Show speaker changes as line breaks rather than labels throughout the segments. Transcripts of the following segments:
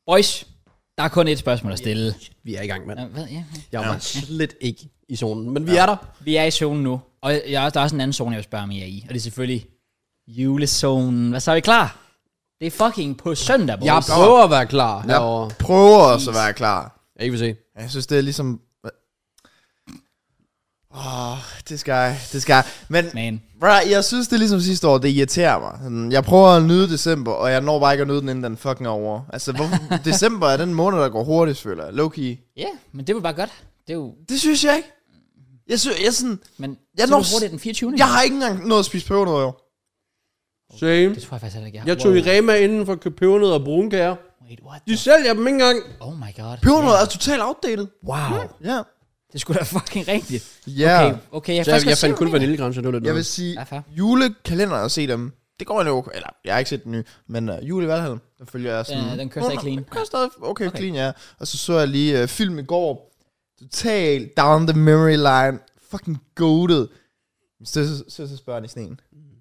Boys, der er kun et spørgsmål at stille.
Vi er i gang, mand.
Ja.
Jeg var slet ikke i zonen, men vi er der.
Vi er i zonen nu, og der er også en anden zone, jeg vil spørge mig i, og det er selvfølgelig julezonen. Hvad så er vi klar? Det er fucking på søndag, boys.
Jeg prøver at være klar herovre.
Jeg prøver også at være klar.
Jeg vil se.
Jeg synes, det er ligesom... det skal. Men bro, jeg synes, det er ligesom sidste år, det irriterer mig. Jeg prøver at nyde december, og jeg når bare ikke at nyde den, inden den fucking er over. Altså, december er den måned, der går hurtigt, føler jeg. Low-key.
Ja, men det er jo bare godt. Det er jo...
Det synes jeg ikke. Jeg sådan...
Men
jeg
så hurtigt den 24.
Jeg har ikke engang nået at spise pebernødder, jo.
Same.
Det tror jeg faktisk heller ikke,
jeg tog i Rema inden for at købe pebernødder og brunkager.
Wait, what?
De sælger dem ikke engang.
Oh my god.
Pebernødder er totalt outdated.
Wow.
Ja.
Det skulle da fucking rigtigt.
Ja.
Okay,
jeg fandt kun vaniljekranser, det var lidt
Jeg vil sige, julekalender at se dem, det går jo, eller jeg har ikke set den nye, men jule i Valhall, der følger jeg sådan...
Den kører stadig clean.
Den kører stadig okay clean, ja. Og så jeg lige film i går, total down the memory line, fucking goated. Så spørger i sneen.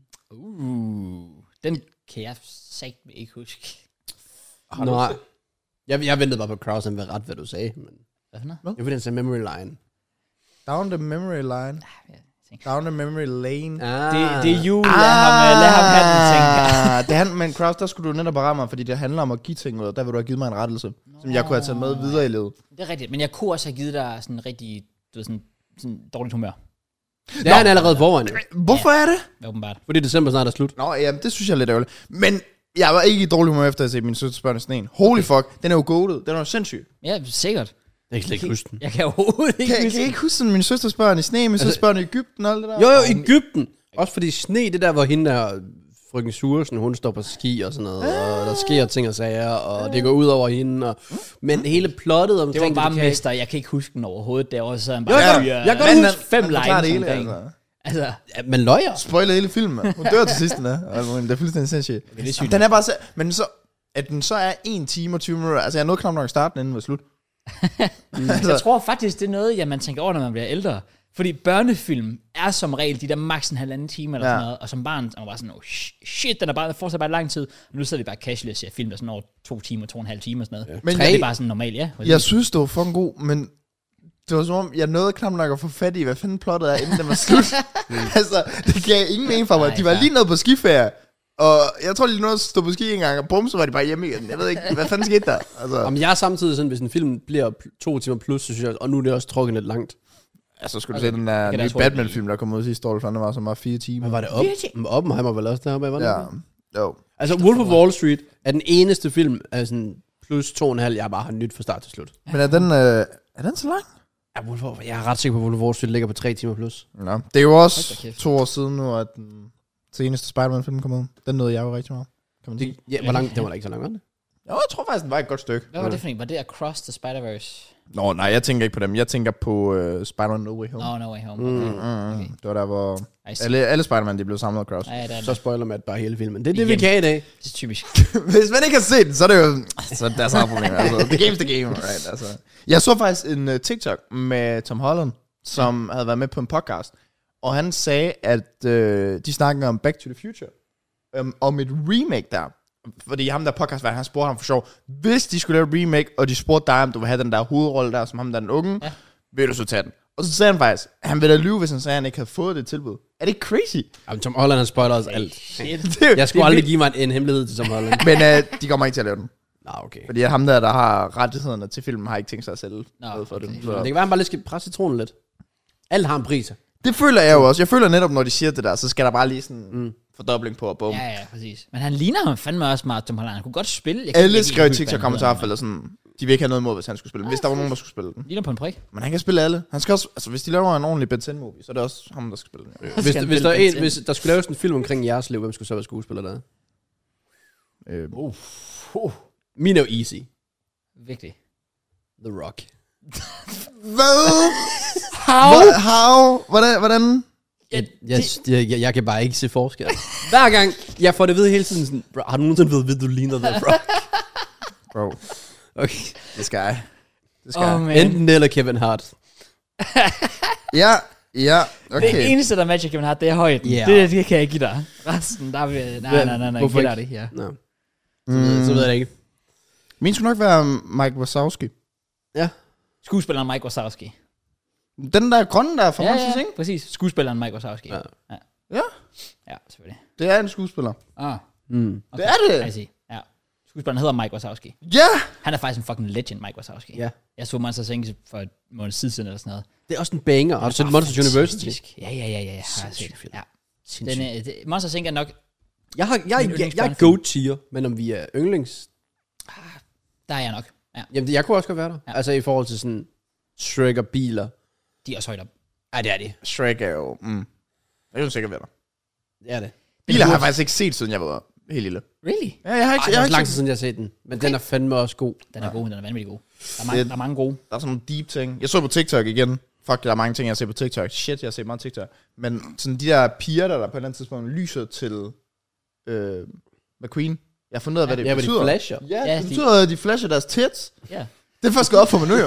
Den kan jeg sagt ikke huske.
Nej. Jeg ventede bare på Kraus, han var ret, hvad du sagde. Men...
Hvad for noget?
Jeg ved, den sagde memory line.
Down the memory line. Down the memory lane.
Det er jul. Lad ham have den, tænker jeg.
Men Kraus, der skulle du netop bare mig, fordi det handler om at give ting ud. Der vil du have givet mig en rettelse, som jeg kunne have taget med videre i livet.
Det er rigtigt, men jeg kunne også have givet dig sådan rigtig, du ved, sådan dårligt humør.
Det er han allerede foran.
Hvorfor er det?
Åbenbart.
Fordi december snart er slut.
Nå, jamen, det synes jeg er lidt ærgerligt. Men jeg var ikke i dårlig humør efter at se min søsters børn i sneen. Holy fuck, den er jo goated. Den er jo sindssyg.
Ja, sikkert.
Jeg kan slet ikke huske den.
Jeg kan overhovedet ikke
huske. Kan I ikke huske sådan min søsters børn i sne, min søsters børn i Egypten og alt det der?
Jo, Egypten. Også fordi sne, det der, hvor hende der frøken Suresen, hun står på ski og sådan noget, og der sker ting og sager, og det går ud over hende, og... Men hele plottet omkring...
Det var bare mester, jeg kan ikke huske den overhovedet, derovre, så han
bare... Jeg kan godt huske
5 lines omkring. Altså,
ja, men løjer.
Spoiler hele filmen, man. Hun dør til sidst, den er. Altså, det er fuldstændig sindssygt. Den er bare så... Men så... At den så er 1 time og 20 minutter... Altså, jeg nåede knap nok starten, inden den var slut.
Jeg tror faktisk, det er noget, man tænker over, når man bliver ældre. Fordi børnefilm er som regel de der maks en halvanden time eller sådan noget, og som barn er man bare sådan, shit, den er bare fortsat bare lang tid. Og nu sidder vi bare casually og ser film, der sådan over 2 timer, 2,5 timer og sådan noget. Ja. Men det er bare sådan normalt, ja.
Jeg synes, det var fucking god, men det var som om, jeg nåede knap nok at få fat i, hvad fanden plottet er, inden den var slut. Altså, det gav ingen mening for mig. De var lige nede på skiferie, og jeg tror, de nåede at stå på ski en gang, og bum, så var de bare hjemme igen. Jeg ved ikke, hvad fanden skete der? Altså.
Jamen, jeg er samtidig sådan, hvis en film bliver 2 timer plus, så synes jeg, og nu er det også trukket lidt langt.
Ja, så skulle du se den der nye Batman-film, der kom ud sidste år, den var så meget 4 timer.
Men var det Oppenheimer vel også deroppe?
Ja, jo.
Altså, Wolf of Wall Street er den eneste film af sådan plus 2,5, jeg bare har nyt fra start til slut.
Men er den så lang?
Ja, jeg er ret sikker på, at Wolf of Wall Street ligger på 3 timer plus.
Ja, det er jo også 2 år siden nu, at den seneste Spider-Man-film kom ud. Den nåede jeg jo rigtig meget. Kan man sige.
Hvor lang? Den var da ikke så lang, var det?
Jo, jeg tror faktisk, den var et godt stykke.
Hvad var det for en? Var det Across the Spider-Verse?
Nå, nej, jeg tænker ikke på dem. Jeg tænker på Spider-Man No Way Home.
No Way Home. Okay.
Det var der, hvor alle Spider-Man, de blev samlet across.
Så spoiler man bare hele filmen. Det er det, vi kan i dag.
Det er typisk.
Hvis man ikke har set den, så er det jo... Så der er så problemer. Altså, the game's the game, right? Altså. Jeg så faktisk en TikTok med Tom Holland, som havde været med på en podcast. Og han sagde, at de snakkede om Back to the Future. Om et remake der. Fordi ham der podcastvært, han spurgte ham for sjov, hvis de skulle lave et remake, og de spurgte dig, om du vil have den der hovedrolle der, som ham der den unge, vil du så tage den? Og så sagde han faktisk, han ville da lyve, hvis han sagde, at han ikke havde fået det tilbud. Er det crazy?
Jamen, Tom Holland, han spoiler os alt. Jeg skulle aldrig give mig en hemmelighed til Tom Holland.
Men de kommer ikke til at lave den.
Nå, okay.
Fordi ham der har rettighederne til filmen, har ikke tænkt sig at sælge noget for det. Så.
Det kan være, han bare lige skal presse citronen lidt. Alt har en pris.
Det føler jeg jo også. Jeg føler netop, når de siger det der, så skal der bare lige sådan fordobling på og bum.
Ja, præcis. Men han ligner ham fandme også meget, Tom Holland. Han kunne godt spille.
Alle skrev i TikTok-kommentarer, eller sådan, de vil ikke have noget imod, hvis han skulle spille. Hvis der var nogen, der skulle spille den.
Ligner på en prik.
Men han kan spille alle. Han skal også, altså hvis de laver en ordentlig Ben 10-movie, så er det også ham, der skal spille den.
Hvis der skulle laves en film omkring jeres liv, hvem skulle så være skuespiller der? Min er jo easy.
Vigtigt.
The Rock.
Hvad? How? Hvordan?
Jeg kan bare ikke se forskel. Hver gang jeg får det ved hele tiden sådan, bro, har du nogensinde ved du ligner The Rock?
Bro.
Okay.
Det skal jeg.
Enten det eller Kevin Hart.
Ja, okay.
Det eneste, der matcher Kevin Hart, det er højden. Yeah. Det kan jeg give dig. Resten, der vil... Nej,
hvorfor
ikke? Det, ja.
Så ved jeg det ikke.
Min skulle nok være Mike Wazowski.
Ja.
Skuespilleren Mike Wazowski.
Den der grønne der fra Monsters, ikke?
Præcis. Skuespilleren Mike Wazowski.
Ja.
Ja, selvfølgelig.
Det er en skuespiller.
Okay.
Det er det.
I see. Ja. Skuespilleren hedder Mike Wazowski.
Ja!
Han er faktisk en fucking legend, Mike Wazowski.
Ja.
Jeg så Monsters Inc. for et måned siden eller sådan noget.
Det er også en banger. Har du set Monsters University?
Fantastisk. Ja. Har jeg set.
film.
Ja. Monsters Inc. er nok...
Jeg er
yndlingsbørnefilm.
go-tier, men om vi er yndlings...
Der er jeg nok. Ja.
Jamen, jeg kunne også godt være der.
Ja.
Altså i forhold til sådan Shrek og biler.
De er også højt op.
Ja, det er de.
Shrek er jo... Jeg er jo sikkert ved dig.
Det er det.
Biler har jeg faktisk ikke set, siden jeg var helt lille.
Really?
Ja, jeg har ikke,
Det
jeg
er
har
også
ikke
lang tid siden, jeg har set den. Men den er fandme også god.
Den er god, den er vanvittig god. Der er mange gode.
Der er sådan nogle deep ting. Jeg så på TikTok igen. Fuck, der er mange ting, jeg ser på TikTok. Shit, jeg har set meget TikTok. Men sådan de der piger, der på et eller andet tidspunkt lyser til McQueen. Jeg har fundet ud af, hvad det
Ja,
betyder.
de flasher.
Ja, det betyder, at de flasher deres tits.
Ja.
Det er først gået op for mig nu, jo.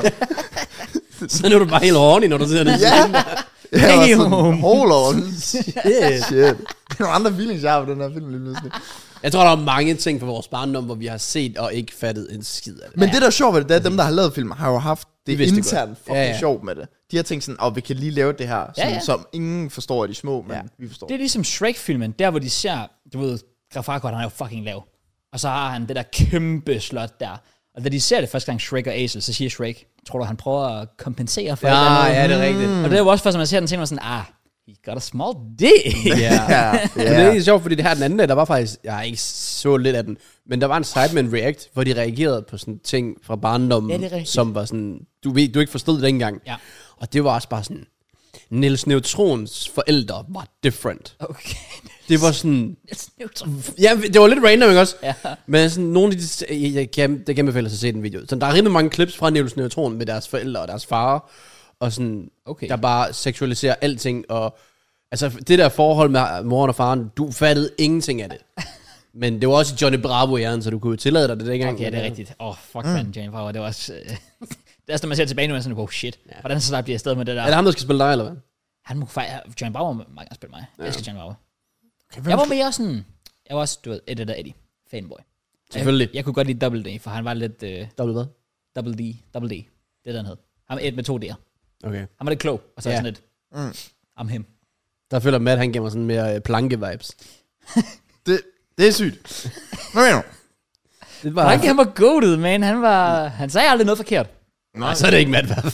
Så nu er du bare helt horny, når du ser det.
Ja. Jeg var sådan, hold on.
Shit.
Shit. Det er nogle andre feelings, jeg har på den her film lige pludselig.
Jeg tror, der er mange ting fra vores barndom, hvor vi har set og ikke fattet en skid af det.
Men det, der er sjovt ved det, er, at dem, der har lavet film, har jo haft det
vidste det
internt fucking sjovt med det. De har tænkt sådan, vi kan lige lave det her, sådan, som ingen forstår af de små, men vi forstår.
Det er ligesom Shrek-filmen, der hvor de ser, du ved, Graf Farquaad, han er jo fucking lav. Og så har han det der kæmpe slot der. Og da de ser det første gang, Shrek og Hazel, så siger Shrek, tror du, han prøver at kompensere for det?
Ja, det er rigtigt.
Og det er jo også først, når man ser den, tænker man sådan, he got a small dick.
Ja. Men det er ikke sjovt, fordi det her den anden, der var faktisk, jeg ikke så lidt af den, men der var en Sidemen React, hvor de reagerede på sådan ting fra barndommen, som var sådan, du ikke forstod det dengang.
Ja.
Og det var også bare sådan, Niels Neutrons forældre var different.
Okay.
Det var sådan...
Neutron.
Ja, det var lidt random, ikke også?
Ja.
Men sådan nogle af de... Det kan anbefales at se den video. Så der er rimelig mange clips fra Niels Neutron med deres forældre og deres far. Og sådan...
Okay.
Der bare seksualiserer alting. Og altså, det der forhold med moren og faren, du fattede ingenting af det. Men det var også Johnny Bravo i hjernen, så du kunne tillade dig det dengang.
Okay, det er rigtigt. Fuck man, Jane Farrow. Det var også... det er, når man ser tilbage nu, er sådan, shit. Hvordan så bliver jeg afsted med det der?
Er det ham, der skal spille dig, eller hvad?
Han må faktisk... Jane Farrow må meget gerne spille mig. Jeg elsker Jane Farrow.
Okay,
Jeg var mere sådan... Jeg var også, du ved, Eddie. Fanboy.
Selvfølgelig.
Jeg kunne godt lide Double D, for han var lidt...
Dobbelt hvad?
Double D. Det er den hed. Han var et med 2 D'er.
Okay.
Han var lidt klog, og så sådan lidt... I'm him.
Der føler Matt, han giver mig sådan mere planke-vibes.
Det er sygt. Hvad mener du?
Det var
Han var goated, man. Han sagde aldrig noget forkert.
Nej, så er det ikke Matt, hvad?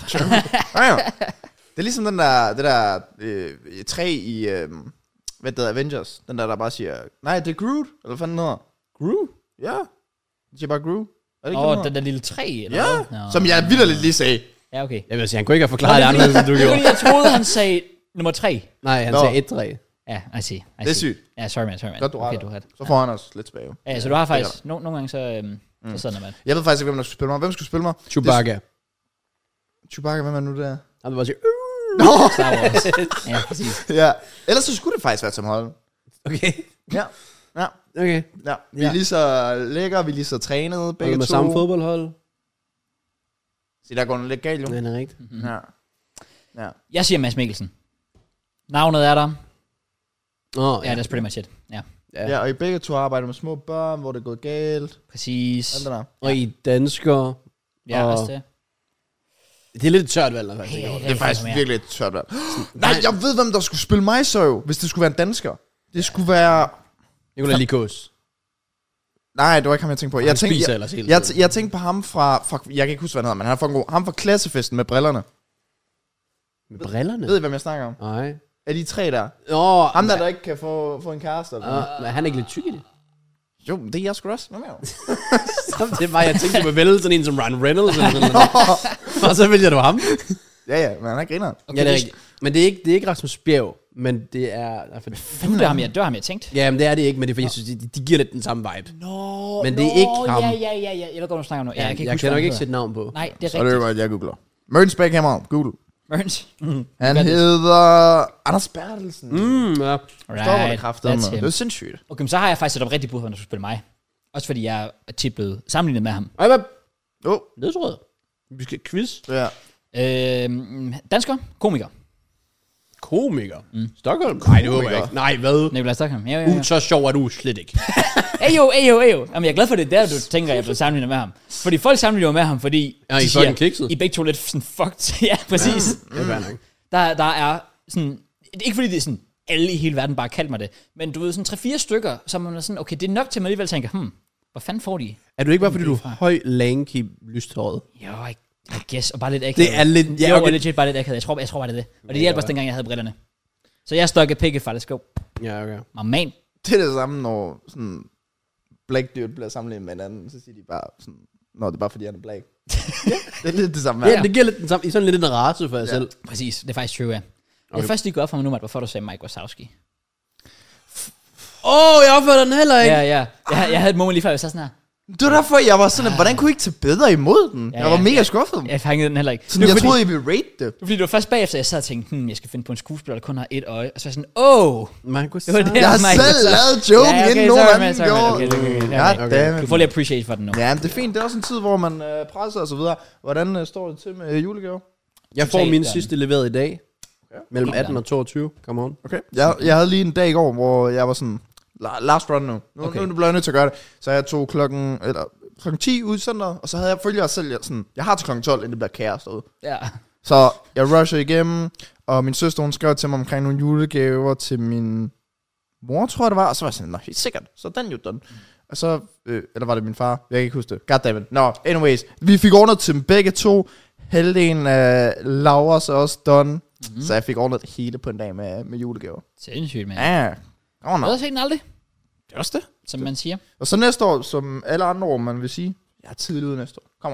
Det er ligesom det der træ i, hvad det hedder, Avengers. Den der bare siger, nej, det er Groot. Eller hvad fanden hedder?
Groot?
Ja. Det siger bare Groot. Er det ikke
Den der lille træ, eller
Ja,
hvad?
som jeg vitterligt lige sagde.
Ja, okay.
Jeg vil sige, han kunne ikke have forklaret det anderledes, end du gjorde.
Jeg troede, han sagde nummer 3.
Nej, han sagde 1-3.
Ja, I see.
Det er sygt.
Ja, sorry man.
Godt, du
okay,
ret.
du har ret.
Så får han os lidt tilbage.
Ja, så du har faktisk... Nogle gange så sådan man.
Jeg ved faktisk ikke, hvem der skulle spille mig. Hvem skulle spille mig?
Chewbacca.
Chewbacca, hvem er nu der?
Han vil bare sige,
Star Wars. Ja, præcis.
Ja. Ellers så skulle det faktisk være Tom Holland.
okay.
Ja.
Okay.
Ja. Vi er lige så lækre, vi er lige så trænede, begge
Og med
to.
samme fodboldhold.
Så der går noget lidt galt, jo.
Ja, det er rigtigt.
Ja.
Jeg siger Mads Mikkelsen. Navnet er der.
Ja,
That's pretty much it. Ja,
Ja, og I begge to arbejder med små børn, hvor det er gået galt.
præcis.
Alt det der.
Og I danskere.
Ja,
og-
også det.
Det er lidt et tørt valg, faktisk.
Hey,
Det er faktisk virkelig et tørt valg. Nej, jeg ved, hvem der skulle spille mig så jo, hvis det skulle være en dansker. Det skulle være...
Nicolai Likos.
Nej, det var ikke ham, jeg tænkte på.
Han spiser ellers hele tiden.
Jeg tænkte på ham fra... Jeg kan ikke huske, hvad han hedder, men han er fucking god. Ham fra klassefesten med brillerne.
Med brillerne?
Ved I, hvem jeg snakker om?
Nej.
Er de tre der?
Ham
Der ikke kan få en kæreste. Eller
Men han er ikke lidt tyk i det?
Jo, det er jeg sgu også. Hvad mener du?
Det var, jeg tænkte, du ville vælge sådan en som Ryan Reynolds. Eller sådan noget. Og så vælger du ham.
Ja, men han er griner.
Okay, ja, det er rigtigt. Men det er ikke Rasmus Bjerg, men det er...
Det var ham, jeg tænkte.
Ja, men det er det ikke, men det er fordi, jeg synes, de giver lidt den samme vibe. Men det er ikke ham.
Ja. Jeg ved godt, du snakker om nu.
Jeg kan nok ikke sætte navn på.
Nej, det er
Så er det
rigtigt.
jo, at jeg googler. Mørns Beckhammer, Google.
Mørns.
Han hedder Anders Bertelsen.
Ja.
Stopper det kraftedeme.
that's him.
Det er sindssygt.
Okay, men så har jeg faktisk et oprigtigt bud, hvor han skulle spille mig. Også fordi jeg er tit blevet sammenlignet med ham.
Ej, hvad?
Jo.
Det tror jeg. Vi skal quiz.
Ja.
Dansker, komiker.
Komiker? Stockholm? Nej, det håber jeg ikke. Nej, hvad?
Nikolaj Stockholm. Jo.
Så sjov er du slet ikke.
Ejo. Jamen, jeg er glad for det der, du tænker, jeg blev sammenlignet med ham. Fordi folk sammenligner jo med ham, fordi
I fucking kikset.
I begge to lidt sådan fucked. Ja, præcis.
Det er
Der er sådan... Ikke fordi det er sådan, alle i hele verden bare kaldt mig det. Men du ved, sådan 3-4 stykker, som man er sådan, okay, det er nok til, at man alligevel tænker, hvor fanden får de?
Er du ikke bare, fordi du er høj, lanky, lysthåret?
Jo, I guess. Og bare lidt akavet.
Det er lidt...
Ja, okay. Legit bare lidt akavet. Jeg tror bare, det er det. Og det hjalp også dengang, jeg havde brillerne. Så jeg stokkede pikke fra, let's go.
Ja, okay.
Man.
Det er det samme, når sådan black dude bliver sammenlignet med hinanden, så siger de bare sådan, nå, det er bare fordi, han er black. Det er lidt det samme.
Ja, det giver lidt den samme, i sådan lidt en race for jer selv.
Præcis, det er faktisk true, ja. Jeg er først lige gået op for mig nu, hvorfor du sagde Mike Wazowski.
Jeg opfører den heller ikke.
Ja. Jeg havde et moment lige før, jeg sagde sådan her.
Det var derfor, jeg var sådan, hvordan kunne I ikke tage bedre imod den? Jeg var mega skuffet.
Jeg fangede den heller ikke.
Sådan, jeg troede, I ville rate det.
Fordi det var først bagefter, jeg sad og tænkte, jeg skal finde på en skuespiller, der kun har et øje. Og så var jeg sådan,
Jeg har selv lavet joken, inden nogen anden gjorde.
Okay. Du får lige appreciate for den nu.
Ja, det er fint. Det er også en tid, hvor man presser og så videre. Hvordan står det til med julegaver?
Jeg får min sidste leveret i dag. Mellem 18 og 22. Come on.
Okay. Jeg havde lige en dag i går, hvor jeg var sådan, last run nu. Nu bliver jeg nødt til at gøre det. Så jeg tog klokken 10 ud i centeret, og så havde jeg følger selv sådan, jeg har til klokken 12, inden det bliver kaos derude.
Ja.
Så jeg rusher igennem, og min søster, hun skrev til mig omkring nogle julegaver til min mor, tror jeg det var, og så var jeg sådan, helt sikkert, så den jo done. Og så, eller var det min far? Jeg kan ikke huske det. Goddammit. Nå, anyways, vi fik ordnet til dem begge to. Halvdelen af Lauras er også done. Så jeg fik ordnet det hele på en dag med julegaver.
Sindssygt, mand.
Ja.
Jeg har set den aldrig.
Det er også det.
Som man siger.
Og så næste år, som alle andre år, man vil sige, jeg er tidligt ude næste år. Kom on.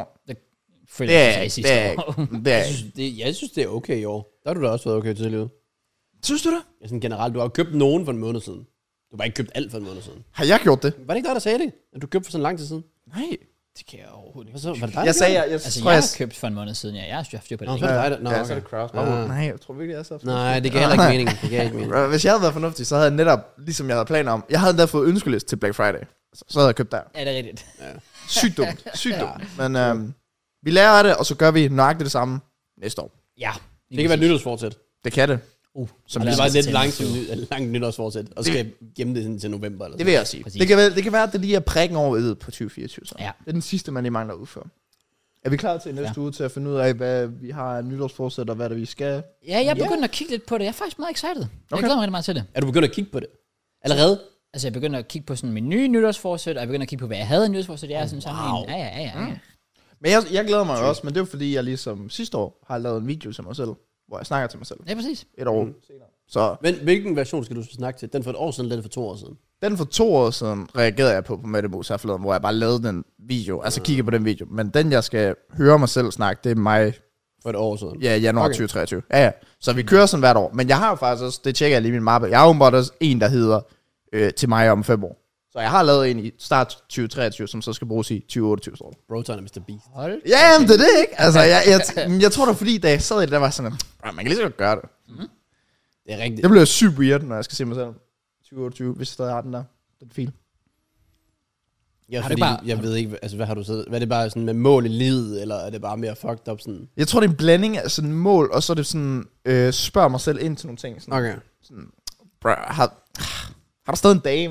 Jeg synes, det er okay i år. Der har du da også været okay tidligt ude.
Synes du det?
Ja, sådan generelt. Du har købt nogen for en måned siden. Du har bare ikke købt alt for en måned siden.
Har jeg gjort det?
Var det ikke dig, der sagde det? At du købte for sådan lang tid siden?
Nej.
Det kan jeg overhovedet ikke.
Så, var det dig,
jeg sagde, jeg
har købt for en måned siden, ja. Jeg har haft styr på det.
Nå, så er det dig,
så er det Kraus. Nej, jeg tror virkelig, jeg er så.
Nej, det gav heller ikke mening.
Hvis jeg havde været fornuftig, så havde jeg netop, ligesom jeg havde planer om, jeg havde endda fået ønskelist til Black Friday. Så havde jeg købt der.
Ja, det er rigtigt.
Ja. Sygt dumt. Men vi lærer af det, og så gør vi nøjagtigt det samme næste år.
Ja.
Det kan være et nytårsfortsæt.
Det kan det.
Som det var lidt langt nytårsfortsæt, og skal gemme det til november. Eller
det vil jeg sige. Det kan være, at det lige er prikken over på 2024. Så. Ja. Det er den sidste, man lige mangler ud for. Er vi klar til næste uge til at finde ud af, hvad vi har nytårsforsæt, og hvad det vi skal?
Ja, jeg er begyndt at kigge lidt på det. Jeg er faktisk meget excited. Jeg glæder mig rigtig meget til det.
Er du begyndt at kigge på det? Allerede?
Altså, jeg begynder at kigge på sådan min nye nytårsforsæt, og jeg begynder at kigge på, hvad jeg havde i nytårsforsæt. Jeg er sådan sammen. Ja.
Men jeg glæder mig også, men det er jo fordi, jeg ligesom sidste år har lavet en video til mig selv, hvor jeg snakker til mig selv.
Ja, præcis.
Et år senere. Så.
Men hvilken version skal du snakke til? Den for et år siden, eller den for 2 år siden?
Den for 2 år siden reagerede jeg på Mette Mus her forleden, hvor jeg bare lavede den video, altså kiggede på den video. Men den, jeg skal høre mig selv snakke, det er mig.
For et år siden?
Ja, januar 2023. Ja. Så vi kører sådan hvert år. Men jeg har jo faktisk også, det tjekker jeg lige i min mappe, jeg har jo også en, der hedder til mig om 5 år. Så jeg har lavet en i start 2023, som så skal bruges i 2028 år.
Broton er Mr. Beast.
Ja, jamen det er det, ikke? Altså, jeg tror da, fordi da jeg sad i det, der var sådan, man kan lige så godt gøre det.
Det er rigtigt.
Det bliver sygt weird, når jeg skal se mig selv 2028, hvis jeg stadig har den fil.
Ja, fordi, jeg ved ikke, altså hvad har du så? Hvad er det bare sådan med mål i livet, eller er det bare mere fucked up sådan?
Jeg tror, det er en blanding af sådan mål, og så er det sådan, spørg mig selv ind til nogle ting. Sådan,
okay.
Sådan, bro, har du stadig en dame?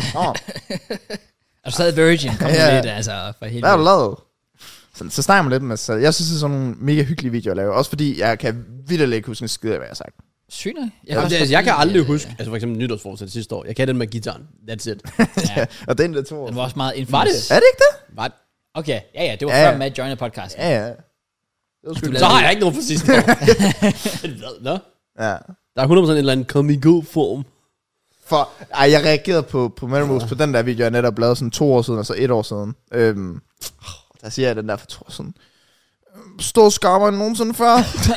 Er du stadig virgin? Kom lidt, altså, for helvede.
Hvad har du lavet? Så snakker man lidt med sig. Jeg synes, det er sådan nogle mega hyggelige videoer at lave. Også fordi, jeg kan vitterligt ikke huske en skid af, hvad jeg har sagt.
Sygt.
Jeg kan aldrig huske, altså for eksempel nytårsforsæt sidste år. Jeg kan den med gitaren. That's it.
Ja. Og den der 2 år.
Den var også meget infamous.
Var det?
Er det ikke det?
Var det?
Okay, ja, det var før Matt joiner podcasten.
Ja.
Så har jeg ikke noget for sidste år. Nå?
Ja.
Der er 100% en eller anden kom i god form.
Jeg reagerede på Metamoves på den der video, jeg netop lavede sådan 2 år siden, og så 1 år siden. Der siger jeg den der for 2 år siden. Stå skarpere end nogensinde før.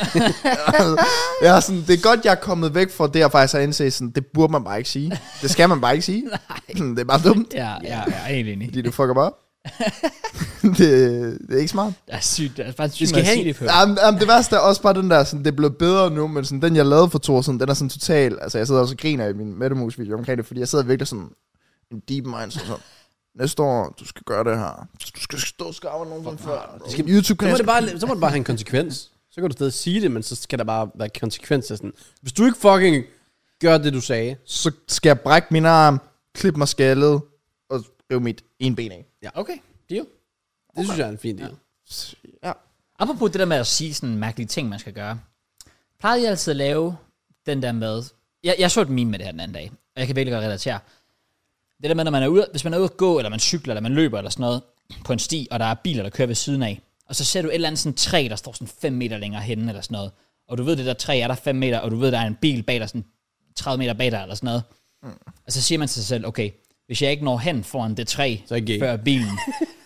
Sådan, det er godt, jeg er kommet væk fra det, jeg faktisk har indset, sådan, det burde man bare ikke sige. Det skal man bare ikke sige. Det er bare dumt.
Ja, jeg er helt enig.
Fordi du fucker bare. det er ikke smart.
Det er sygt. Det er faktisk sygt, at sige det på.
Det værste er også bare den der, sådan, det er blevet bedre nu, men sådan, den jeg lavede for 2 år siden, den er sådan total, altså jeg sidder også og griner i min Metamoves video omkring det, fordi jeg sidder virkelig sådan en deep mind, sådan næste år, du skal gøre det her. Du skal stå skarpere nogensinde før.
YouTube så må det bare have en konsekvens. Så kan du stadig sige det, men så skal der bare være konsekvenser sådan. Hvis du ikke fucking gør det, du sagde.
Så skal jeg brække min arm, klippe mig skaldet, og rive mit ene ben af.
Ja, okay. Deal.
Det synes jeg er en fin deal.
Ja.
Apropos det der med at sige sådan mærkelige ting, man skal gøre. Plejede jeg altid at lave den der med... Jeg så et meme med det her den anden dag, og jeg kan virkelig godt relatere. Det der med, når man er ude, hvis man er ude at gå, eller man cykler, eller man løber, eller sådan noget, på en sti, og der er biler, der kører ved siden af, og så ser du et eller andet sådan træ, der står sådan 5 meter længere henne, eller sådan noget, og du ved, det der træ er der 5 meter, og du ved, der er en bil bag dig, sådan 30 meter bag dig, eller sådan noget. Og så siger man til sig selv, okay, hvis jeg ikke når hen foran det træ, før bilen,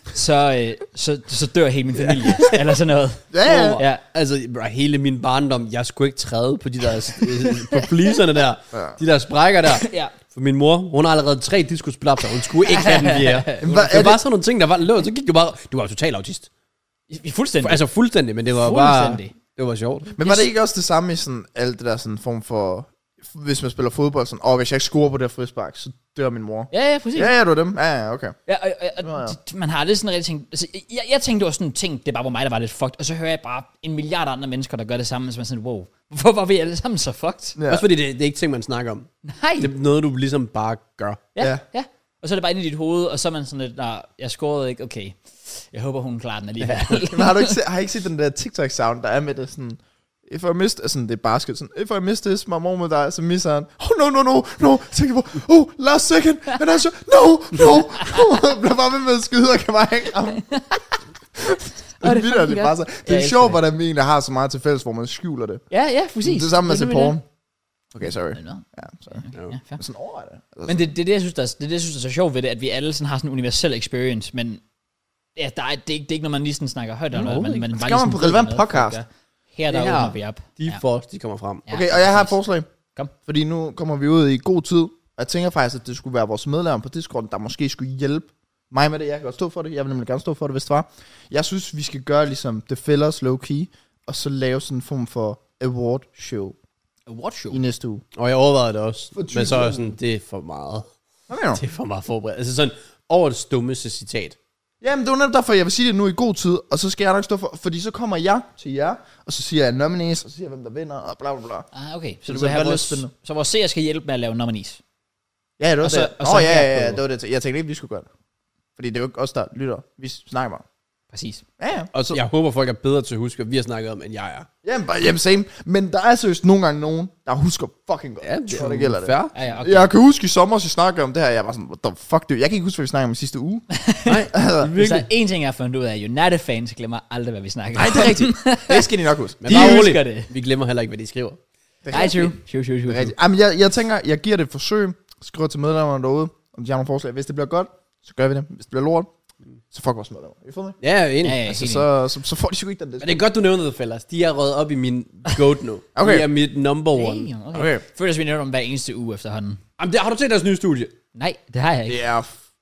så dør hele min familie, eller sådan noget.
Ja.
Altså, hele min barndom, jeg skulle ikke træde på de der, på fliserne der, de der sprækker der.
Ja.
For min mor, hun har allerede 3 diskusprolapser, hun skulle ikke have den fjerde. Det var sådan nogle ting, der var løbet, så gik du bare, du var total autist.
Fuldstændig.
Altså fuldstændig, men det var bare, det var sjovt.
Men var det ikke også det samme i sådan alt det der sådan form for, hvis man spiller fodbold, sådan, hvis jeg ikke scorer på det her frispark, så dør min mor.
Ja, præcis.
Ja, du er dem. Ja, okay.
Ja, og man har lidt sådan rigtig tænkt, altså, jeg tænkte, det var sådan en ting, det bare var mig, der var lidt fucked, og så hører jeg bare en milliard andre mennesker, der gør det samme, så man sådan, wow, hvorfor var vi alle sammen så fucked?
Ja. Også fordi det er ikke ting, man snakker om.
Nej.
Det er noget, du ligesom bare gør.
Ja. Og så er det bare inde i dit hoved, og så er man sådan lidt, jeg scorede ikke, okay, jeg håber, hun klarer den alligevel.
Men har I ikke set den der TikTok-sound, der er med det sådan... If I missed, altså det er basket, sådan, if I missed this, my mom with die, så misser han, no, tænker på, last second, and I said, no, bliver bare ved med at skyde, og kan bare ikke ramme. Det er bare så, det er sjovt, hvordan vi egentlig har så meget til fælles, hvor man skjuler det.
Ja, præcis.
Det er samme med til porn. Okay, sorry.
Ja,
sorry.
Okay. Ja,
sådan overvej det. Altså,
men det er det, jeg synes, der er så sjovt ved det, at vi alle sådan har sådan en universel experience, men ja, det er ikke noget, man lige sådan snakker højt om. Man
skal man på relevant podcast.
Her der åbner vi op.
De kommer frem.
Okay, og jeg har et forslag.
Kom.
Fordi nu kommer vi ud i god tid. Og jeg tænker faktisk, at det skulle være vores medlemmer på Discord, der måske skulle hjælpe mig med det. Jeg kan godt stå for det. Jeg vil nemlig gerne stå for det, hvis det var. Jeg synes, vi skal gøre ligesom The Fellers low key, og så lave sådan en form for award show.
Award show?
I næste uge.
Og jeg overvejede det også. Men så er sådan, det er for meget.
Hvad mener du?
Det er for meget forberedt. Altså sådan, over det dummeste citat.
Jamen, det var netop derfor, jeg vil sige det nu i god tid, og så skal jeg nok stå for, fordi så kommer jeg til jer, og så siger jeg nominees, og så siger jeg, hvem der vinder, og bla bla bla.
Okay, så du vil have så vores seere skal hjælpe med at lave nominees?
Ja, det var
det.
Ja, det var det. Jeg tænkte ikke, vi skulle gøre det. Fordi det er jo ikke os, der lytter. Vi snakker bare.
Præcis.
Ja.
Og så, jeg håber, folk er bedre til at huske, hvad vi har snakket om, end jeg er.
Jamen same. Men der er seriøst nogle gange nogen, der husker fucking godt.
Ja,
det gælder det.
Ja, okay.
Jeg kan huske i sommer, så snakkede om det her. Jeg var sådan, what the fuck, dude? Jeg kan ikke huske, hvad vi snakkede om i sidste uge.
Nej, altså, så en ting, jeg har fundet ud af, United-fans glemmer aldrig, hvad vi snakker om.
Nej, det er rigtigt. Det skal de nok huske.
Men de husker det. Vi glemmer heller ikke, hvad de skriver.
Nej, true.
Jamen, jeg tænker, jeg giver det et forsøg. Skriver til medlemmerne derude, om de har nogle forslag. Hvis det bliver godt, så gør vi det. Hvis det bliver lort, så fuck vores medlemmer. I får mig?
Ja, jeg er enig.
Altså, så får de sgu ikke den.
Men det er godt, du nævner det, fellas. De er røget op i min goat nu.
Okay.
De er mit number one.
Okay.
Føles vi nævner om hver eneste uge efterhånden.
Jamen, har du set deres nye studie?
Nej, det har jeg ikke.
Det er...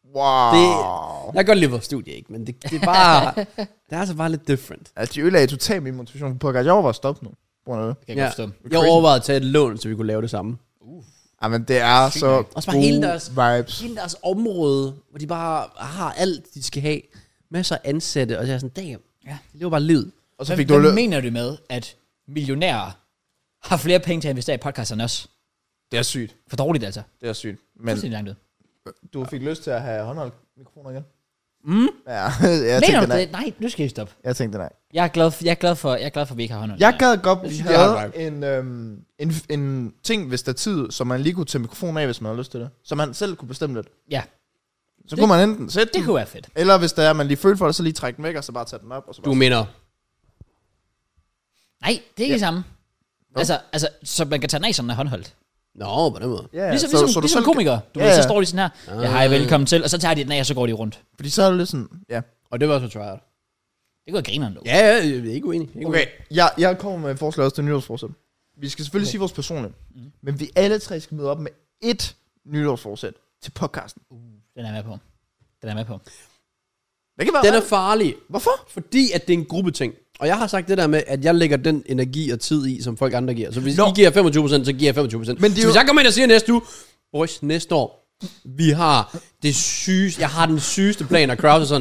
Wow.
Jeg kan godt lide vores studie, ikke? Men det er bare... det er altså bare lidt different.
Altså, de ødelagde totalt min motivation på podcast. Jeg overvejede at stoppe nu.
Det kan jeg forstå.
Jeg overvejede at tage et lån, så vi kunne lave det samme.
Jamen, det er så
også bare hele deres
vibes.
Hele deres område, hvor de bare har alt, de skal have. Masser af ansatte, og jeg er sådan, damn, det lever bare livet.
Og så
hvad mener du med, at millionærer har flere penge til at investere i podcast end os?
Det er sygt.
For dårligt altså.
Det er sygt. Men
langt ud.
Du fik lyst til at have håndholdt mikrofoner igen? Ja,
jeg tænkte nej. Nej, nu skal I stoppe.
Jeg tænkte nej.
Jeg er glad for, at vi ikke har håndholdt.
Jeg gad godt, vi havde en ting ved stativet, som man lige kunne tage mikrofonen af, hvis man havde lyst til det. Så man selv kunne bestemme lidt.
Ja.
Så kunne man enten sætte
det kunne være fedt.
Eller hvis der er, man lige føler for det, så lige trække den væk, og så bare tage den op. Og så
du mener?
Nej, det er ikke det samme. Altså, så man kan tage den af, sådan er håndholdt.
Nå, på den måde.
Ja, ligesom komikere. Du ved, så står de sådan her. Ja, hej, velkommen til. Og så tager de den af, og så går de rundt.
Fordi så er det lidt sådan, ja.
Og det var også tryhard.
Det går grineren nu.
Ja, jeg er ikke uenig.
Okay, jeg kommer med et forslag også til nytårsforsæt. Vi skal selvfølgelig sige vores personlige. Men vi alle tre skal møde op med et nytårsforsæt til podcasten.
Den er jeg med på.
Det kan være
den er farlig.
Hvorfor?
Fordi at det er en gruppeting. Og jeg har sagt det der med, at jeg lægger den energi og tid i, som folk andre giver. Så hvis I giver 25%, så giver jeg 25%. Men så hvis jeg kommer ind og siger næste uge, boys, næste år, vi har det sygeste, jeg har den sygeste plan, og crowd er sådan,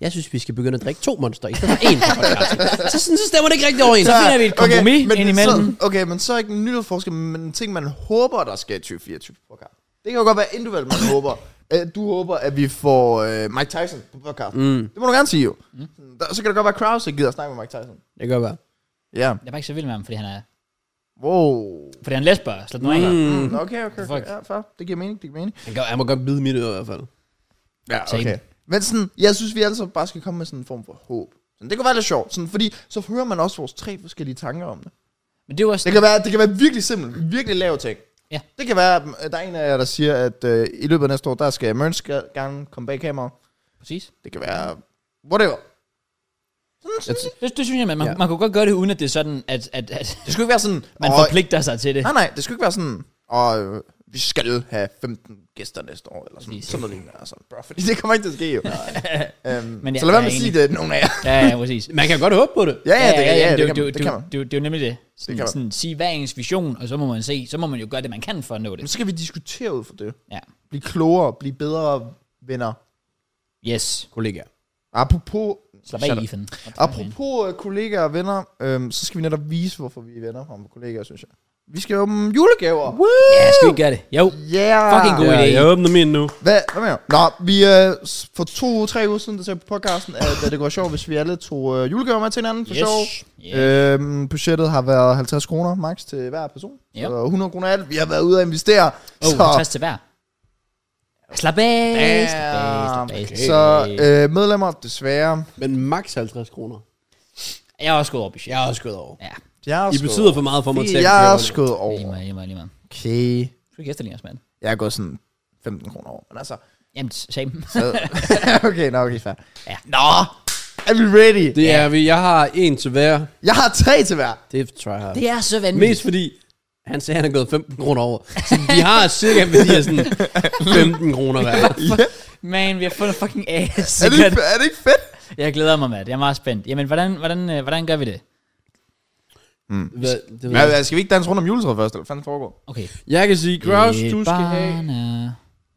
jeg synes, vi skal begynde at drikke 2 Monster, i stedet for 1 på podcast. så stemmer det ikke rigtig over en.
Så finder vi et kompromis indimellem.
Men så ikke en nyhedsforskel, men en ting, man håber, der skal i 2024 podcast. Det kan jo godt være individuelt, man håber. Du håber, at vi får Mike Tyson på podcast. Det må du gerne sige jo. Så kan det godt være, Kraus ikke gider at snakke med Mike Tyson.
Det kan godt være.
Ja.
Jeg er bare ikke så vild med ham, fordi han er...
Wow.
Fordi han lesber. Slet nu af.
Okay. Ja, fair. Det giver mening.
Han må godt bide mit øre i hvert fald.
Ja, okay. Men sådan, jeg synes, vi altså bare skal komme med sådan en form for håb. Sådan, det kunne være lidt sjovt, sådan, fordi så hører man også vores 3 forskellige tanker om det.
Men det er også...
Det kan være virkelig simpelt, virkelig lav ting.
Ja.
Det kan være, der er en af jer, der siger, at i løbet af næste år, der skal Mørns gerne komme bag kamera.
Præcis.
Det kan være whatever.
Det synes jeg, man kunne godt gøre det, uden at det er sådan, at
det skulle ikke være sådan...
man forpligter sig til det.
Nej, det skulle ikke være sådan... vi skal have 15 gæster næste år, eller sådan noget lignende. Altså, bro, fordi det kommer ikke til at ske, jo. Men så lad være med at sige det, nogen af jer.
Ja, præcis.
Man kan godt håbe på det.
Ja, det kan man.
Det er jo nemlig det. Sådan sige, hvad er ens vision, og så må man se, så må man jo gøre det, man kan for at nå det.
Men så skal vi diskutere ud for det.
Ja.
Blive klogere, blive bedre venner.
Yes.
Kollegaer.
Apropos...
Slap af, Ethan.
Apropos kollegaer og venner, så skal vi netop vise, hvorfor vi er venner fra kollegaer, synes jeg. Vi skal åbne julegaver.
Woo! Ja, skal vi gøre det? Jo.
Yeah.
Fucking god idé.
Jeg åbner min nu.
Hvad mener du? Nå, vi for 2-3 uger siden, der sagde på podcasten, at det kunne være sjovt, hvis vi alle tog julegaver med til hinanden for sjov.
Yeah.
Budgettet har været 50 kroner max til hver person.
Yep.
Så 100 kroner alt. Vi har været ude at investere.
50 til hver. Slap af.
Så medlemmer, desværre.
Men max 50 kroner.
Jeg er også gået over budget.
Jeg er også gået over.
Ja.
I betyder for meget for mig til at
jeg er også gået over.
Lige meget.
Okay.
Du kan efterligne os, mand.
Jeg er gået sådan 15 kroner over. Men altså...
Jamen, same.
okay, fair.
Ja.
Nå! Er vi ready?
Det er vi. Jeg har 1 til hver.
Jeg har 3 til hver.
Det er tryhard.
Det er så vanvittigt.
Mest fordi, han sagde, han er gået 15 kroner over. Så vi har cirka værdi af sådan 15 kroner hver.
Yeah.
Man, vi har fundet fucking ass.
Er det ikke fedt?
Jeg glæder mig, Matt. Jeg er meget spændt. Jamen, hvordan gør vi det?
Skal vi ikke danse rundt om juletræet først, eller fanden foregår?
Okay.
Jeg kan sige, Gross, du skal have...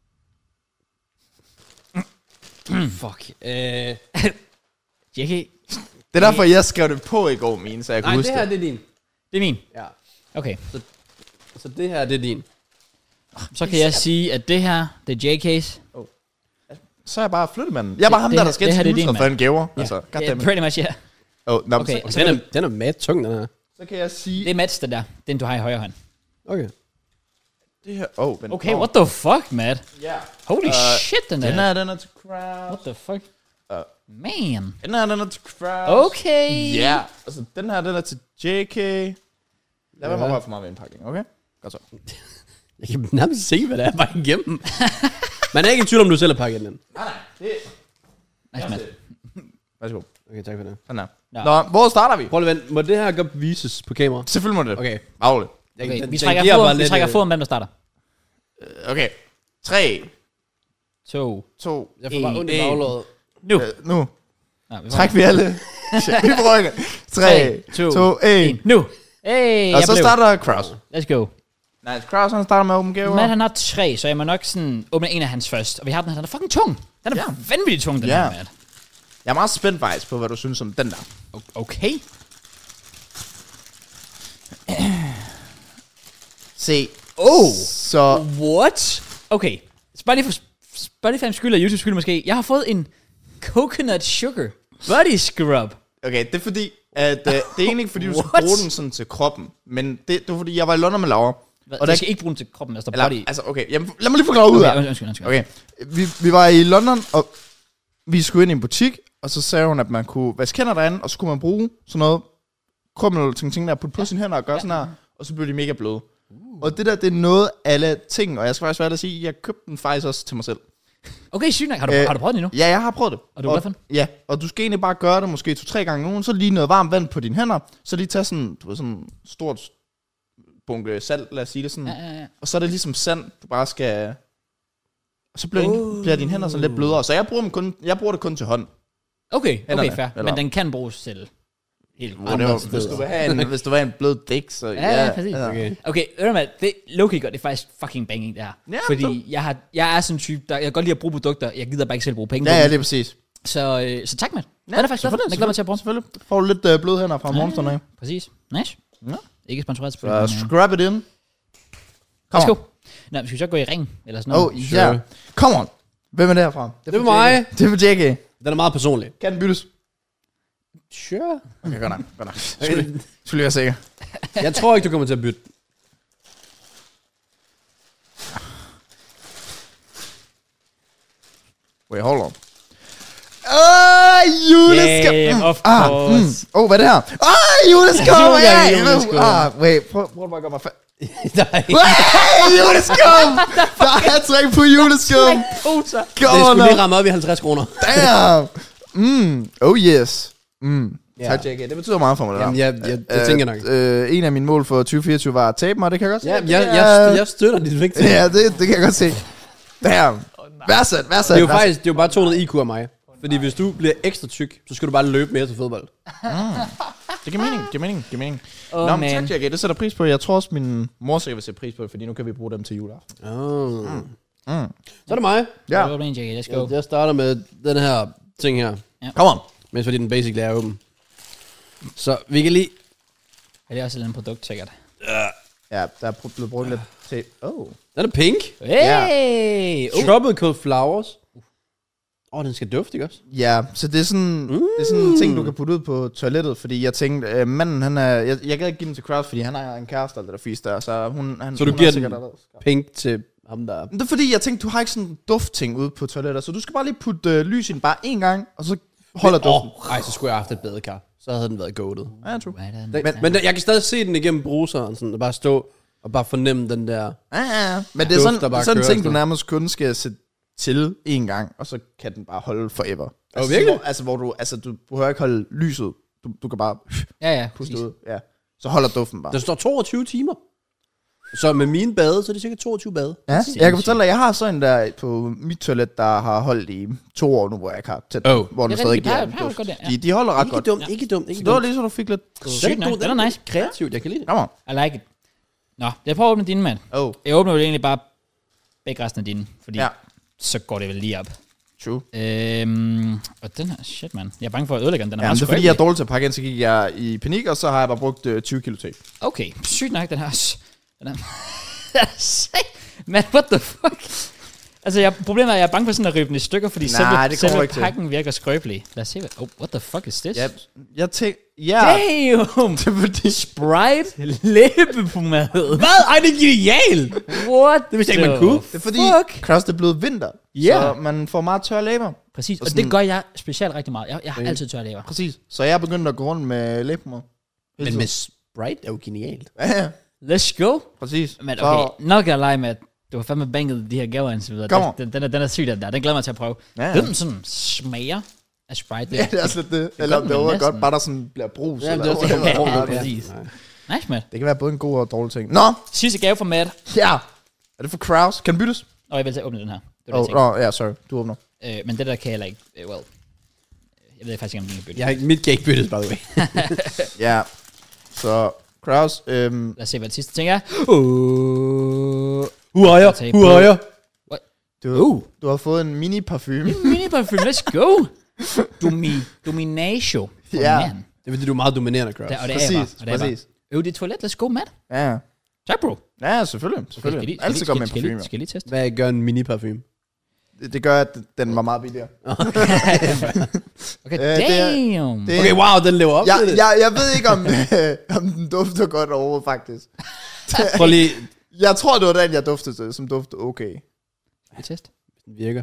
Fuck.
JK.
Det er derfor, jeg skrev det på i går, mine, så jeg kunne huske det.
Nej, det her, det er din.
Det er min?
Ja.
Okay.
Så det her, det er din.
Så kan jeg sige, at det her, det er JK's.
Så er jeg bare flyttemanden. Jeg er bare ham, der skal til juletræet for en gaver. Altså,
pretty much, ja.
Okay.
Den er mad tung, den her.
Så kan jeg sige...
Det er Mats, den der. Den, du har i højre hånd.
Okay.
Det her...
Okay, what the fuck, Matt?
Yeah.
Holy shit, den der.
Den er til Kraus.
What the fuck? Man.
Den er til Kraus.
Okay.
Ja. Altså, den er til JK. Lad være med at røre for meget ved indpakning, okay? Godt så.
Jeg kan nærmest se, hvad det er bare igennem. Man er ikke i tvivl, om du selv har pakket den ind.
Nej. Det er...
Nice, Matt.
Værsgo.
Okay, tak for det.
Sådan der. Nå, hvor starter vi?
Prøv lige vent. Må det her godt vises på kamera?
Selvfølgelig må det.
Okay.
Afle.
Okay, vi trækker foden, hvem der starter.
Okay. 3,
2.
Jeg får bare ondt i baglåret.
Nu. Træk vi alle. Vi prøver. 3, 2, 1.
Nu. Hey,
og så starter Kraus.
Let's go.
Nice. Kraus, han starter med at åbne gaver.
Matt, han har 3, så jeg må nok sådan åbne en af hans først. Og vi har den her, den er fucking tung. Den er vanvittigt tung, den her, Matt.
Jeg er meget spændt faktisk på, hvad du synes om den der.
Okay.
Se.
Så. What? Okay. Bare lige for skyld og YouTube skyld måske. Jeg har fået en coconut sugar body scrub.
Okay, det er fordi, at det er egentlig ikke fordi, du skal bruge den sådan til kroppen. Men det var fordi, jeg var i London med Laura.
Og der skal ikke bruge den til kroppen, altså body.
Altså, okay. Jamen, lad mig lige forklare ud af.
Undskyld.
Okay. Vi var i London, og vi skulle ind i en butik, og så sagde hun, at man kunne vaske hænder derinde, og så kunne man bruge sådan noget krummel ting der, putte på sine hænder og gøre sådan her, og så blev de mega bløde. Og det der, det er noget af alle ting, og jeg skal faktisk være der at sige, at jeg købte den faktisk også til mig selv.
Okay, sygt nok. Har du prøvet den endnu?
Ja, jeg har prøvet det.
Og du er glad for den?
Ja, og du skal egentlig bare gøre det måske 2-3 gange nu, så lige noget varmt vand på dine hænder, så lige tage sådan, du ved, sådan stort bunke salt, lad os sige det sådan.
Ja.
Og så er det ligesom sand, du bare skal... Og så bliver dine hænder sådan lidt blødere. Så jeg bruger det kun til hånd.
Okay, fair. Men den kan bruges selv. Helt
hvis du vil have en blød dæk, så...
Ja, præcis. Okay, det Loki godt, det er faktisk fucking banging, det her.
Ja,
fordi jeg er sådan en type, der jeg kan godt lide at bruge produkter, jeg gider bare ikke selv bruge penge på
Ja, det er præcis.
Så tak, Matt. Den er faktisk glad for. Den glæder mig til at bruge.
Selvfølgelig. Får du lidt blød hænder fra morgenstunden af.
Præcis. Nice.
Ja.
Ikke sponsoreret
Så
selvfølgelig.
scrub it in.
Let's go. Nå, skal vi så gå i ring? Eller sådan noget?
Ja. Yeah. Come on. Hvem er det herfra?
Det er mig.
Det er for JK.
Den er meget personlig.
Kan den byttes?
Sure.
Okay, godt nok. Skulle lige være sikker.
Jeg tror ikke, du kommer til at bytte.
Wait, hold on. Juleskab.
Yeah, of course.
Hvad er det her? Juleskab. Wait, prøv bare at gøre mig juleskum! Der er træk på juleskum!
Det skulle lige ramme op i 50 kroner.
Damn! Oh yes. Tak, JK. Det betyder meget for mig, det
der. Jamen, jeg tænker nok.
En af mine mål for 2024 var at tabe mig, det kan jeg godt se.
Jeg støtter dit vigtige.
Ja, det kan jeg godt se. Damn. Værsat.
Det er jo faktisk, det er jo bare 200 IQ af mig. Fordi hvis du bliver ekstra tyk, så skal du bare løbe mere til fodbold.
Det giver mening. Nå, men tak, JK. Det sætter pris på. Jeg tror også, min mor sikkert vil sætte pris på det, fordi nu kan vi bruge dem til juleaften.
Så er det mig.
Ja.
Let's go.
Jeg starter med den her ting her.
Come on.
Mens fordi den basically er åben. Så vi kan lige...
Er det også et eller andet produkt, sikkert?
Ja, der er blevet brugt lidt tape.
Den er pink.
Hey!
Tropical flowers. Den skal dufte, ikke også? Ja,
så det er sådan, det er sådan en ting, du kan putte ud på toilettet, fordi jeg tænkte, manden, han er... Jeg gad ikke give den til Kraus, fordi han har en kæreste, eller der fisk der, så
så du giver den pink til ham der?
Det er fordi, jeg tænkte, du har ikke sådan en duftting ude på toilettet, så du skal bare lige putte lys i den bare én gang, og så holder duften.
Så skulle jeg have haft et badekar. Så havde den været goated.
Ja, true.
Men jeg kan stadig se den igennem bruseren, sådan, og bare stå og bare fornemme den der...
Ja. Men det er sådan en ting, du nærmest kun skal sætte til en gang, og så kan den bare holde forever.
Altså, virkelig?
Hvor du behøver ikke holde lyset. Du kan bare puste ud. Ja. Så holder duften bare.
Der står 22 timer. Så med mine bade, så er det cirka 22 bade.
Ja, jeg kan fortælle dig, jeg har sådan en der på mit toilet, der har holdt i 2 år nu, hvor jeg ikke har tæt, hvor den stadig giver. De holder ret godt.
Ikke dumt.
Så det var lige så, du fik lidt...
Sygt nok, den er nice.
Kreativt, jeg kan lide det.
Come on.
I like it. Nå, jeg prøver at åbne dine, mand. Jeg åbner jo egentlig bare begge resten af dine, fordi så går det vel lige op.
True.
Og den her, shit, man. Jeg er bange for at ødelægge den. Den er meget
det er fordi, jeg er dårlig til at pakke ind, så gik jeg i panik, og så har jeg bare brugt 20 kilo tape.
Okay, sygt nok, den her. Man, what the fuck? Altså, problemet er, at jeg er bange for sådan at rive den i stykker, fordi selve pakken virker skrøbelig. Lad os se, what the fuck is this?
Jeg tænker,
damn!
Det er fordi...
Sprite læbepomade.
Hvad? Ej, det er genialt!
What?
Det vidste jeg ikke, man kunne.
Det er fordi, Kraus, det er blevet vinter, så man får meget tørre læber.
Præcis, og det gør jeg specielt rigtig meget. Jeg har altid tørre læber.
Præcis, så jeg er begyndt at gå rundt med læbepomade.
Men med Sprite er jo genialt.
Ja.
Let's go.
Præcis.
Men okay, nok at lege med, at du har fandme banket de her gaver og så videre. Den er sygt, den der. Den glæder mig til at prøve. Ved den sådan smager af Sprite?
Ja, det er også lidt det. Eller om det er godt, bare der sådan bliver brus.
Ja, det er også præcis. Nice, Matt.
Det kan være både en god og dårlig ting. Nå!
Sidste gave for Matt.
Ja. Er det for Kraus? Kan den byttes?
Jeg vil til at åbne den her.
Ja, sorry. Du åbner.
Men det der kan jeg heller ikke, jeg ved faktisk ikke, om den kan byttes.
Mit kan ikke byttes, by the way.
Ja. Så... Kraus,
lad os se, hvad det sidste ting er.
Hurra.
Du har fået en mini-parfume.
En mini-parfume, let's go. Dominatio.
Ja.
Det er fordi, du er meget dominerende, Kraus.
Præcis.
Det er toilet, let's go, Matt.
Ja.
Tak, bro.
Ja, selvfølgelig. Altid godt med parfume.
Skal lige teste?
Hvad gør en mini-parfume?
Det gør, at den var meget billigere.
Okay, damn.
Okay, wow, den lever op til det.
Jeg ved ikke, om den dufter godt overhovedet, faktisk.
Prøv lige.
Jeg tror, det var den, jeg duftede til, som duftede okay.
Vi test.
Den virker.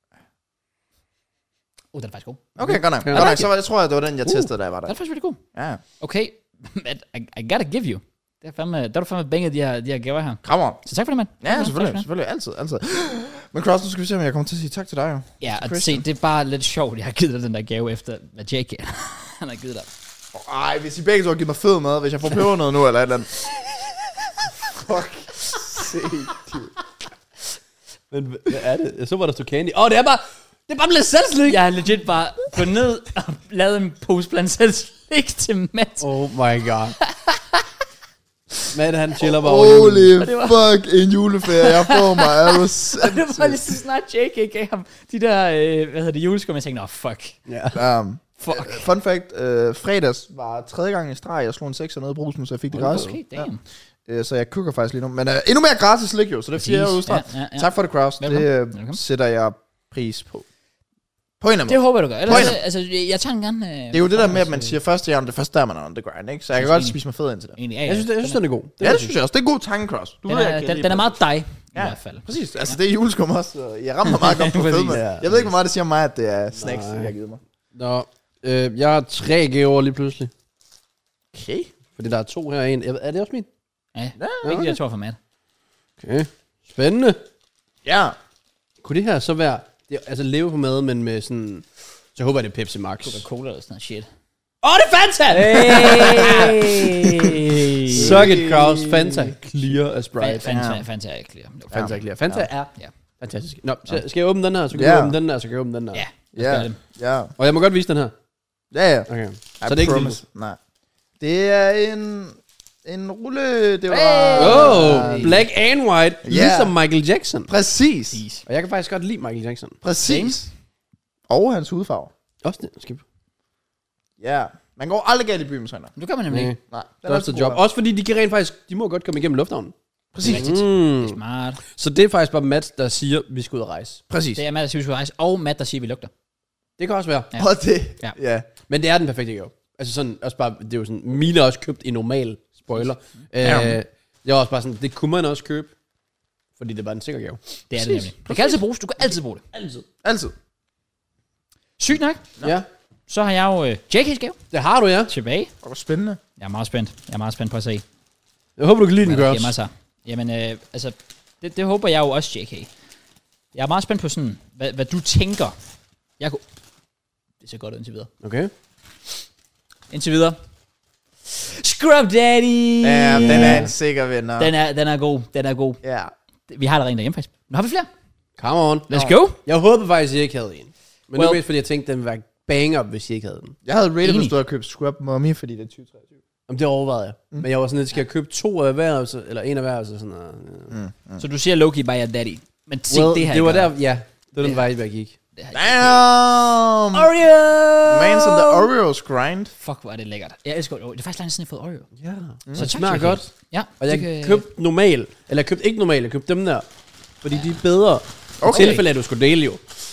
Den er faktisk god.
Okay, godt nok. Så jeg tror, det var den, jeg testede, da jeg var der.
Den er faktisk rigtig god.
Ja.
Okay, I gotta give you. Der er du fandme banget de her gaver her.
Krammer.
Så tak for det, mand.
Ja, selvfølgelig. Altid. Men Kraus, nu skal vi se, om jeg kommer til at sige tak til dig, jo.
Ja, at se, det er bare lidt sjovt, jeg har givet dig den der gave efter, hvad Jake han har givet dig.
Ej, hvis I begge to har givet mig fed mad, hvis jeg får peber noget nu, eller et eller andet. Fuck. Se, dude.
Men hvad er det? Jeg så, hvor der stod candy. Det er bare blandt selvslik.
Jeg har legit bare gået ned og lavet en pose blandt selvslik til Matt.
Oh my god. Matt, han chiller bare over
Holy fuck, en juleferie, jeg får mig. Er du
Og det var lige så snart JK gav ham de der, hvad hedder det, juleskum, jeg tænkte, fuck.
Ja.
Fuck. Fun fact, fredags var 3. gang i streg, jeg slog en 6 nede i brusen, så jeg fik det gratis.
Okay, damn.
Ja. Så jeg kukker faktisk lige nu. Men endnu mere gratis slik jo, så det er 4 uger streg. Ja. Tak for det, Kraus. Det sætter jeg pris på. På en eller anden
Det håber jeg, du gør. Ellers, altså, jeg tager den gerne.
Det er jo det der med, at man siger 1. januar, det er først der, man er on the grind, ikke? Så jeg kan godt spise mig fed indtil det.
Jeg synes, den er god.
Det synes jeg også. Det er en god tanke, Cross.
Den er meget dig, i hvert fald.
Præcis. Altså, det er juleskum også, så jeg rammer meget godt på fedme. Jeg ved ikke, hvor meget det siger mig, at det er snacks, jeg har givet mig.
Nå, jeg har 3 gaver lige pludselig.
Okay.
Fordi der er 2 her og en. Er det også min?
Ja, ikke jeg tror for Matt.
Okay. Spændende.
Ja.
Kunne det her så være... Altså leve på mad, men med sådan... Så håber jeg, det er Pepsi Max.
Coca-Cola eller sådan noget shit.
Det er Fanta! Hey! Suck it, Kraus. Fanta clear as Sprite.
Fanta er clear.
Fanta er clear. Fanta er fantastisk. Nå, skal jeg åbne den her? Så kan jeg åbne den der, så kan jeg åbne den der.
Ja.
Og jeg må godt vise den her.
Ja.
Okay.
Så det er ikke vildt. Nej. Det er en rulle... Det
var... Black and white. Ligesom Michael Jackson.
Præcis.
Og jeg kan faktisk godt lide Michael Jackson.
Præcis. Og hans hudfarve.
Også det. Skib.
Ja. Man går aldrig galt i byen med sådan
noget. Du kan man nemlig ikke.
Nej. Det er også job. Også fordi de kan rent faktisk... De må godt komme igennem lufthavnen.
Præcis.
Det er smart.
Så det er faktisk bare Matt, der siger, vi skal ud og rejse.
Præcis.
Det er Matt, der siger, vi skal ud og rejse. Og Matt, der siger, vi lugter.
Det kan også være.
Ja. Og det.
Ja.
Men det er den perfekte gave. Altså sådan, også bare, det er jo sådan, mine er også købt i normal spoiler. Jeg var også bare sådan, det kunne man også købe, fordi det er bare en sikker gave.
Det er det nemlig. Det kan altid bruges, du kan altid bruge det.
Altid.
Sygt nok.
Ja.
Så har jeg jo JK's gave.
Det har du, ja.
Tilbage.
Det var spændende.
Jeg er meget spændt på at se.
Jeg håber, du kan lide den, Gross.
Jamen, altså, det håber jeg jo også, JK. Jeg er meget spændt på sådan, hvad du tænker. Det ser godt ud indtil videre.
Okay.
Indtil videre. Scrub Daddy!
Ja, den er en sikker vinder.
Den er god.
Ja.
Vi har allerede en derhjemme, faktisk. Nu har vi flere.
Come on.
Let's go.
Jeg håbede faktisk, at jeg ikke havde en. Men det er fordi jeg tænkte, den ville være bang up, hvis jeg ikke havde den.
Jeg havde rated, hvis du havde købt Scrub Mommy, fordi det er 2023.
Jamen, det overvejede jeg. Men jeg var sådan lidt, skal jeg købe 2 af hver, eller 1 af hver, så sådan noget.
Så du siger Loki by your daddy. Men se det her.
Det var der, ja. Det var den vej, jeg gik.
Damn!
Oreo!
Man som the Oreos grind.
Fuck, hvor er det lækkert. Jeg elsker Oreo. Det er faktisk lang siden, jeg har fået Oreo.
Ja. Så det smager godt.
Ja.
Og jeg købte normal. Eller jeg købte ikke normal, jeg købte dem der. Fordi de er bedre. Okay. I tilfælde, at du skulle dele jo.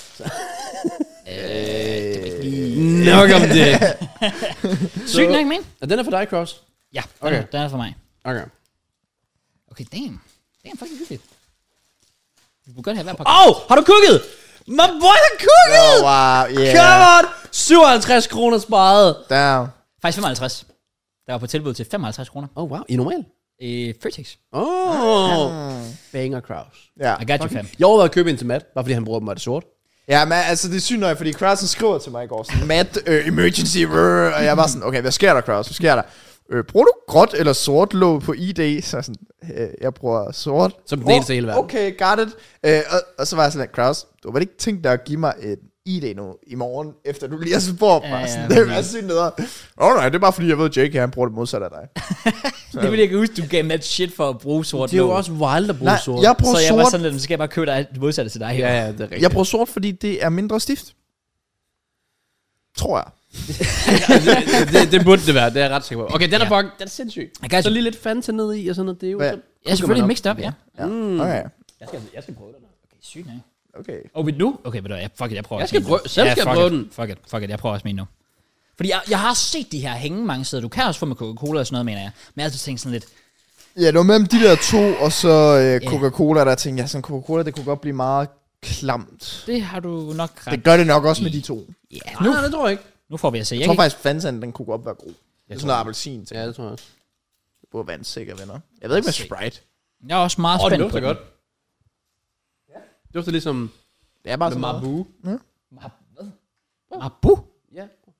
Nok om det.
Sygt nok, man.
Og den er for dig, Cross?
Ja, den er for mig.
Okay,
damn. Det er fucking hyggeligt. Vi kunne godt have hver par.
Har du kukket? My boy har kukket!
Wow, yeah.
Come on! 57 kroner sparet.
Damn.
Faktisk 55. Der var på tilbud til 55 kroner.
Wow. I normal?
Føtex.
Banger Kraus.
Ja.
I got you, fam.
Jeg overvejede at købe en til Matt, bare fordi han bruger dem, og det sort.
Ja, men altså det er sygt nok, fordi Kraus skriver til mig i går sådan, Matt, emergency, og jeg var sådan, okay, hvad sker der, Kraus? Hvad sker der? Bruger du gråt eller sort låg på ID? Så sådan, jeg bruger sort.
Som den eneste hele verden.
Okay, got it. Og så var jeg sådan, Kraus, du har ikke tænkt dig at give mig et ID nu i morgen, efter du lige har spurgt mig. Ja, det er sygt nederen. Nej, det er bare fordi, jeg ved, at JK, han bruger det modsatte af dig.
Det vil jeg ikke huske, du gav Matt shit for at bruge sort.
Det er jo også wild at bruge sort.
Jeg bruger
så jeg
sort.
var sådan lidt, så skal jeg bare købe dig det modsatte til dig.
Ja, det er rigtigt.
Jeg bruger sort, fordi det er mindre stift. Tror jeg.
det burde det være, det er jeg ret sikker på. Okay, den er sindssyg. Så lige lidt Fanta ned i og sådan noget. Det er jo så...
Ja, selvfølgelig mixed up, ja.
Okay.
Jeg skal prøve den.
Okay, sygt, nej.
Okay.
Og nu? Okay, ved du, jeg prøver
jeg skal prøve den.
Fuck it, jeg prøver også min nu. Fordi jeg har set de her hænge mange steder. Du kan også få med Coca-Cola og sådan noget, mener jeg. Men jeg har altid tænkt sådan lidt...
Ja, det var mellem de der 2, og så Coca-Cola, der tænkte jeg sådan, Coca-Cola, det kunne godt blive meget klamt.
Det har du nok ret.
Det gør det nok også med de 2.
Ja,
nu det tror jeg ikke.
Nu får vi at se.
Jeg tror faktisk, Fantaen, den kunne godt være god. Det er sådan noget appelsin.
Ja, det tror jeg også.
Det burde være en sikker venner. Jeg ved ikke med Sprite.
Jeg er også meget spændt på
det godt. Ja. Det dufter ligesom...
Det er bare sådan
Mabu.
Hvad?
Mabu?
Ja.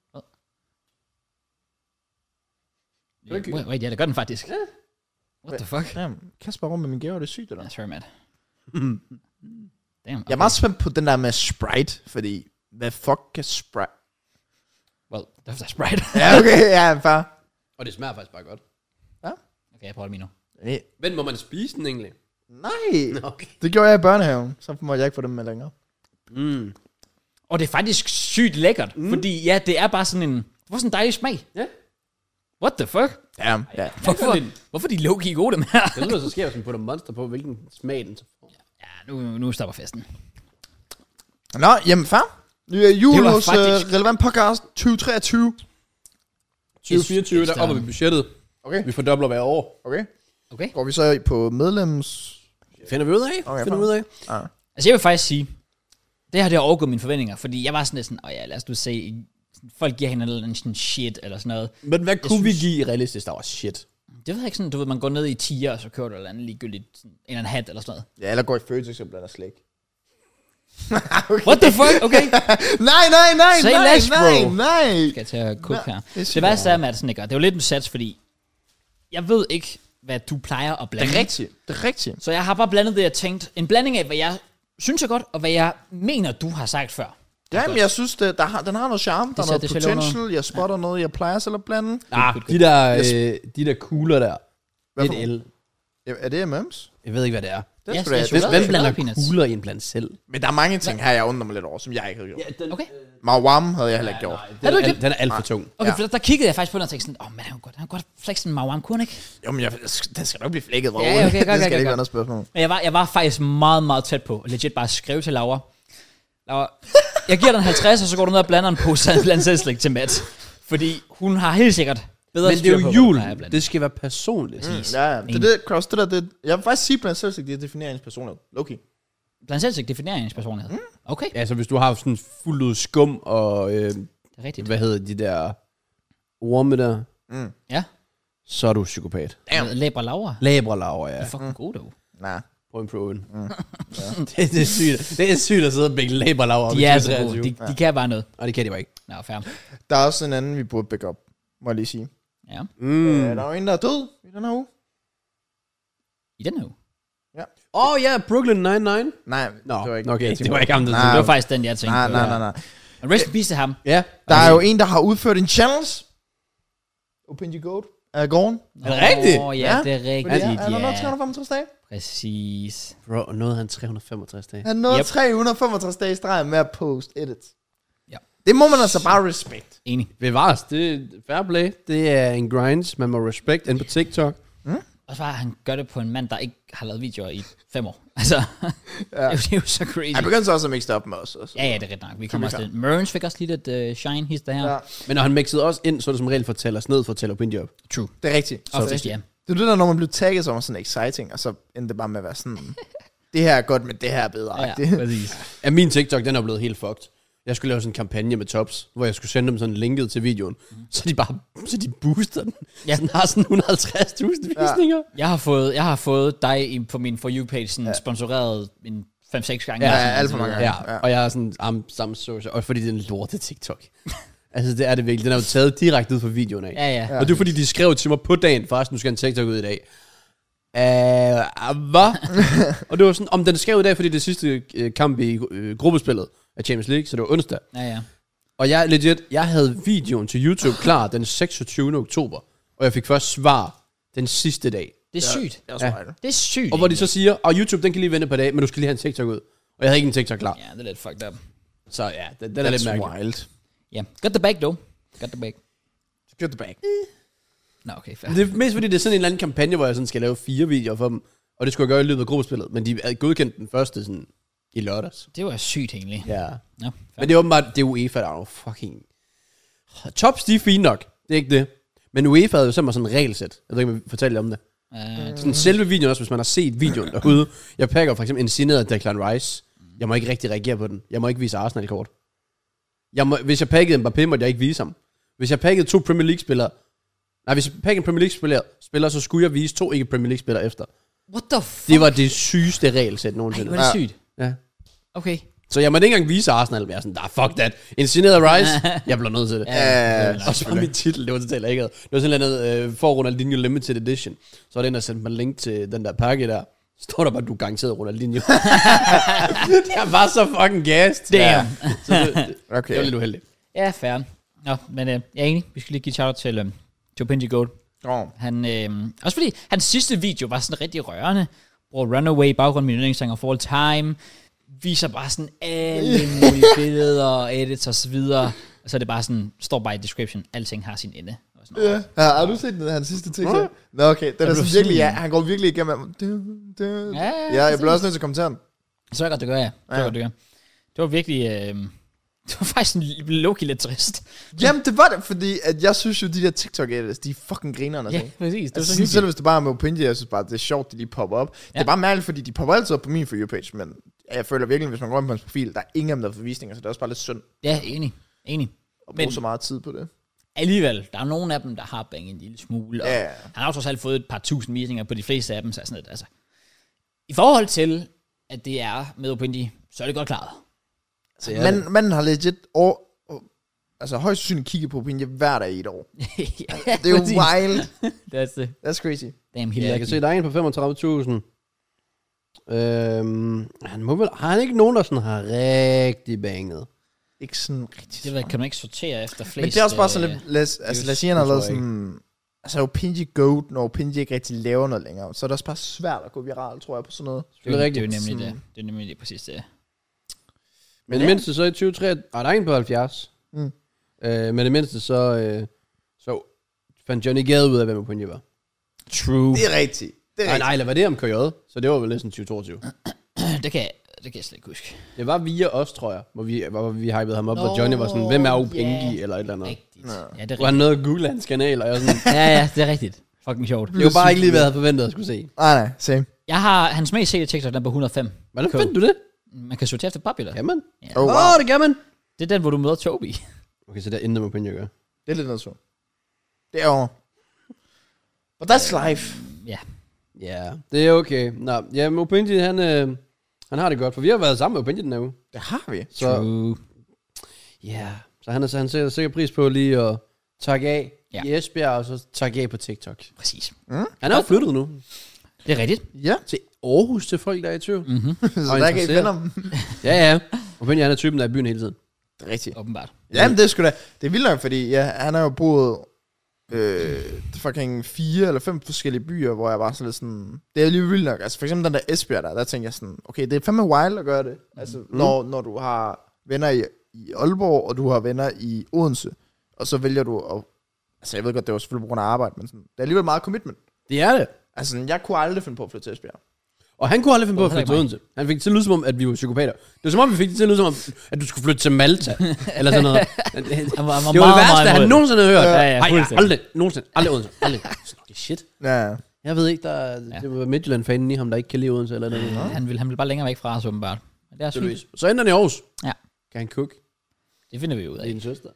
Wait, ja, det gør den faktisk. What the fuck?
Damn, Kasper rundt med min gave, det er sygt, eller?
Ja, sorry, Matt.
Damn,
okay.
Jeg er meget spændt på den der med Sprite, fordi hvad fuck kan Sprite...
Well, det er Sprite.
Ja, okay, ja, far.
Og det smager faktisk bare godt.
Ja?
Okay, jeg prøver det min nu.
Men må man spise den egentlig?
Nej,
Okay.
det gjorde jeg i børnehaven. Så må jeg ikke få dem med længere.
Og det er faktisk sygt lækkert, fordi ja, det er bare sådan en... Det var sådan en dejlig smag.
Ja.
What the fuck?
Ja.
Hvorfor de low-key gode dem her?
Det lyder så sker, hvis man putter monster på, hvilken smag den så får.
Ja, nu stopper festen.
Nå, jamen far. Jul
Det var
hos
faktisk-
Relevant Podcast 2023.
2024, der opper vi budgettet.
Okay.
Vi fordobler hver år.
Okay.
Går vi så på medlems...
Finder vi ud af?
Okay,
Finder vi ud af?
Altså jeg vil faktisk sige, det har overgået mine forventninger, fordi jeg var sådan lidt sådan, ja, lad os nu se, folk giver hinanden sådan shit eller sådan noget.
Men hvad kunne vi give i realistisk, der var shit?
Det ved jeg ikke sådan, du ved, man går ned i tier, og så kører du et eller andet ligegyldigt, sådan, en eller anden hat eller sådan noget.
Ja, eller går i Føtex og blander slæg.
What the fuck? Okay.
Nej,
Say less, bro.
nej.
Skal jeg tage at kukke her?
det er
Det værste er med, at det sådan ikke gør. Det er jo lidt en sats, fordi jeg ved ikke, hvad du plejer at blande.
Det er rigtigt.
Så jeg har bare blandet det, jeg tænkte. En blanding af, hvad jeg synes er godt, og hvad jeg mener, du har sagt før.
Ja, men jeg synes, den har noget charme, der er noget
det sælger
potential, jeg spotter noget, jeg plejer selv at blande.
De der kugler der.
Hvad for
Et L.
Ja, er det M&M's?
Jeg ved ikke, hvad det er.
Det
Ja,
er sgu da-
chokolade.
Hvem blander
peanuts.
kugler i en bland selv?
Men der er mange ting her, jeg undrer mig lidt over, som jeg ikke havde gjort.
Okay.
Mawam havde jeg heller ikke gjort.
Den er alt for tung.
Okay,
Ja.
for der kiggede jeg faktisk på den og tænkte sådan, men han kan godt flexe en Mawam, kunne han ikke?
Jo, men den skal nok blive flækket, hvor
Ja, okay,
det
godt,
skal ikke
godt.
være noget spørgsmål.
Men jeg var faktisk meget, meget tæt på, legit bare skrive til Laura, jeg giver den 50, og så går du ned og blander en pose af blandt selvslik til Matt. Fordi hun har helt sikkert bedre
Men det er
styr
jo
på,
jul.
hvad der er blandt.
Det skal være personligt.
Ja, det er det, Cross, det der, det, jeg vil faktisk sige blandt selv, det definerer ens personlighed. Loki.
Blandt selvslik definerer ens personlighed. Okay,
Altså, hvis du har sådan fuldt ud skum og,
det er rigtigt.
hvad hedder de der orme der,
Ja,
så er du psykopat.
Læber Laura.
Labralaver, ja.
Det er fucking god, dog.
Nej.
Prøv en prøve den. Det er sygt. Det er sygt at sidde og bække labralaver op i
De er så
2023.
gode. De kan bare noget.
Nej, det kan de bare ikke.
Nå, fair.
Der er også en anden, vi burde backe op, må jeg lige sige.
Ja,
Der er jo en, der er død i den her uge.
i den her uge.
Ja, Brooklyn Nine-Nine.
Nej,
Nå,
det var ikke.
okay,
jeg tænkte
det var
på.
ikke ham, der
Nej.
Det var faktisk den, jeg tænkte på.
Nej.
Og rest in peace til ham.
Ja.
Der er jo en, der har udført en challenge. Opinji Goat. Er gården.
Er det rigtigt?
Åh, ja, det er rigtigt,
Han har nået
ja.
365 dage.
Præcis.
Bro, nåede han 365 dage.
Han nåede
Yep.
365 dage i streg med at post edits.
Ja.
Det må man altså bare respekt.
Enig.
Bevares, det er fair play. Det er en grind, man må respekt ind på TikTok.
Og så bare, han gør det på en mand, der ikke har lavet videoer i 5 år. Altså, det er jo så crazy.
Han begyndte så også at mixe det op med os.
Ja, det er ret nok. Vi kommer også lidt. Merns fik også lidt et shine hister her.
Ja,
Men når han mixede også ind, så er det som regel for at tælle os ned for at tælle Opinji op.
True.
det er rigtigt.
Og ja.
Det er det der, når man bliver tagget, så er man sådan exciting, og så endte det bare med at være sådan, det her er godt, men det her er bedre.
Ja, præcis.
Ja, min TikTok, den er blevet helt fucked. Jeg skulle lave sådan en kampagne med tops, hvor jeg skulle sende dem sådan linket til videoen. Så de booster den.
Ja.
Ja. Den har sådan 150.000 visninger.
Jeg har fået dig på min For You-page sådan sponsoreret en 5-6 gange.
Ja,
Sådan,
alt for mange gange.
Ja, og jeg er sådan, sammen social, og fordi det er en lortet TikTok. Altså, det er det virkelig. Den er jo taget direkte ud fra videoen af.
Ja.
Og det er fordi, de skrev til mig på dagen, forresten, nu skal en TikTok ud i dag. Hvad? Og det var sådan, om den skrev i dag, fordi det sidste kamp i gruppespillet af Champions League, så det var onsdag.
Ja.
Og jeg havde videoen til YouTube klar den 26. oktober, og jeg fik først svar den sidste dag.
Det er sygt.
Det er også
Ja.
meget.
Det er sygt.
Og hvor de så siger, og YouTube, den kan lige vente på dag, men du skal lige have en TikTok ud. Og jeg havde ikke en TikTok klar.
Ja, det er lidt fucked up.
Så ja, den er lidt mærkelig.
wild.
Ja, got the bag, dog. Got the bag.
Get the bag.
Nå, okay, fair.
Det er mest fordi, det er sådan en eller anden kampagne, hvor jeg sådan skal lave 4 videoer for dem. Og det skulle jeg gøre i løbet af gruppespillet. Men de havde godkendt den første sådan i lørdags.
Det var sygt, egentlig.
Ja.
Ja, fair.
Men det er åbenbart, det er UEFA, der er jo fucking... Tops, de er fine nok. Det er ikke det. Men UEFA havde jo simpelthen sådan en regelsæt. Jeg ved ikke, om jeg fortalte om det. Sådan selve videoen også, hvis man har set videoen derude. Jeg pakker for eksempel en signeret Declan Rice. Jeg må ikke rigtig reagere på den. Jeg må ikke vise Arsenal-kort. Hvis jeg pakkede Mbappé, måtte jeg ikke vise ham. Hvis jeg pakkede 2 Premier League-spillere... Nej, hvis jeg pakkede en Premier League-spiller, så skulle jeg vise 2 ikke Premier League-spillere efter.
What the fuck?
Det var det sygeste regelsæt
Ej,
nogensinde.
hvor er det sygt.
Ja.
Okay.
Så jeg måtte ikke engang vise Arsenal, men jeg er sådan, fuck that. Insigneret Rice, jeg bliver nødt til det. Og så var min titel, det var totalt ikke. Det var sådan noget for Ronaldinho Limited Edition. Så var det en, der sendte mig link til den der pakke der. Står der bare, du er garanteret Ronaldinho. Jeg var så fucking gassed.
Damn.
Så det
Okay.
var lidt uheldigt.
Ja, fair. Nå, men jeg er enig. Vi skal lige give shout-out til Opinji Goat. Han, også fordi hans sidste video var sådan rigtig rørende. Bruger Runaway, baggrund min yndlingssang og For All Time. Viser bare sådan alle mulige billeder og edits og så videre. Og så er det bare sådan, står bare i description, alting har sin ende. Og sådan,
Ja, har du set den, hans sidste TikTok? Nå, okay. Den er sådan virkelig, ja, han går virkelig igennem. Ja, jeg bliver også nødt til at kommentere den.
Så er godt, det gør jeg. Det var virkelig, det var faktisk en low-key lidt trist.
Jamen, det var det, fordi at jeg synes jo, de der TikTok-edits, de er fucking grinerne.
Ja, præcis. Det var så
synes, selv hvis det bare er med Opinji, jeg synes bare, det er sjovt, de lige popper op. Ja. Det er bare mærkeligt, fordi de popper altid op på min For You-page, men jeg føler virkelig, hvis man går ind på hans profil, der er ingen af dem, der er forvisninger, så det er også bare lidt synd.
Ja, enig.
Og bruge så meget tid på det.
Alligevel, der er nogle af dem, der har banget en lille smule, og han har jo trods alt fået et par tusind visninger på de fleste af dem, så sådan lidt, altså. I forhold til, at det er med Opinji, så er det godt klaret.
Altså, man har legit altså højst sandsynligt kigget på Opinji hver dag i et år.
Ja,
det er jo wild.
That's
crazy.
Damn,
ja, jeg kan se, der er en på 35.000. Har han ikke nogen, der sådan har rigtig banget?
Ikke sådan rigtig.
Det kan man ikke sortere efter flest.
Men det er også bare sådan lidt, lad os sige, han har lavet sådan, altså Opinji Goat, når Opinji ikke rigtig laver noget længere, så er det også bare svært at gå viral, tror jeg, på sådan noget.
Det er jo nemlig det. Det er nemlig det, præcis det.
Men det mindste så i 2023, der er en på 70. Men det mindste så fandt Johnny Gade ud af, hvem Opinji var.
True.
Det er rigtigt.
Nej, eller var det om KJ? Så det var vel næsten 2022.
det kan jeg slet ikke huske.
Det var via os, tror jeg, hvor vi hypede ham op, og Johnny var sådan, hvem er Opinji, eller et eller andet.
Rigtigt. Ja, det er
rigtigt. Han nåede at google hans kanal, og jeg sådan...
ja, det er rigtigt. Fucking sjovt.
Det var bare ikke lige, hvad jeg havde forventet at skulle se.
Nej, same.
Jeg har hans mest sete TikTok, den er på 105.
Hvordan fandt du det?
Man kan sortere efter popular.
Kan man?
Ja.
Wow.
Det kan man.
Det er den, hvor du møder Toby.
Okay, så der er intet med Opinji at gøre.
Det er lidt noget så. Det er over. But that's life.
Ja.
Ja, det er okay. Nå, ja, men Opinji, han har det godt, for vi har været sammen med Opinji den her uge.
Det har vi.
Så, ja, så han sætter sikkert pris på lige at takke af i Esbjerg, og så takke af på TikTok.
Præcis.
Han er jo flyttet nu.
Det er rigtigt.
Ja.
Til Aarhus, til folk, der er i tvivl.
Så der kan I finde ham.
Ja. Opinji, han er typen, der er i byen hele tiden.
Det er rigtigt.
Åbenbart.
Jamen, det er sgu da. Det er vildt nok, fordi han har jo boet fucking 4 eller 5 forskellige byer, hvor jeg var sådan lidt sådan... Det er lige vildt nok. Altså for eksempel den der Esbjerg der tænker jeg sådan, okay, det er fandme wild at gøre det. Altså når du har venner i Aalborg, og du har venner i Odense, og så vælger du at... Altså jeg ved godt, det var selvfølgelig på grund af arbejde, men sådan, det er alligevel meget commitment.
Det er det.
Altså jeg kunne aldrig finde på at flytte til Esbjerg.
Og han kunne aldrig finde på at flytte til Odense. Han fik det til at lyde som om, at vi var psykopater. Det var som om, vi fik det til at lyde som om, at du skulle flytte til Malta. Eller sådan noget. Det var det værste, han nogensinde havde hørt. Aldrig Odense. Aldrig. Shit.
Ja.
Jeg ved ikke, det var Midtjylland-fanen i ham, der ikke kan lide Odense. Eller noget.
Han vil bare længere væk fra os, åbenbart. Men det er sygt.
Så ender han i Aarhus.
Ja.
Kan han cook?
Det finder vi ud af.
Din søster.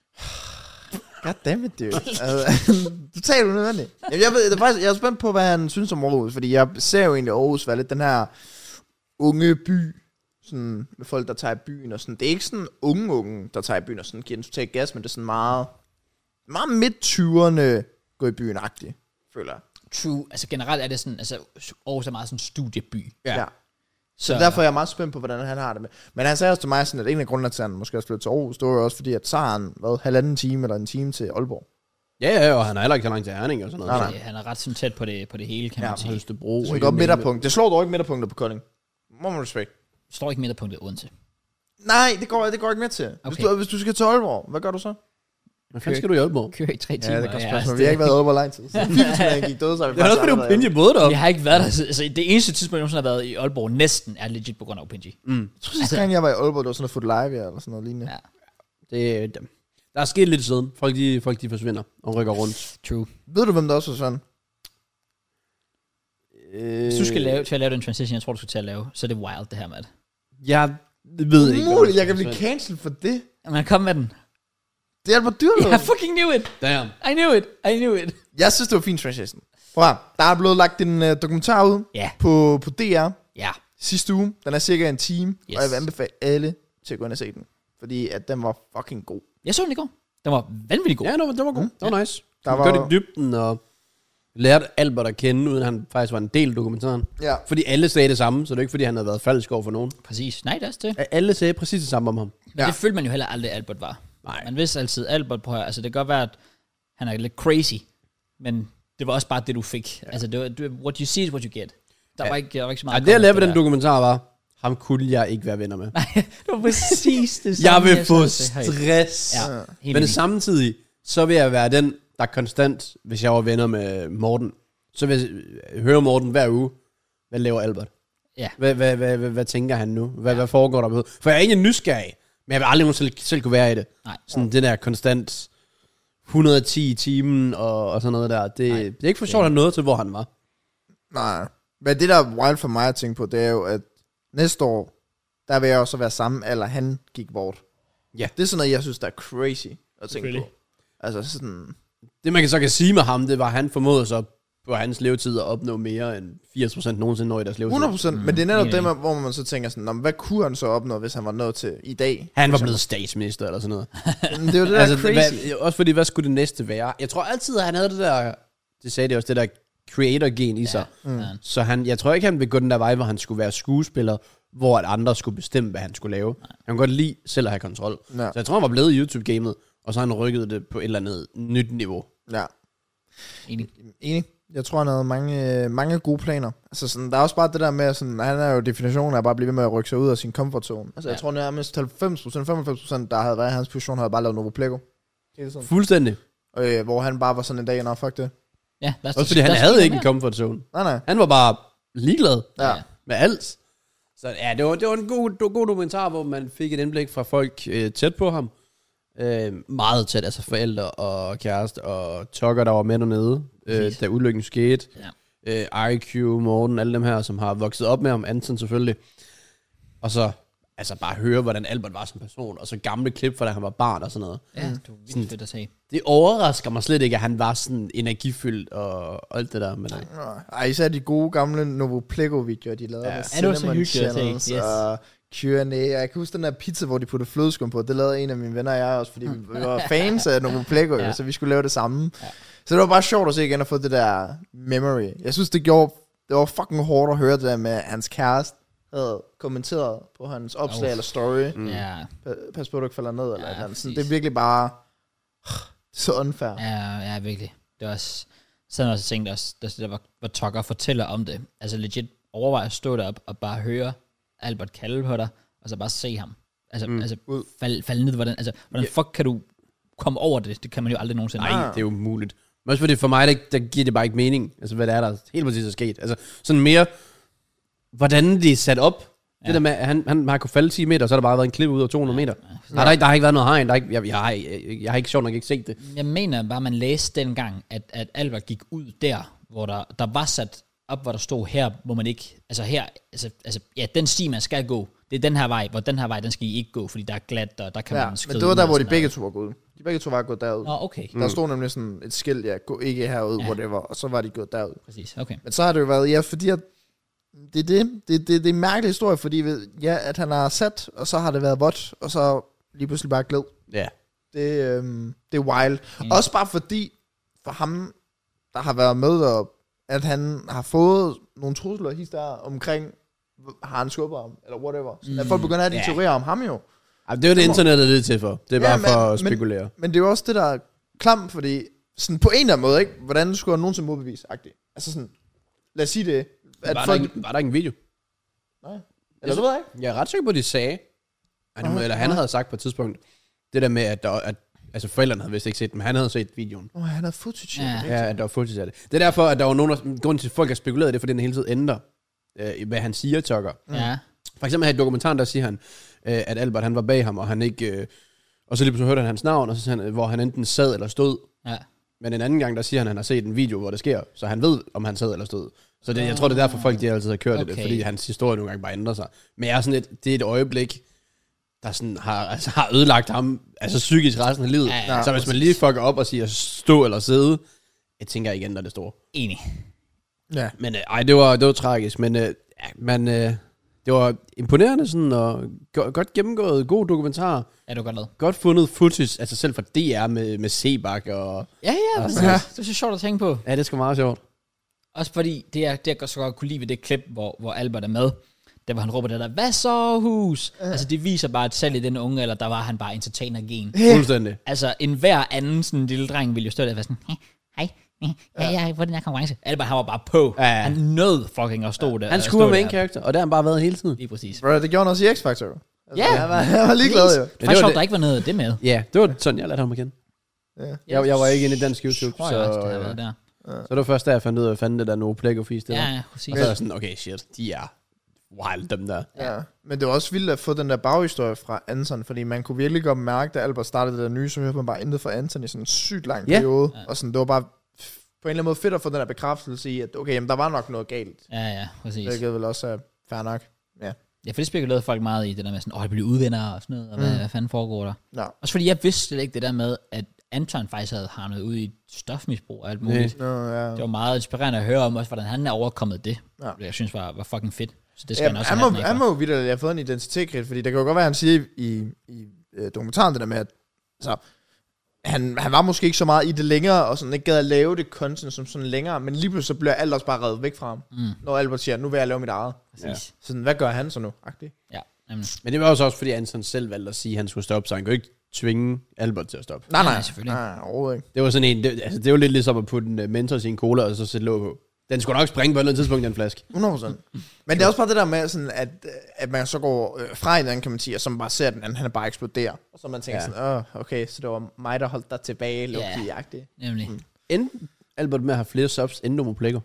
Goddammit, dude. Du taler unødvendigt. Jeg er spændt på, hvad han synes om Aarhus, fordi jeg ser jo egentlig Aarhus være lidt den her unge by, sådan med folk, der tager i byen og sådan. Det er ikke sådan unge, der tager i byen og sådan giver en total gas, men det er sådan meget midt-20'erne gå i byen-agtigt, føler jeg.
True. Altså generelt er det sådan, altså Aarhus er meget sådan en studieby.
Ja. Så derfor er jeg meget spændt på, hvordan han har det med. Men han sagde også til mig sådan, at en af grundene til, at han måske også flyttet til Aarhus, det var jo også fordi, at så har han været 1,5 time eller en time til Aalborg.
Ja, og han er heller ikke så langt til Herning og sådan noget.
Nej. Han er ret sådan tæt på det hele, kan man sige.
Høstebro.
Det er godt midterpunkt. Det slår dog ikke midterpunkter på Kolding. Må man respekt.
Det står ikke midterpunktet Odense.
Nej, det går ikke med til. Okay. Hvis du skal til Aalborg, hvad gør du så?
Hvad fanden skal du i Aalborg?
Kører i 3 timer.
Ja, det kan spørgsmål. Vi har ikke været i Aalborg lang tid. Så han gik død, så har vi
faktisk aldrig været Opinji både deroppe.
Jeg har ikke været der. Altså, det eneste tidspunkt, jeg nogensinde har været i Aalborg, næsten er legit på grund af Opinji.
Jeg tror sidste gang, jeg var i Aalborg, det var sådan noget Food Live eller sådan noget lignende.
Ja.
Der er sket lidt siden. Folk de forsvinder og rykker rundt.
True.
Ved du, hvem der også var sådan?
Hvis du skal til at lave den transition, jeg tror, du skal til at lave, så er det wild, det her med det.
Jeg ved ikke.
Muligt, jeg kan blive cancelled for det.
Men kom med den.
Det er Albert Dyrlund.
I fucking knew it.
Damn.
I knew it. Jeg
synes, det var fint transition. Prøv at, der er blevet lagt en dokumentar ud på DR sidste uge. Den er cirka en time, og jeg vil anbefale alle til at gå ind og se den. Fordi at den var fucking god.
Jeg så den i går. Den var vanvittig god.
Ja, den var god. Det var nice.
Der
var godt i dybden og lærte Albert at kende, uden han faktisk var en del af dokumentaren. Ja. Fordi alle sagde det samme, så det er ikke fordi, han havde været falsk over for nogen.
Præcis. Nej, det er også det.
Alle sagde præcis det samme om ham.
Men det følte man jo heller aldrig, Albert var. Nej. Man vidste altid, Albert, altså det kan godt være, at han er lidt crazy, men det var også bare det, du fik. Ja. Altså, det var, what you see is what you get. Der var ikke så meget.
Det jeg lavede ved den dokumentar var, ham kunne jeg ikke være venner med.
Nej, det var præcis det samme.
Jeg vil få stress.
Ja,
men samtidig, så vil jeg være den, der konstant, hvis jeg var venner med Morten, så vil jeg høre Morten hver uge, hvad laver Albert?
Ja.
Hvad tænker han nu? Hvad foregår der med? For jeg er egentlig nysgerrig, men jeg vil aldrig nogen selv kunne være i det.
Nej.
Sådan den der konstant 110 i timen og sådan noget der. Det er ikke for sjovt, at han nåede til, hvor han var.
Nej. Men det, der er wild for mig at tænke på, det er jo, at næste år, der vil jeg også være samme alder, han gik bort.
Ja.
Det er sådan noget, jeg synes, der er crazy at tænke på. Altså sådan...
Det, man så kan sige med ham, det var, at han formåede så på hans levetid at opnå mere end 80% nogensinde når i deres levetid.
100%, men det er netop det, hvor man så tænker sådan, hvad kunne han så opnå, hvis han var nået til i dag?
Han var blevet statsminister eller sådan noget.
Det er jo det, der altså, crazy.
Også fordi, hvad skulle det næste være? Jeg tror altid, at han havde det der, det sagde det også, det der creator-gen i sig. Så jeg tror ikke, han ville gå den der vej, hvor han skulle være skuespiller, hvor at andre skulle bestemme, hvad han skulle lave. Han kunne godt lide selv at have kontrol. Ja. Så jeg tror, han var blevet i YouTube-gamet, og så har han rykket det på et eller andet nyt niveau.
Ja.
Enig.
Jeg tror, han havde mange gode planer. Altså sådan, der er også bare det der med, sådan, han er jo definitionen af at bare blive ved med at rykke sig ud af sin comfort zone. Altså jeg tror nærmest 90%, 95%, der havde været i hans position, havde bare lavet Novo Plego.
Fuldstændig.
Hvor han bare var sådan en dag, nej, fuck det.
Ja,
også fordi han havde ikke en comfort zone.
Nej.
Han var bare ligeglad med alt. Så ja, det var en god dokumentar, hvor man fik et indblik fra folk tæt på ham. Meget tæt, altså forældre og kæreste og Tucker, der var med dernede, da ulykken skete. IQ, Morten, alle dem her, som har vokset op med ham, Anton selvfølgelig. Og så altså bare høre, hvordan Albert var som person, og så gamle klip fra da han var barn og sådan noget.
Ja, det var vildt fedt at se.
Det overrasker mig slet ikke, at han var sådan energifyldt og alt det der. Men
især de gode gamle Novo Plego-videoer, de lavede med Cinnamon Channels og Q&A. Jeg kan huske den der pizza, hvor de puttede flødeskum på. Det lavede en af mine venner og jeg også, fordi vi var fans af Novo Plego, så vi skulle lave det samme. Ja. Så det var bare sjovt at se igen at få det der memory. Jeg synes, det var fucking hårdt at høre det der med, at hans kæreste havde kommenteret på hans opslag eller story. Pas på, at du ikke falder ned eller andet. Sådan, det er virkelig bare så unfair.
Ja, virkelig. Det var også sådan også tænkt også, der hvor Tucker fortæller om det. Altså legit overvej at stå derop og bare høre Albert kalde på dig, og så bare se ham. Altså falde ned, hvordan fuck kan du komme over det? Det kan man jo aldrig nogensinde.
Nej, det er jo muligt. Men også fordi for mig, der giver det bare ikke mening. Altså hvad der helt præcis er sket. Altså sådan mere, hvordan det er sat op. Ja. Det der med, at han har kunnet falde 10 meter, og så har der bare været en klip ud af 200 meter. Ja. Der har ikke været noget hegn. Jeg har ikke sjovt nok ikke set det.
Jeg mener bare, man læste dengang, at Albert gik ud der, hvor der var sat op, hvor der stod her, hvor man ikke, den sti, man skal gå, det er den her vej, hvor den her vej, den skal I ikke gå, fordi der er glat, og der kan man skride.
Men det var der, hvor de begge to var gået. De begge to var gået derud.
Okay.
Der stod nemlig sådan et skilt, gå ikke herud, whatever, og så var de gået derud.
Præcis, okay.
Men så har det jo været, fordi at det er en mærkelig historie, fordi at han har sat, og så har det været vådt, og så lige pludselig bare gled.
Ja.
Det er wild. Også bare fordi, for ham, der har været med der, at han har fået nogle trusler der omkring, har han skubber ham, eller whatever. Så at folk begynder at have de teorier om ham jo.
Ja, det er jo det internet, er det til for. Det er bare for at spekulere.
Men det er jo også det, der er klamt, fordi sådan på en eller anden måde, ikke? Hvordan skulle han nogensinde modbevise-agtigt? Altså sådan, lad os sige det. At
var der ikke en video?
Nej. Eller så ved jeg ikke.
Jeg er ret sikker på, at de sagde, eller han havde sagt på et tidspunkt, det der med, at forældrene havde vist ikke set den, men han havde set videoen.
Han havde footage af det.
Ja, at der var footage af det. Det er derfor, at der var nogen, der grunden til, at folk har spekuleret i det, fordi den hele tiden ændrer, hvad han siger, Tucker.
Ja.
For eksempel her i dokumentaren, der siger han, at Albert, han var bag ham, og han ikke... og så lige pludselig hørte han hans navn, og så siger han, hvor han enten sad eller stod. Ja. Men en anden gang, der siger han, at han har set en video, hvor det sker, så han ved, om han sad eller stod. Så det, jeg tror, det er derfor, folk de altid har kørt det, fordi hans historie nogle gange bare ændrer sig. Men jeg er sådan det er et øjeblik, der sådan har ødelagt ham, altså psykisk resten af livet. Ja, så hvis man lige fucker op og siger stå eller sidde, jeg tænker igen, der er det store.
Enig.
Ja. Men det var tragisk, men det var imponerende sådan, og godt gennemgået, god dokumentar.
Ja, det var godt lavet.
Godt fundet footage, altså selv for DR med Sebak og...
Ja, det er så sjovt at tænke på.
Ja, det er sgu meget sjovt.
Også fordi, det jeg så godt kunne lide ved det klip, hvor Albert er med, der hvor han råber det der, hvad så hus? Altså det viser bare, at selv i den unge alder, der var han bare entertainer-gen.
Fuldstændig.
Altså en hver anden sådan lille dreng ville jo stå der og være sådan, hej, jeg har ikke fået den her konkurrence. Albert, han var bare på.
Ja.
Han nød fucking at stå der.
Han skulle være main character, og der har han bare været hele tiden.
Lige præcis.
Bro, det gjorde han også i X-Factor. Altså,
Ja.
jeg var ligeglad, jo.
Faktisk sjovt, der ikke var noget af det med.
Ja, det var sådan, jeg lærte ham igen.
Ja.
Jeg var ikke inde i dansk YouTube,
Tror
så,
jeg også, det har været der.
så det var først der, jeg fandt ud af, at fanden det der nogle Plego-fis der.
Ja, præcis.
Og så er jeg sådan, okay, shit, de er wild, dem der.
Ja. Men det var også vildt at få den der baghistorie fra Anton, fordi man kunne virkelig godt mærke, da Albert startede det der nye, så hørte man bare intet fra Anton i sådan en sygt lang periode. Ja. Og sådan, det var bare på en eller anden måde fedt at få den der bekræftelse i, at okay, jamen, der var nok noget galt.
Ja, præcis.
Det vel også er fair nok. Ja.
Ja, for det spekulerede folk meget i, det der med sådan, det bliver udvinder og sådan noget, og hvad fanden foregår der?
Ja.
Også fordi jeg vidste slet ikke det der med, at Anton faktisk havde harnet ud i stofmisbrug og alt muligt.
Ja.
Det var meget inspirerende at høre om også, hvordan han er overkommet det.
Ja.
Jeg synes var fucking fedt. Så det skal han også
han må jo videre have fået en identitetskrig, fordi det kan jo godt være, at han siger i dokumentaren det der med, at altså, han var måske ikke så meget i det længere, og sådan ikke gad at lave det content som sådan længere, men lige pludselig så bliver alt også bare revet væk fra ham, når Albert siger, nu vil jeg lave mit eget.
Ja.
Sådan, hvad gør han så nu? Agtigt.
Ja, nemlig.
Men det var også fordi Anton selv valgte at sige, at han skulle stoppe, så han kunne ikke tvinge Albert til at stoppe.
Nej,
selvfølgelig.
Nej, overhovedet ikke.
Det var sådan en, det var lidt ligesom at putte en mentor i en cola, og så sætte låg på. Den skulle nok springe på et eller andet tidspunkt, den flaske.
100%. Men det er også bare det der med, sådan, at man så går fra en anden, kan man sige, og så man bare ser, at den anden, han er bare eksploderer. Og så man tænker sådan, okay, så det var mig, der holdt dig tilbage, low-key-agtigt.
Nemlig.
Endte Albert med at have flere subs end Nomo Plego?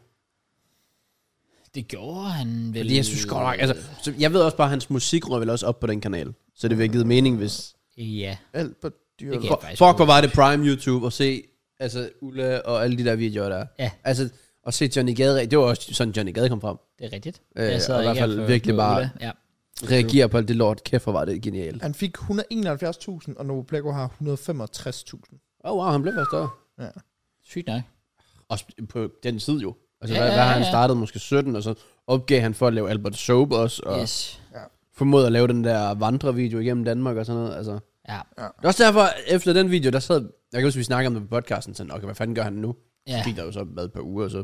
Det gjorde han vel.
Fordi jeg synes godt nok, altså, så jeg ved også bare, at hans musik røg vel også op på den kanal. Så det ville give mening, hvis...
Ja.
Albert Dyr.
Det
Fuck, hvor var det Prime YouTube at se, altså Ulla og alle de der videoer der.
Ja.
Altså, at se Johnny Gade, det var også sådan, Johnny Gade kom frem.
Det er rigtigt.
Og i hvert fald virkelig bare reagere på alt det lort. Kæft, hvor var det genialt.
Han fik 171.000, og Novo Plego har 165.000.
Wow, han blev først større.
Ja.
Sygt nok.
Også på den tid jo. Altså, hvad har han startet? Måske 17, og så opgav han for at lave Albert Soap også, og formåede at lave den der vandrevideo igennem Danmark og sådan noget. Altså.
Ja.
Det er også derfor, efter den video, der sad... Jeg kan huske, vi snakkede om det på podcasten, sådan, okay, hvad fanden gør han nu? Så gik der jo så med et par uger, og så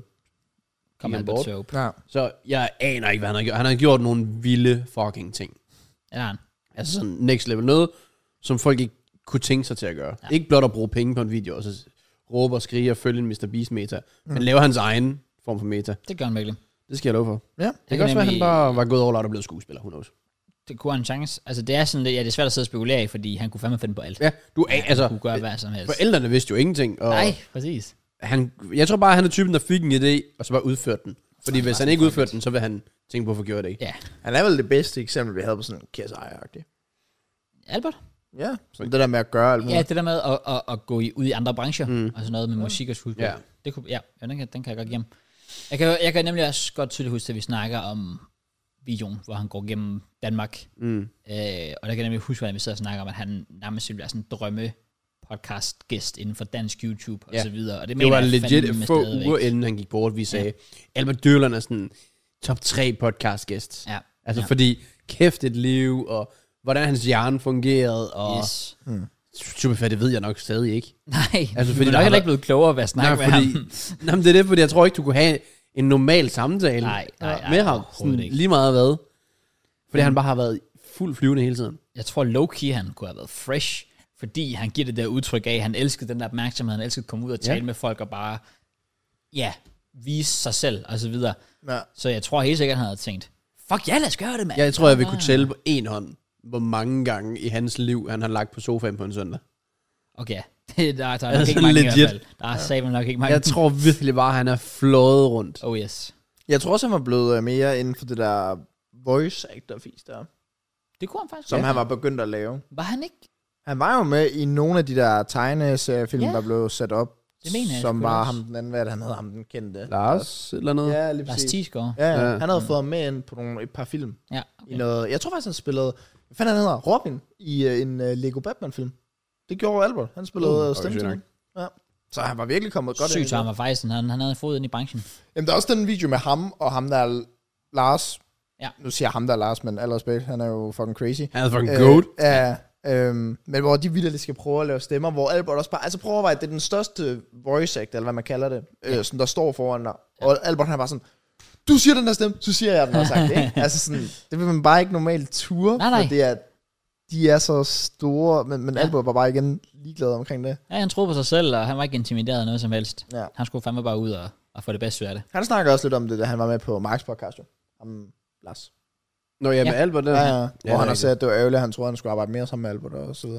kom han bort. Soap.
Ja.
Så jeg aner ikke, hvad han har gjort. Han har gjort nogle vilde fucking ting.
Ja, han.
Altså sådan next level. Noget, som folk ikke kunne tænke sig til at gøre. Ja. Ikke blot at bruge penge på en video, og så råbe og skrige og følge en Mr. Beast meta. Men lave hans egen form for meta.
Det gør han virkelig.
Det skal jeg love for.
Ja.
Det kan også være, at han bare var gået over og blevet skuespiller. Who knows?
Det kunne have en chance. Altså det er sådan lidt, det er svært at sidde og spekulere i, fordi han kunne fandme finde på alt.
Ja,
han kunne gøre hvad som helst.
Forældrene vidste jo ingenting. Og
nej, præcis.
Jeg tror bare, han er typen, der fik en idé, og så bare udførte den. Fordi hvis han ikke udførte den, så vil han tænke på at få gjort det.
Ja.
Han er vel det bedste eksempel, vi havde på sådan en KSI-agtigt.
Albert?
Ja, så det der med at gøre alt muligt.
Ja, det der med at gå ud i andre brancher, og sådan noget med musik og skuespil.
Ja.
Det kunne, den kan jeg godt igennem. Jeg kan nemlig også godt tydeligt huske, at vi snakker om videoen, hvor han går gennem Danmark. Og der kan jeg nemlig huske, hvordan vi sidder og snakker om, at han nærmest ville være sådan en drømme podcast-gæst inden for dansk YouTube og så videre. Og
det var legit få uger inden han gik bort, vi sagde, Albert Dyrland er sådan top 3 podcast-gæst.
Ja.
Altså fordi kæft et liv, og hvordan hans hjerne fungerede, og super fedt, det ved jeg nok stadig ikke.
Nej, altså, fordi du er nok ikke blevet klogere ved at snakke med ham.
Nej, men det er det, fordi jeg tror ikke, du kunne have en normal samtale med ham. Sådan, lige meget hvad. Fordi han bare har været fuld flyvende hele tiden.
Jeg tror low-key, han kunne have været fresh, fordi han giver det der udtryk af, han elskede den der opmærksomhed, han elskede at komme ud og tale med folk, og bare, vise sig selv, og så videre. Ja. Så jeg tror helt sikkert, han havde tænkt, fuck ja, lad os gøre det, mand.
Jeg tror, jeg vil kunne tælle på en hånd, hvor mange gange i hans liv, han har lagt på sofaen på en søndag.
Okay, der er nok ikke mange legit. I hvert fald. Der er sammen nok ikke mange.
Jeg tror virkelig bare, han er flået rundt.
Oh yes.
Jeg tror også, han var blevet mere inden for det der voice actor-fis der.
Det kunne han faktisk.
Som han var begyndt at lave.
Var han ikke?
Han var jo med i nogle af de der tegneseriefilm, der blev sat op.
Det mener jeg.
Som var ham den anden, hvad han hed, ham den kendte.
Lars eller noget?
Ja, lige
præcis. Lars Thiesgaard.
Ja, han havde fået med ind på et par film.
Ja.
Okay. I noget, jeg tror faktisk, han spillede, hvad fanden han hedder, Robin, i en Lego Batman-film. Det gjorde Albert. Han spillede stemme til. Ja. Så han var virkelig kommet godt ind.
Sygt, han var faktisk, han havde fået ind i branchen.
Jamen, der er også den video med ham, og ham der er Lars. Ja. Nu siger jeg ham der er Lars, men allerspil, han er jo fucking crazy.
Han er fucking goat.
Ja. Men hvor de vildt skal prøve at lave stemmer, hvor Albert også bare, altså prøv at overveje, det er den største voice act, eller hvad man kalder det, som der står foran dig. Og Albert han er bare sådan, du siger den der stemme, så siger jeg den også sagt, ikke? Altså sådan, det vil man bare ikke normalt ture, for det er de er så store, men Albert var bare igen ligeglad omkring det.
Ja, han troede på sig selv, og han var ikke intimideret af noget som helst.
Ja.
Han skulle fandme bare ud og få det bedste ud af det.
Han snakker også lidt om det, da han var med på Marks podcast, jo. Om Lars.
Nå, ja, med Albert der.
Ja. Hvor han har sagt, at det var ærgerligt, han troede, han skulle arbejde mere sammen med Albert og så videre.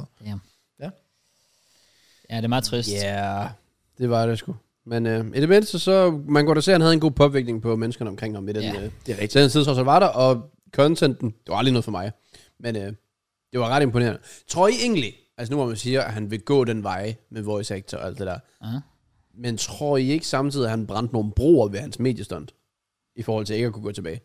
Ja, det er meget trist.
Ja, det var det sgu. Men i det mindste, så man går da se, at han havde en god påvirkning på menneskerne omkring ham i den,
Ja.
det er rigtigt. Den tid, så var der, og contenten, det var aldrig noget for mig. Men det var ret imponerende. Tror I egentlig, altså nu må man sige, at han vil gå den vej med voice actor og alt det der.
Uh-huh.
Men tror I ikke samtidig, at han brændte nogle broer ved hans mediestunt? I forhold til ikke at kunne gå tilbage?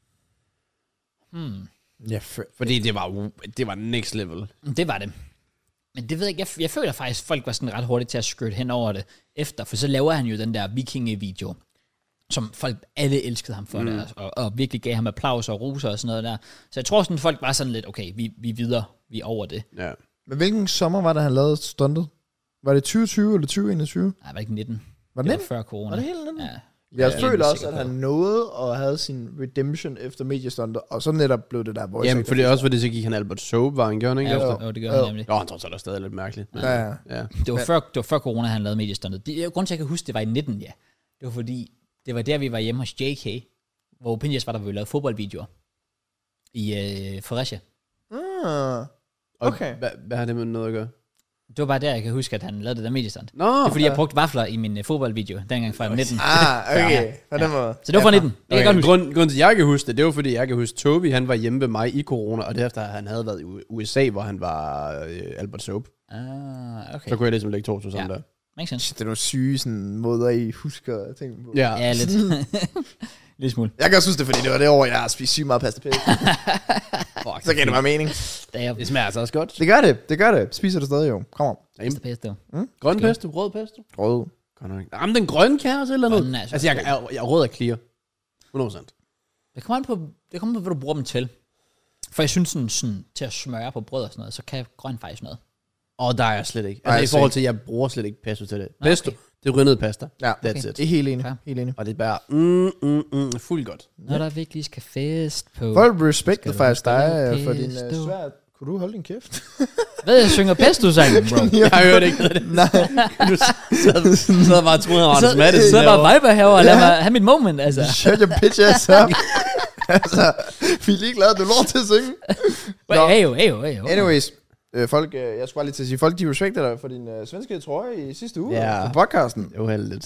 Ja,
Fordi det var next level.
Det var det. Men det ved jeg ikke. Jeg føler faktisk, at folk var sådan ret hurtigt til at skøtte hen over det efter, for så laver han jo den der vikinge-video, som folk alle elskede ham for det, og virkelig gav ham applaus og roser og sådan noget der. Så jeg tror sådan, folk var sådan lidt, okay, vi er videre, vi er over det.
Ja.
Men hvilken sommer var det, han lavede stuntet? Var det 2020 eller 2021?
Nej, var det ikke 19?
Var
Det
det
var før corona.
Var det helt 19?
Ja.
Jeg
Ja,
føler
jeg er
også,
sikker
at
på.
han nåede og havde sin redemption efter mediestuntet, og så netop blev det der voice
Jamen,
actor.
for det er også, fordi så gik han Albert Soap, var han gjorde, ikke?
Ja,
Efter?
jo, det gør han nemlig.
Jo, han tror så er der stadig lidt mærkeligt. Men,
Ja.
ja.
Det var før corona, han lavede mediestuntet. Grunden til, at jeg kan huske, det var i 19, ja. Det var fordi, det var der, vi var hjemme hos JK, hvor Pinjas var der, hvor vi lavede fodboldvideoer i Fredericia.
Ah, okay.
Hvad har det med noget at gøre?
Det var bare der, jeg kan huske, at han lavede det der mediestunt.
Nå,
Det er fordi, jeg brugte vafler i min fodboldvideo, dengang fra 19.
Okay, på den måde.
Så det var fra 19. Det kan jeg godt huske.
Grunden til, at jeg kan huske det var fordi, jeg kan huske, Toby, han var hjemme ved mig i corona, og derefter han havde været i USA, hvor han var Albert Soap.
Okay.
Så kunne jeg ligesom lægge to sammen
Ja.
der.
Makes sense.
Shit, det er nogle syge sådan, måder, I husker ting på.
Ja.
Ja, lidt. Lidt smule.
Jeg kan også huske det, fordi det var det år, jeg har spist sygt meget pasta pæk.
Fuck,
Så gav det mig mening.
det smager altså også godt.
Det gør det. Spiser du stadig jo. Kom on.
Pesto.
Grøn pesto, rød pesto.
Rød.
Godt nok. Jamen, den grønne kan også et eller
Grønne
andet.
er så
Altså, jeg rød er clear. 100%.
Det kommer an på, hvad du bruger dem til. For jeg synes sådan til at smøre på brød og sådan noget, så kan grøn faktisk noget.
Og der er jeg slet ikke.
Nej,
Altså, i forhold til, at jeg bruger slet ikke pesto til det.
Nå,
Pesto,
okay.
det er ryndet pasta.
Ja,
That's
okay.
it.
Det er helt enig.
Ja.
Helt enig.
Og det er bare fuldt godt.
Når der virkelig skal fest på.
Folk respekter
Skal du
faktisk dig
spille
for din
pesto?
svært. Kunne du holde din kæft?
Hvad, jeg synger pesto-sangen, bro?
Jeg har hørt ikke noget af det.
Nej.
Du sad bare og troede, han var Anders Madsen.
Så bare viber herovre og lad mig have mit moment, altså.
Shut your bitch ass up. Altså, vi er ligeglade, du er lov til at synge. Nå.
Hey.
Anyways, folk, jeg skulle bare lige til at sige, folk de respekter dig for din svenske trøje i sidste uge
Ja.
på podcasten.
Det var heldigt.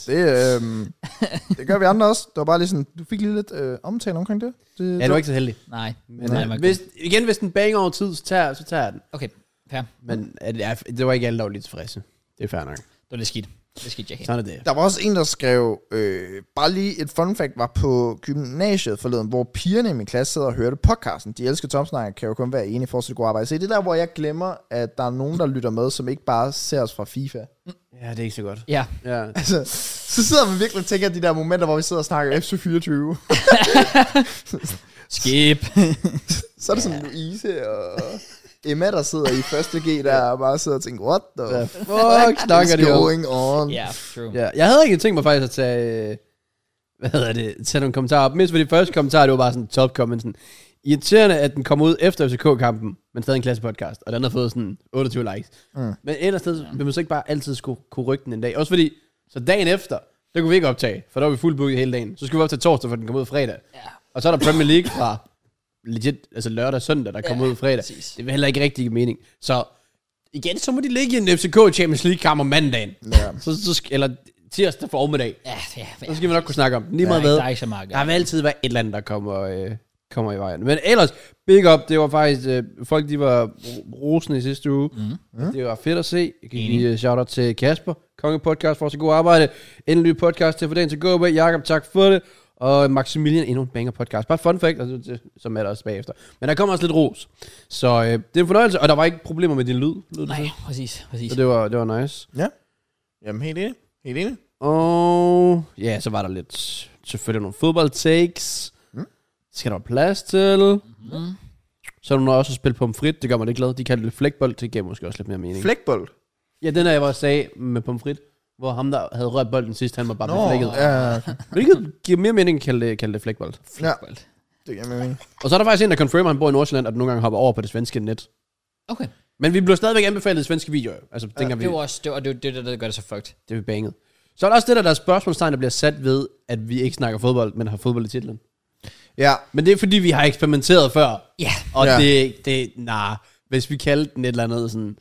Det gør vi andre også. Det var bare lige sådan, du fik lige lidt omtale omkring det.
Ja, du var ikke så heldig.
Nej.
Men
Nej, man
hvis den banger over tid, så tager jeg den.
Okay, fair.
Men det var ikke alle, der var lige tilfredse. Det er fair nok.
Det var lidt skidt. Det er skidt, Jackie.
Sådan er det.
Der var også en, der skrev, bare lige et fun fact, var på gymnasiet forleden, hvor pigerne i min klasse sidder og hørte podcasten. De elsker Tomsnakker, kan jo kun være enige for at gå arbejde. Så det er der, hvor jeg glemmer, at der er nogen, der lytter med, som ikke bare ser os fra FIFA.
Ja, det er ikke så godt.
Ja.
Ja.
Altså, så sidder man virkelig og tænker de der momenter, hvor vi sidder og snakker FC24.
Skip.
Så er det sådan Louise og Emma, der sidder i første G der og bare sidder og tænker, what the
Fuck, snakker
is
de om.
going on?
Ja, true.
Ja, jeg havde ikke tænkt mig faktisk at tage, tage nogle kommentarer op. Mindst for de første kommentarer, det var bare sådan top comment, sådan, irriterende, at den kom ud efter FCK-kampen, men stadig en klassepodcast, og den har fået sådan 28 likes. Men ellers vil man så ikke bare altid kunne rykke den en dag. Også fordi, så dagen efter, der kunne vi ikke optage, for der var vi fuldbooket hele dagen. Så skulle vi op til torsdag, for den kom ud fredag.
Ja.
Og så er der Premier League fra legit, altså lørdag og søndag, der kommer ud fredag.
præcis.
Det vil heller ikke rigtig give mening. Så igen, så må de ligge i en FCK Champions League kamp om mandagen.
Ja.
Eller tirsdag for formiddag.
Ja.
Så skal vi nok kunne snakke om den. Lige meget
Der
hvad.
er ikke så meget.
Der vil altid være et eller andet, der kommer i vejen. Men ellers, big up, det var faktisk, folk de var rosende i sidste uge. Det var fedt at se. Jeg kan give shout-out til Kasper, Konge Podcast, for så god arbejde. Endelig podcast til for dagen til gå med. Jakob, tak for det. Og Maximilian, endnu en banger podcast. Bare fun fact, altså, som er der også bagefter. Men der kommer også lidt ros. Så det er en fornøjelse, og der var ikke problemer med din lyd.
Nej, præcis.
Så det var nice.
Ja. Jamen, helt enig.
Og ja, så var der lidt, selvfølgelig nogle fodboldtakes. Skal der være plads til. Så er der også at spille pomfrit. Det gør mig lidt glad. De kaldte det flækbold. Det gav måske også lidt mere mening.
Flækbold.
Ja, den er jeg også sagde med pomfrit. Hvor ham, der havde rørt bolden sidst, han var bare blevet flækket.
Ja,
Hvilket giver mere mening at kalde det flækbold.
ja. Det giver mening.
Og så er der faktisk en, der confirmer, at han bor i Nordsjælland, og nogle gange hopper over på det svenske net.
Okay.
Men vi blev stadigvæk anbefalet svenske videoer. Altså,
Det var også, det der gør det så fucked.
Det er banget. Så er der også det der spørgsmålstegn, der bliver sat ved, at vi ikke snakker fodbold, men har fodbold i titlen.
Ja.
Men det er fordi, vi har eksperimenteret før.
Ja.
Og hvis vi kaldte den et eller andet sådan...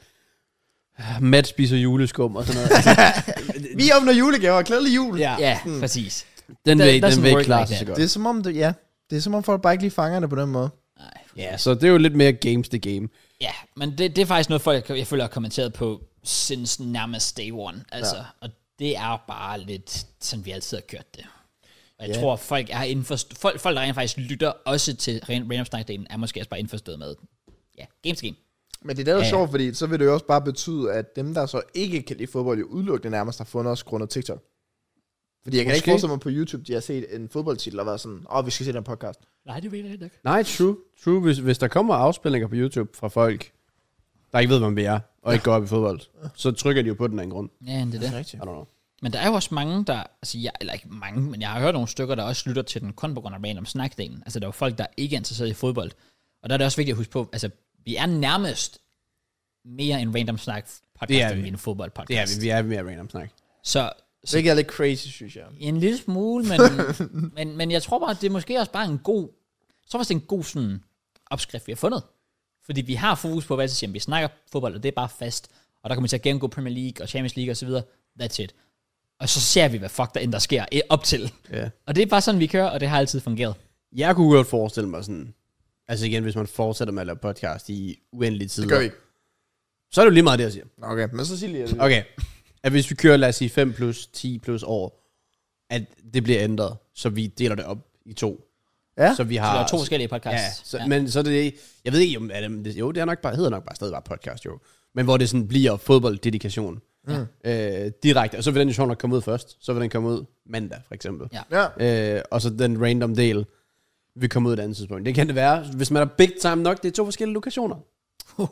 Matt spiser juleskum og sådan noget. Altså,
Vi åbner julegaver, glædelig jul.
Ja, præcis.
Den vil ikke
work
klare
like
sig så godt.
Det er som om, det er som om folk bare ikke lige fanger det på den måde.
Nej.
Ja, så det er jo lidt mere games the game.
Ja, men det er faktisk noget, folk, jeg føler, har kommenteret på since nærmest day one. Altså, og det er bare lidt, sådan vi altid har kørt det. Og jeg tror, folk er indforstået, folk der rent faktisk lytter også til Random Snack-delen, er måske også bare indforstået med, games game.
Men det er jo sjovt, fordi så vil det jo også bare betyde, at dem, der så ikke kan lide fodbold, jo udelukkende nærmest har fundet os grundet TikTok. Fordi jeg kan ikke forestille mig på YouTube, de har set en fodboldtitel og været sådan, vi skal se den podcast.
Nej, det ved jeg ikke.
Nej, true. Hvis der kommer afspilninger på YouTube fra folk, der ikke ved, hvem vi er, og ikke går op i fodbold, så trykker de jo på den af en grund.
Ja, det er det.
Rigtigt.
I don't know.
Men der er jo også mange, der... Altså, eller ikke mange, men jeg har hørt nogle stykker, der også lytter til den kun på grund af Random Snack-delen. Altså, der er jo folk, der ikke er interesseret i fodbold. Og der er det også vigtigt at huske på, altså, vi er nærmest mere en Random Snack-podcast, end vi er en fodbold-podcast.
Det er vi er mere Random Snack.
Så
Det er lidt crazy, synes jeg.
en lille smule, men jeg tror bare, at det er måske også bare en god... Jeg tror faktisk, det er en god sådan, opskrift, vi har fundet. Fordi vi har fokus på, hvad jeg siger, vi snakker fodbold, og det er bare fast. Og der kommer vi til at gennemgå Premier League og Champions League og så videre. That's it. Og så ser vi, hvad fuck der end der sker op til.
Yeah.
Og det er bare sådan, vi kører, og det har altid fungeret.
Jeg kunne godt forestille mig sådan... Altså igen, hvis man fortsætter med at lave podcast i uendelige tider...
Det gør vi ikke.
Så er det jo lige meget det, jeg siger.
Okay, men så sig lige det.
Okay. At hvis vi kører, lad os sige 5 plus 10 plus år, at det bliver ændret, så vi deler det op i 2.
Ja.
Så vi
Så
har...
der er 2 forskellige podcasts.
Ja, men så er det... Jeg ved ikke, om det, jo, det er nok bare, hedder nok bare stadig bare podcast, jo. Men hvor det sådan bliver fodbolddedikation. Direkte. Og så vil den jo sjovt nok komme ud først. Så vil den komme ud mandag, for eksempel.
Ja.
Og så den random del vil komme ud et andet tidspunkt. Det kan det være, hvis man er big time nok, det er 2 forskellige lokationer.
Hey!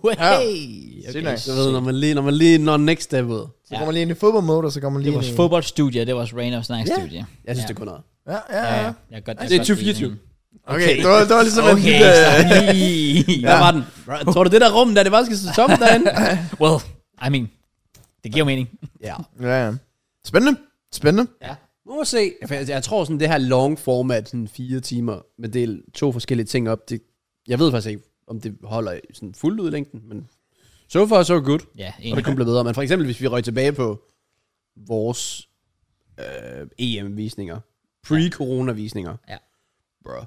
Okay, så ved når man lige når next step ud.
Så kommer man lige ind i fodboldmode, og så kommer man lige
Det er vores fodboldstudie, det er vores Random Snack-studie.
Jeg synes, det er kun noget.
Ja.
Jeg godt,
Det er 2024.
Okay, det var ligesom en lille...
Hvad var den? Tror du, det der rum der, det bare skal se tomt derinde?
Well, I mean, det giver mening.
Ja.
Spændende.
Ja.
Nu må se. Jeg tror sådan, det her long format, sådan 4 timer, med del 2 forskellige ting op, det, jeg ved faktisk ikke, om det holder sådan fuldt ud i længden, men so far so good.
Ja,
og det kunne blive bedre. Men for eksempel, hvis vi røg tilbage på vores EM-visninger, pre-corona-visninger.
Ja.
Bro.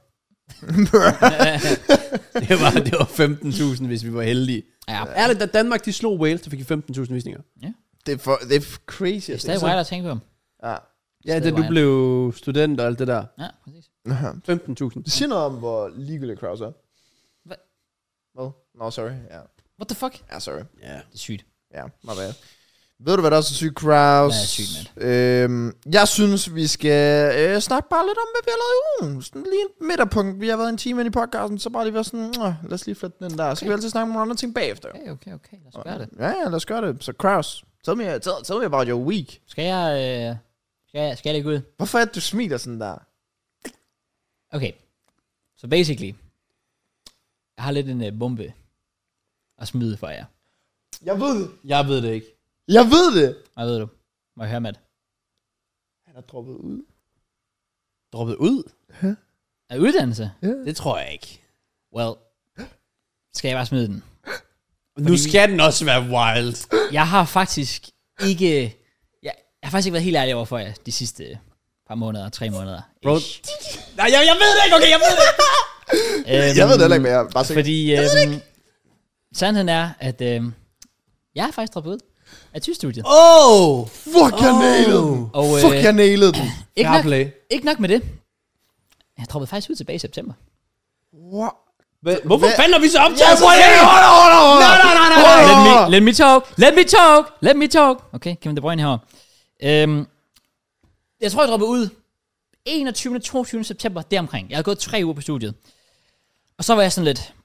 det var 15.000, hvis vi var heldige.
Ja.
Ærligt, da Danmark de slog Wales, der fik 15.000 visninger.
Ja.
Det er crazy.
Det er stadig wild at tænke på.
Ja.
Da du blev student og alt det der.
Ja, præcis.
15.000.
Det siger noget om, hvor ligegyldigt Kraus er.
Hvad?
Hvad? No, sorry. Ja.
What the fuck?
Ja, sorry.
Ja.
Det er sygt.
Ja, my bad. Ved du, hvad der også er sygt, Kraus?
Hvad er sygt, Matt?
Jeg synes, vi skal snakke bare lidt om, hvad vi har lavet i ugen. Sådan lige en midterpunkt. Vi har været en time inde i podcasten, så bare lige være sådan, lad os lige flytte den der. Så kan vi altid snakke om nogle andre ting bagefter.
Okay. Lad os gøre det.
Ja, lad os gøre det. Så Kraus, tell me about your week.
Skal jeg lægge ud?
Hvorfor er det, du smiler sådan der?
Okay. Så basically, jeg har lidt en bombe at smide for jer.
Jeg ved det.
Jeg ved det ikke.
Jeg ved det.
Hvad ved du? Må jeg høre, Matt?
Han er droppet ud.
Droppet ud?
Er uddannelse?
Det tror jeg ikke.
Well, skal jeg bare smide den?
Nu skal den også være wild.
Jeg har faktisk ikke... Jeg har faktisk ikke været helt ærlig over for jer de sidste par måneder, 3 måneder.
Bro. Nej, jeg ved det ikke. Okay, jeg ved det.
Jeg ved det heller ikke, men jeg bare
fordi sandheden er, at jeg har faktisk droppet ud af tyskstudiet.
Fuck, jeg nailede den.
Og,
Fuck, jeg nailede den.
Ikke nok med det. Jeg droppede faktisk ud tilbage i september.
Wow.
Hvorfor fanden har vi så optaget?
Nej. Let me talk. Okay, Kevin De Bruyne herovre. Jeg tror, jeg droppede ud 21. 22. september, deromkring. Jeg havde gået 3 uger på studiet. Og så var jeg sådan lidt...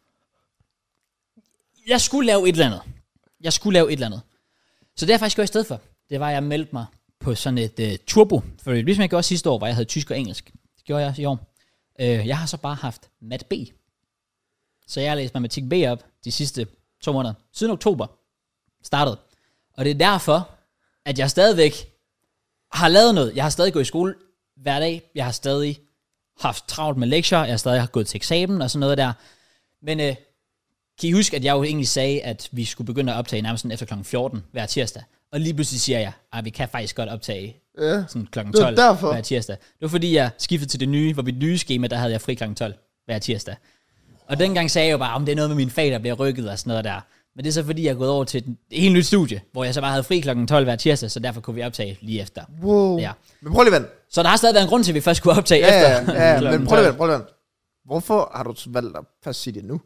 Jeg skulle lave et eller andet. Så det jeg faktisk gjorde i stedet for, det var, at jeg meldte mig på sådan et turbo. For ligesom jeg gjorde sidste år, hvor jeg havde tysk og engelsk. Det gjorde jeg i år. Jeg har så bare haft mat B. Så jeg har læst matematik B op de sidste 2 måneder. Siden oktober startede. Og det er derfor, at jeg stadigvæk har lavet noget. Jeg har stadig gået i skole hver dag. Jeg har stadig haft travlt med lektier. Jeg har stadig gået til eksamen og sådan noget der. Men kan I huske, at jeg jo egentlig sagde, at vi skulle begynde at optage nærmest efter kl. 14 hver tirsdag. Og lige pludselig siger jeg, at vi kan faktisk godt optage sådan kl. 12 hver tirsdag. Det var fordi, jeg skiftede til det nye, hvor mit nye schema, der havde jeg fri kl. 12 hver tirsdag. Og dengang sagde jeg jo bare, om det er noget med mine fag, der bliver rykket og sådan noget der. Men det er så fordi, jeg er gået over til et helt nyt studie, hvor jeg så bare havde fri kl. 12 hver tirsdag, så derfor kunne vi optage lige efter.
Wow. Ja. Men prøv lige vent.
Så der har stadig været en grund til, at vi først kunne optage efter.
Ja, men prøv lige vent. Hvorfor har du valgt at først sige det nu?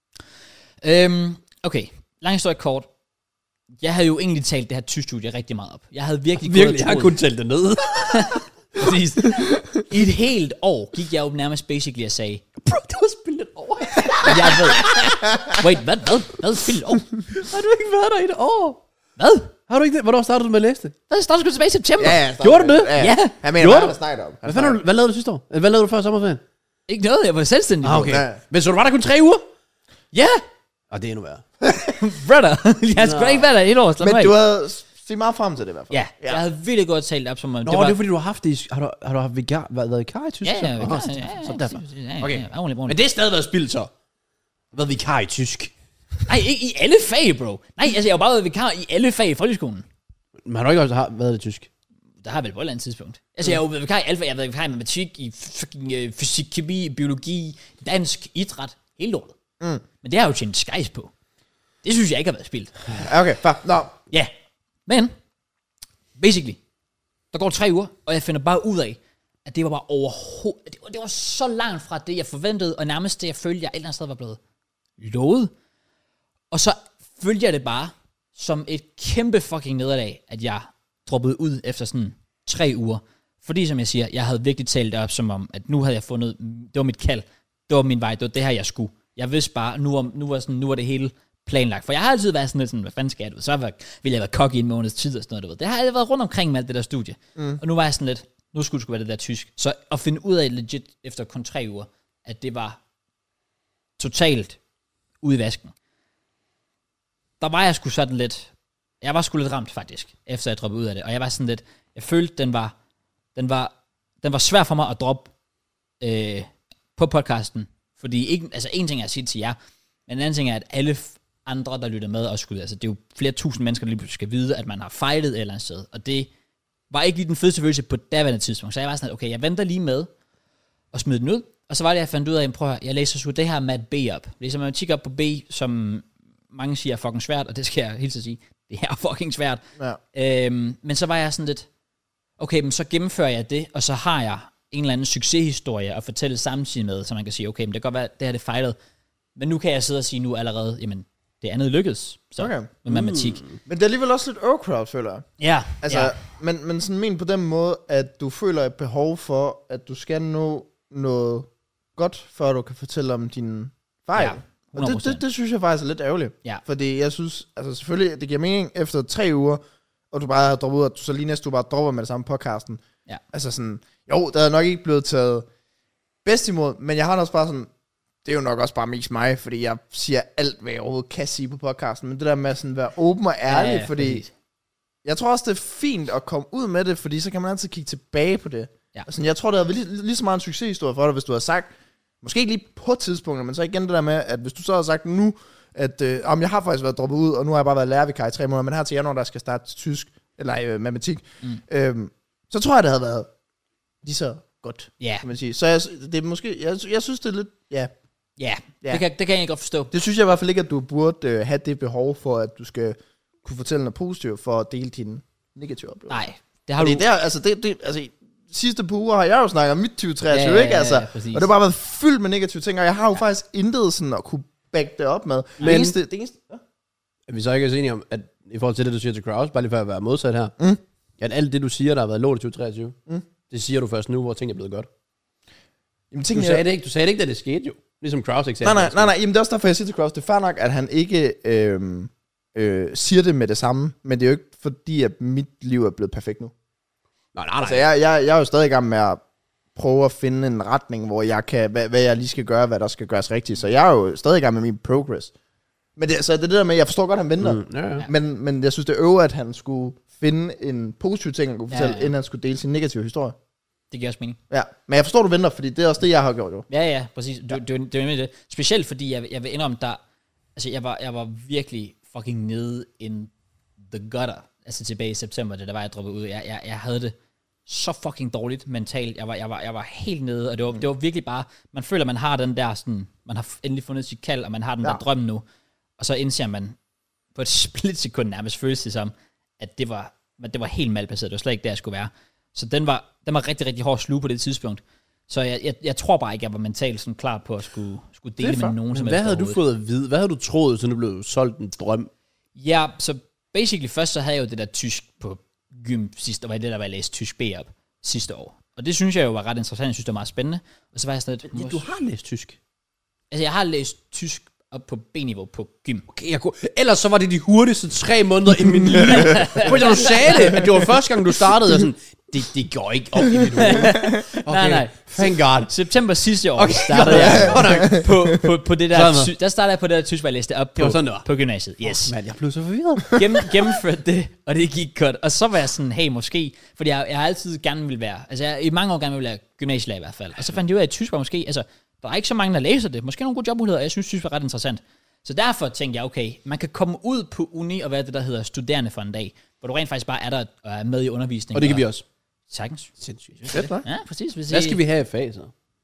Okay, lang historie kort. Jeg havde jo egentlig talt det her tysk-studie rigtig meget op. Jeg havde virkelig
jeg har kun talt det ned.
Præcis. I et helt år gik jeg jo nærmest basically og sagde,
bro, det var spillet et år.
Jeg ved. Wait, hvad? Spillet et år?
Har du ikke været der i et år?
Hvad?
Har du ikke det? Hvornår startede du med at læse det?
Der startede sgu tilbage i september.
Ja,
gjorde du det?
Ja.
Han mener, hvad snakker om?
Hvad lavede du sidste år? Hvad lavede du før sommerferien?
Ikke noget, jeg var selvstændig.
Okay.
Ja.
Men så du var der kun 3 uger?
Ja.
Og det er endnu værre.
Brother. Jeg skulle ikke være der et år.
Men du havde set meget frem til det i hvert fald.
Ja, jeg havde virkelig godt talt op som om...
Nå, det er fordi, du har haft det har du haft været vikar i tysk?
Ja,
så derfor.
Okay.
Men det er stadig været spildt så. Været vikar i tysk.
Nej, ikke i alle fag, bro. Nej, altså jeg har bare været vikar i alle fag i folkeskolen.
Men har du ikke også været i tysk?
Der har vel på et eller andet tidspunkt. Altså jeg har jo været vikar i alle fag. Jeg har været vikar i matematik, i fysik, kemi, biologi, dansk, idræt. Hele lortet. Men det har jeg jo tjent skejs på. Det synes jeg ikke har været spildt.
Okay, fair. Nå.
Ja, men basically, der går 3 uger, og jeg finder bare ud af, at det var bare overhovedet, det var så langt fra det, jeg forventede, og nærmest det, jeg følte, jeg et eller andet sted var blevet lovet. Og så følte jeg det bare som et kæmpe fucking nederlag, at jeg droppede ud efter sådan 3 uger. Fordi som jeg siger, jeg havde virkelig talt det op som om, at nu havde jeg fundet, det var mit kald, det var min vej, det var det her, jeg skulle. Jeg vidste bare, nu var det hele planlagt. For jeg har altid været sådan lidt sådan, hvad fanden skal jeg? Så ville jeg være cocky i en måneds tid og sådan noget, du ved. Det har jeg været rundt omkring med alt det der studie. Og nu var jeg sådan lidt, nu skulle det sgu være det der tysk. Så at finde ud af legit, efter kun 3 uger, at det var totalt ude i vasken. Der var jeg sgu sådan lidt, jeg var sgu lidt ramt faktisk, efter jeg droppede ud af det. Og jeg var sådan lidt, jeg følte, den var svær for mig at droppe på podcasten. Fordi ikke, altså en ting er at sige til jer, men en anden ting er, at alle andre, der lytter med, også skulle, altså det er jo flere tusind mennesker, der lige pludselig skal vide, at man har fejlet et eller andet sted. Og det var ikke lige den fedeste følelse på daværende tidspunkt. Så jeg var sådan, okay, jeg venter lige med og smider den ud. Og så var det, jeg fandt ud af, prøv at høre, jeg læser sgu det her med B op. Læser matematik op på B, som mange siger er fucking svært, og det skal jeg hilse at sige, det er fucking svært. Ja. Men så var jeg sådan lidt, okay, men så gennemfører jeg det, og så har jeg en eller anden succeshistorie at fortælle samtidig med, så man kan sige, okay, men det kan godt være, det her det fejlede. Men nu kan jeg sidde og sige nu allerede, jamen, det andet lykkedes. Så, okay. Med matematik.
Men det er alligevel også lidt overcrowd, føler jeg.
Ja.
Altså, ja. Men sådan men på den måde, at du føler et behov for, at du skal nå noget godt, før du kan fortælle om dine fejl. Ja, og det synes jeg faktisk er lidt ærgerligt. Ja. Fordi jeg synes, altså selvfølgelig, det giver mening efter 3 uger, og du bare har droppet ud, at du så lige næste du bare dropper med det samme podcasten. Ja. Altså sådan, jo, der er nok ikke blevet taget bedst imod, men jeg har også bare sådan, det er jo nok også bare mest mig, fordi jeg siger alt, hvad jeg overhovedet kan sige på podcasten, men det der med at sådan være åben og ærlig, fordi præcis. Jeg tror også, det er fint at komme ud med det, fordi så kan man altid kigge tilbage på det. Ja. Altså, jeg tror, det havde lige så meget en succeshistorie for dig, hvis du havde sagt, måske ikke lige på tidspunktet, men så igen det der med, at hvis du så havde sagt nu, at jeg har faktisk været droppet ud, og nu har jeg bare været lærervikar i 3 måneder, men her til januar, der skal starte tysk, eller matematik, så tror jeg, det havde været lige så godt, kan man sige. Så det er måske, jeg synes, det er lidt,
Ja. Det kan jeg godt forstå.
Det synes jeg i hvert fald ikke, at du burde have det behov for, at du skal kunne fortælle noget positivt, for at dele dine negative oplevelser.
Nej, det har du...
Altså, sidste par uger har jeg jo snakket om mit 2023, ikke? Altså, og det har bare været fyldt med negative ting, og jeg har jo faktisk intet sådan at kunne back det op med. Men det eneste
er vi så ikke også enige om, at i forhold til det, du siger til Kraus, bare lige for at være modsat her, at alt det, du siger, der har været lort i 2023, det siger du først nu, hvor ting er blevet godt. Jamen, du sagde det ikke, da det skete jo. Ligesom Kraus eksempel.
Nej, jamen det er også derfor, jeg siger til Kraus, det er fair nok, at han ikke siger det med det samme, men det er jo ikke fordi, at mit liv er blevet perfekt nu.
Nej.
Altså, jeg er jo stadig i gang med at prøve at finde en retning, hvor jeg kan, hvad jeg lige skal gøre, hvad der skal gøres rigtigt. Så jeg er jo stadig i gang med min progress. Men det er det der med, jeg forstår godt, at han venter. Men jeg synes, det er at han skulle finde en positiv ting, han kunne fortælle, inden han skulle dele sin negative historie.
Det giver også mening.
Ja, men jeg forstår, du venter, fordi det er også det, jeg har gjort jo.
Ja, præcis. Det er nemlig det. Specielt fordi, jeg vil indrømme, altså jeg var virkelig fucking nede in the gutter. Altså tilbage i september, det der var, jeg droppede ud. Jeg havde det så fucking dårligt mentalt. Jeg var helt nede, og det var virkelig bare, man føler, man har den der sådan, man har endelig fundet sit kald, og man har den der drøm nu. Og så indser man på et splitsekund nærmest føles det som, at det var helt malplaceret. Det var slet ikke der, jeg skulle være. Så den var rigtig, rigtig hård at sluge på det tidspunkt. Så jeg tror bare ikke, jeg var mentalt sådan klar på at skulle dele med nogen som helst.
Hvad havde du fået at vide? Hvad havde du troet, så du blev solgt en drøm?
Ja, så basically først så havde jeg jo det der tysk på gym sidste år, det der var jeg læst tysk B op sidste år. Og det synes jeg jo var ret interessant, jeg synes det var meget spændende. Og så var jeg sådan lidt...
Ja, du har læst tysk?
Altså jeg har læst tysk op på B-niveau på gym.
Okay, ellers så var det de hurtigste 3 måneder i mit liv. Fordi du sagde det, at det var første gang, du startede, og sådan, det går ikke op i mit hoved. Okay,
nej.
Thank God.
September sidste år startede jeg på det der, der startede jeg på det der tysk, hvor jeg læste op på gymnasiet. Yes.
Man, jeg blev så forvirret.
Gennemførte det, og det gik godt. Og så var jeg sådan, hey, måske, fordi jeg har altid gerne vil være, altså jeg i mange år gerne vil være gymnasielærer i hvert fald. Og så fandt jeg ud af, at tysk var måske, altså der er ikke så mange, der læser det. Måske nogle gode jobmuligheder, og jeg synes, tysk var ret interessant. Så derfor tænkte jeg, okay, man kan komme ud på uni og være det, der hedder studerende for en dag, hvor du rent faktisk bare er der og er med i undervisning.
Og det kan vi også.
Sagtens.
Sindssygt.
Fedt, hva'?
Ja, præcis.
Hvad skal vi have i fag, så?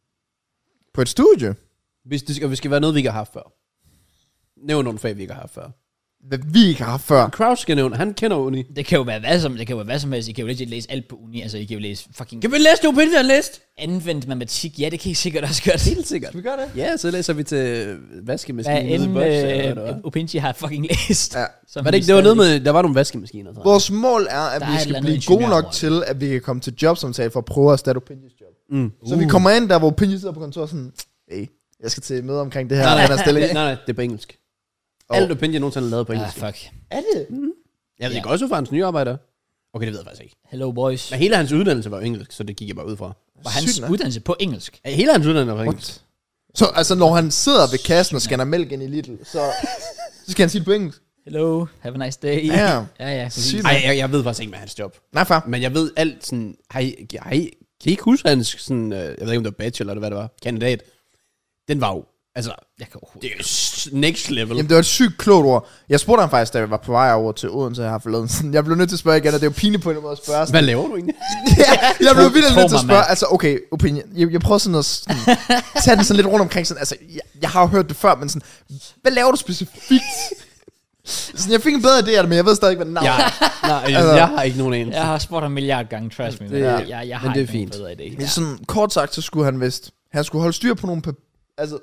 På et studie?
Hvis det skal være noget, vi ikke har haft før. Nævn nogle fag, vi ikke har haft før.
Hvad vi ikke har haft før.
Kraus skal nævne, han kender uni.
Det kan jo være hvad som helst. I kan jo legit læse alt på uni. Altså, I kan jo læse fucking...
Kan vi læse det opinion, jeg læst?
Anvendt matematik. Ja, det kan I sikkert også gøre.
Helt sikkert.
Skal vi gøre det?
Ja, så læser vi til vaskemaskinen.
Opinji har fucking læst.
Ja.
Var det ikke, det var noget med, der var nogle vaskemaskiner.
Vores mål er, at vi skal blive gode nok til, at vi kan komme til jobsamtale for at prøve at erstatte Opinjis job. Så vi kommer ind der, hvor Opinji sidder på kontoret sådan, hey, jeg skal til møde omkring det her.
Nej, det er på engelsk. Alt Opinji nogensinde lavet på engelsk.
Fuck.
Er det?
Jeg ved ikke også, hvorfor hans nye arbejder. Okay, det ved jeg faktisk ikke.
Hello boys.
Men hele hans uddannelse var jo engelsk, så det gik jeg bare ud fra.
Var hans uddannelse på engelsk?
Ja, hele hans uddannelse var engelsk.
Så altså, når han sidder ved kassen og scanner mælk ind i Lidl, så skal han sige det på engelsk.
Hello, have a nice day.
Ja.
Ej, jeg ved faktisk ikke med hans job.
Nej, far.
Men jeg ved alt sådan... Kan I ikke huske hans sådan... jeg ved ikke, om det var bachelor eller hvad det var. Kandidat. Den var jo... Altså,
jeg kan
det er next level.
Jamen, det var et sygt klogt ord. Jeg spurgte ham faktisk, da jeg var på vej over til Odense her forleden. Sådan, jeg blev nødt til at spørge igen, og det er jo pinligt på en måde at spørge. Sådan.
Hvad laver du egentlig?
Jeg blev vildt nødt til at spørge. Altså, okay, opinion. Jeg prøver sådan at tage den sådan lidt rundt omkring. Sådan, altså, jeg har jo hørt det før, men sådan, hvad laver du specifikt? Sådan, jeg fik en bedre idé af det, men jeg ved stadig ikke, hvad navn er.
Nej, altså, jeg har ikke nogen anelse.
Jeg har spurgt ham milliard gange, trust me. Men jeg har ikke nogen bedre idé.
Men sådan, kort sagt, så skulle han skulle holde styr på nogle... Altså,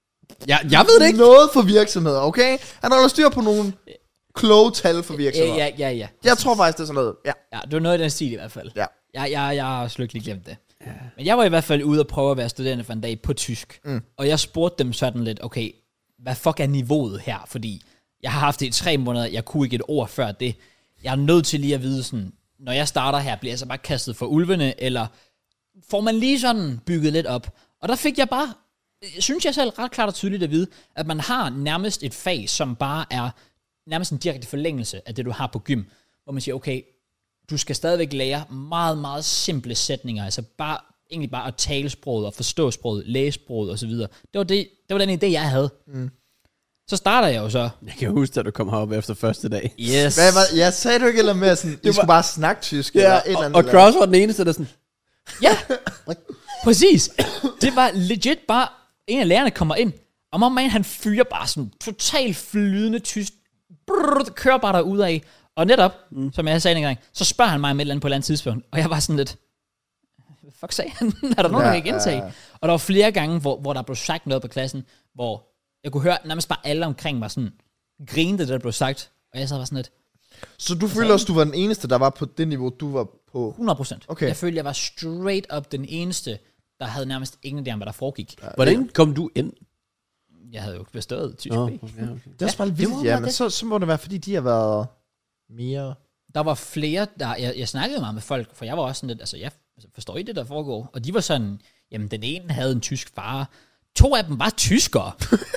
jeg ved det ikke.
Noget for virksomheder, okay? Han holder styr på nogle kloge tal for virksomheder.
Ja.
Jeg tror faktisk, det er sådan noget. Ja,
det var noget i den stil i hvert fald.
Ja.
Jeg har slet ikke glemt det. Ja. Men jeg var i hvert fald ude og prøve at være studerende for en dag på tysk. Og jeg spurgte dem sådan lidt, okay, hvad fuck er niveauet her? Fordi jeg har haft det i 3 måneder, jeg kunne ikke et ord før det. Jeg er nødt til lige at vide sådan, når jeg starter her, bliver jeg så bare kastet for ulvene, eller får man lige sådan bygget lidt op? Og der fik jeg bare, synes jeg selv ret klart og tydeligt at vide, at man har nærmest et fag, som bare er nærmest en direkte forlængelse af det, du har på gym. Hvor man siger, okay, du skal stadigvæk lære meget, meget simple sætninger, altså egentlig bare at tale sproget og forstå sproget, læse sproget osv. Det var den idé, jeg havde. Så starter jeg jo så.
Jeg kan huske, at du kom herop efter første dag.
Yes.
Jeg sagde du ikke eller mere sådan, I skulle bare snakke tysk.
Ja, og Kraus var den eneste, der sådan...
Ja, præcis. Det var legit bare, en af lærerne kommer ind, og man, han fyrer bare sådan totalt flydende tysk, kører bare derudad, og netop, som jeg sagde en gang, så spørger han mig om et eller andet på et eller andet tidspunkt, og jeg var sådan lidt, hvad fuck sagde han? Er der nogen, der kan gentage? Og der var flere gange, hvor der blev sagt noget på klassen, hvor jeg kunne høre nærmest bare alle omkring mig sådan, grinede det, der blev sagt, og jeg sad bare sådan lidt.
Så du føler også, du var den eneste, der var på det niveau, du var på?
100%.
Okay.
Jeg følte, jeg var straight up den eneste, der havde nærmest ingen idé om, hvad der foregik.
Hvordan kom du ind?
Jeg havde jo bestået tysk B.
Okay. Det er også bare lidt vildt, ja, men så må det være, fordi de har været mere...
Der var flere, jeg snakkede meget med folk, for jeg var også sådan lidt, altså jeg forstår I det, der foregår? Og de var sådan, jamen den ene havde en tysk far, 2 af dem var tyskere.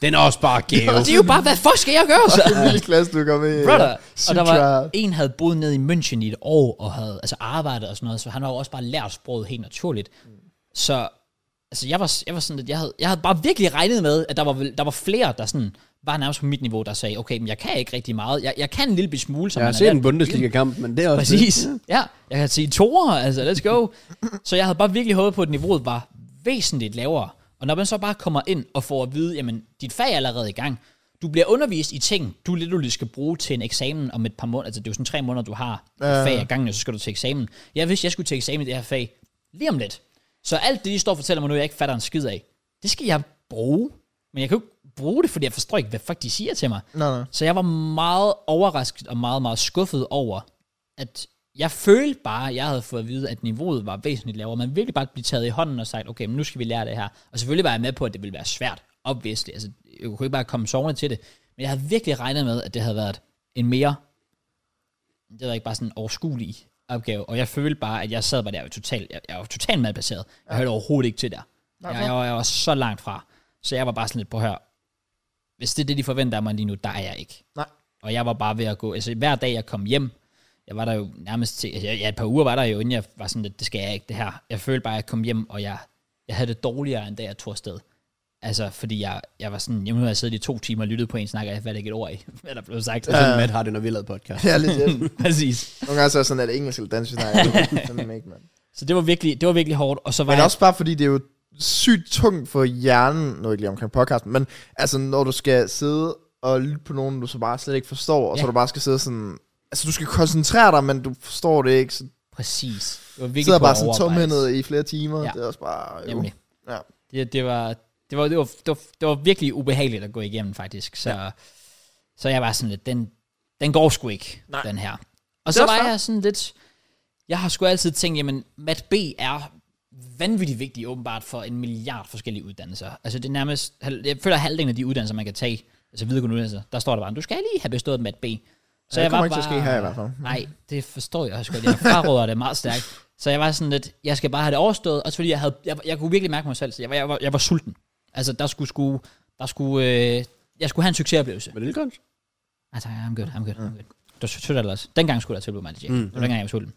Den er også bare gave.
Og det er jo bare, hvad fuck skal jeg gøre så?
Det er en lille klasse, du kommer i.
Brother. Og der var en, havde boet nede i München i et år, og havde altså arbejdet og sådan noget, så han har jo også bare lært sproget helt naturligt. Så altså, jeg var sådan lidt, jeg havde bare virkelig regnet med, at der var flere, der sådan var nærmest på mit niveau, der sagde, okay, men jeg kan ikke rigtig meget. Jeg kan en lille smule, som
jeg har set en Bundesliga-kamp, men det er også...
Præcis. Ja, jeg kan sige toer, altså let's go. Så jeg havde bare virkelig håbet på, at niveauet var væsentligt lavere. Og når man så bare kommer ind og får at vide, jamen, dit fag er allerede i gang. Du bliver undervist i ting, du lidt skal bruge til en eksamen om et par måneder. Altså, det er jo sådan 3 måneder, du har et fag i gangen, og så skal du til eksamen. Jeg vidste, jeg skulle til eksamen i det her fag lige om lidt. Så alt det, de står og fortæller mig nu, jeg ikke fatter en skid af, det skal jeg bruge. Men jeg kan jo ikke bruge det, fordi jeg forstår ikke, hvad fuck de siger til mig.
Nej.
Så jeg var meget overrasket og meget, meget skuffet over, at jeg følte bare, at jeg havde fået at vide, at niveauet var væsentligt lavere. Man virkelig bare blive taget i hånden og sagt, okay, men nu skal vi lære det her. Og selvfølgelig var jeg med på, at det ville være svært, obviously. Altså, jeg kunne ikke bare komme sovende til det. Men jeg havde virkelig regnet med, at det havde været en mere, det var ikke bare sådan en overskuelig opgave. Og jeg følte bare, at jeg sad bare der jeg var totalt madbaseret. Jeg hørte overhovedet ikke til der. Jeg var så langt fra. Så jeg var bare sådan lidt på her. Hvis det er det, de forventer af mig lige nu, der er jeg ikke.
Nej.
Og jeg var bare ved at gå, altså hver dag jeg kom hjem, jeg var der jo nærmest til, altså, et par uger var der jo, inden jeg var sådan lidt, det skal jeg ikke, det her. Jeg følte bare, at jeg kom hjem, og jeg havde det dårligere, end da jeg tog afsted. Altså, fordi jeg var sådan, nu har jeg siddet i 2 timer og lyttet på en snak, og jeg fatter ikke et ord i, hvad der blev sagt.
Sådan Matt har det, når vi lavede podcast.
Ja, lidt.
Præcis.
Nogle gange så er sådan, at engelsk eller dansk,
Så det var virkelig hårdt, og så var
men også bare fordi, det er jo sygt tungt for hjernen, nu ikke lige omkring podcasten, men altså, når du skal sidde og lytte på nogen, du så bare slet ikke forstår, og så du bare skal sidde sådan, altså, du skal koncentrere dig, men du forstår det ikke, så
præcis. Det var virkelig
sidder bare sådan tomhændet i flere timer, det er også bare,
nemlig.
Ja.
Det var virkelig ubehageligt at gå igennem, faktisk. Så jeg var sådan lidt, den går sgu ikke, den her. Og så var jeg sådan lidt, jeg har sgu altid tænkt, jamen, Mat B er vanvittigt vigtig, åbenbart, for 1 milliard forskellige uddannelser. Altså, det er nærmest, jeg føler halvdelen af de uddannelser, man kan tage, altså videregående uddannelser, der står der bare, du skal lige have bestået Mat B. Så
jeg kommer
var
ikke til at ske her i hvert fald.
Nej, det forstår jeg også godt. Jeg fraråder det meget stærkt. Så jeg var sådan lidt, jeg skal bare have det overstået, også fordi jeg kunne virkelig mærke mig selv, så jeg var sulten. Altså, jeg skulle have en succesoplevelse.
Var det lille
Altså, I'm good. Du støtter det også. Dengang skulle der tilbyde mig det, Jake. Det var dengang, jeg var sulten.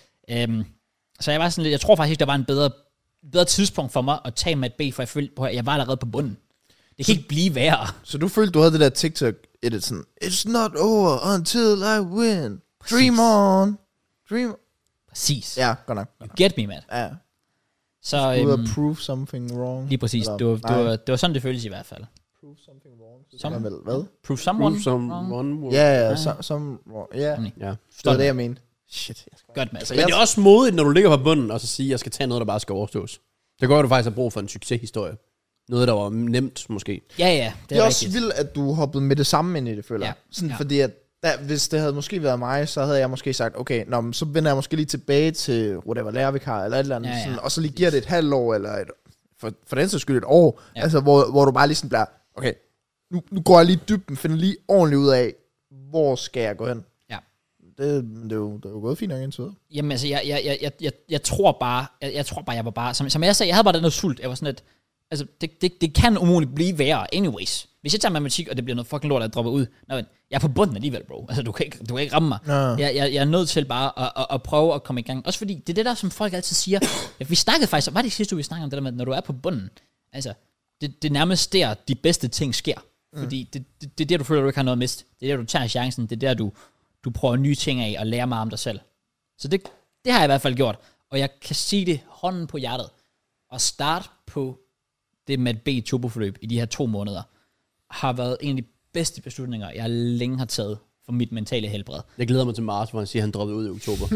Så jeg var sådan lidt, jeg tror faktisk ikke, der var en bedre tidspunkt for mig at tage med et B, for jeg følte på, at jeg var allerede på bunden. Det kan ikke blive værre.
Så du følte, du havde det der TikTok-edit sådan, it's not over until I win. Dream on.
Præcis.
Ja, godt nok.
You get me, man.
Ja.
Så
Du havde prove something wrong.
lige præcis. Det var sådan, det føltes i hvert fald.
Prove something wrong. Hvad?
Prove someone
wrong.
Ja, some wrong. Ja. Det var det, jeg mente. Shit.
Godt, man.
Altså, men det er også modigt, når du ligger på bunden, og så siger, jeg skal tage noget, der bare skal overstås. Det går, at du faktisk har brug for en succeshistorie. Noget, der var nemt, måske.
Ja,
det er også vildt, at du hoppede med det samme ind i det, føler jeg. Sådan, fordi at hvis det havde måske været mig, så havde jeg måske sagt, okay, så vender jeg måske lige tilbage til whatever lærervikar, eller et eller andet, sådan, og så lige giver det et halvt år, eller for den sags skyld et år, altså, hvor du bare lige sådan bliver, okay, nu går jeg lige dybden, finder lige ordentligt ud af, hvor skal jeg gå hen? Ja. Det er jo gået fint nok indtil videre.
Jamen altså, jeg tror bare, jeg var bare, som jeg sagde, jeg havde bare den der sult, jeg var sådan lidt, altså, det kan umuligt blive værre, anyways. Hvis jeg tager matematik, og det bliver noget fucking lort, at droppe ud, jeg er på bunden alligevel, bro. Altså, du kan ikke ramme mig. Jeg er nødt til bare at prøve at komme i gang. Også fordi, det er det der, som folk altid siger. Vi snakkede faktisk, var det sidste uge, vi snakkede om det der med, når du er på bunden, altså, det er nærmest der, de bedste ting sker. Fordi det er der, du føler, du ikke har noget at miste. Det er der, du tager chancen. Det er der, du prøver nye ting af, og lærer meget om dig selv. Så det har jeg i hvert fald gjort. Og jeg kan sige det hånden på hjertet. Og starte på det med et B-turboforløb i de her 2 måneder, har været en af de bedste beslutninger, jeg længe har taget for mit mentale helbred.
Jeg glæder mig til Mars, hvor han siger, at han droppede ud i oktober.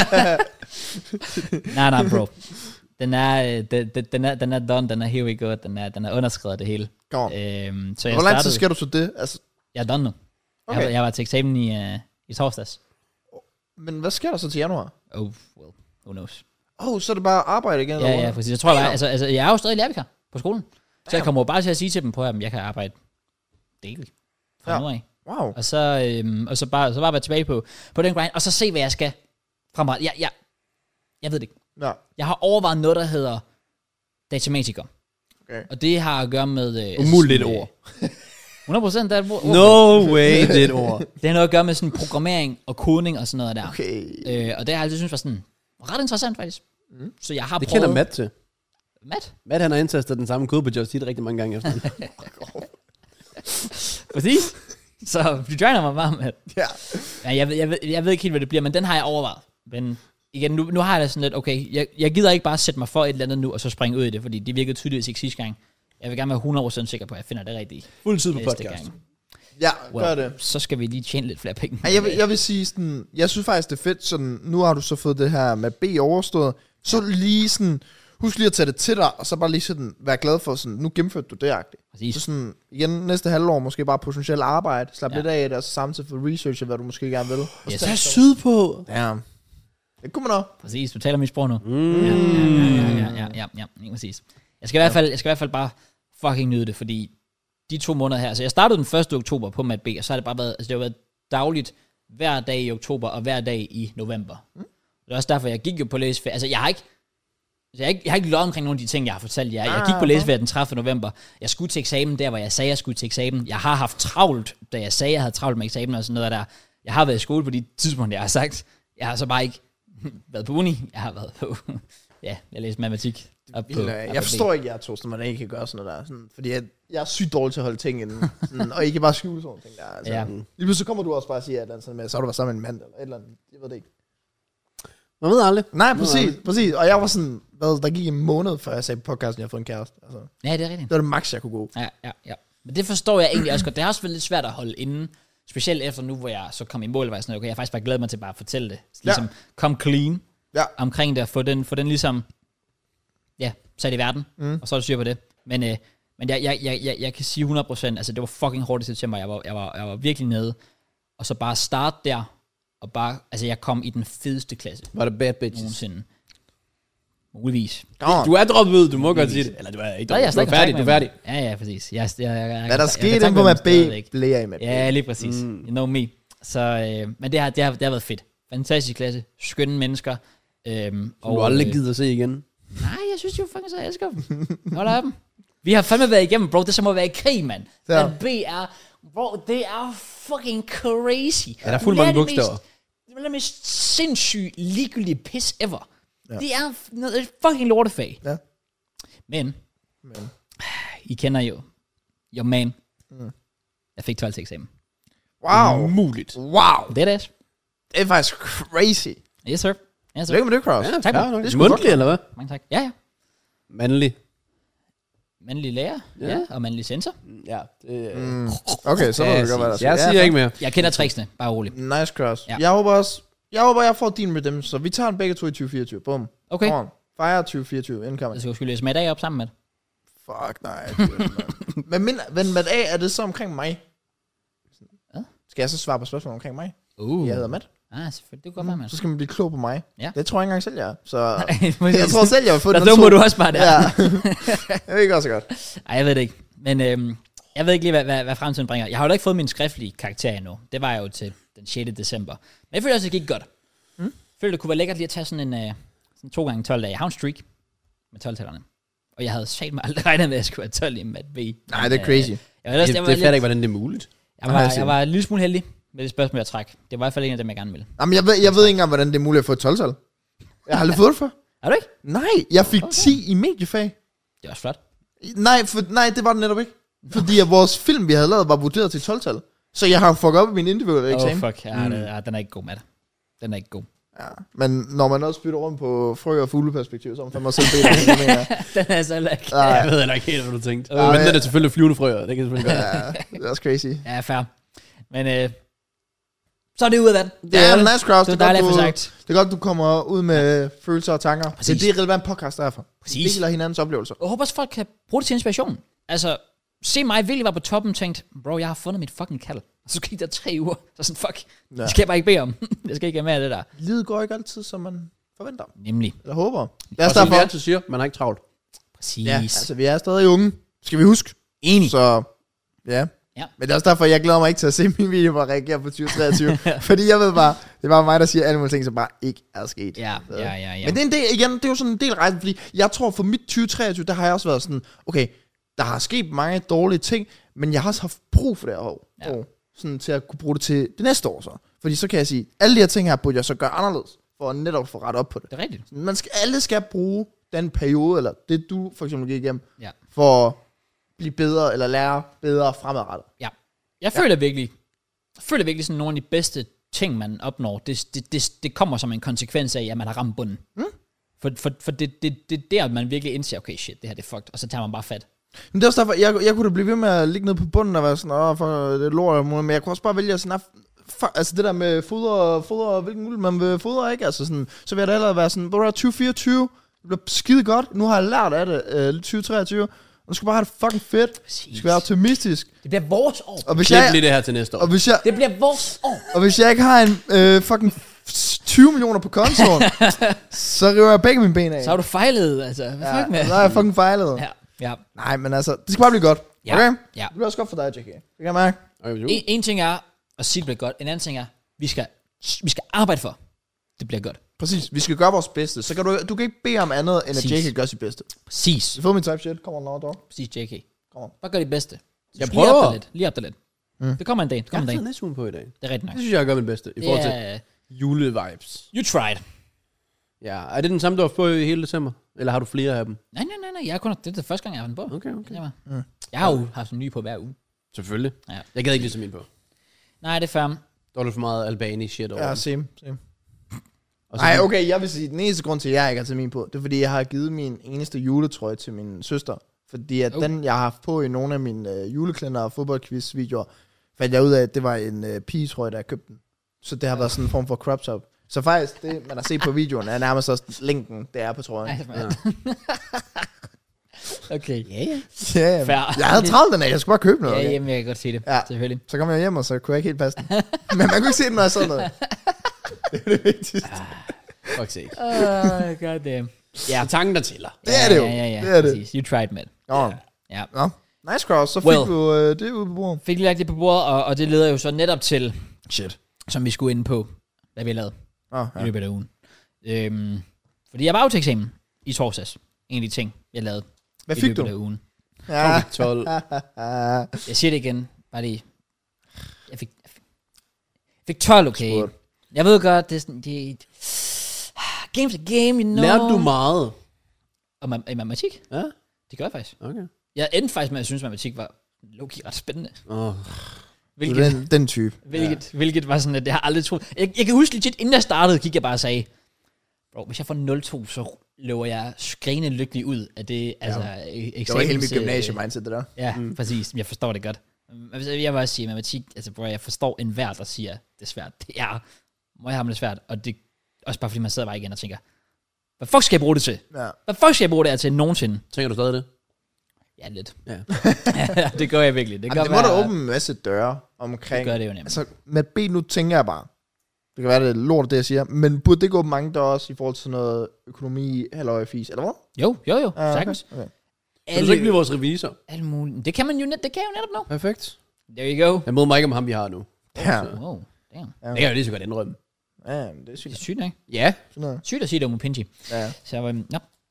nej, bro. Den er done, den er here we go, den er underskrevet det hele.
Så hvor lang tid skal du så det? Altså...
Jeg er done nu. Okay. Jeg var til eksamen i torsdags.
Men hvad sker der så til januar?
Oh, well, who knows.
Så er det bare arbejde igen?
Ja, præcis. Jeg tror bare, altså, jeg er jo stadig lærervikar på skolen. Så jeg kommer jo bare til at sige til dem på, at jeg kan arbejde daily fra nu af.
Wow.
Og så bare være tilbage på den grind, og så se, hvad jeg skal fremad. Jeg ved det ikke.
Ja.
Jeg har overvejet noget, der hedder datamatiker.
Okay.
Og det har at gøre med...
Umuligt ord.
der
No way, det er et ord.
Det har noget at gøre med sådan programmering og kodning og sådan noget der.
Okay.
Og det har jeg altid synes var sådan ret interessant faktisk. Så jeg har
Det
prøvet...
kender Matt til.
Matt?
Matt, han har indtastet den samme kode på Just Eat rigtig mange gange efter.
Præcis. Så du joiner mig bare, Matt.
Ja.
Ja, jeg ved ikke helt, hvad det bliver, men den har jeg overvejet. Men igen, nu har jeg da sådan lidt, okay, jeg gider ikke bare sætte mig for et eller andet nu, og så springe ud i det, fordi det virkede tydeligt ikke sidste gang. Jeg vil gerne være 100% sikker på, at jeg finder det rigtige.
Fuld tid på
næste
podcast.
gang.
Ja, gør det.
Så skal vi lige tjene lidt flere penge.
Jeg vil sige sådan, jeg synes faktisk, det er fedt, sådan, nu har du så fået det her med B overstået, så lige sådan, husk lige at tage det til dig, og så bare lige sådan, være glad for sådan, nu gennemførte du det-agtigt.
Præcis.
Så sådan, igen, næste halvår, måske bare potentielt arbejde, slap lidt af det, og så samtidig få research, hvad du måske gerne vil.
Yes.
Så er sydpå.
Ja. Det kunne man også.
Præcis, du taler mit sprog nu. Ja, præcis. Jeg skal i hvert fald bare fucking nyde det, fordi de 2 måneder her, så jeg startede den 1. oktober på Mat B, og så har det bare været, altså det har været dagligt hver dag i oktober, og hver dag i november. Det er også derfor, jeg gik jo på læseferie. Altså, jeg har ikke løjet omkring nogle af de ting, jeg har fortalt jer. Jeg gik på læseferie den 30. november. Jeg skulle til eksamen der, hvor jeg sagde, jeg skulle til eksamen. Jeg har haft travlt, da jeg sagde, jeg havde travlt med eksamen og sådan noget der. Jeg har været i skole på de tidspunkter, jeg har sagt. Jeg har så bare ikke været på uni. Jeg har været på... Ja, jeg læste matematik.
Jeg forstår ikke, jeg to, så man ikke kan gøre sådan noget der. Sådan, fordi jeg er sygt dårlig til at holde ting inden, sådan, og ikke bare skjule sådan ting der. Altså,
Ja.
Lige pludselig kommer du også bare og siger, at sådan med, så har du været sammen med en mand, eller et eller andet. Jeg ved det ikke.
Man ved aldrig.
Nej, præcis. Og jeg var sådan, der gik en måned, før jeg sagde på podcasten, at jeg har fået en kæreste. Altså,
Ja, det er rigtigt.
det var det max, jeg kunne gå.
Ja. Men det forstår jeg egentlig også godt. Det har også været lidt svært at holde inden. Specielt efter nu, hvor jeg så kom i mål, var jeg sådan, okay, jeg har faktisk bare glædet mig til bare at fortælle det. Ligesom kom clean omkring det, og få den ligesom, sat i verden, og så er det styr på det. Men jeg kan sige 100%, altså det var fucking hårdt i september, jeg var virkelig nede, og så bare starte der, og bare, altså jeg kom i den fedeste klasse.
Var det bad bitches?
Nogensinde. Muligvis.
Du er droppet ud, du må godt sige det. Eller du er ikke droppet. Du er færdig.
Ja, præcis.
Hvad der skete inde på Mat B, blev jeg med.
Ja, lige præcis. You know me. Så, men det har været fedt. Fantastisk klasse. Skønne mennesker.
Og du aldrig gider at se igen.
Nej, jeg synes jo faktisk, jeg elsker dem. Hold af dem. Vi har fandme været igennem, bro. Det er som at være i krig, mand.
Ja.
Men B er... Bro, det er fucking crazy.
Ja, der er fuldt mange bogstaver.
Det er det mest sindssygt ligegyldige pis ever. Ja. Det er noget fucking lortefag.
Ja.
Men. I kender jo your man. Jeg fik 12 til eksamen.
Wow.
Muligt.
Wow.
Det er det.
Det er faktisk crazy.
Yes, sir. Yes, sir.
Lykke med det, Cross.
Ja,
Tak.
det er
sgu
mundtligt,
godt.
eller hvad?
Mange tak. Ja.
Mandlig.
Mandlig lærer. Ja. Og mandlig sensor.
Ja.
Okay, så må vi gøre, hvad der
Jeg siger ikke mere.
Jeg kender tricksene. Bare roligt.
Nice, Cross.
Ja.
Jeg håber, jeg får din redemption, så vi tager den begge to i 2024. Bum.
Okay.
Come on. Fire 2024, incoming.
Jeg skal jo læse med i dag op sammen med.
Fuck, nej. Men Matt A, er det så omkring mig?
Hvad?
Skal jeg så svare på spørgsmål omkring mig? Jeg hedder Matt.
Selvfølgelig. Det går bare med.
Så skal man blive klog på mig.
Ja.
Det tror jeg ikke engang selv, jeg er. Så
jeg
jeg tror selv, jeg vil få
der
den.
dummer du også bare der.
Ja. Jeg ved ikke også godt.
Ej, jeg ved det ikke. Men jeg ved ikke lige, hvad fremtiden bringer. Jeg har jo da ikke fået min skriftlige karakter endnu. Det var jeg jo til den 6. december. Men jeg føler også, at det gik godt. Jeg føler, det kunne være lækkert lige at tage sådan en sådan 2 gange 12 dage. Jeg har en streak med 12-tallerne. Og jeg havde sagt mig aldrig regnet med, at jeg skulle have 12 i Mat B.
Nej, det er crazy.
Det fatter ikke, hvordan det er muligt.
Jeg var en lille smule heldig med det spørgsmål, jeg træk. Det var i hvert fald en af dem, jeg gerne ville.
Jamen, jeg ved ikke engang, hvordan det er muligt at få et 12-tal. Jeg har aldrig fået det før.
Er du ikke?
Nej, jeg fik 10 i mediefag.
Det er også flot.
Nej, det var det netop ikke. Fordi at vores film, vi havde lavet, var vurderet til 12-tal. Så jeg har fucket op i min individuelle eksamen.
Fuck. Ja, den er ikke god, Matt. Den er ikke god.
Ja, men når man også bytter rundt på frø- og fugleperspektiv, så er man fandme selv bedre.
Den er så heller ikke.
Jeg ved heller ikke helt, hvad du tænkte. Men den er selvfølgelig flyvende frøer. Det kan selvfølgelig godt.
Ja, det er også crazy.
Ja, fair. Men så er det ud af den.
Ja, nice cross.
Det er dejligt at få sagt.
Det er godt, du kommer ud med følelser og tanker.
Præcis.
Det er relevant podcast derfor.
Præcis.
Vi deler hinandens oplevelser.
Jeg håber også, folk kan bruge det til inspiration. Altså, se mig virkelig var på toppen og tænkte, bro, jeg har fundet mit fucking kald. Og så gik der 3 uger. Så sådan, fuck, det skal jeg bare ikke bede om. Jeg skal ikke have med af det der.
Livet går ikke altid, som man forventer.
Nemlig.
Eller håber.
Det er derfor, vi altid siger, man har ikke travlt.
Præcis.
Ja, altså vi er stadig unge. Skal vi huske.
Enig.
Så, ja.
Ja.
Men det er også derfor, jeg glæder mig ikke til at se min video, hvor jeg reagerer på 2023. Fordi jeg ved bare, det er bare mig, der siger alle mulige ting, som bare ikke er sket.
Ja.
Men det er en del, igen, det er jo sådan en del rejse, fordi jeg tror for mit 2023, der har jeg også været sådan, okay, der har sket mange dårlige ting, Men jeg har også haft brug for det her år. Sådan til at kunne bruge det til det næste år så. Fordi så kan jeg sige, alle de her ting her burde jeg så gøre anderledes, for at netop få ret op på det.
Det er rigtigt.
Alle skal bruge den periode, eller det du for eksempel gik igennem, for at blive bedre, eller lære bedre fremadrettet.
Ja. Jeg føler virkelig sådan nogle af de bedste ting, man opnår, det kommer som en konsekvens af, at man har ramt bunden. For det der, man virkelig indser, okay, shit, det her det er fucked, og så tager man bare fat.
Men det er også derfor, jeg kunne da blive ved med at ligge nede på bunden og være sådan, for det er lort, men jeg kunne også bare vælge sådan, altså det der med foder, hvilken uld man vil fodre, ikke? Altså sådan, så vil jeg da hellere være sådan, 2024, det bliver skide godt, nu har jeg lært af det, 2023, nu skal bare have det fucking fedt.
Præcis.
Det skal være optimistisk.
Det bliver vores år.
Og hvis
Klip lige det her til næste år.
Det bliver vores år.
Og hvis jeg ikke har en fucking 20 millioner på kontoen, så river jeg begge mine ben af.
Så har du fejlet, altså.
Ja, så har jeg fucking fejlet.
Ja.
Nej, men altså, det skal bare blive godt.
Ja.
Okay?
Ja.
Det bliver også godt for dig, JK. Det kan jeg mærke.
En ting er at sige, det bliver godt. En anden ting er, vi skal arbejde for, det bliver godt.
Præcis. Vi skal gøre vores bedste. Så kan du kan ikke bede om andet, end at JK gør sit bedste.
Præcis.
Du får min type shit. Kom on, dog.
Præcis, JK.
Kom on.
Bare gør dit bedste.
Jeg prøver.
Lige op dig lidt. Det kommer en dag.
Jeg har taget næste uge på i dag.
Det er rigtigt nok.
Det synes jeg gør mit bedste. I forhold til julevibes.
You tried.
Ja, er det den samme, du har fået i hele december? Eller har du flere af dem?
Nej. Jeg har kun, det er det første gang, jeg har den på.
Okay.
Jeg har jo haft en ny på hver uge.
Selvfølgelig.
Ja.
Jeg gad ikke ligesom min på.
Nej, det er fair.
Der var lidt for meget albani shit over.
Ja, same.
Så
Nej, okay, jeg vil sige, den eneste grund til, at jeg ikke har taget min på, det er, fordi jeg har givet min eneste juletrøje til min søster. Fordi at den, jeg har haft på i nogle af mine juleklænder og fodboldquiz-videoer, fandt jeg ud af, at det var en pigetrøje, da jeg købte den. Så det har været sådan en form for crop top. Så faktisk, det man har set på videoen, er nærmest også længden, det er på trøjen.
Okay.
Ja.
Fair.
Jeg havde travlt den af, jeg skulle bare købe noget.
Ja,
Okay?
jamen, jeg kan godt se det.
Ja.
Selvfølgelig.
Så kom jeg hjem, og så kunne jeg ikke helt passe den. Men man kunne ikke se den, når jeg sad noget. Det er det vigtigste.
Fuck sake.
God damn.
Ja, tanken der tæller.
Det er det jo.
Ja,
Det er det.
præcis. You tried, man. Ja.
Nå. Nice cross, så fik du det ude på bordet.
Fik lige lagt det på bordet, og det leder jo så netop til,
Shit.
som vi skulle ind på, hvad vi lavede i løbet af ugen. Fordi jeg var jo til eksamen i torsdags. En af de ting, jeg lavede
Hvad
i
fik
løbet
du?
af ugen.
Ja.
12.
Jeg siger det igen. Bare lige. Jeg fik 12, okay.
Spurt.
Jeg ved godt, det er sådan, game's a game, you know.
Lærte du meget?
Og i matematik?
Ja.
Det gør jeg faktisk.
Okay.
Jeg endte faktisk med, at jeg synes, at matematik var low-key ret spændende.
Den type.
Hvilket var sådan, at jeg har aldrig troet. Jeg kan huske legit, inden jeg startede, gik jeg bare og sagde, bro, hvis jeg får 0,2, så løber jeg skrigende lykkelig ud af det, altså eksamens...
Det var hele mit gymnasium-mindset, det der.
Ja, præcis. Jeg forstår det godt. Jeg vil også sige, matematik, altså bro, jeg forstår enhver, der siger, det er svært. Det er, må jeg have det svært, og det også bare fordi man sidder bare igen og tænker, hvad fuck skal jeg bruge det til?
Ja.
Hvad fuck skal jeg bruge det her til nogensinde?
Tænker du stadig det?
Ja, lidt.
Ja.
Det gør jeg virkelig.
Det må da åbne en masse døre omkring.
Det gør det jo nemlig.
Altså, med B nu tænker jeg bare, det kan være, det er lort, det jeg siger, men burde det gå mange døre også i forhold til sådan noget økonomi, halløj, fis, eller hvad?
Jo, sagtens.
Okay.
Kan du så ikke blive vores revisor?
Alle mulige. Det kan man jo det kan jeg jo netop nu.
Perfekt.
There you go.
Jeg møder mig ikke om ham, vi har nu.
Ja.
Wow, damn.
Det kan jeg jo lige så godt indrømme.
Ja, men det er
Det
sygt.
er sygt, ikke?
Ja.
Sådan noget.
Sygt at sige det om Pinji.
Ja.
Så,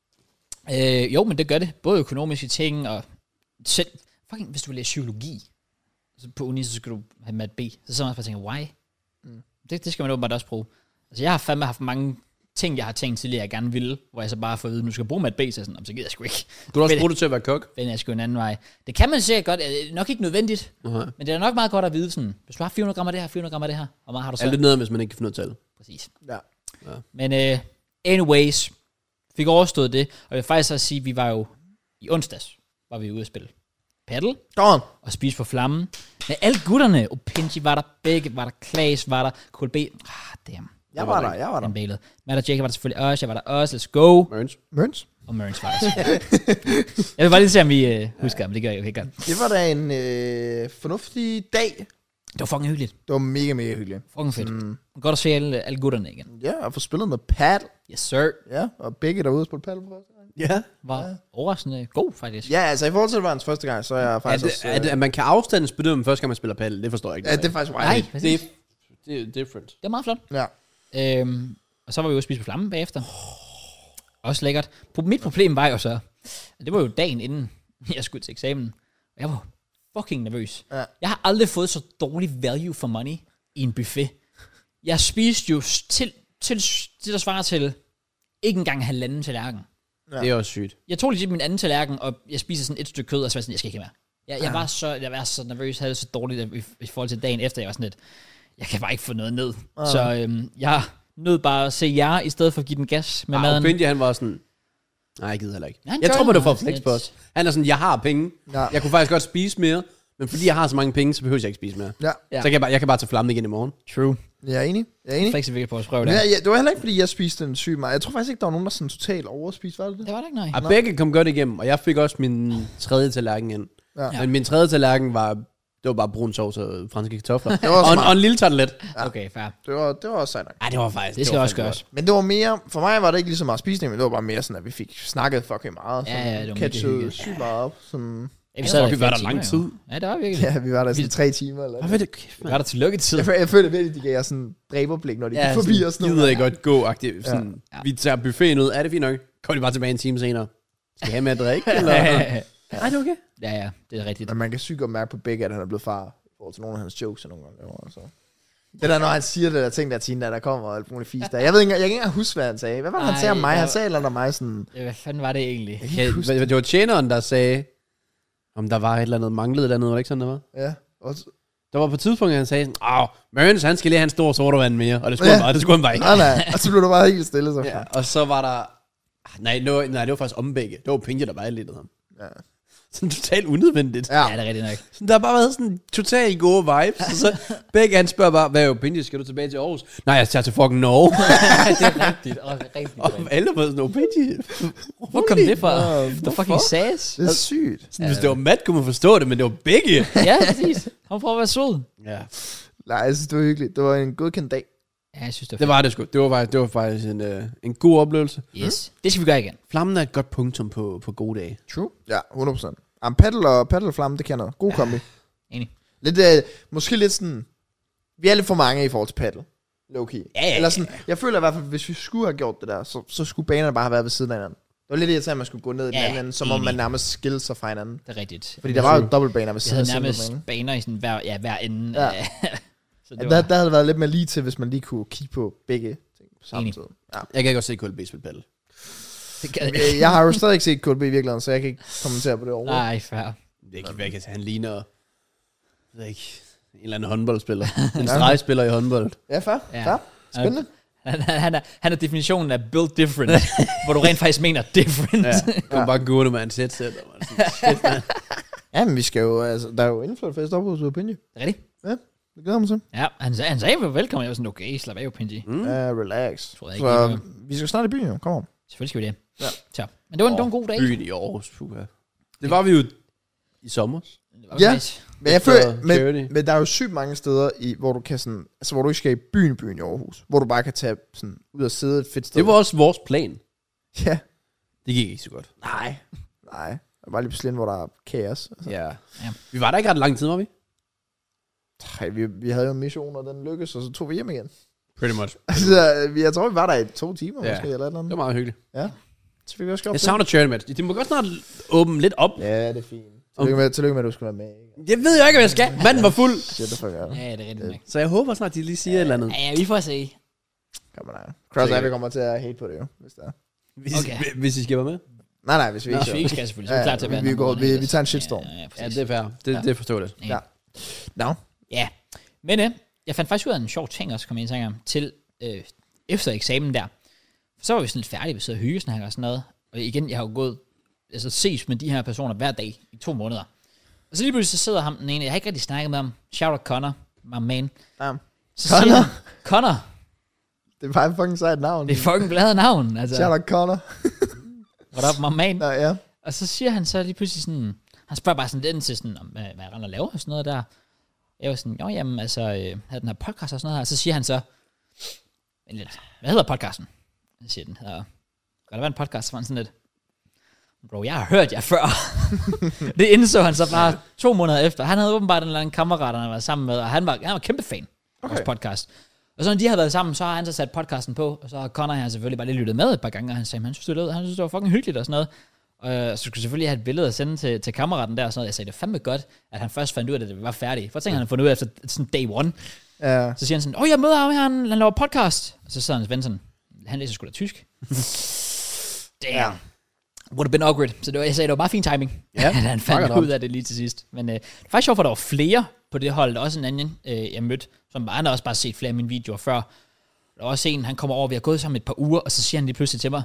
ja. Jo, men det gør det. Både økonomiske ting og selv... Fucking, hvis du vil læse psykologi så på uni, så skal du have mat B. Så sidder man bare og tænker, why? Det skal man åbenbart også bruge. Altså, jeg har fandme haft mange ting, jeg har tænkt tidligere, jeg gerne ville, hvor jeg så bare har fået at vide, nu skal jeg bruge mat B, så sådan, så gider jeg sgu ikke.
Du har også brugt det til at være kok.
Men jeg skal en anden vej. Det kan man sikkert godt, nok ikke nødvendigt, men det er nok meget godt at vide sådan, hvis du har 400 gram af det her, 400 gram af det her, hvor meget har du så?
Er lidt nede, hvis man ikke kan finde noget tal.
Præcis.
Ja.
Men anyways, fik overstået det, og jeg vil faktisk også sige, at vi var jo i onsdags, var vi ude at spille paddle, og spise på flammen. Med alle gutterne, Opinji var der, begge var der, Klaas var der, KLB, damn.
Jeg var der.
Matt og Jacob var der selvfølgelig også, jeg var der også, let's go.
Mørns?
Og Mørns var der. Jeg vil bare lige se, om vi husker, men det gør jeg jo ikke godt.
Det var da en fornuftig dag.
Det var fucking hyggeligt.
Det var mega, mega hyggeligt.
Fucking fedt. Godt at se alle gutterne igen.
Ja, og få spillet noget paddle.
Yes, sir.
Ja, og begge derude spille paddle for første gang.
Ja.
Var overraskende god, faktisk.
Ja, altså i forhold til, at det var hans første gang, så er jeg faktisk også...
At man kan afstandsbedømme første gang, man spiller paddle, det forstår jeg ikke.
Ja, det er faktisk
Nej,
wild.
præcis.
Det er different.
Det er meget flot.
Ja.
Og så var vi ude at spise på flammen bagefter. Også lækkert. Mit problem var jo så, at det var jo dagen inden, jeg skulle til eksamen. Og jeg var fucking nervøs.
Ja.
Jeg har aldrig fået så dårlig value for money i en buffet. Jeg spiste jo til det, der svarer til ikke engang halvanden tallerken.
Ja. Det er også sygt.
Jeg tog lige min anden tallerken, og jeg spiser sådan et stykke kød, og så var jeg sådan, jeg skal ikke mere. Jeg var så nervøs, havde det så dårligt i forhold til dagen efter. Jeg var sådan lidt, jeg kan bare ikke få noget ned. Så jeg nød bare at se jer, i stedet for at give den gas med maden.
Benji, han var sådan, nej, jeg gider heller ikke. Jeg tror, det var for flex på os. Han er sådan, jeg har penge. Ja. Jeg kunne faktisk godt spise mere, men fordi jeg har så mange penge, så behøver jeg ikke spise mere. Ja. Så jeg kan bare tage flammen igen i morgen.
True.
Jeg er enig.
Flexi virkelig på at prøve det.
Ja, det var heller ikke, fordi jeg spiste den syg meget. Jeg tror faktisk ikke, der var nogen, der sådan totalt overspiste, var det det?
Det var det ikke, nej.
Og begge kom godt igennem, og jeg fik også min tredje tallerken ind. Ja. Men min tredje tallerken det var bare brun sovs og franske kartofler. og en lille tartelet.
Ja. Okay, fair.
Det var også sejt nok.
Ej, det var faktisk.
Det skal også gøres.
Men det var mere, for mig var det ikke lige så meget spisning, men det var bare mere sådan, at vi fik snakket fucking meget.
Ja, det var
catchet sygt meget op. Sådan.
Ja,
vi var der lang tid.
Ja, det var virkelig.
Ja, vi var der sådan 3 timer. Eller
hvad det?
Vi var der til lukketid.
Jeg følte virkelig, de gav os sådan dræberblik, når de gik forbi os.
Gider ikke godt gå. Sådan, vi tager buffeten ud. Er det fint nok? Kommer de bare tilbage en time senere? Skal jeg have med at drikke? Eller?
Ej, det er okay. Ja, det er rigtigt.
Men man kan sygt godt mærke på begge, at han er blevet far i forhold til nogle af hans jokes nogle gange. Altså. Det der, når han siger det der ting, der kommer og alt muligt fisk der. Jeg kan ikke engang huske, hvad han sagde. Hvad var det, han sagde om mig? Han sagde eller om mig sådan...
Hvad fanden var det egentlig?
Det var tjeneren, der sagde, om der var et eller andet, manglede et eller andet, var det ikke sådan, det var?
Ja.
Der var på tidspunkt, han sagde sådan, Mørens, han skal lige have en stor sodavand mere, og det skulle han bare ikke.
Nej, og så blev du bare helt stille. Så.
Ja, og så var der... Nej, det var faktisk om begge. Det var Pinje, der bare lidt ham. Ja. Sådan totalt unødvendigt.
Ja, det er rigtigt nok.
Sådan, der har bare været sådan totalt gode vibes. Og så begge han spørger bare, hvad er jo Pinje, skal du tilbage til Aarhus? Nej, jeg tager til fucking Norge.
Det er rigtigt.
Og alle var sådan, Pinje.
Hvor kom det fra? The fucking sass.
Det er sygt.
Sådan, hvis det var Matt, kunne man forstå det, men det var begge.
Ja, præcis. Han prøver at være sød.
Ja.
Nej, jeg synes, det var hyggeligt. Det var en godkendt dag.
Ja, jeg synes,
det var det sgu. Det var faktisk en god oplevelse.
Yes. Det skal vi gøre igen.
Flammen er et godt punktum på gode dage.
True. Ja, 100%. Paddle og flamme, det kan noget. God kombi.
Enig.
Lidt, måske lidt sådan... Vi er lidt for mange i forhold til paddle. Low-key.
Ja.
Eller sådan, jeg føler i hvert fald, hvis vi skulle have gjort det der, så skulle banerne bare have været ved siden af hinanden. Det var lidt irriterende, at man skulle gå ned i den anden, som om man nærmest skilte sig fra hinanden.
Det er rigtigt.
Fordi der var jo dobbeltbaner ved siden af
hinanden. Vi havde nærmest baner i sådan hver ende.
Ja. Så det der havde det været lidt mere lige til, hvis man lige kunne kigge på begge ting på samme tid. Ja.
Jeg kan ikke også se KLB spille paddle.
Jeg har jo stadig ikke set KLB i virkeligheden, så jeg kan ikke kommentere på det overhovedet.
Nej, fair.
Det er ikke væk, han ligner en eller anden håndboldspiller. En stregspiller i håndbold.
Ja, fair. Ja. Spændende.
Han er definitionen af build different, hvor du rent faktisk mener different.
Ja, kom bare gå med en sæt.
Ja, men vi skal jo, altså, der er jo indført fest op hos Pinji.
Rigtigt?
Ja, det glæder mig til.
Ja, han sagde velkommen. Jeg var sådan, okay, slap af, Pinji.
Ja, relax.
Så
vi skal snart i byen, jo. Kom on.
Selvfølgelig skal vi det. Ja. Så. Men det var en god dag.
Byen i Aarhus, puha. Det var vi jo i sommer.
Ja, men jeg føler, men der er jo sygt mange steder, hvor du kan sådan, altså hvor du ikke skal i byen i Aarhus, hvor du bare kan tage sådan ud og sidde et fedt sted.
Det var også vores plan.
Ja.
Det gik ikke så godt.
Nej. Det var lige pludselig, hvor der er kaos. Altså.
Ja. Vi var der ikke ret lang tid, var vi?
Nej, vi havde jo en mission, og den lykkedes, og så tog vi hjem igen.
Pretty much.
Altså, jeg tror, vi var der i 2 timer, måske, eller et eller andet.
Det var meget hyggeligt.
Ja. Så fik vi også
jeg savner tournament. De må godt snart åbne lidt op.
Ja, det er fint. Tillykke med, at du skal være med. Ikke?
Jeg ved jo ikke, hvad jeg skal. Manden var fuld.
Shit, det
ja, det er rigtigt.
Så jeg håber snart, de lige siger et eller andet.
Ja, vi får se.
Kom on, Cross Ivy kommer til at hate på det jo, hvis det er.
Hvis I skal være med?
Nej, hvis vi ikke
skal. Hvis vi ikke skal, selvfølgelig. Så er vi klar til at være
vi tager en shitstorm.
Ja, det er fair. Det forstår det.
Ja. No.
Ja. Men jeg fandt faktisk ud af en sjov ting også, kom jeg i tanke om, til efter eksamen der. Så var vi sådan lidt færdige, vi sidder og hyggesnakker og sådan noget. Og igen, jeg har jo gået, altså ses med de her personer hver dag i 2 måneder. Og så lige pludselig så sidder ham den ene, jeg har ikke rigtig snakket med ham, shout out Connor, my man. Connor.
Det er bare en fucking sejt navn.
Det er fucking bladet navn. Altså.
Shout out Connor.
What up, my man?
Ja.
Og så siger han så lige pludselig sådan, han spørger bare sådan lidt til sådan, hvad jeg render og laver og sådan noget der. Jeg var sådan, jamen altså, havde den her podcast og sådan noget her. Og så siger han så, hvad hedder podcasten? Jeg siger den hedder, relevant podcast, så var han sådan lidt, bro, jeg har hørt jer før. Det indså han så bare 2 måneder efter. Han havde åbenbart en eller anden kammerat, han var sammen med, og han var kæmpe fan af vores podcast. Og så når de har været sammen, så har han så sat podcasten på, og så har Connor her selvfølgelig bare lige lyttet med et par gange, og han sagde, han synes det var fucking hyggeligt og sådan noget. Så skulle jeg selvfølgelig have et billede at sende til kammeraten der, og sådan noget. Jeg sagde, det er fandme godt, at han først fandt ud af det, da vi var færdige. For tænker han fundet ud af efter sådan day one.
Ja.
Så siger han sådan, jeg møder ham her, han laver podcast. Og så sidder hans ven sådan, han læser sgu da tysk. Damn. Would have been awkward. Så jeg sagde, det var bare fin timing. Ja, at han fandt ud af det lige til sidst. Men det er faktisk sjovt, for der var flere på det hold. Der var også en anden, jeg mødte, som han har også bare set flere af mine videoer før. Der var også en, han kommer over, vi har gået sammen et par uger, og så siger han lige pludselig til mig,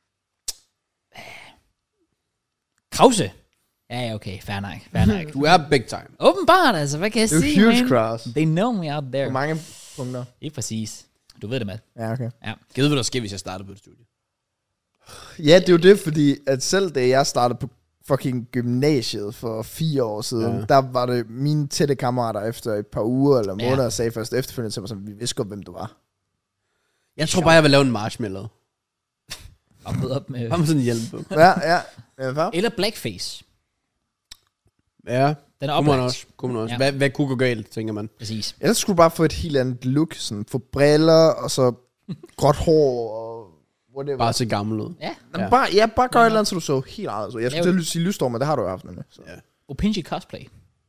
Krause. Ja, okay, fair nok.
Du er big time.
Åbenbart, altså, hvad kan jeg sige,
huge man? Cross.
They know me out there.
På mange punkter.
Ikke præcis. Du ved det, Matt.
Ja, okay.
Ja.
Jeg ved, hvad der sker, hvis jeg starter på et studie.
Ja, det er jo det, fordi at selv da jeg startede på fucking gymnasiet for 4 år siden, der var det mine tætte kammerater efter et par uger eller måneder, sagde først efterfølgende til mig, som vi vidste godt, hvem du var.
Jeg tror bare, jeg vil lave en marshmallow.
Og møde op med...
Bare med sådan en hjelm på.
Ja.
Eller blackface.
Ja,
Den er oplagt.
kunne man også. Ja. Hvad kunne gå galt, tænker man.
Præcis.
Ellers skulle du bare få et helt andet look, sådan få briller, og så gråt hår, og whatever.
Bare se gammel ud.
Ja.
Bare gør et eller andet, så du så helt anderledes. Så jeg skulle til at sige lysstorm, men det har du jo haft nemlig.
Ja.
Opinji cosplay.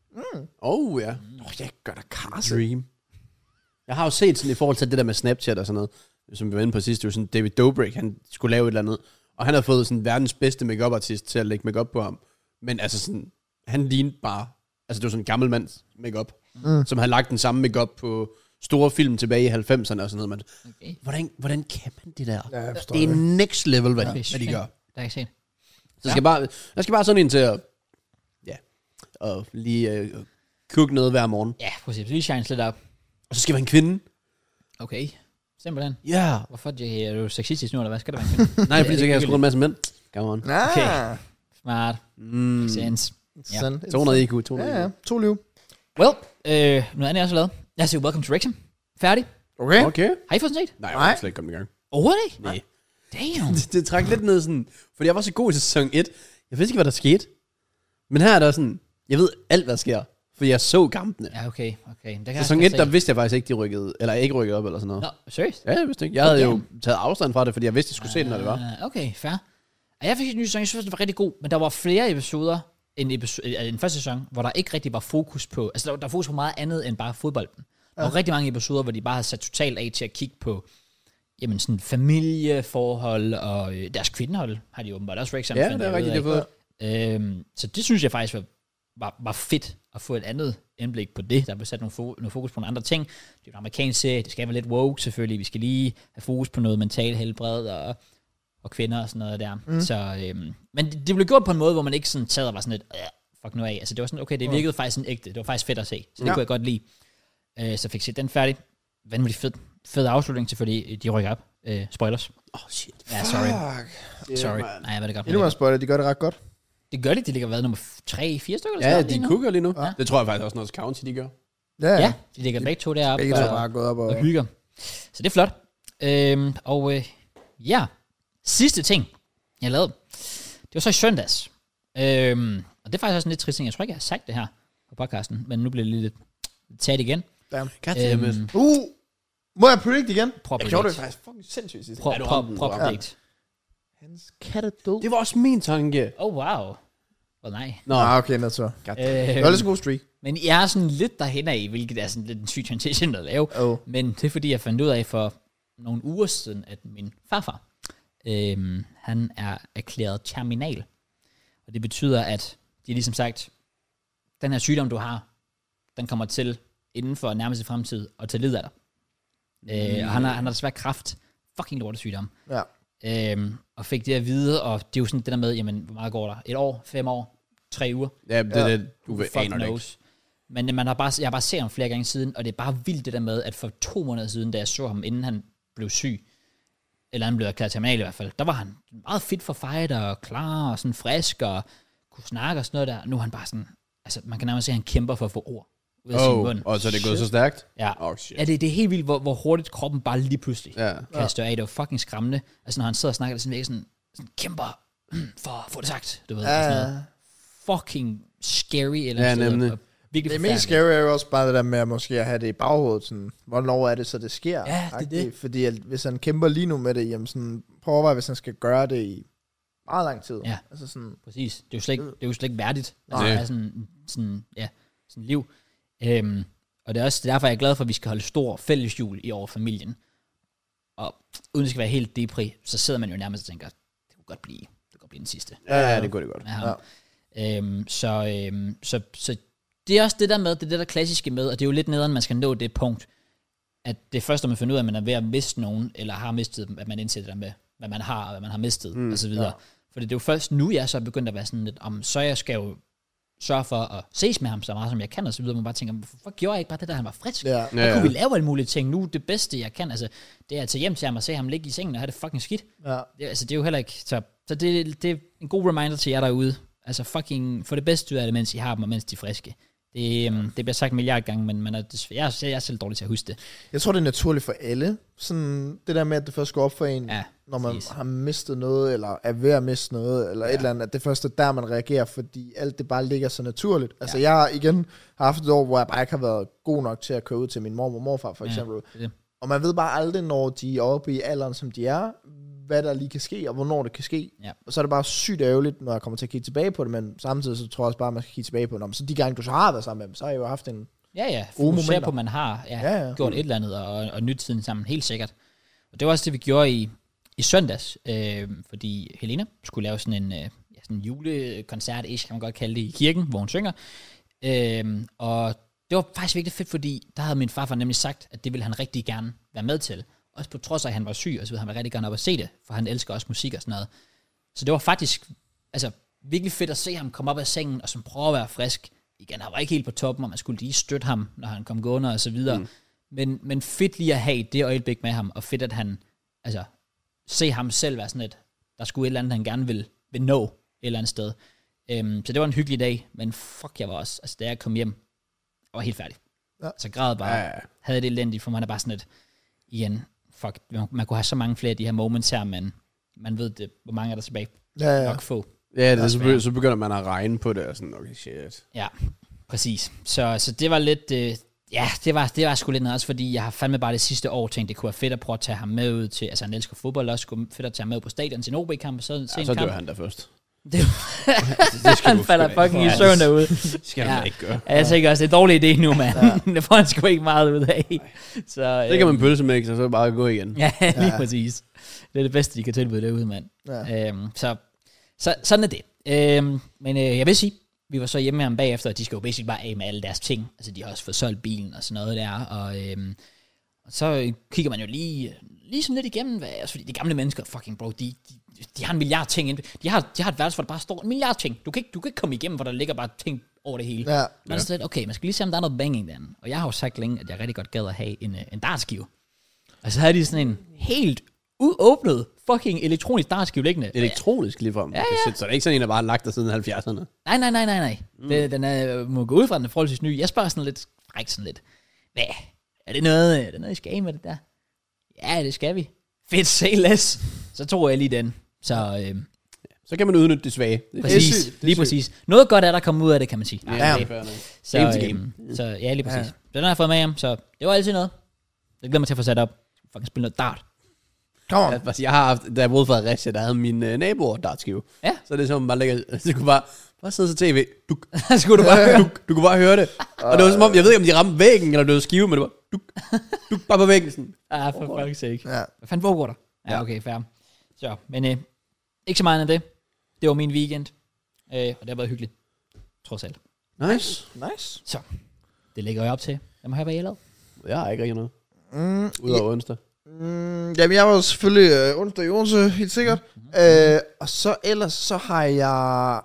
Ja.
Jeg gør da kasse.
Dream. Jeg har jo set sådan i forhold til det der med Snapchat og sådan noget, som vi var inde på sidst, det var sådan David Dobrik, han skulle lave et eller andet, og han har fået sådan verdens bedste make-up artist til at lægge make-up på ham. Men altså sådan, han lignede bare, altså det var sådan en gammel mands make-up, som havde lagt den samme make-up på store film tilbage i 90'erne og sådan noget. Men okay. Hvordan kan man det der?
Ja,
det er next level, hvad de gør.
Der kan jeg se.
Så der skal bare sådan en til at, og lige cook noget hver morgen.
Ja, præcis. Lige shines lidt op.
Og så skal være en kvinde.
Okay. Simpelthen.
Ja.
Hvorfor er du sexistisk nu, eller hvad? Skal det være en kvinde?
Nej, fordi så kan jeg skrue en masse mænd. Come on.
Okay. Smart. Sense.
Ja.
200 IQ, 200
Ja, 2 liv.
Well, noget andet jeg også lavet. Jeg siger Welcome to Wrexham. Færdig.
Okay.
Har I fået sådan set?
Nej, jeg har slet ikke kommet i gang.
Overhovedet ikke?
Nej.
Damn.
Det trak lidt ned sådan, fordi jeg var så god i sæson 1. Jeg vidste ikke, hvad der skete. Men her er der sådan, jeg ved alt, hvad der sker. For jeg så kampene.
Ja, okay.
Sæson 1, der vidste jeg faktisk ikke, de rykkede, eller ikke rykkede op, eller sådan noget.
Nå, seriøst?
Ja, jeg vidste ikke. Jeg havde jo taget afstand fra det, fordi jeg vidste, jeg skulle se det, når det var.
Okay, fair. Og jeg fik en ny sæson, jeg synes, det var rigtig god, men der var flere episoder end første sæson, hvor der ikke rigtig var fokus på, altså der var fokus på meget andet end bare fodbolden. Der var rigtig mange episoder, hvor de bare havde sat totalt af til at kigge på, jamen sådan familieforhold, og deres kvindehold har de åbenbart også Wrexham.
Ja, det er rigtigt, det var.
Så det synes jeg faktisk var fedt at få et andet indblik på det. Der blev sat noget fokus på nogle andre ting. Det er en amerikansk serie, det skal være lidt woke selvfølgelig. Vi skal lige have fokus på noget mental helbred og kvinder og sådan noget der. Så, men det blev gjort på en måde, hvor man ikke sådan sad og var sådan lidt, fuck nu af. Altså det var sådan, okay, det virkede faktisk sådan ægte. Det var faktisk fedt at se. Så det kunne jeg godt lide. Så fik set den færdig. Vanvittigt fed afslutning selvfølgelig. De rykker op. Spoilers.
Shit.
Ja, sorry. Nej, jeg ved det godt.
Endnu mere spoiler, de gør det ret godt.
Det gør de. De ligger nummer 3-4 stykker.
Ja, de cooker lige nu. Ja. Det tror jeg faktisk også, noget County, de gør.
Ja, de ligger begge to deroppe.
Begge to bare gået op og
hygger. Så det er flot. Sidste ting, jeg lavede, det var så i søndags. Og det er faktisk også en lidt trist ting. Jeg tror ikke, jeg har sagt det her på podcasten, men nu bliver det lidt taget igen.
Må jeg predict igen?
Jeg
gjorde det faktisk fucking sindssygt sidst.
Predict.
Hans kat er død.
Det var også min tanke.
Wow. Nej.
Okay, natur. Det var lidt så god streak.
Men jeg er sådan lidt derhen af, hvilket er sådan lidt en syg transition at lave. Men det er fordi, jeg fandt ud af for nogle uger siden, at min farfar, han er erklæret terminal. Og det betyder, at de ligesom sagt, den her sygdom, du har, den kommer til inden for nærmeste fremtid og til led af dig. Og han har desværre kræft. Fucking lortesygdom.
Ja.
Og fik det at vide, og det er jo sådan det der med, jamen, hvor meget går der? 1 år? 5 år? 3 uger?
Ja, det er det, du aner det ikke.
Men jeg har bare set ham flere gange siden, og det er bare vildt det der med, at for 2 måneder siden, da jeg så ham, inden han blev syg, eller han blev erklæret terminal i hvert fald, der var han meget fit for fight, og klar, og sådan frisk, og kunne snakke og sådan noget der. Nu er han bare sådan, altså man kan nærmest se, at han kæmper for at få ord ud af sin mund.
Og så er det gået så stærkt?
Ja. Ja, det er helt vildt, hvor hurtigt kroppen bare lige pludselig kaster af. Det var fucking skræmmende. Altså når han sidder og snakker, det er sådan kæmper for at få det sagt. Du ved, sådan noget. Fucking scary. Eller
nemlig.
Det mest scary er jo også bare det der med at måske have det i baghovedet. Sådan, hvornår er det så, det sker?
Ja, det er det.
Fordi hvis han kæmper lige nu med det, jamen sådan, prøv at overveje, hvis han skal gøre det i meget lang tid.
Ja.
Altså sådan,
præcis. Det er jo slet ikke værdigt. Altså,
Nej.
at have sådan liv. Og det er også derfor, jeg er glad for, at vi skal holde stor fælles jul i år familien. Og uden det skal være helt depri, så sidder man jo nærmest og tænker, det kunne godt blive den sidste.
Ja, det går det godt.
Så det er også det der med, det er det der klassiske med, og det er jo lidt nederen, man skal nå det punkt, at det er først, når man finder ud af, at man er ved at miste nogen, eller har mistet dem, at man indsætter dem med, hvad man har, og hvad man har mistet, og så videre. For det er jo først nu, jeg så er begyndt at være sådan lidt, så jeg skal jo sørge for at ses med ham så meget, som jeg kan, og så videre. Man bare tænker, hvorfor gjorde jeg ikke bare det, der han var frisk?
Ja.
Der kunne vi lave alle mulige ting. Nu det bedste, jeg kan, altså, det er at tage hjem til ham og se ham ligge i sengen og have det fucking skidt.
Ja.
Det er jo heller ikke, så det er en god reminder til jer derude. Altså fucking, få det bedste ud af det, mens I har dem, og mens de er friske. Det bliver sagt en milliard gange, men jeg er selv dårlig til at huske det.
Jeg tror, det er naturligt for alle. Sådan det der med, at det først går op for en, når man har mistet noget, eller er ved at miste noget, eller et eller andet, at det første der, man reagerer, fordi alt det bare ligger så naturligt. Altså jeg igen har haft et år, hvor jeg bare ikke har været god nok til at køre ud til min mor og morfar, for eksempel.
Det.
Og man ved bare aldrig, når de er oppe i alderen, som de er, hvad der lige kan ske, og hvornår det kan ske.
Ja.
Og så er det bare sygt ærgerligt, når jeg kommer til at kigge tilbage på det, men samtidig så tror jeg også bare, at man skal kigge tilbage på det. Så de gange, du så har været sammen med dem, så har jeg jo haft en
fokusere på, at man har gjort et eller andet, og nyt tiden sammen, helt sikkert. Og det var også det, vi gjorde i søndags, fordi Helena skulle lave sådan en julekoncert-ish, kan man godt kalde det, i kirken, hvor hun synger. Og det var faktisk virkelig fedt, fordi der havde min farfar nemlig sagt, at det ville han rigtig gerne være med til. Også på trods af, at han var syg, og så ville han rigtig gerne op og se det, for han elsker også musik og sådan noget. Så det var faktisk virkelig fedt at se ham komme op af sengen, og som prøve at være frisk. Igen, han var ikke helt på toppen, og man skulle lige støtte ham, når han kom gående og så videre. Men fedt lige at have det øjeblik med ham, og fedt at han, se ham selv være sådan et, der skulle et eller andet, han gerne vil nå et eller andet sted. Så det var en hyggelig dag, men fuck, jeg var også, da jeg kom hjem, jeg var helt færdig. Ja. Så græd bare, havde det elendigt, for man er bare sådan et, igen, fuck, man kunne have så mange flere af de her moments her, men man ved det, hvor mange er der tilbage. Nok få.
Ja, så begynder man at regne på det, og sådan, okay, shit.
Ja, præcis. Så det var lidt, det var sgu lidt noget, også fordi jeg har fandme bare det sidste år tænkt, det kunne være fedt at prøve at tage ham med ud til, han elsker fodbold, også skulle fedt at tage ham med på stadion til en OB-kamp, så
dør han der først.
Han falder fucking i søvn derude.
Det skal man ikke gøre.
Jeg tænker også, det er en dårlig idé nu, mand. Det får han sgu ikke meget ud af. Så,
det kan man pølse med, så bare gå igen.
Ja, lige præcis. Det er det bedste, de kan tilbyde derude, mand. Ja. Så sådan er det. Men jeg vil sige, vi var så hjemme med ham bagefter, og de skal jo basically bare af med alle deres ting. Altså, de har også fået solgt bilen og sådan noget der, og så kigger man jo lige sådan lidt igennem, fordi de gamle mennesker, fucking bro, de har en milliard ting inde. De har et værelse, hvor der bare står en milliard ting. Du kan ikke komme igennem, hvor der ligger bare ting over det hele. Ja. Man er sådan lidt, okay, man skal lige se, om der er noget banging derinde. Og jeg har jo sagt længe, at jeg rigtig godt gad at have en dartskive. Og så havde de sådan en helt uåbnet fucking elektronisk dartskive liggende.
Elektronisk ligefrem. Ja. Så det er ikke sådan en, der bare har lagt der siden 70'erne.
Nej. Den er, må gå ud fra, den er forholdsvis ny. Jeg spørger sådan lidt, hvad? Er det noget, I skal af med det der? Ja, det skal vi. Fedt, say less. Så tror jeg lige den.
Så kan man udnytte det svage.
Præcis, lige præcis. Noget godt er der kommet ud af det, kan man sige.
Ja.
Så ja, lige præcis. Den har jeg fået med hjem, så det var altid noget. Jeg glæder mig til at få sat op. Fucking spille noget dart.
Come on. Jeg har haft, da jeg boede fra Fredericia, der havde min naboer dartskive. Ja. Så det er som bare lægger, det kunne bare sidde til tv.
Skulle du bare høre?
Du kunne bare høre det. Og det var som om, jeg ved ikke, om de ramte væggen, eller det var skive, men det var bare på væggen sådan.
For fuck's sake. Ja. Hvad fanden foregår der? Ja, okay, fair. Så, men ikke så meget af det. Det var min weekend. Og det har været hyggeligt. Trods alt.
Nice.
Så, det lægger jeg op til. Jeg må høre, hvad jeg lavede.
Jeg har ikke rigtig noget. Udover onsdag.
Jamen, jeg var selvfølgelig onsdag i Odense, helt sikkert. Og så ellers, så har jeg...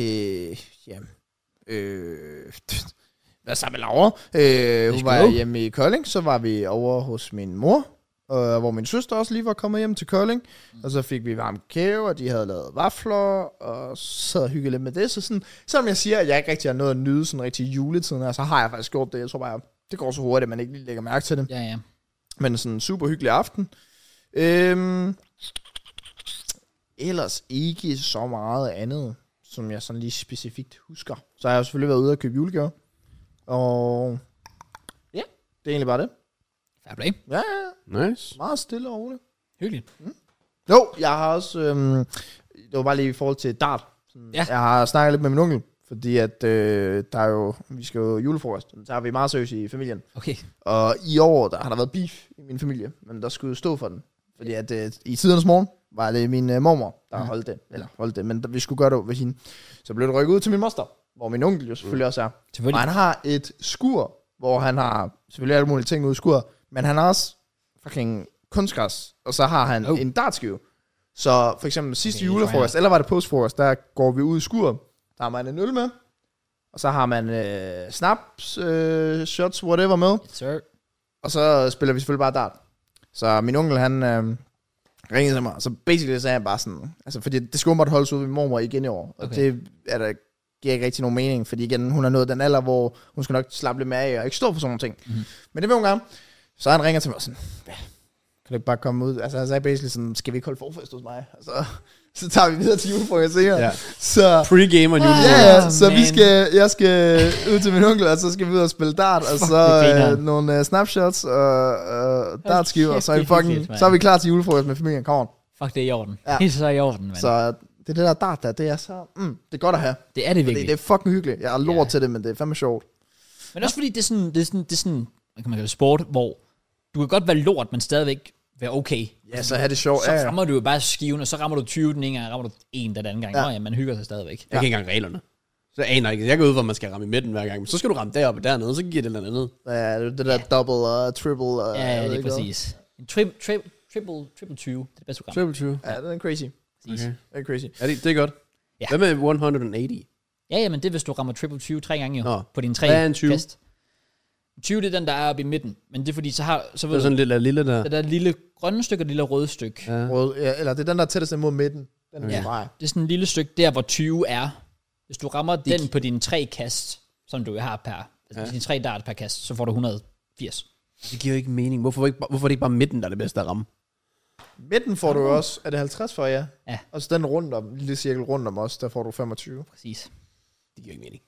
hvad sammen med Laura? Hun var hjemme i Kolding, så var vi over hos min mor, hvor min søster også lige var kommet hjem til Kolding. Og så fik vi varm kæve, og de havde lavet vafler, og så havde hygget lidt med det. Så sådan, selvom jeg siger, at jeg ikke rigtig har noget at nyde sådan rigtig juletiden her, så har jeg faktisk gjort det. Jeg tror bare, det går så hurtigt, at man ikke lige lægger mærke til det.
Ja.
Men sådan en super hyggelig aften. Ellers ikke så meget andet, som jeg sådan lige specifikt husker. Så har jeg selvfølgelig været ude og købe julegaver. Og ja, det er egentlig bare det.
Fair play.
Ja.
Nice.
Meget stille og roligt.
Hyggeligt.
Jo, jeg har også... var bare lige i forhold til dart.
Ja.
Jeg har snakket lidt med min onkel, fordi at der er jo, vi skal jo julefrokost, så har vi meget seriøst i familien.
Okay.
Og i år, der har der været beef i min familie, men der skulle jo stå for den. Fordi at i tidernes morgen var det min mormor, der holdt det, men vi skulle gøre det ved hende. Så blev det rykket ud til min moster, hvor min onkel jo selvfølgelig også er. Og han har et skur, hvor han har selvfølgelig alle mulige ting ude i skur, men han har også fucking kunstgræs, og så har han en dartskive. Så for eksempel sidste julefrokost, eller var det postfrokost, der går vi ud i skuret, der har man en øl med, og så har man snaps, shots, whatever med, og så spiller vi selvfølgelig bare dart. Så min onkel, han ringede til mig, så basically sagde jeg bare sådan, altså fordi det skulle bare holdes ud ved min mormor igen i år, og det er der giver ikke rigtig nogen mening, fordi igen, hun er nået den alder, hvor hun skal nok slappe lidt med af, og ikke stå for sådan nogle ting. Men det vil hun gerne. Så han ringer til mig sådan, kan du ikke bare komme ud? Altså han sagde basically sådan, skal vi ikke holde forfest hos mig? Altså, så tager vi videre til julefrokost senere. Ja. Så
pre-game og julefrokost.
Ja, så jeg skal ud til min onkel, og så skal vi ud og spille dart, og så nogle snapshots og dartskiver, og så er vi klar til julefrokost med familien. Kom on.
Fuck, det er i orden. Ja. Det er så i orden, man.
Så det der dart der, det er så, det er godt at have.
Det er det virkelig.
Det er fucking hyggeligt. Jeg har lort til det, men det er fandme sjovt.
Men også fordi det er sådan, hvad kan man kalde sport, hvor du kan godt være lort, men stadigvæk være okay.
Ja, så har det sjovt.
Så rammer du jo bare skiven, og så rammer du 20 den ene gang, og rammer du 1 den anden gang. Ja. Man hygger sig stadigvæk.
Jeg kan ikke engang reglerne. Så jeg aner ikke. Jeg går ud, hvor man skal ramme i midten hver gang. Men så skal du ramme deroppe og dernede, så giver det noget andet.
Ja, det der double og triple.
Ja, det er præcis. En triple 20. Det er det bedste program.
Triple 20.
Ja, det er crazy.
Okay.
Det er crazy.
Ja, det er godt. Ja. Hvad med 180?
Ja, men det er, hvis du rammer triple 20 3 gange jo. På din 3 kast. 20, det er den, der er oppe i midten. Men det er fordi, så ved
det er sådan lidt lille der.
Det der lille grønne stykke og lille røde stykke.
Ja.
Eller det er den, der er tættest mod midten. Den
det er sådan en lille stykke der, hvor 20 er. Hvis du rammer den på dine 3 kast, som du har per, altså dine 3 dart per kast, så får du 180.
Det giver jo ikke mening. Hvorfor er det ikke bare midten, der er det bedste at ramme?
Midten får du også. Er det 50 for jer?
Ja.
Og så den rundt om, lille cirkel rundt om os, der får du 25.
Præcis.
Det giver ikke mening.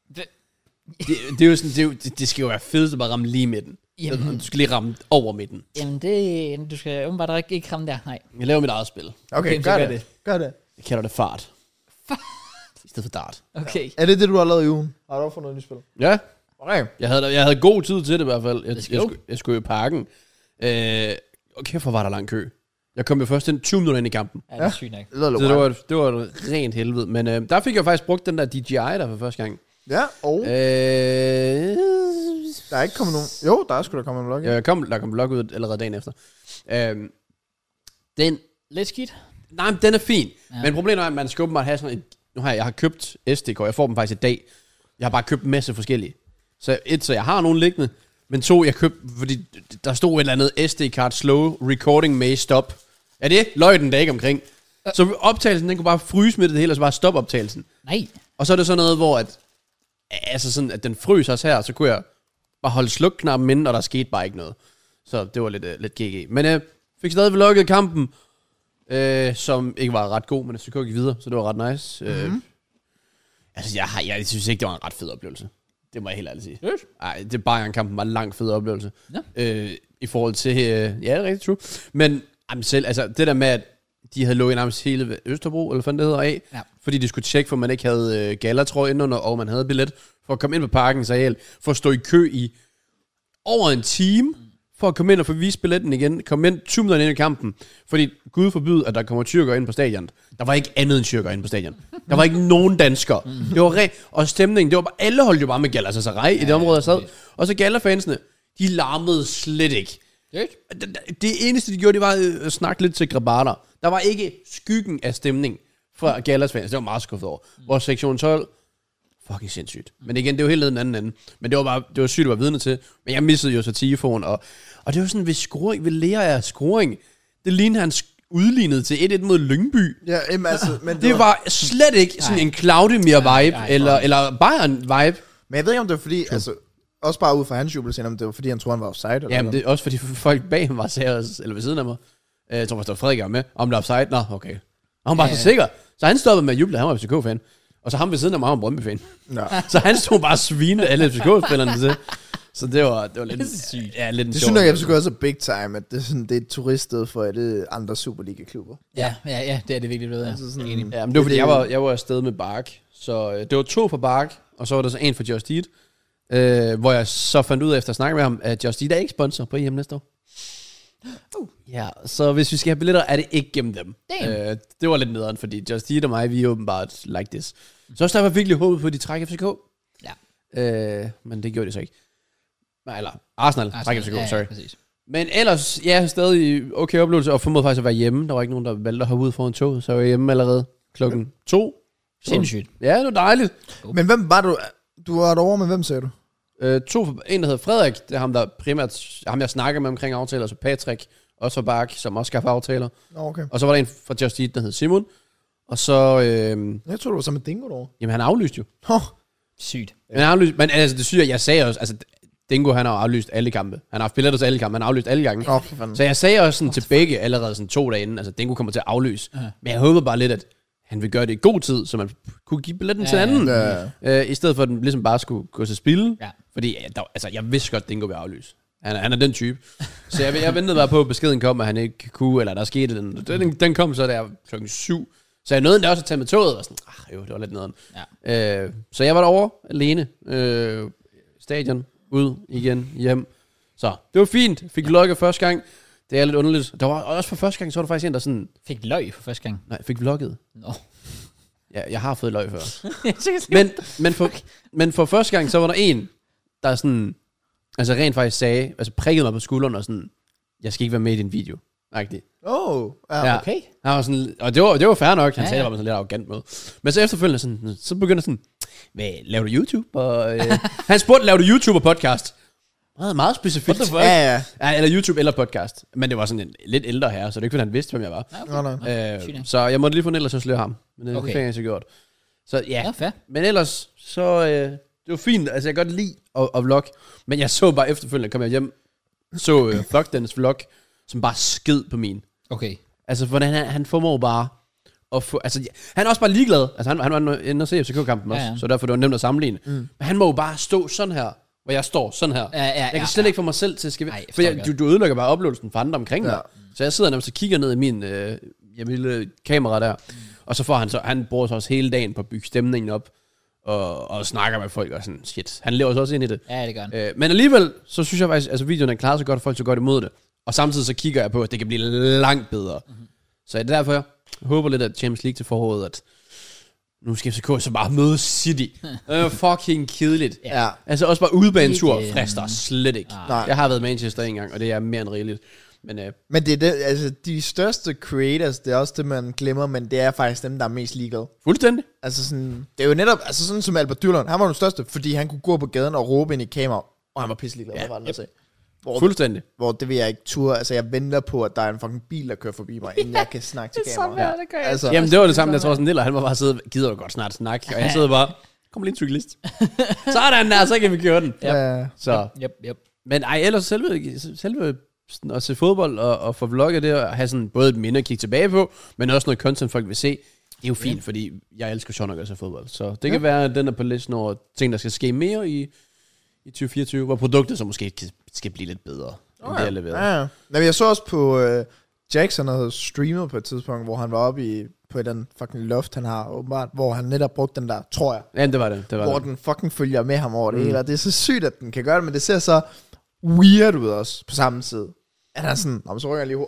Det er jo sådan, det skal jo være fedt at bare ramme lige midten. Jamen, du skal lige ramme over midten.
Jamen, du skal åbenbart ikke ramme der, nej.
Jeg laver mit eget spil.
Okay, gør det.
Jeg kalder det fart. I stedet for dart.
Okay.
Er det, du har lavet i ugen? Har du også fundet et nyt spil?
Ja.
Okay.
Jeg havde god tid til det i hvert fald. Jeg skulle i parken. Okay, for var der lang kø. Jeg kom jo først ind 20 minutter ind i kampen.
Ja, det er sygt nok.
Det var et rent helvede. Men der fik jeg faktisk brugt den der DJI der for første gang.
Ja, og der er ikke kommet nogen. Jo, der er sgu da kommet en vlog.
Ja, der kom vlog ud allerede dagen efter. Den
lidt skidt.
Nej, den er fin. Ja. Men problemet er, at man skal åbenbart have sådan nu har jeg har købt SD-kort. Jeg får dem faktisk i dag. Jeg har bare købt en masse forskellige. Så jeg har nogle liggende. Men 2, jeg købte, fordi der stod et eller andet SD-card slow recording may stop. Er det løgten, der ikke omkring? Så optagelsen, den kunne bare fryse med det hele, og så bare stoppe optagelsen.
Nej.
Og så er det sådan noget, hvor at den frøs også her, så kunne jeg bare holde slukknappen inde, og der skete bare ikke noget. Så det var lidt GG. Men fik stadig vlogget kampen, som ikke var ret god, men så kunne jeg videre, så det var ret nice. Jeg synes ikke, det var en ret fed oplevelse. Det må jeg helt ærligt sige.
Yes.
Ej, det Bayern-kampen var en langt fed oplevelse.
Ja.
I forhold til, ja, det er rigtig true. Men selv, altså det der med, at de havde lukket nærmest hele Østerbro, eller hvad det hedder, af, fordi de skulle tjekke, for man ikke havde gallatrøje indenunder, og man havde billet for at komme ind på parkens areal, for at stå i kø i over en time, for at komme ind og få vist billetten igen, komme ind 20 minutter ind i kampen, fordi Gud forbyde, at der kommer tyrker ind på stadion. Der var ikke andet end tyrker ind på stadion. Der var ikke nogen danskere. Det var og stemningen, det var bare, alle holdt jo bare med Galatasaray i det område, jeg sad. Og så Gala-fansene, de larmede slet ikke. Det eneste, de gjorde, det var at snakke lidt til Grabater. Der var ikke skyggen af stemning fra Gallas-fans. Det var meget skuffet over. Vores sektion 12, fucking sindssygt. Men igen, det var helt den anden ende. Men det var sygt, at være vidne til. Men jeg missede jo så Tifon, og det var sådan, ved lære af scoring, det lignede han udlignet til 1-1 mod Lyngby.
Ja, altså, men
det var slet ikke sådan en Claudemir-vibe, eller Bayern-vibe. Men
jeg ved ikke, om det var fordi, altså, også bare ud fra hans jubelscene, om det var fordi, han troede, han var offside. Eller
ja, men det er også fordi folk bag ham var seriøst, eller ved siden af mig. Jeg tror, der var Frederik med, om der er offside. Nå, okay. Og han var så sikker. Så han stoppede med at juble, han var FCK-fan. Og så ham ved siden af mig, han var Brøndby-fan. Så han stod bare og svinede alle FCK-spillerne til. Så det var lidt...
Det er sygt.
Ja, lidt en
Det
sjov-
synes jeg, FC også er big time, at det er et turiststed for et andre Superliga-klubber.
Ja, det er det virkelig blevet.
Altså sådan-
Enig.
Ja, men det var fordi, jeg var afsted med Bark. Så det var 2 fra Bark, og så var der så en fra Just Eat. Hvor jeg så fandt ud af, efter at snakke med ham, at Just Eat er ikke sponsor på EM næste år. Ja, så hvis vi skal have billetter, er det ikke gennem dem. Det var lidt nederen, fordi Just Eat og mig, vi er åbenbart like this. Så også der var virkelig håbet på, at de trækker FCK.
Ja.
Men det gjorde de så ikke. Nej, eller Arsenal trækker FCK, sorry.
Præcis.
Men ellers, ja, stadig okay oplevelse, og formodede faktisk at være hjemme. Der var ikke nogen, der valgte at hoppe ud foran toget, så jeg var hjemme allerede klokken 2.
Sindssygt.
Ja, det var dejligt.
Men hvem var du? Du var derovre med hvem, sagde du?
En, der hedder Frederik, det er ham, der primært, ham jeg snakker med omkring aftaler, så Patrick, også fra Bark, som også skaffer aftaler.
Okay.
Og så var der en fra Just Eat, der hed Simon. Og så,
Jeg tror du var sammen med Dingo derovre.
jamen han aflyste jo.
Sygt.
Men altså det syge, jeg sagde også, altså Dingo han har aflyst alle kampe. Han har haft billetter til alle kampe, han har aflyst alle gange.
For fanden.
Så jeg sagde også sådan til begge allerede sådan 2 dage inden, altså Dingo kommer til at aflyse. Men jeg håber bare lidt, at han vil gøre det i god tid, så man kunne give billetten til anden. I stedet for at den ligesom bare skulle gå til spil.
Ja.
Fordi jeg vidste godt, at Dingo vil aflyse. Han er den type. Så jeg ventede bare på, at beskeden kom, at han ikke kunne, eller der skete den kom så der klokken 7. Så jeg nåede endda også at tage med toget, og sådan, det var lidt nederen.
Ja.
Så jeg var derovre alene. Stadion, ud igen, hjem. Så det var fint. Fik vlogget første gang. Det er lidt underligt. Der var også for første gang, så var der faktisk en, der sådan...
Fik løg for første gang.
Nej, fik vlogget.
Nå.
Ja, jeg har fået løg før. men for første gang, så var der en, der sådan... Altså rent faktisk sagde, altså prikkede mig på skulderen og sådan... Jeg skal ikke være med i din video. Rigtigt.
Ja.
Okay.
Han var sådan, og det var fair nok. Han
Ja,
sagde, det var sådan lidt arrogant med. Men så efterfølgende, sådan, så begynder sådan... Hvad, laver du YouTube? Og, han spurgte, laver du YouTube og podcast? Meget specifikt.
Ja.
Eller YouTube eller podcast. Men det var sådan en lidt ældre herre, så det er ikke, fordi han vidste, hvem jeg var.
Nej.
Så jeg måtte lige få en ellers og sløre ham. Men det
Okay.
fik jeg så gjort. Så ja,
Ja, fair.
men ellers, så det var fint. Altså jeg kan godt lide at vlog. Men jeg så bare efterfølgende, kom jeg hjem, så Vlogdens vlog, som bare sked på min.
Okay.
Altså hvordan han formår bare at få, altså han er også bare ligeglad. Altså han var inde og se FCK-kampen også, så derfor det var nemt at sammenligne. Men han må jo bare stå sådan her, hvor jeg står sådan her. Jeg kan slet ikke få mig selv til at skrive. For du ødelægger bare oplevelsen for andre omkring mig. Så jeg sidder nærmest og kigger ned i min lille kamera der. Og så får han bruger så også hele dagen på at bygge stemningen op. Og snakker med folk og sådan, shit. Han lever så også ind i det.
Ja, det gør han.
Men alligevel, så synes jeg faktisk, altså videoen er klaret så godt, og folk så godt imod det. Og samtidig så kigger jeg på, at det kan blive langt bedre. Så det er derfor, jeg håber lidt, at Champions League til foråret, at nu skal FCK så bare møde City. Fucking kedeligt.
Ja.
Altså også bare udebanetur frister slet ikke.
Nej.
Jeg har været i Manchester en gang, og det er mere end rigeligt.
Men det er det, altså de største creators, det er også det, man glemmer, men det er faktisk dem, der er mest ligeglade.
Fuldstændig.
Altså sådan, det er jo netop, altså sådan som Albert Dyrlund, han var den største, fordi han kunne gå på gaden og råbe ind i kamera, og han var pisselig glad, hvad var den at sige.
Fuldstændig.
Hvor det vil jeg ikke ture, altså jeg venter på, at der er en fucking bil, der kører forbi mig, inden jeg kan snakke til kamera.
det gør jeg.
Altså,
Jamen det var det samme, jeg tror sådan Niller, han var bare siddet, gider du godt snart snakke, og jeg sidder bare, kom lige en cyklist. Så er der den der, så kan vi køre den.
ja.
Så.
Yep.
Men ellers selve sådan at se fodbold og få vlogget det, og have sådan både et minde at kigge tilbage på, men også noget content, folk vil se, det er jo fint, fordi jeg elsker sjovt nok at se fodbold. Så det kan være, at den er på listen over ting, der skal ske mere i 2024, hvor produktet så måske skal blive lidt bedre, end det er leveret.
Ja. Men jeg så også på Jackson havde streamet på et tidspunkt, hvor han var oppe på den fucking loft, han har åbenbart, hvor han netop brugte den der, tror jeg.
Ja, det var det.
Hvor den fucking følger med ham over det hele, og det er så sygt, at den kan gøre det, men det ser så weird ud også, på samme side. At han er sådan, så rykker jeg lige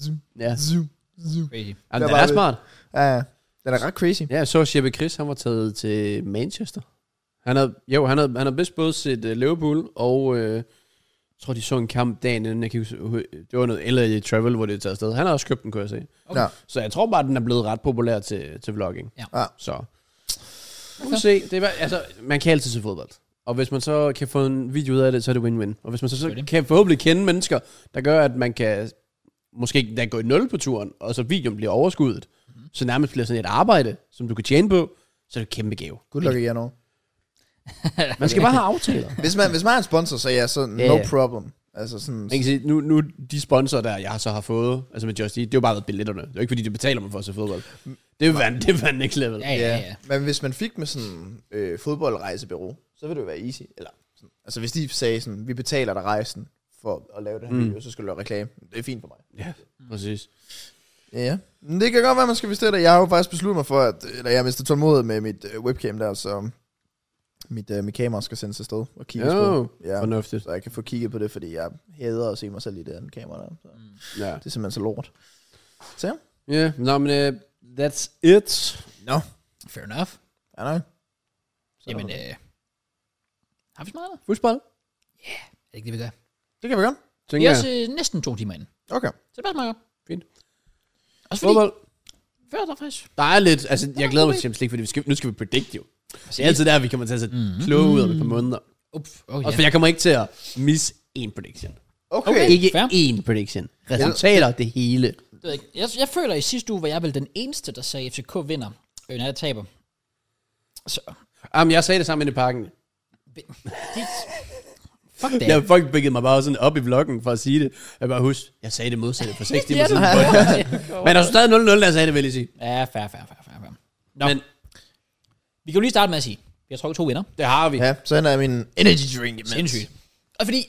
Ja.
Crazy.
Jamen, det er smart.
Ja, den er ret crazy.
Ja, så Jeppe Chris, han var taget til Manchester. Han havde bedst både set Liverpool, og jeg tror, de så en kamp dagen inden, jeg kan huske, det var noget LA Travel, hvor det er taget afsted. Han har også købt den, kunne jeg se.
Okay.
Så jeg tror bare, at den er blevet ret populær til vlogging.
Ja.
Så nu kan se, det er, altså, man kan altid se fodbold. Og hvis man så kan få en video ud af det, så er det win-win. Og hvis man så kan forhåbentlig kende mennesker, der gør, at man kan måske da gå i 0 på turen, og så videoen bliver overskuddet, så nærmest bliver sådan et arbejde, som du kan tjene på, så er det et kæmpe gave.
Good luck igen nu.
Man skal bare have aftaler.
Hvis man har en sponsor, så er så no problem. Altså sådan...
Man kan sige, nu de sponsorer der, jeg så har fået, altså med Just Eat, det er jo bare været billetterne. Det er jo ikke fordi, de betaler mig for at se fodbold. Det er next level.
Ja.
Men hvis man fik med sådan fodboldrejsebureau, så vil det jo være easy. Eller Altså hvis de sagde sådan, vi betaler dig rejsen for at lave det her video, så skal du lave reklame. Det er fint for mig.
Ja, præcis.
Ja, men det kan godt være, man skal investere det. Jeg har jo faktisk besluttet mig for, eller jeg har mistet tålmodighed med mit webcam der, så mit kamera skal sendes afsted og kigges på. Ja,
fornuftigt.
så jeg kan få kigget på det, fordi jeg hader at se mig selv i det andet kamera der. Så. Ja. Det er simpelthen så lort. Så
ja, nå, men that's it.
No.
Fair enough.
Ja, nej.
Jamen, har vi smadret?
Fodbold?
Ja, er det ikke det, vi gør?
Det kan vi gøre.
Vi er også næsten 2 timer inde.
Okay.
Så det bare smager.
Fint.
Også fordi,
Fodbold.
før der faktisk.
Der er lidt, altså jeg glæder mig til Champions League, fordi nu skal vi predict jo. Det er altid der, vi kommer til at sætte kloge ud om et par måneder. Også for jeg kommer ikke til at misse en prediction.
Okay.
Ikke
fair.
én prediction. Resultater, det hele.
Det ved jeg ikke. Jeg føler, i sidste uge var jeg vel den eneste, der sagde, at FCK vinder, når jeg taber. Så.
Jamen, jeg sagde det sammen i parken.
Fuck det.
Jeg folk byggede mig bare sådan op i vloggen for at sige det. Jeg bare husk, jeg sagde det modsatte for 6 timer siden. Men der er stadig 0-0, der jeg sagde det, vil jeg sige.
Ja, fair. Nå, men vi kan jo lige starte med at sige, vi har trukket 2 vinder.
Det har vi.
Ja, så henter jeg min energy drink imens.
Sindssygt. Og fordi,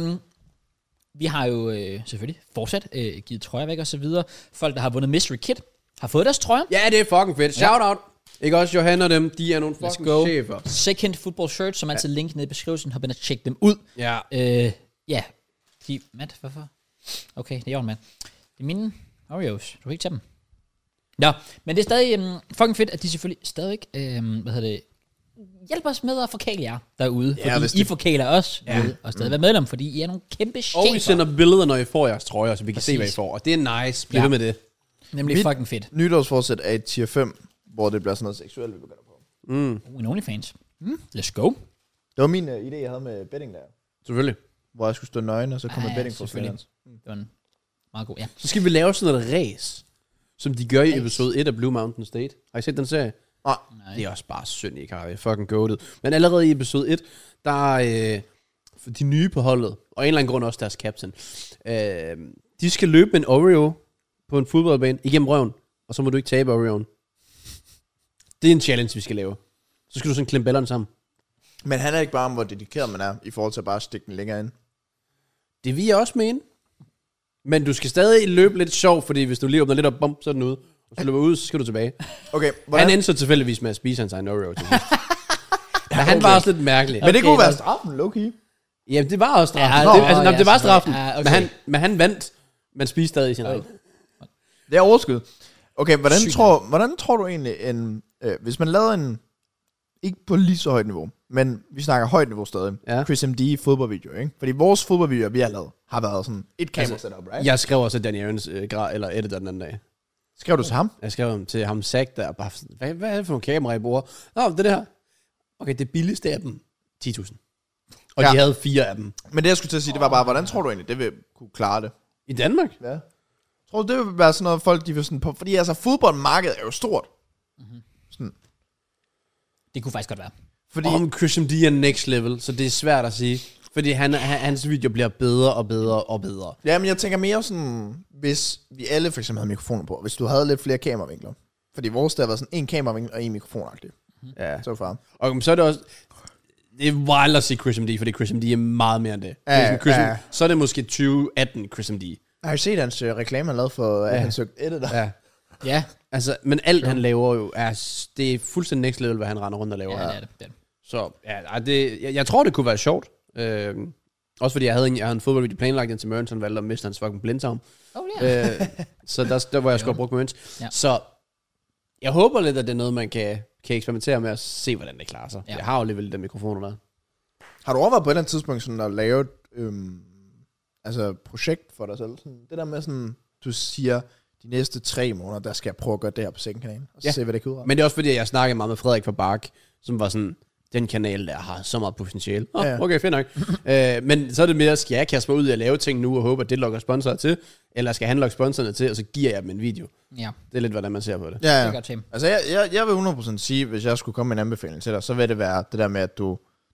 vi har jo selvfølgelig fortsat givet trøjer væk og så videre. Folk, der har vundet Mystery Kit, har fået deres trøjer.
Ja, det er fucking fedt. Shout out. Ikke også Johan og dem, de er nogle fucking chefer.
Second Football Shirt, som altid link nede i beskrivelsen, hop ind og tjek dem ud.
Ja.
Ja. Matt, hvorfor? Okay, det er Matt. Det er mine Oreos. Du kan ikke tage dem. Nå, men det er stadig fucking fedt, at de selvfølgelig stadig, hjælper os med at forkæle jer derude. Ja, fordi I forkæler os og stadig være medlem, fordi I er nogle kæmpe chefer.
Og vi sender billeder, når I får jeres trøjer, så vi kan se, hvad I får. Og det er nice. Bliv med det.
Nemlig fucking fedt.
Nytårsforsæt er et tier 5, hvor det bliver sådan noget seksuelt, vi begynder på.
En OnlyFans. Let's go.
Det var min idé, jeg havde med betting der.
Selvfølgelig.
Hvor jeg skulle stå nøgen, og så kom betting på freelance.
Det var en meget god, ja.
Så skal vi lave sådan noget race, som de gør i episode 1 af Blue Mountain State. Har I set den serie? Nej. Det er også bare synd, I ikke har det. Fucking goated. Men allerede i episode 1, der er de nye på holdet, og en eller anden grund også deres captain, de skal løbe med en Oreo på en fodboldbane igennem røven, og så må du ikke tabe Oreoen. Det er en challenge, vi skal lave. Så skal du sådan klemme ballerne sammen.
Men han er ikke bare om, hvor dedikeret man er, i forhold til at bare stikke den længere ind.
Det vil jeg også mene. Men du skal stadig løbe lidt sjov, fordi hvis du lige åbner lidt op, bum, så er den ude. Og så løber ud, så skal du tilbage.
Okay,
han endte så tilfældigvis med at spise hans egen Oreo til sidst. Men han var også lidt mærkelig.
Men det kunne være straffen, low-key.
Jamen, det var også straffen. Det var straffen. Okay. Men han vandt, men spiste stadig sin egen.
Det er overskud. Okay, hvordan tror du egentlig, hvis man lavede en, ikke på lige så højt niveau, men vi snakker højt niveau stadig, Chris MD fodboldvideo, ikke? Fordi vores fodboldvideoer, vi har lavet, har været sådan et kamera setup, right?
Jeg skrev også Danny Aaron's eller editor den anden dag.
Skrev du til ham?
Jeg skrev til ham Zach der, bare sådan, hvad er det for nogle kameraer, I bruger? Nå, det der. Okay, det billigste af dem, 10.000. Og de havde 4 af dem.
Men det jeg skulle til at sige, det var bare, hvordan tror du egentlig, det vil kunne klare det?
I Danmark?
Ja. Tror du, det vil være sådan noget, folk de vil sådan på? Fordi altså, fodboldmarkedet er jo stort. Sådan.
Det kunne faktisk godt være.
Fordi Christian D er next level, så det er svært at sige. Fordi hans video bliver bedre og bedre og bedre. Ja, men
jeg tænker mere sådan, hvis vi alle for eksempel havde mikrofoner på, hvis du havde lidt flere kameravinkler. Fordi vores der var sådan en kameravinkel og en mikrofonagtig.
Ja.
Så far.
Og så er det også, det er wild at sige Chris MD, fordi Chris MD er meget mere end det. Så er det måske 2018 Chris MD.
Jeg har jo set hans reklame, han lavede for, at han søgte editor.
Ja, altså, men alt han laver jo, det er fuldstændig next level, hvad han render rundt og laver.
Ja, det er det. Så
jeg tror, det kunne være sjovt. Også fordi jeg havde en fodboldvideo planlagt indtil Mørens, valgte at miste hans fucking blindtarm. Så der var jeg skulle have brugt Mørens. Ja. Så jeg håber lidt, at det er noget, man kan eksperimentere med og se, hvordan det klarer sig. Ja. Jeg har jo alligevel den mikrofoner der. Har du overvejet på et eller andet tidspunkt sådan at lave et projekt for dig selv? Sådan, det der med sådan, du siger, de næste 3 måneder, der skal jeg prøve at gøre det her på Second-kanalen, og så se, hvad det kan udrette. Men det er også fordi, jeg snakkede meget med Frederik fra Bark, som var sådan, den kanal der har så meget potentiale. Okay, fedt nok. Men så er det mere, skal jeg kaste mig ud i at lave ting nu, og håbe, at det lokker sponsorer til, eller skal han lokke sponsorerne til, og så giver jeg dem en video. Ja. Det er lidt, hvordan man ser på det. Ja. Det er godt, altså, jeg vil 100% sige, hvis jeg skulle komme med en anbefaling til dig, så vil det være det der med, at du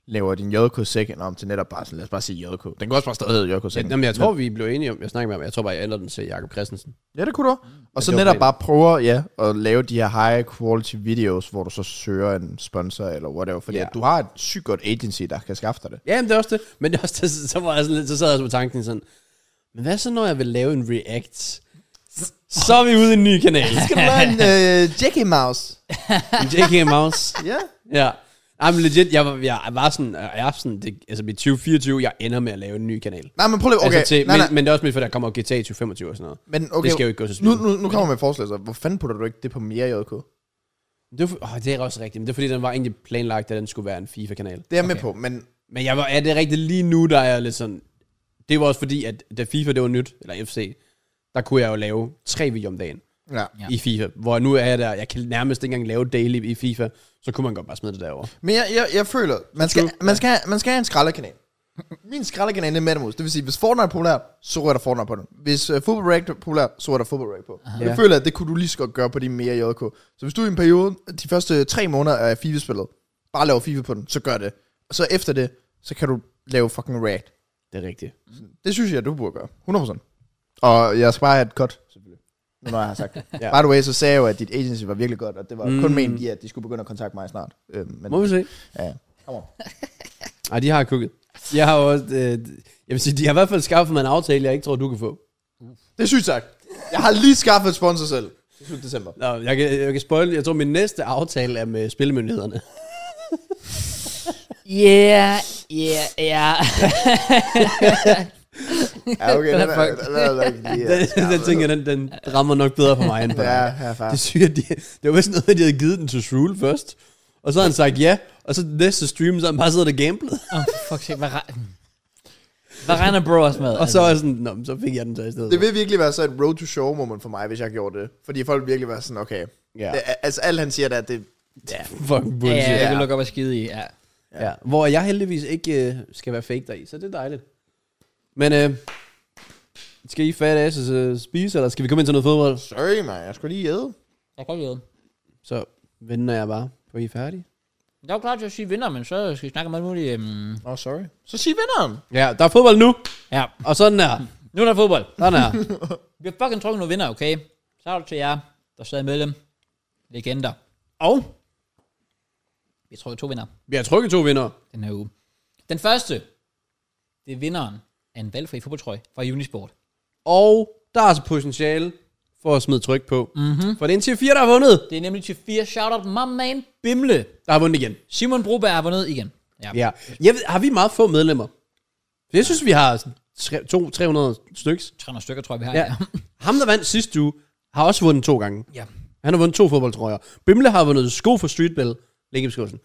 laver din JK Second om til netop bare sådan, lad os bare sige JK. Den kan også bare stadig hedde JK Second.
Jamen, jeg tror, vi blev enige om, jeg snakker med ham, jeg tror bare, jeg ændrede den til Jakob Christensen.
Ja, det kunne du. Og så netop bare prøver, at lave de her high quality videos, hvor du så søger en sponsor eller whatever, fordi at du har et sygt godt agency, der kan skaffe dig det.
Ja, men det er også det. Men det er også, så var jeg sådan lidt, så sad jeg også med tanken sådan, men hvad så, når jeg vil lave en react? Så er vi ude i en ny kanal.
Skal du lave en Jackie Mouse?
En JK Mouse.
Ja.
Ja. I'm legit, jeg var sådan, altså i 2024, jeg ender med at lave en ny kanal.
Nej, men prøv lige, okay.
Altså men det er også mit, for der kommer GTA 2025 og sådan noget.
Men okay,
det skal jo ikke gå så smidigt.
Nu kommer med et forslag, så hvor fanden putter du ikke det på mere JK?
Det er også rigtigt, men det er fordi, den var egentlig planlagt, at den skulle være en FIFA-kanal.
Det er jeg med på, men
er det rigtigt lige nu, der er lidt sådan, det var også fordi, at da FIFA det var nyt, eller FC, der kunne jeg jo lave 3 videoer om dagen i FIFA, hvor nu er jeg der, jeg kan nærmest ikke engang lave daily i FIFA, så kunne man godt bare smide det derover.
Men jeg føler, man skal have en skraldekanal. Min skraldekanal er Metamus, det vil sige, hvis Fortnite er populær, så rører der Fortnite på den. Hvis Football React er populær, så rører der Football React på. Jeg føler, at det kunne du lige så godt gøre på de mere JK. Så hvis du i en periode, de første 3 måneder af FIFA-spillet, bare laver FIFA på den, så gør det. Og så efter det, så kan du lave fucking React.
Det er rigtigt.
Det synes jeg, du burde gøre. 100%. Og jeg skal bare have et cut, selvfølgelig. Nu når jeg har sagt det. By the way, så sagde jeg jo, at dit agency var virkelig godt, og det var kun ment i, at de skulle begynde at kontakte mig snart. Men,
må vi se.
Ja, kom on.
Ej, de har kukket. Jeg har også, jeg vil sige, de har i hvert fald skaffet mig en aftale, jeg ikke tror, du kan få.
Det er sygt sagt. Jeg har lige skaffet et sponsor selv. Det er slut december.
Nå, jeg kan spoil, jeg tror, min næste aftale er med spillemyndighederne.
Ja.
Ja, okay,
den tænker jeg, den rammer nok bedre for mig end for dig.
Ja,
det syge, det var vist noget, de havde givet den til Shrule først. Og så har han sagt ja, og så næste stream, så han bare sidder og gamblet.
Fuck shit, hvad regner bro også med?
Og så var jeg sådan, så fik jeg den så i stedet.
Det vil virkelig være så et road to show moment for mig, hvis jeg gjorde det. Fordi folk virkelig være sådan, okay. Det, altså alt han siger der, det...
Ja, fucking bullshit.
Ja, jeg kan lukke op og skide i,
ja. Hvor jeg heldigvis ikke skal være fake deri, så det er dejligt. Men skal I fat asses spise, eller skal vi komme ind til noget fodbold?
Sorry, man. Jeg skulle lige æde.
Jeg kan ikke æde.
Så venter jeg bare, på I er færdige.
Jeg er jo klar til at sige vinder, men så skal vi snakke om alt muligt.
Sorry. Så sig vinderen.
Ja, der er fodbold nu.
Ja.
Og sådan der.
Nu er der fodbold.
Sådan der.
Vi har fucking trukket nogle vinder, okay? Så er det til jer, der sidder medlem. Legender. Og vi har trukket 2 vinder.
Vi har trukket 2 vinder
den her uge. Den første, det er vinderen af en valgfri fodboldtrøje fra Unisport.
Og der er altså potentiale for at smide tryk på. For det er en tier 4, der har vundet.
Det er nemlig tier 4. Shoutout my man Bimle.
Der har vundet igen.
Simon Broberg har vundet igen.
Ja. Jeg ved, har vi meget få medlemmer? Jeg synes, vi har 300 stykker.
300 stykker, tror jeg, vi har.
Ja. Ham, der vandt sidste uge, har også vundet 2 gange.
Ja.
Han har vundet 2 fodboldtrøjer. Bimle har vundet sko for Streetbell. Link i beskrivelsen.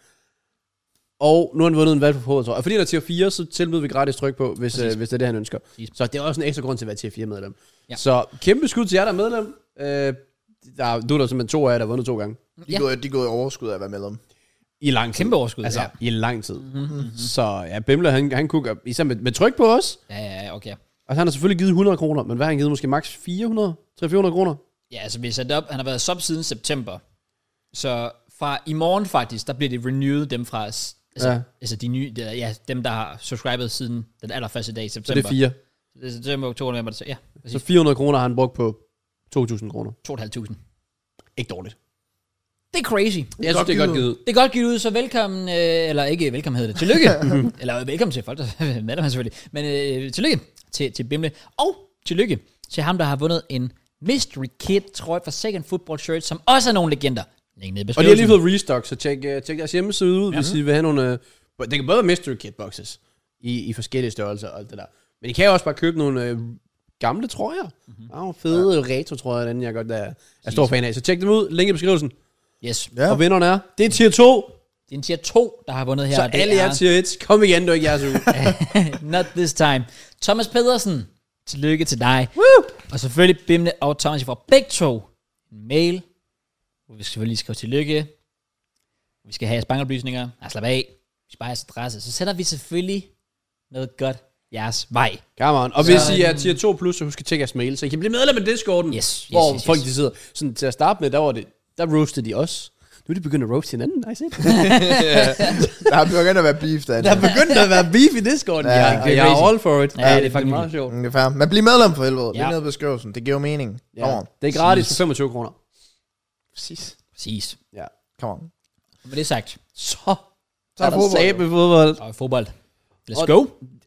Og nu har han vundet en valg for fodboldtrøjer. Og fordi der er tier 4, så tilbyder vi gratis tryk på, hvis det er det, han ønsker. Så det er også en ekstra grund til at være tier 4 medlem. Ja. Så kæmpe skud til jer, der er medlem. Du er der simpelthen 2 af jer, der har vundet 2 gange.
De er gået i overskud af at være medlem.
I lang tid.
Kæmpe overskud,
altså, i lang tid. Så ja, Bimle, han kunne især med tryk på os.
Ja, okay.
Og han har selvfølgelig givet 100 kroner, men hvad har han givet? Måske maks 400? 300-400 kroner?
Ja, altså vi har sat op, han har været sub siden september. Så fra i morgen faktisk, der bliver det renewed dem fra, altså de nye, dem der har subscribet siden den allerførste dag i september.
Så det er 4?
Det er september, oktober, november, så ja.
Så 400 kroner har han brugt på 2.000 kroner.
2.500.
Ikke dårligt.
Det er crazy.
Jeg synes, det er godt givet.
Det er godt givet ud, så velkommen, eller ikke velkommen hedder det, tillykke. Eller velkommen til folk, der er med dem selvfølgelig. Men tillykke til Bimle. Og tillykke til ham, der har vundet en Mystery Kid trøje fra Second Football Shirt, som også er nogle legender.
Og de har lige fået restock, så tjek deres hjemmeside ud, hvis I vil have nogle... det kan både være Mystery Kid boxes i forskellige størrelser og alt det der. Men I kan jo også bare købe nogle gamle trøjer. Fede retro-trøjer, den jeg godt er stor fan af. Så tjek dem ud, link i beskrivelsen.
Yes.
Ja. Og vinderen er, det er tier 2.
Det er en tier 2, der har vundet her.
Så alle jer tier 1, kom igen, du er ikke jeres uge.
Not this time. Thomas Pedersen, tillykke til dig.
Woo! Og
selvfølgelig Bimle og Thomas, I får begge 2 en mail, hvor vi skal selvfølgelig skrive tillykke. Vi skal have jeres bankoplysninger. Slap af. Vi sparer jeres adresse. Så sætter vi selvfølgelig noget godt jeres vej.
Come on. Og hvis I er tier 2 plus, så husk at tjekke jeres mail, så I kan blive medlem af Discorden.
Yes.
Hvor folk de sidder. Sådan til at starte med, der roastede de os. Nu er de begyndt at roast hinanden, I said.
Der har begyndt at være beef der.
Der er begyndt at være beef i Discord.
Ja,
Jeg
det er
er
crazy.
all for it.
Ja, det er fucking
meget sjovt.
Det er fair. Men bliv medlem for helvede. Det
Ja.
er nede i beskrivelsen. Det giver jo mening.
Ja.
Come on.
Det er gratis for 25 kroner.
Præcis.
Præcis.
Ja.
Come on.
Med det sagt,
Så
Så er
er der
fodbold.
sabe fodbold.
og fodbold. Let's
Og-
go.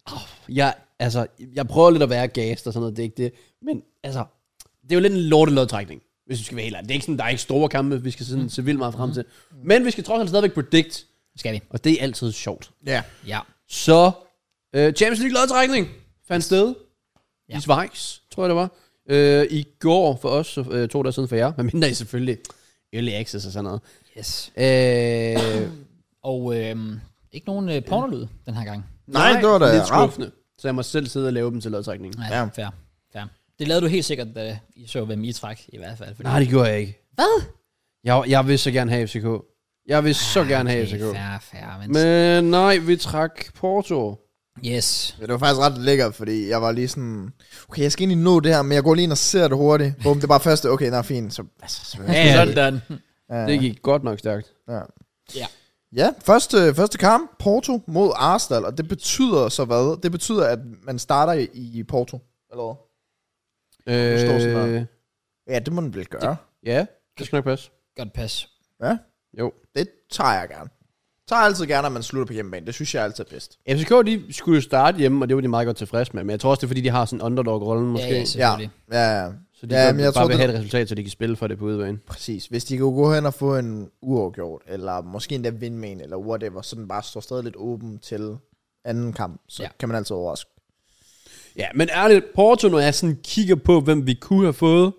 Jeg prøver lidt at være gast og sådan noget, det er ikke det. Men altså, det er jo lidt en lortelodtrækning, hvis vi skal være helt ærlig. Det er ikke sådan, der er ikke store kampe, vi skal sådan se vildt meget frem til. Men vi skal trods alt stadigvæk predict,
Skal vi?
og det er altid sjovt.
Ja.
Ja.
Så, Champions League lodtrækning fandt sted
Ja.
i Schweiz, tror jeg det var. I går for os, 2 dage siden for jer. Men mindre I selvfølgelig early access og sådan noget.
Yes.
Øh,
Og ikke nogen pornolyd den her gang.
Nej, det var da
lidt
rart.
skuffende. Så jeg må selv sidde og lave dem til lodtrækningen.
Nej,
Ja.
fair. Det lavede du helt sikkert, da I så, hvem I træk, i hvert fald. Fordi...
Nej, det gjorde jeg ikke.
Hvad?
Jeg vil så gerne have FCK. Jeg vil så gerne have FCK.
Fair.
Men nej, vi trak Porto.
Yes.
Ja, det var faktisk ret lækkert, fordi jeg var lige sådan, okay, jeg skal egentlig nå det her, men jeg går lige ind og ser det hurtigt. Bum, det er bare første, okay, nej, fint. Så, altså,
Ja,
Sådan.
det gik godt nok stærkt.
Ja.
Ja.
Ja, første kamp, Porto mod Arsenal, og det betyder så hvad? Det betyder, at man starter i Porto, eller hvad? står sådan der. Ja, det må den vel gøre.
Ja, det skal nok passe.
Godt pas.
Ja,
Jo.
det tager jeg gerne. Jeg tager altid gerne, at man slutter på hjemmebane. Det synes jeg altid er bedst.
FCK, de skulle jo starte hjemme, og det var de meget godt tilfredse med. Men jeg tror også, det er fordi, de har sådan en underdog-rollen måske.
Ja,
Ja,
selvfølgelig.
ja.
Så de
Ja,
ja,
men jeg
bare
tror,
vil
det-
have et resultat, så de kan spille for det på udebane.
Præcis. Hvis de kan gå hen og få en uafgjort, eller måske endda vinde med en, eller whatever, så den bare står stadig lidt åben til anden kamp, så kan man altid overraske.
Ja, men ærligt, Porto, når jeg sådan kigger på, hvem vi kunne have fået,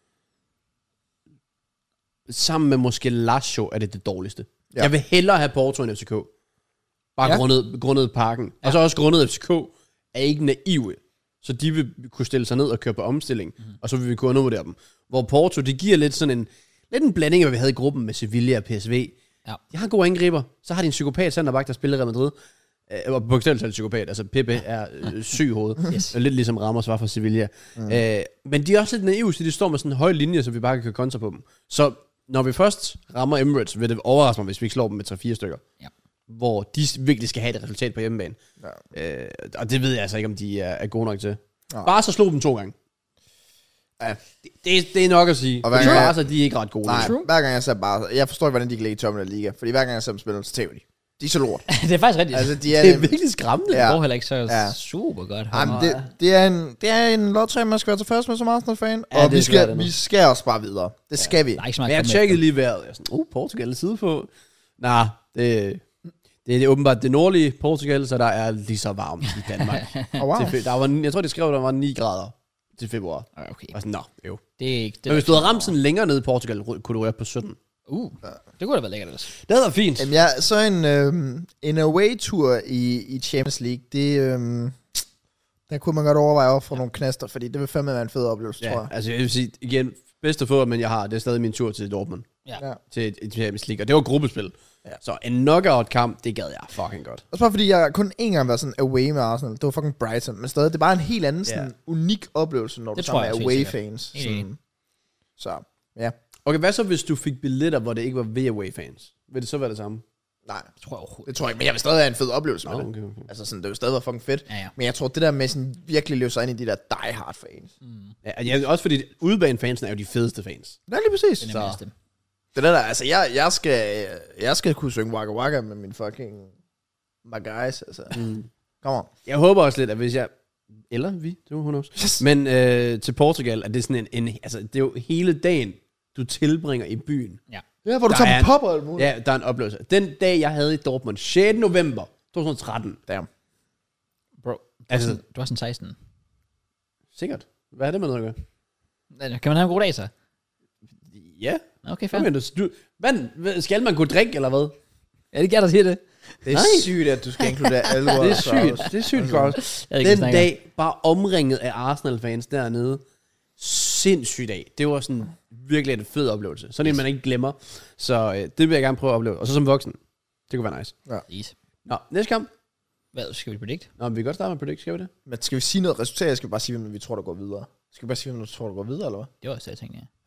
sammen med måske Lazio, er det dårligste.
Ja.
Jeg vil hellere have Porto end FCK. Bare
Ja.
grundet parken. Og så også grundet FCK er ikke naive. Så de vil kunne stille sig ned og køre på omstilling, og så vil vi kunne undervurdere dem. Hvor Porto, det giver lidt sådan en blanding af, hvad vi havde i gruppen med Sevilla og PSV.
Ja.
De har gode angriber. Så har de en psykopat centerback, der spiller i Real Madrid. Og bogstaveligt talt psykopat. Altså Pepe er syg i hovedet.
Yes.
Lidt ligesom Ramos var for Sevilla. Men de er også lidt naive, så de står med sådan en høj linje, så vi bare kan køre kontra på dem. Så når vi først rammer Emirates, vil det overraske mig, hvis vi ikke slår dem med 3-4 stykker.
Ja.
Hvor de virkelig skal have et resultat på hjemmebane.
Ja.
Og det ved jeg altså ikke, om de er gode nok til.
Nej.
Bare så slog dem 2 gange.
Ja.
Det er nok at sige.
Og
Og
hver gang-
Barca, de er ikke ret gode.
Nej,
True.
hver gang jeg ser bare, jeg forstår ikke, hvordan de kan ligge i toppen af liga, fordi hver gang jeg ser dem spille, så tager de. De er så lort.
Det er faktisk rigtigt.
Altså, de
Det
er,
er virkelig skræmmende.
Ja.
Det går heller ikke så
Ja.
super godt.
Jamen, det er en lodtræk, man skal være tilfreds med som Arsenal-fan,
Ja,
og
det skal det nu.
vi skal også bare videre. Det skal vi.
Der er ikke så
Men
meget
jeg
at komme
tjekkede
efter.
lige vejret. Jeg er sådan, Portugal er side på. Nej, det er åbenbart det nordlige Portugal, så der er lige så varmt i Danmark.
Oh, wow.
Der var, jeg tror, de skrev, der var 9 grader til februar.
Okay.
Og sådan, jo.
Det er ikke...
Men hvis du havde ramt sådan længere nede i Portugal, kunne du røre på 17.
Det kunne da være lækkert ellers.
Det havde været fint.
Jamen, så en away-tur i Champions League, der kunne man godt overveje op for nogle knaster, fordi det vil fandme være en fed oplevelse, tror
Ja,
jeg.
altså jeg vil sige, igen, bedste fodbold, men jeg har, det er stadig min tur til Dortmund.
Ja.
Til et Champions League, og det var gruppespil.
Ja.
Så en knockout-kamp, det gad jeg fucking godt.
Også bare fordi jeg kun én gang været sådan away med Arsenal. Det var fucking Brighton. Men stadig, det er bare en helt anden sådan unik oplevelse, når du
Det tror jeg
sammen
også
med
helt
away-fans.
Helt enig.
Så, ja.
Okay, hvad så hvis du fik billetter, hvor det ikke var ved away-fans? Vil det så være det samme?
Nej,
Det tror jeg overhovedet.
det tror jeg ikke. Men jeg vil stadig have en fed oplevelse med det.
Okay.
Altså sådan, det vil stadig være fucking fedt.
Ja.
Men jeg tror, det der med sådan virkelig leve sig ind i de der die-hard fans.
Ja, også fordi udebanefansen er jo de fedeste fans.
Det er lige præcis.
Det er nemlig det.
Det der, altså jeg skal kunne synge Waka Waka med min fucking my guys, altså. Come on.
Jeg håber også lidt, at hvis jeg... Eller vi, det var hun også.
Yes.
Men til Portugal er det sådan altså det er jo hele dagen, du tilbringer i byen.
Ja.
Ja, hvor du
Der
tager
er
på pop og alt muligt.
Ja, der er en oplevelse. Den dag, jeg havde i Dortmund, 6. november 2013.
Damn.
Bro,
Altså-
du har sådan 16.
Sikkert. Hvad er det med noget at gøre?
Kan man have en god dag så?
Ja.
Okay,
Hvad
fair.
mener du? Hvad, skal man kunne drikke, eller hvad?
Ja, det gør der siger det.
Det er
Nej.
sygt, at du skal inkludere alle
Det er
vores
sygt. Det er sygt godt.
Jeg ved ikke,
Den
hvad jeg snakker
dag, bare omringet af Arsenal-fans dernede. Sindssyg dag. Det var sådan virkelig en fed oplevelse. Sådan en, man ikke glemmer. Så det vil jeg gerne prøve at opleve. Og så som voksen. Det kunne være nice.
om. Yes.
Nå, næste kamp.
Hvad skal vi predict?
Nå, men vi kan godt starte med predict, skal vi det?
Men skal vi sige noget resultat? Jeg skal bare sige, hvem vi tror, der går videre. Skal vi bare sige, hvem vi tror, der går videre, eller hvad?
Det var også det, jeg tænkte, ja.
Ja.
Okay.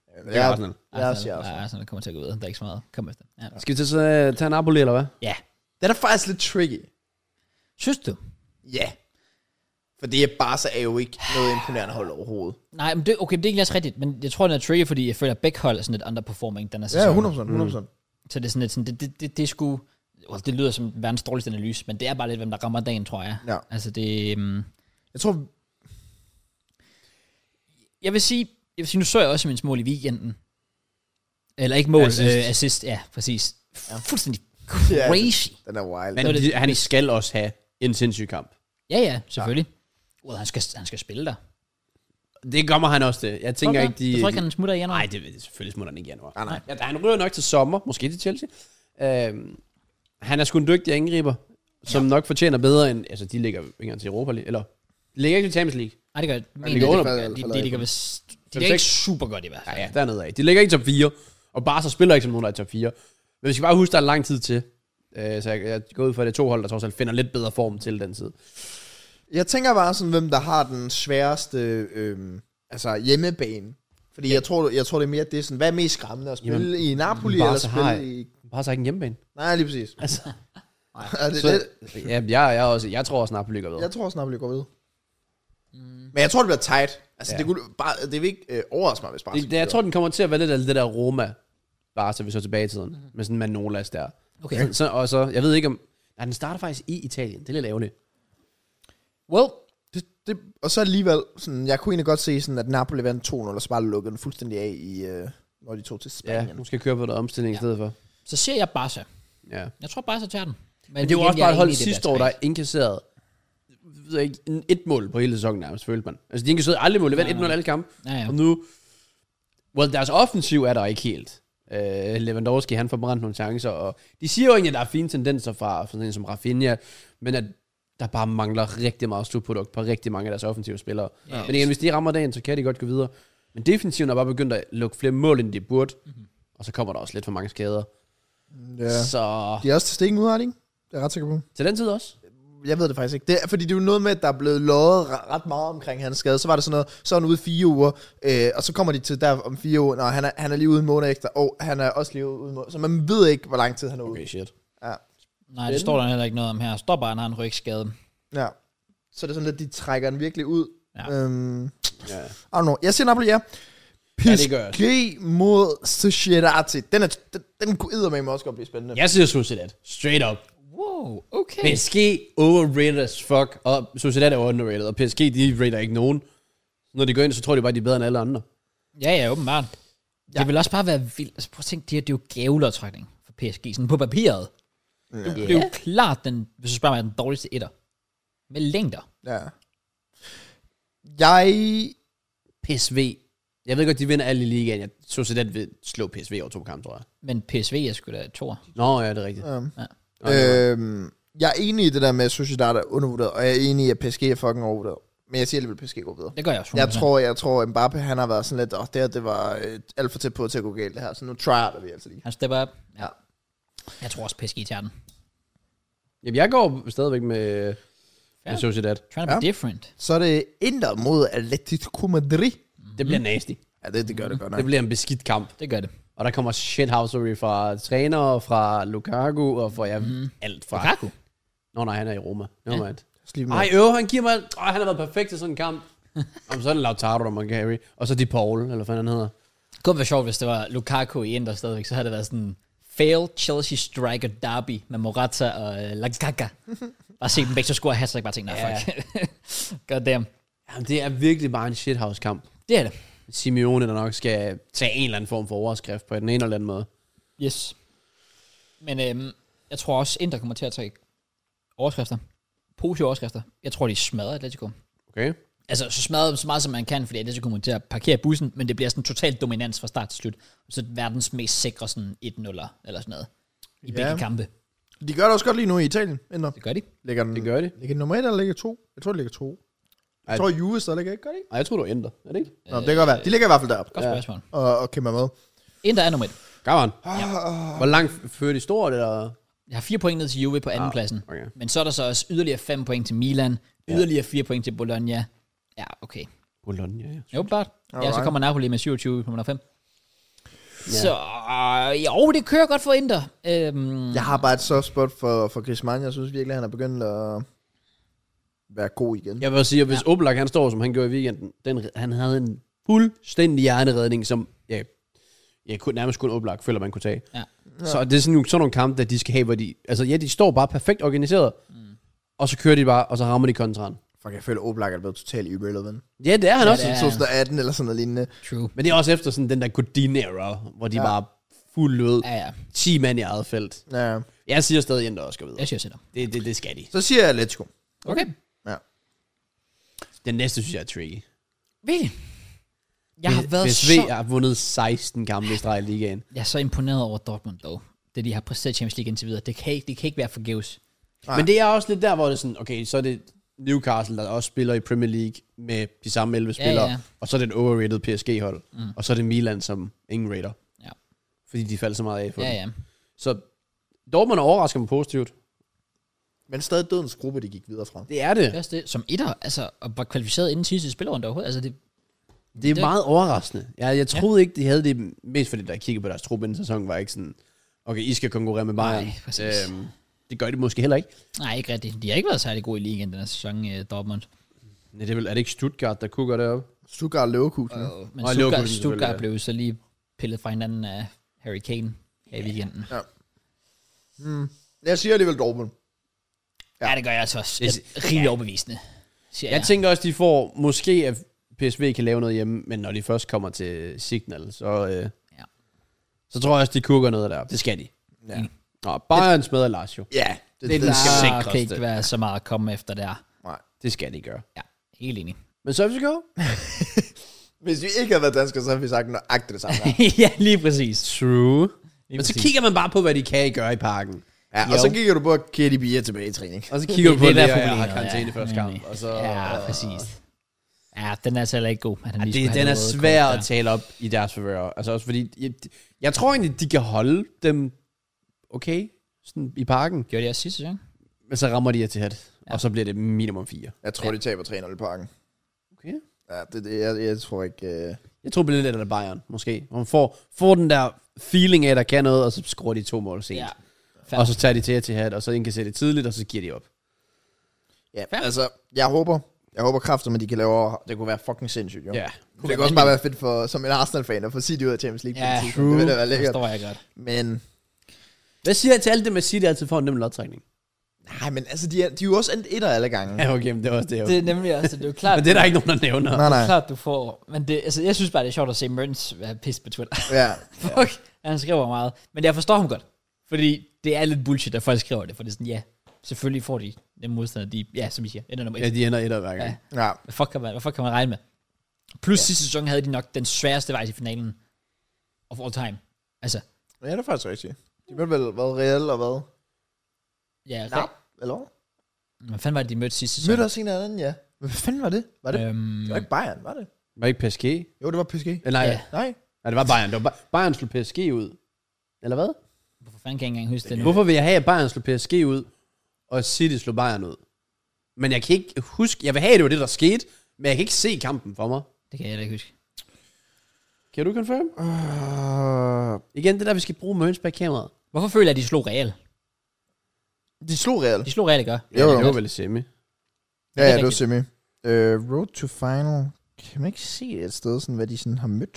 Ja,
Arsenal.
jeg siger også.
Arsenal kommer til at gå ud. Der er ikke så meget. Kom efter. Ja.
Skal vi tage Napoli, eller hvad?
Ja.
Den er faktisk lidt tricky.
Synes du?
Ja. For det Barca er jo ikke noget imponerende hold overhovedet.
Nej, men det er ikke også rigtigt, men jeg tror, den er tricky, fordi jeg føler, at begge hold er sådan lidt underperforming den her sæson.
Ja, 100%.
Så det er sådan lidt sådan, det er sgu, det lyder som verdens dårligste analyse, men det er bare lidt, hvem der rammer dagen, tror jeg.
Ja.
Altså det...
Jeg tror...
Jeg vil sige, nu så jeg også min mål i weekenden. Eller ikke mål, assist. Ja, præcis. Ja. Fuldstændig crazy.
Den er wild.
Men han skal også have en sindssyg kamp.
Ja, selvfølgelig. Well, han skal spille der.
Det kommer han også til. Jeg tænker ikke,
Jeg tror ikke, han smutter i januar.
Nej, det selvfølgelig smutter han ikke i januar.
Nej.
Ja, han ryger nok til sommer, måske til Chelsea. Han er sgu en dygtig angriber, som nok fortjener bedre end... Altså, de ligger ikke engang til Europa League. Eller, de ligger ikke til Champions League.
Nej, det gør det.
ligger under.
De ligger vist... De er ikke super godt i hvert fald.
Ja, dernede af. De ligger ikke i top 4. Og Barca spiller ikke som nogen, der er i top 4. Men vi skal bare huske, der er lang tid til. Så jeg går ud fra, at det er 2 hold, der trods alt finder lidt bedre form til den tid.
Jeg tænker bare sådan, hvem der har den sværeste hjemmebane. Fordi jeg tror det er mere, det er sådan, hvad er mest skræmmende at spille i Napoli eller spille i...
Barca har ikke en hjemmebane.
Nej, lige præcis.
Altså, jeg tror også, Napoli går ved.
Jeg tror også, Napoli går ved. Men jeg tror, det bliver tight. Altså, det vil ikke overraske mig, hvis Barca...
Jeg tror, den kommer til at være lidt af det der Roma, Barca, vi så tilbage i tiden. Med sådan en Manolas der.
Okay.
Så, jeg ved ikke om... Nej, den starter faktisk i Italien. Det er lidt ærgerligt.
Well,
og så alligevel, sådan, jeg kunne egentlig godt se, sådan, at Napoli vandt 2-0, og så bare lukkede den fuldstændig af, når de tog til Spanien.
Ja, nu skal jeg køre på noget omstilling i stedet for.
så ser jeg Barca.
Ja.
Jeg tror Barca tager den.
Men det var også bare et hold sidste år, der indkasserede et mål på hele sæsonen nærmest, følte man. Altså, de indkasserede aldrig mål. Det vandt 1-0 alle kampe.
Ja.
Og nu... Deres offensiv er der ikke helt. Lewandowski, han får brændt nogle chancer, og de siger jo egentlig, at der er fine tendenser fra sådan en som Rafinha, men at der bare mangler rigtig meget slutprodukt på rigtig mange af deres offensive spillere. Ja, men igen, hvis de rammer dagen, så kan de godt gå videre. Men defensiven er bare begyndt at lukke flere mål, end de burde, og så kommer der også lidt for mange skader.
Ja.
Så...
De er også til stikken ud, det ikke? Det er jeg ret sikker på.
Til den tid også?
Jeg ved det faktisk ikke. Det er, fordi det er jo noget med, at der er blevet lovet ret meget omkring hans skade. Så var det sådan noget, så er han ude 4 uger, og så kommer de til der om 4 uger, når han er lige ude en måned ekstra, og han er også lige ude en måned. Så man ved ikke, hvor lang tid han er ude.
Okay, shit.
Ja.
Nej, det står der heller ikke noget om her. Står bare, han har en rygskade.
Ja. Så det er sådan, at de trækker den virkelig ud.
Ja.
I don't know. Jeg siger Napoli, ja.
PSG
mod Sociedad. Den kunne eddermame også godt blive spændende.
Jeg siger Sociedad. Straight up.
Wow, okay.
PSG overrated as fuck, og Sociedad er underrated, og PSG, de rater ikke nogen. Når de går ind, så tror de bare, de er bedre end alle andre.
Ja, åbenbart. Det vil også bare være vildt. Altså, prøv at tænke, det er jo gavlodtrækning for PSG, sådan på papiret. Det er jo klart, hvis du spørger mig, den dårligste etter. Med længder.
Ja.
PSV. Jeg ved godt, de vinder alle i ligaen. Jeg Sociedad vil slå PSV over 2 kampe, tror jeg.
Men PSV er sgu da 2'er.
Nå, ja, det er rigtigt.
Jeg er enig i det der med, at Sociedad er undervurderet, og jeg er enig i, at PSG er fucking overvurderet. Men jeg siger alligevel, at PSG går videre.
Det gør jeg også.
Jeg tror, Mbappé, han har været sådan lidt, det var alt for tæt på til at gå galt det her, så nu tryer vi altså lige.
Han stepper op. Ja. Jeg tror også, PSG tager den.
Jamen, jeg går stadigvæk med Sociedad.
Trying to be different.
Så er det Inter mod Atletico Madrid.
Det bliver nasty.
Ja, det gør det godt nok.
Det bliver en beskidt kamp.
Det gør det.
Og der kommer shithousery fra træner, fra Lukaku, og fra alt fra...
Lukaku?
Nå nej, han er i Roma.
Ej,
Han giver mig... han har været perfekt til sådan en kamp. Og så er det Lautaro, der må carry. Og så de Paul, eller hvad han hedder.
Det kunne være sjovt, hvis det var Lukaku i Inter stadigvæk, så havde det været sådan fail Chelsea striker derby med Morata og Lagaka. Bare se dem begge så score hat-trick, bare tænke, nej, fuck. Goddamn.
Jamen, det er virkelig bare en shithouse-kamp.
Det er det.
Simeone, der nok skal tage en eller anden form for overskrift på den ene eller anden måde.
Yes. Men jeg tror også, Inter kommer til at tage overskrifter. Positive overskrifter. Jeg tror, de smadrer Atletico.
Okay.
Altså, så smadrer så meget, som man kan, fordi Atletico kommer til at parkere bussen, men det bliver sådan totalt dominans fra start til slut. Så verdens mest sikre sådan 1-0 eller sådan noget i begge kampe.
De gør det også godt lige nu i Italien. Inter.
Det gør de.
Det gør de.
Ligger nummer 1 eller ligger 2? Jeg tror, det ligger 2. Jeg tror, Juve stadig ligger ikke, gør det ikke?
Nej, jeg tror, du ændrer. Er det ikke?
Nå, det kan godt være. De ligger i hvert fald deroppe.
Godt spørgsmål.
Og kæmper med.
Inter er nummer 1.
Gammel. Hvor langt fører de stort, eller?
Jeg har 4 point ned til Juve på anden pladsen.
Okay.
Men så er der så også yderligere 5 point til Milan. Yderligere 4 point til Bologna. Ja, okay.
Bologna, ja.
Jo, bare. Ja, så kommer Napoli med 27 på nummer 5. Så jo, det kører godt for Inter.
Jeg har bare et soft spot for Griezmann. Jeg synes virkelig, han er begyndt at være god igen.
Jeg vil sige, at hvis Oblak han står, som han gjorde i weekenden, han havde en fuldstændig hjerneredning, som nærmest kun Oblak føler, man kunne tage.
Ja.
Så det er sådan nogle kampe, der de skal have, hvor de står bare perfekt organiseret, og så kører de bare, og så rammer de kontraen.
Fuck, jeg føler, Oblak er blevet totalt irrelevant.
Ja, det er han også.
Ja. 2018 eller sådan noget lignende.
True.
Men det er også efter sådan den der Godin-era, hvor de bare fuld lød.
Ja.
10 mand i eget felt.
Ja.
Jeg siger stadig, at også skal videre.
Jeg siger til dig.
Det skal de.
Så siger jeg Atletico.
Okay.
Ja.
Den næste, synes jeg er tricky.
Virkelig? Jeg har været
PSV har vundet 16 kampe i streg i ligaen.
Jeg er så imponeret over Dortmund, dog. Det, de har præsteret Champions League indtil videre. Det kan ikke være forgæves.
Men det er også lidt der, hvor det er sådan, okay, så er det Newcastle, der også spiller i Premier League med de samme 11 spillere, og så er det et overrated PSG-hold, og så er det Milan, som ingen rater.
Ja.
Fordi de faldt så meget af for
Ja.
Så Dortmund overrasker mig positivt.
Men stadig dødens gruppe, de gik videre fra.
Det er det.
Det er også det. Som etter, altså, og var kvalificeret inden sidste spillerunde overhovedet. Altså,
Det er meget overraskende. Jeg troede ikke, de havde det, mest fordi, da jeg kiggede på deres trup inden sæsonen, var ikke sådan, okay, I skal konkurrere med Bayern.
Nej, præcis.
Det gør de måske heller ikke.
Nej, ikke rigtigt. De har ikke været særlig gode i ligaen den her sæson, Dortmund.
Nej, er det ikke Stuttgart, der kunne gøre det op?
Stuttgart Leverkusen.
Men
Leverkusen
Stuttgart blev så lige pillet fra hinanden af Harry Kane her i weekenden.
Ja. Jeg siger alligevel Dortmund.
Ja, det gør jeg altså også. Rimelig overbevisende.
Jeg tænker også, de får måske, at PSV kan lave noget hjemme, men når de først kommer til Signal, så tror jeg også, de kukker noget der. Det skal de.
Ja.
Og Bayern smadrer Lazio.
Ja,
Det er den
Der
sikreste.
kan ikke være så meget at komme efter der.
Nej.
Det skal de gøre.
Ja, helt enig.
Men så vil vi gå.
Hvis vi ikke havde været danskere, så havde vi sagt nøjagtigt det samme.
Ja, lige præcis.
True. Men så kigger man bare på, hvad de kan gøre i parken.
Ja, og så kigger du på, at KDB er tilbage i træning.
Og så kigger du på,
Det er
at
der
jeg har
problemet,
karantæne
ja.
første kamp. Og så,
Ja, præcis. Ja, den er altså heller ikke god. At han lige skulle have
den er
noget
svær
kort
at tale op i deres favør. Altså også fordi, jeg tror egentlig, de kan holde dem okay sådan i parken.
Gjorde de også sidste sæson?
Men så rammer de til hat, og så bliver det minimum 4.
Jeg tror, de taber 3-0 i parken.
Okay.
Ja, jeg tror ikke...
Jeg tror, det bliver lidt af Bayern, måske. Man får den der feeling af, der kan noget, og så scorer de 2 mål sent.
Ja.
Og så tager de til hat, og så indkasserer det tidligt, og så giver de op.
Ja, altså, jeg håber kraftigt, at de kan lave over. Det kunne være fucking sindssygt, jo.
Ja.
Det kan også bare være fedt for, som en Arsenal-fan at få City ud af Champions League.
Ja,
det vil da være lækkert.
Forstår jeg godt.
Men,
Hvad siger jeg til alt det med City altid får en nem lodtrækning?
nej, men altså, de er jo også endt etter alle gange.
Ja, okay, men det er også det.
Det er nemlig også, det er jo klart.
Men det er der ikke nogen, der nævner.
Nej, nej.
Klart, du får. Men det, altså, jeg synes bare, det er sjovt at se Mertens være pissed på Twitter.
Ja.
Fuck, han skriver meget. Men jeg forstår ham godt. Fordi det er lidt bullshit, at folk skriver det. For det er sådan, ja, selvfølgelig får de den modstander, de, ja, som I siger, ender nummer 1.
Ja, de ender etter hver gang.
Ja.
Ja.
Hvad fuck kan man regne med? Plus sidste sæson havde de nok den sværeste vej til finalen of all time. Altså,
Ja, det er faktisk rigtigt. De mødte vel været Real og hvad?
ja,
Ja. Eller hvad?
hvad fanden var det, de mødte sidste
De
sæson?
mødte også en anden, ja. Men hvad fanden var det? Var det? Det var ikke Bayern, var det?
Var ikke PSG?
Jo, det var PSG.
Eller nej,
Ja.
Nej.
nej, det var Bayern. Det var Bayern slog PSG ud. Eller hvad?
Hvorfor fanden kan jeg ikke engang huske det nu?
Hvorfor vil jeg have, at Bayern slog PSG ud, og City slog Bayern ud? Men jeg kan ikke huske... Jeg vil have, at det var det, der skete, men jeg kan ikke se kampen for mig.
Det kan jeg heller ikke huske.
Kan du confirm? Igen, det der, vi skal bruge Mørns bag kameraet.
Hvorfor føler jeg, at de slog Real?
De slog Real.
De slog Real, ikke?
Jo,
Det var vel semi.
Ja, det var
rigtigt.
semi. Road to final. Kan man ikke se et sted, sådan, hvad de sådan har mødt?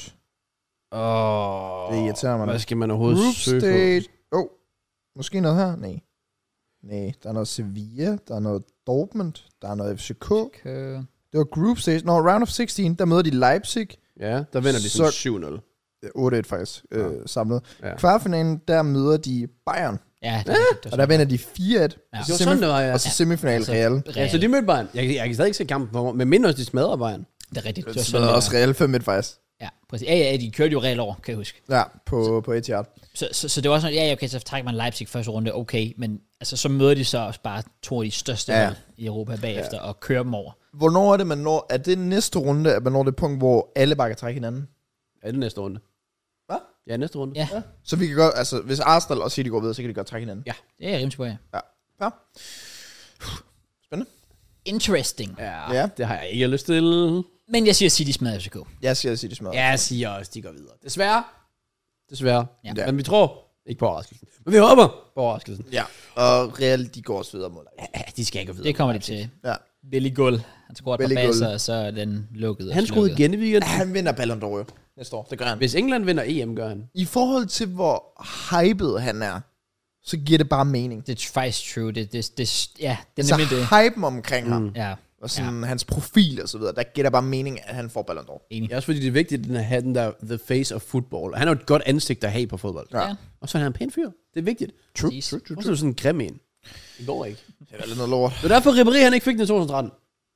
Det irriterer mig.
Hvad skal man overhovedet
Group
søge
stage. Måske noget her? Nej. Nej, der er noget Sevilla, der er noget Dortmund, der er noget FCK.
Okay.
Det var group stage. Round of 16, der møder de Leipzig.
på? Ja, der vinder de sådan 7-0.
8-1 faktisk, samlet.
Ja.
Kvartfinalen, der møder de Bayern.
Ja, det er
Og der vinder de 4-1.
Ja.
Det var sådan, det var, ja.
Og så semifinal
Altså,
Real.
Ja, så de mødte Bayern. Jeg kan stadig ikke se kampen for mig, men mindre også de smadrer Bayern.
Det er rigtigt. Det var
Det
sådan,
var
det
også
var.
Real 5-1 faktisk.
Ja, præcis. Ja, de kørte jo Real over, kan jeg huske.
Ja, på Etihad.
Så det var sådan, ja, okay, så trækker man Leipzig første runde, okay, men altså, så møder de så også bare 2 af de største hold i Europa bagefter, og kører dem over.
Hvornår er det, man når? Er det næste runde, at man når det punkt, hvor alle bare kan trække hinanden?
Er det næste runde?
Hvad?
Ja, næste runde.
Ja,
Så vi kan godt, altså hvis Arsenal og City går videre, så kan de godt trække hinanden.
Ja.
det er jeg rimelig på, ja.
Ja.
Interesting.
Ja.
Det har jeg ikke lyst til.
Men jeg siger, City smadrer FCK.
Jeg siger City smadrer.
Jeg siger også, de går videre. Desværre. Desværre.
Ja.
Men vi tror ikke på overraskelsen. Men vi håber på overraskelsen.
Ja, og Real, de går også videre mod Leipzig.
Ja, de skal ikke gå videre.
Det kommer de til.
Ja.
Billy Gull. Han scorer et par
Billy Gull.
baser, og så er den lukket.
Han skruede igen i weekenden.
Han vinder Ballon d'Or jo næste år. Det gør han.
Hvis England vinder EM, gør han.
I forhold til, hvor hyped han er, så giver det bare mening.
Det er faktisk true. Det er
Så
nemlig det.
hypen omkring ham,
Ja,
og sådan hans profil og så videre, der giver det bare mening, at han får Ballon d'Or.
enig.
Det er også fordi, det er vigtigt at have den der the face of football. Han har jo et godt ansigt at have på fodbold.
Ja.
Og så er han en pæn fyr. Det er vigtigt.
True.
Hvorfor er du sådan en grim en? Det går ikke.
Det er lidt noget lort.
Det er derfor, Ribéry han ikke fik den i 2013.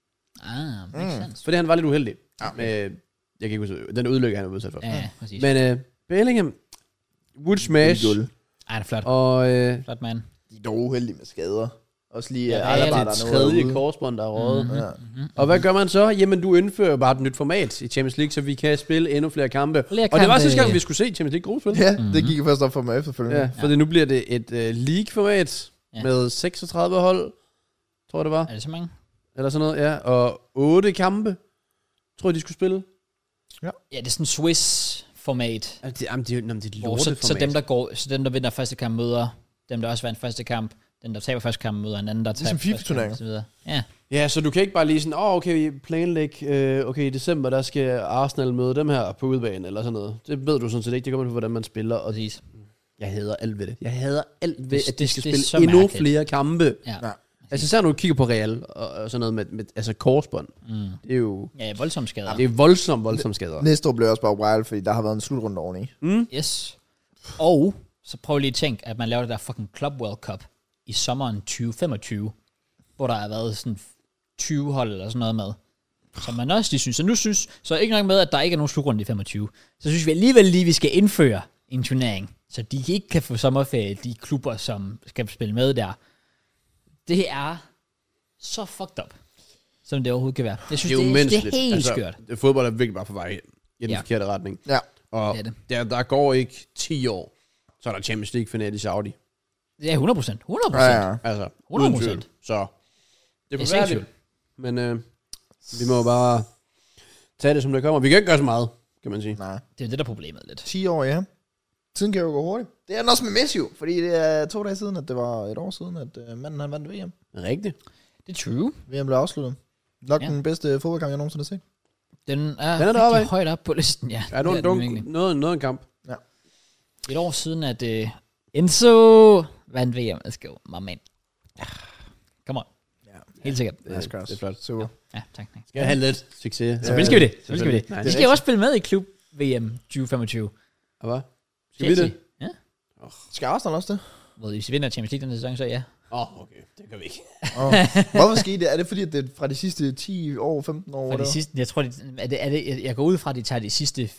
Makes sense.
Fordi han var lidt uheldig.
Ja.
Med, jeg kan ikke huske, den ulykke, han var udsat for.
Ja, præcis.
Men Bellingham, Wood smash,
Guld.
Ej, det er flot.
og
Flot, mand.
De er dog uheldige med skader. Også lige
Ja,
Alaba, der
det
er
tredje
ude.
korsbånd, der er røget.
Ja.
Og hvad gør man så? Jamen, du indfører bare et nyt format i Champions League, så vi kan spille endnu flere kampe.
Flere
Og det var
kampe.
sidste gang, vi skulle se Champions League gruppespil.
Ja, det gik først op for mig efterfølgende.
Ja, for nu bliver det et league-format med 36 hold, tror jeg det var.
Er det så mange?
Eller sådan noget, ja. Og 8 kampe, tror jeg, de skulle spille.
Ja, det er sådan en Swiss-format.
Jamen, det er
Hvor så dem, der vinder første kamp, møder dem, der også vandt første kamp. Den, der taber første kamp, møder en anden, der taber
Ligesom
første kamp,
FIFA-turneringer.
og så videre. Ja.
Ja, så du kan ikke bare lige sådan, okay, vi planlægge, okay, i december, der skal Arsenal møde dem her på udebane, eller sådan noget. Det ved du sådan set ikke, det kommer på, hvordan man spiller, og
Præcis.
jeg hader alt ved det. Jeg hader alt ved, at de skal
det er så
spille endnu
mærkeligt.
flere kampe.
Ja.
Ja.
Altså, så når du kigger på Real, og sådan noget med altså korsbånd, det er jo,
Ja, voldsomme skader.
det er voldsomt skader.
Næste år bliver også bare wild, fordi der har været en slutrunde oveni.
Yes. Og så prøv lige at tænke, at man laver det der fucking Club World Cup i sommeren 2025, hvor der har været sådan 20 hold eller sådan noget med. Så man også lige synes. Så nu synes, så ikke nok med, at der ikke er nogen slutrunde i 25. Så synes vi alligevel lige, at vi skal indføre en turnering, så de ikke kan få sommerferie, de klubber, som skal spille med der. Det er så fucked up, som det overhovedet kan være. Jeg synes, det er helt skørt.
Fodbold er virkelig bare på vej i den forkerte retning.
Ja.
Og
Det er det.
der går ikke 10 år, så er der Champions League-final i Saudi.
Ja, 100%. 100%.
Ja.
Altså,
100%.
uden tvivl. Så det er
Jeg er
forfærdeligt. Men vi må bare tage det, som det kommer. Vi kan ikke gøre så meget, kan man sige.
Nej.
Det er det, der er problemet lidt.
10 år, ja. Tiden kan jo gå hurtigt. Det er den også med Messi jo, fordi det er 2 dage siden, at det var et år siden, at manden han vandt VM.
Rigtigt.
Det er true.
VM blev afsluttet. Nok
Ja.
den bedste fodboldkamp, jeg nogensinde har set.
Den er
Den er deroppe
rigtig
af.
højt op på listen, ja.
Ja,
Det er den virkelig.
noget en kamp.
Et år siden, at Enzo vandt VM. Let's go, my man. Come on.
Ja.
Helt sikkert.
Det er
Det er flot.
Super.
Ja, tak.
Skal jeg have lidt succes?
Selvfølgelig skal vi det. Selvfølgelig skal vi det.
Nej,
Vi skal jo også spille med i klub VM 2025.
Og hvad? Skal vi det?
Ja.
Skal Arsenal også det?
Well, hvis vi vinder Champions League den sæson, så ja.
Okay. Det gør vi ikke.
Hvorfor skete det? Er det fordi, at det er fra de sidste 10 år, 15 år?
For de sidste, jeg tror, jeg går ud fra, at de tager de sidste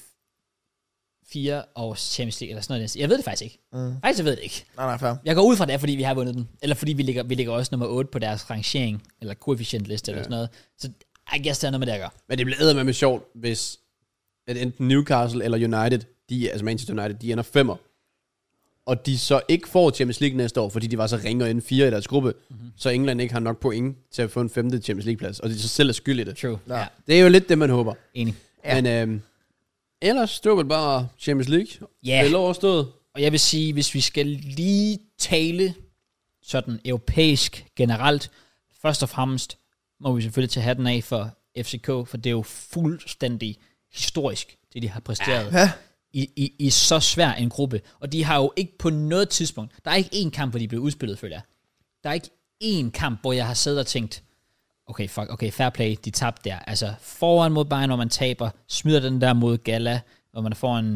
4 års Champions League, eller sådan noget. Jeg ved det faktisk ikke. Faktisk, jeg ved det ikke.
Nej, fair.
Jeg går ud fra det, fordi vi har vundet den. Eller fordi vi ligger også nummer 8 på deres rangering, eller koefficientliste, eller sådan noget. Så I guess, det er noget med det at gøre.
Men det bliver med sjovt, hvis at enten Newcastle eller United, altså Manchester United, de ender 5'er. Og de så ikke får Champions League næste år, fordi de var så ringe og ende 4 i deres gruppe, så England ikke har nok point til at få en 5. Champions League-plads, og de så selv er skyld i det.
True. Ja.
Det er jo lidt det, man håber.
Enig.
Ja.
Men ellers, det var vel bare Champions League.
Ja.
Vel overstået.
Og jeg vil sige, hvis vi skal lige tale sådan europæisk generelt, først og fremmest må vi selvfølgelig tage hatten af for FCK, for det er jo fuldstændig historisk, det de har præsteret.
Ja.
I så svær en gruppe. Og de har jo ikke på noget tidspunkt, der er ikke én kamp, hvor de blev udspillet, føler jeg. Der er ikke én kamp, hvor jeg har siddet og tænkt, okay, fair play, de tabte der. Altså foran mod Bayern, hvor man taber, smider den der mod Gala, hvor man er foran,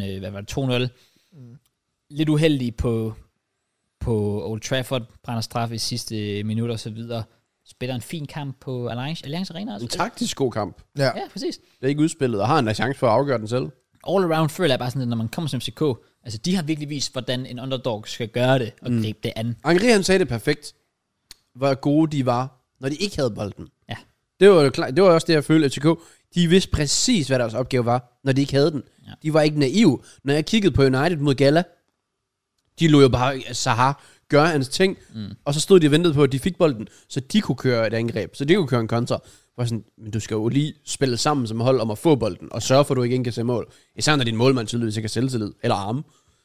2-0. Lidt uheldig på Old Trafford, brænder straf i sidste minutter og så videre. Spiller en fin kamp på Allianz Arena.
En taktisk god kamp.
Ja.
Ja, præcis.
Det er ikke udspillet, og har en chance for at afgøre den selv.
All around føler jeg bare sådan, at når man kommer som FCK, altså de har virkelig vist, hvordan en underdog skal gøre det, og gribe det an.
Henri, han sagde det perfekt, hvor gode de var, når de ikke havde bolden.
Ja.
Det var jo klart, det var også det, jeg følte, FCK, de vidste præcis, hvad deres opgave var, når de ikke havde den.
Ja.
De var ikke naive. Når jeg kiggede på United mod Gala, de lå jo bare Zaha gøre hans ting, og så stod de og ventede på, at de fik bolden, så de kunne køre et angreb, så de kunne køre en kontra. Hvor sådan, men du skal jo lige spille sammen som hold om at få bolden, og sørge for, at du ikke kan se mål. Især når din målmand tydeligvis ikke har selvtillid, eller arme.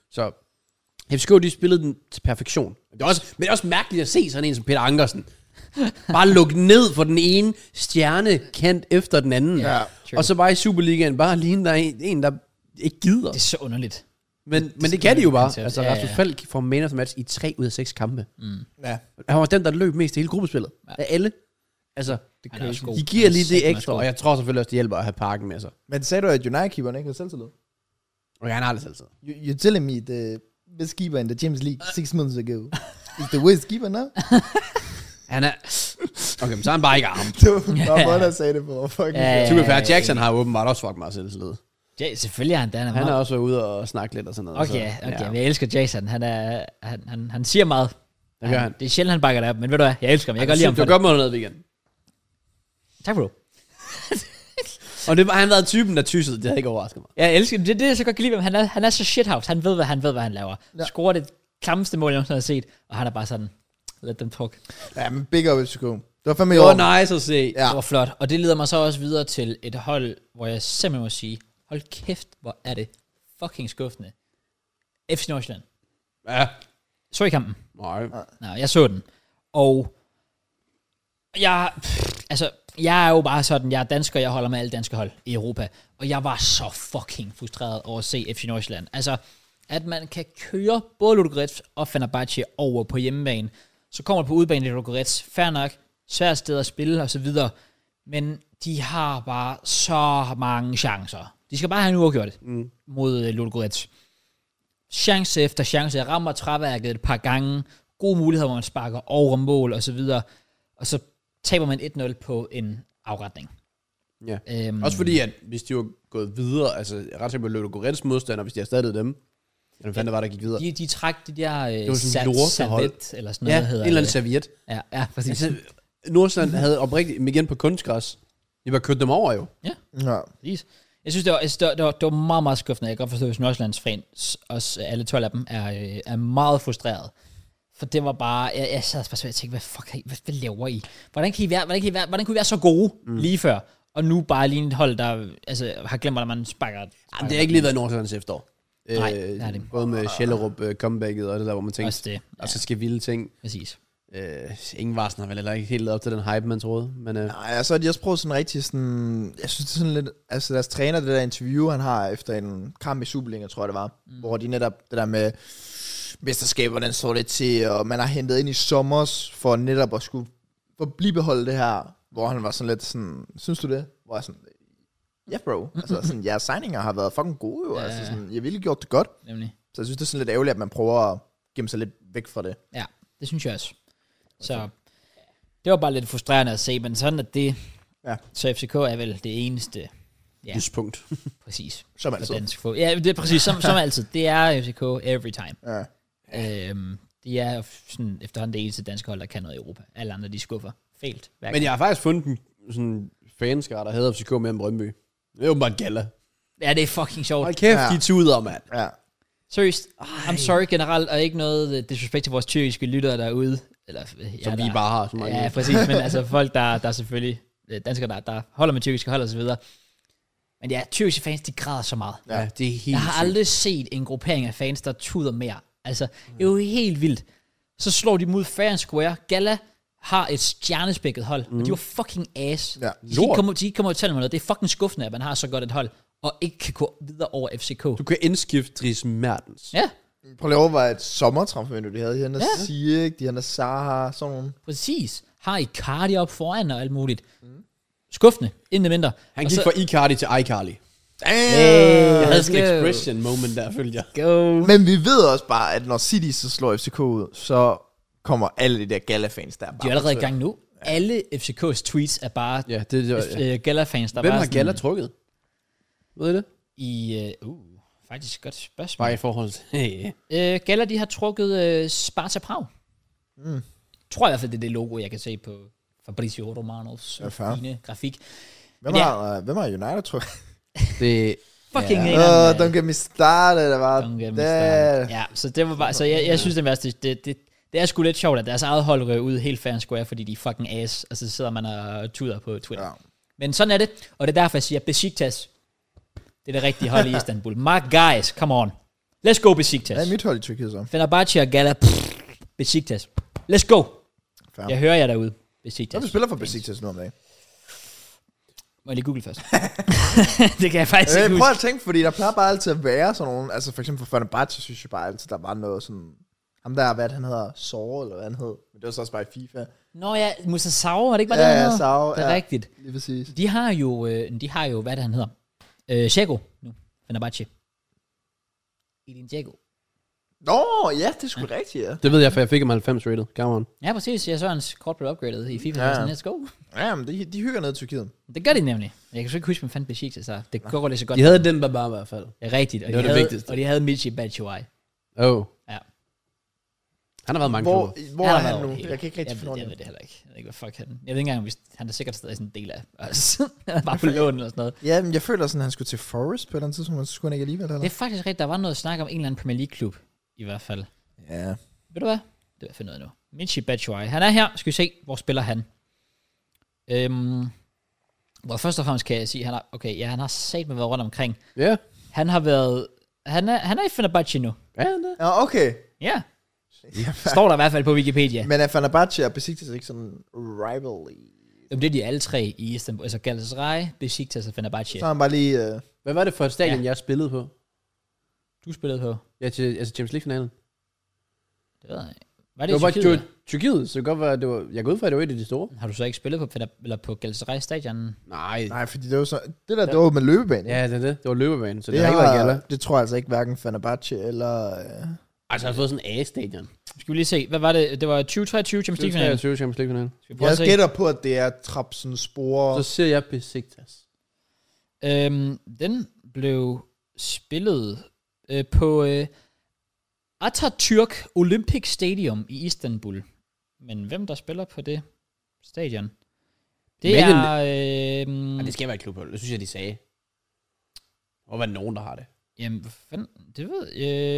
Så FCK, de spillede den til perfektion. Men det er også mærkeligt at se sådan en som Peter Ankersen. Bare lukke ned for den ene stjernekant efter den anden.
Ja.
Og så bare i Superligaen, bare ligne der en, der ikke gider.
Det er så underligt.
Men det kan de jo bare. Altså,
ja.
Rasmus Falk får man of the match i 3 ud af 6 kampe.
Ja.
Han var den, der løb mest i hele gruppespillet. Af alle. Altså, de giver
Han er
lige det
satme
ekstra,
god.
og jeg tror selvfølgelig også, det hjælper at have Parken med sig.
Men sagde du, at United-keeperen ikke havde selvtillid?
Og han har det selvtid.
You're telling me the best keeper in the Champions League 6 months ago is the worst keeper now?
Han er... Okay, men så er han bare ikke arm.
Det var bare der sagde det på.
Jackson har åbenbart også fucking meget selvtillid.
Ja, selvfølgelig er han det.
Han er også været ude og snakke lidt og sådan noget.
Okay,
så,
men jeg elsker Jason. Han siger meget.
Det gør han.
Det er sjældent, han bakker det op, men ved du hvad, jeg elsker ham. Jeg kan godt lide ham for
det. Du gør mig noget weekend.
Tak bro.
Og det var, han været typen, der tyssede. Det havde ikke overrasket mig.
Jeg elsker ham. Det er det, jeg så godt kan lide ham. Han er så shithouse. Han ved, hvad han laver.
Ja.
Scorer det klammeste mål, jeg nogensinde har set. Og han er bare sådan, let them talk.
Ja, men big up FCK. Det var fandme i
Det
år.
var nice at se.
Ja.
Det var flot. Og det leder mig så også videre til et hold, hvor jeg simpelthen må sige, hold kæft, hvor er det fucking skuffende. FC Nordsjælland.
Ja.
Så I kampen?
Nej.
Nej, jeg så den. Og jeg er jo bare sådan, jeg er dansker, jeg holder med alle danske hold i Europa. Og jeg var så fucking frustreret over at se FC Nordsjælland. Altså, at man kan køre både Ludogorets og Fenerbahce over på hjemmebane. Så kommer det på udebane i Ludogorets. Fair nok, svært sted at spille og så videre. Men de har bare så mange chancer. De skal bare have en uafgjort mod Ludogorets. Chance efter chance. Jeg rammer træværket et par gange. Gode muligheder, hvor man sparker over mål og så videre. Og så taber man 1-0 på en afretning.
Ja. Også fordi, at hvis de var gået videre, altså ret sikkert på Ludogorets modstander, hvis de havde stadig dem, eller hvad var der gik videre?
De trak de der
det var sådan
servet, eller sådan noget,
ja,
hedder
en eller anden serviet.
Ja, præcis.
Altså, Nordsjælland havde oprigtigt, igen på kunstgræs, de var kørt dem over jo.
Ja.
Præcis. Jeg synes, det var meget, meget skuffende. Jeg kan godt forstå, hvis Nordsjællands fans, også alle 12 af dem, er meget frustreret. For det var bare, jeg sad bare så og tænkte, hvad laver I? Hvordan kunne I være så gode lige før? Og nu bare lige et hold, der har glemt, hvordan man sparker.
Jamen, det har ikke lige været Nordsjællands efterår.
Nej, det er det.
Både med Schellerup comebacket og det der, hvor man tænkte,
Også det.
og så skal vilde ting.
Præcis.
Ingen Varsen har vel heller ikke helt lavet op til den hype, man troede. Men,
Nej, altså har de også prøvet sådan rigtig sådan, jeg synes det er sådan lidt, altså deres træner, det der interview, han har efter en kamp i Superliga, tror jeg det var, hvor de netop, det der med mesterskab, hvordan står det til, og man har hentet ind i sommers, for netop at skulle forbliveholde det her, hvor han var sådan lidt sådan, synes du det? Hvor jeg sådan, ja bro, altså sådan, jeres signinger har været fucking gode jo, altså sådan, jeg har virkelig gjort det godt.
Nemlig.
Så jeg synes, det er sådan lidt ærgerligt, at man prøver at gemme sig lidt væk fra det.
Ja, det synes jeg også. Så det var bare lidt frustrerende at se, men sådan at det, så FCK er vel det eneste,
lyspunkt.
præcis.
Som altid.
Dansk fod. Ja, det er præcis, som altid. Det er FCK every time.
Ja.
De er sådan efterhånden det eneste danske hold, der kan noget i Europa. Alle andre, de skuffer. Fælt.
Men jeg har faktisk fundet en sådan fanskare, der havde FCK med en Brøndby. Det er jo bare galla.
Ja, det er fucking sjovt.
Hold kæft, de tuder, mand.
Ja.
Seriøst, I'm sorry generelt, og ikke noget disrespect til vores tyrkiske lyttere derude. Eller,
som vi bare har. Så mange.
Ja, præcis, men altså folk, der er selvfølgelig danskere, der holder med tyrkiske hold og så videre. Men ja, tyrkiske fans, de græder så meget.
Ja, det er helt
Jeg har aldrig set en gruppering af fans, der tuder mere. Altså, det er jo helt vildt. Så slår de mod Fair and Square. Gala har et stjernespækket hold, og de var fucking ass.
Ja.
De kommer til mig noget. Det er fucking skuffende, at man har så godt et hold, og ikke kan gå videre over FCK.
Du kan indskifte Dries Mertens.
Ja.
Prøv lige at overveje et sommertransfervindue, de havde. De havde Sieg, de havde Zaha, sådan nogle.
Præcis. Har Icardi op foran og alt muligt. Skuffende, inden mindre.
Han gik fra Icardi til iCarly.
Jeg
havde sådan en expression moment der, følte jeg.
Go.
Men vi ved også bare, at når City så slår FCK ud, så kommer alle de der Gala-fans der.
De er allerede i gang nu. Alle FCK's tweets er bare Gala-fans, der
Hvem
bare
har Gala trukket? Ved I det?
Faktisk godt spørgsmål.
Bare i forhold til...
Gala, de har trukket Sparta Prag. Tror jeg i hvert fald, det er det logo, jeg kan se på Fabrizio Romanovs fine grafik.
Hvem har United trukket?
Det
fucking
don't get me started. Der var
Ja, så det var bare... Så jeg synes, det værste... Det er sgu lidt sjovt, at deres eget hold rører ud helt fair and square, fordi de er fucking ass, og så sidder man og tuder på Twitter. Ja. Men sådan er det, og det er derfor, jeg siger, Besiktas, det er det rigtige hold i Istanbul. My guys, come on. Let's go, Besiktas.
Ja, mit hold i Tyrkiet så.
Fenerbahce og Gala. Besiktas. Let's go.
Fair.
Jeg hører jer derude. Besiktas.
Hvad spiller for Besiktas nu om dagen?
Må jeg lige google først? Det kan jeg faktisk ikke
Prøv
huske.
at tænke, fordi der plejer bare altid at være sådan nogle, altså for eksempel for Fenerbahce, synes jeg bare altid, der var noget sådan, ham der, hvad han hedder, Saur, eller hvad han hed, men det var så også bare i FIFA.
Nå ja, Musa Sau, var det ikke bare
Ja,
det, han
ja,
hedder?
Saur,
Det er
ja.
rigtigt.
Lige præcis.
De har jo, hvad det han hedder? Dzeko nu. Fenerbahce. Edin Dzeko.
Nå, ja, det er sgu rigtigt, ja.
Det ved jeg, for jeg fik ham 90 rated. Come on.
Ja, præcis. Jeg så hans kort blev upgradet i FIFA.
Ja.
Ja. Let's go.
Ja, men de hygger ned i Tyrkiet.
Det gør de nemlig. Jeg kan så ikke huske, hvem fanden Besiktas så. Det går lige så godt.
De havde den bare i hvert fald.
Ja, rigtigt. Og
Det var
de
det
havde,
vigtigste.
Og de havde Michy Batshuayi.
Oh.
Ja.
Han har været mange klubber.
Hvor er han nu? Jeg kan ikke rigtig finde
Jeg ved det heller ikke. Jeg ved ikke, hvad fuck han. Jeg ved ikke engang, hvis han er sikkert stadig sådan en del af os. Han er bare på lån eller sådan noget.
Ja, men jeg føler sådan, at han skulle til Forest på et eller andet tidspunkt, men så skulle han ikke alligevel, eller?
Det er faktisk rigtigt. Der var noget snak om en eller anden Premier League-klub. I hvert fald.
Ja.
Ved du hvad? Det vil jeg finde ud af nu. Michy Batshuayi. Han er her. Skal vi se, hvor spiller han? Well, først og fremmest kan jeg sige, han har sat med været rundt omkring.
Ja. Yeah.
Han har været... Han er i Fenerbahce nu.
Ja, det.
Ja, okay.
Ja. Står der i hvert fald på Wikipedia.
Men er Fenerbahce og Besiktas ikke sådan rivalry?
Jamen, det er de alle tre i Istanbul. Altså Galatasaray, Besiktas og Fenerbahce.
Så har han bare lige...
Hvad var det for et stadion, jeg spillede på?
Du spillede på?
Ja, til Champions League-finalen.
Det ved jeg ikke. Var
Det var bare
Tyrkiet?
Tyrkiet, så det kan godt være, det var... Jeg går ud fra, at det var et af de store.
Har du så ikke spillet på, eller på Galatasaray stadion?
Nej.
Nej, fordi det var så... Det der, det var med løbebane.
Ja, det var løbebanen, så det,
det
har ikke været gala.
det tror jeg altså ikke, hverken Fenerbahce eller...
Altså, jeg har fået sådan en A-stadion.
Skal vi lige se, hvad var det? Det var 2023 Champions League-finalen.
23 Champions League-finalen.
Skal vi prøve at
Jeg
se?
gætter på, at det er Trabzonspor.
Så siger jeg Besiktas.
Den blev spillet på Atatürk Olympic Stadium i Istanbul. Men hvem der spiller på det stadion? Det
Men
er...
Ja, det skal være et klubhold. Det synes jeg, de sagde. Og hvad nogen, der har det.
Jamen, hvad fanden? Det ved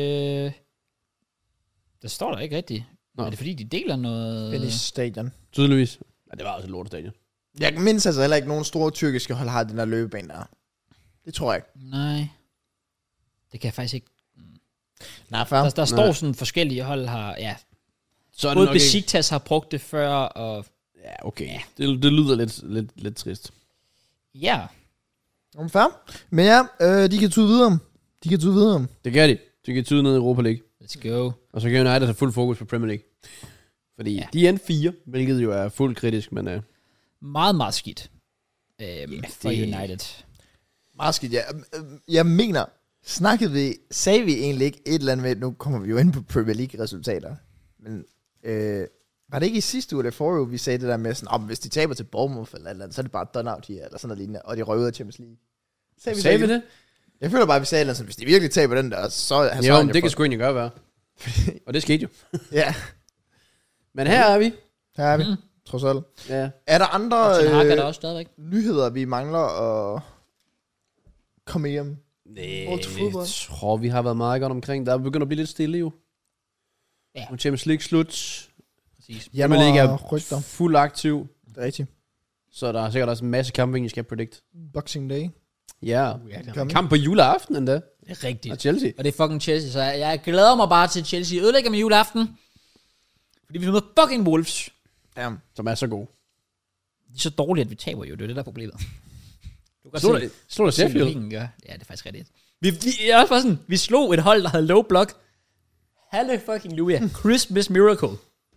der står der ikke rigtigt.
Nå.
Er det fordi, de deler noget...
Finish Stadion.
Tydeligvis. Ja, det var også et lortestadion.
Jeg mindes altså heller ikke, nogen store tyrkiske hold har den der løbebane der. Det tror jeg ikke.
Nej. Det kan jeg faktisk ikke...
Nej, fair.
Der står sådan forskellige hold har... Ja,
Så er det
både
nok ikke...
Besiktas har brugt det før, og...
Ja, okay. Ja. Det lyder lidt trist.
Ja.
Om fair. Men ja, de kan tude videre.
Det gør de. De kan tyde ned i Europa League.
Let's go.
Og så kan United have fuld fokus på Premier League. Fordi de er en 4, hvilket jo er fuldt kritisk, men...
Meget, meget skidt. For
det-
United.
Meget skidt, ja. Jeg mener, sagde vi egentlig ikke et eller andet med, nu kommer vi jo ind på Premier League-resultater, men var det ikke i sidste uge eller forrige uge, vi sagde det der med sådan, hvis de taber til Bournemouth eller andet, så er det bare done out her, eller sådan noget lignende, og de røg ud af Champions League.
Sagde vi det?
Jeg føler bare, vi sagde sådan, hvis de virkelig taber den der, så er
Jo, men det kan sgu egentlig gøre være. Og det skete jo.
Ja,
Men her er vi.
her er vi, trods alt.
Ja.
Er der andre
Ten Hag er der også stadigvæk.
nyheder, vi mangler at komme hjem? Forhold til fodbold.
Jeg tror, vi har været meget godt omkring. Der er begyndt at blive lidt stille jo.
Ja.
Og Champions League slut.
Præcis.
Premier League er
rygter.
fuld aktiv.
Det er rigtigt.
Så der er sikkert også en masse kampe, I skal predict.
Boxing Day.
Ja.
Ja, det
Kom.
Kamp på juleaften endda.
er rigtigt.
Og Chelsea.
Og det er fucking Chelsea, så jeg glæder mig bare til Chelsea ødelægger med juleaften. Fordi vi møder fucking Wolves.
Ja.
Som er så god.
De er så dårlige, at vi taber jo. Det er det, der er problemet. Du kan
Slå dig Sheffield.
logikken gør. Ja, det er faktisk rigtigt. Vi er også bare sådan, vi slog et hold, der havde low block. Halleluja. Christmas miracle.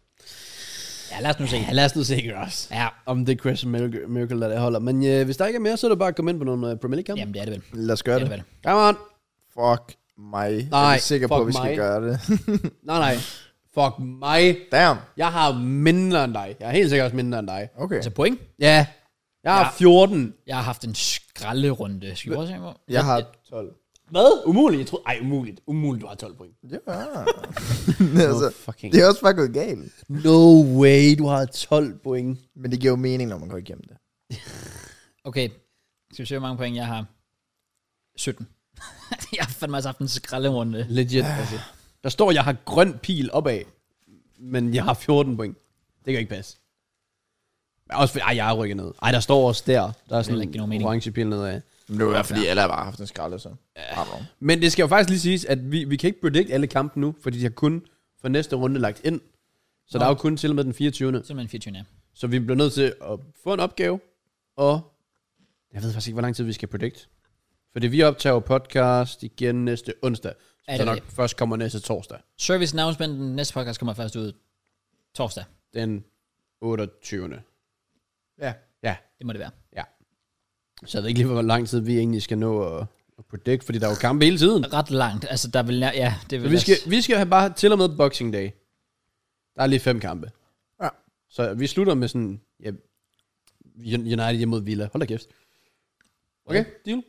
Ja, lad os nu se.
Ja, lad os nu se, Gross.
Ja,
Om det er Christmas Miracle, der det holder. Men hvis der ikke er mere, så er det bare at komme ind på nogle Premier League-kampe.
jamen det er det vel.
Lad os gøre
Det er
det.
det vel.
Come on.
Fuck mig.
Nej,
jeg er sikker på,
fuck
at vi skal
mig.
gøre det.
Nej. Fuck mig.
Damn.
Jeg har mindre end dig. Jeg er helt sikkert også mindre end dig.
Okay.
Altså point.
Ja. Jeg har
Ja.
14.
Jeg har haft en skralderunde. Skal vi prøve at se på?
Jeg har 12.
Hvad? Umuligt. Jeg troede... Ej, umuligt. Umuligt, du har 12 point.
Ja.
No
altså,
fucking...
det er også bare gået galt.
No way, du har 12 point.
Men det giver jo mening, når man går igennem det.
Okay. Skal vi se, hvor mange point jeg har? 17. Jeg har fandme også haft en skralderunde.
Legit, altså. Der står, jeg har grøn pil opad, men jeg har 14 point. Det kan ikke passe. Men også fordi, jeg er rykket ned. Ej, der står også der. Der er
heller
sådan
ikke give nogen
en
mening.
orange pil nedad.
Men det er jo fordi alle har bare haft en skralde, så.
Men det skal jo faktisk lige siges, at vi kan ikke predict alle kampe nu, fordi de har kun for næste runde lagt ind. Så der er jo kun til og med den 24.
Simpelthen 24, ja.
Så vi bliver nødt til at få en opgave, og jeg ved faktisk ikke, hvor lang tid vi skal predict. Fordi vi optager podcast igen næste onsdag, så nok først kommer næste torsdag.
Service announcement, den næste podcast kommer først ud torsdag.
Den 28.
Ja.
Ja.
Det må det være.
Ja. Så jeg ved ikke lige, hvor lang tid vi egentlig skal nå at predict, fordi der er jo kampe hele tiden.
Ret langt. Altså, der vil... Ja, det vil
vi skal have bare til og med Boxing Day. Der er lige 5 kampe.
Ja.
Så vi slutter med sådan... Ja, United hjemme mod Villa. Hold da kæft. Okay, deal?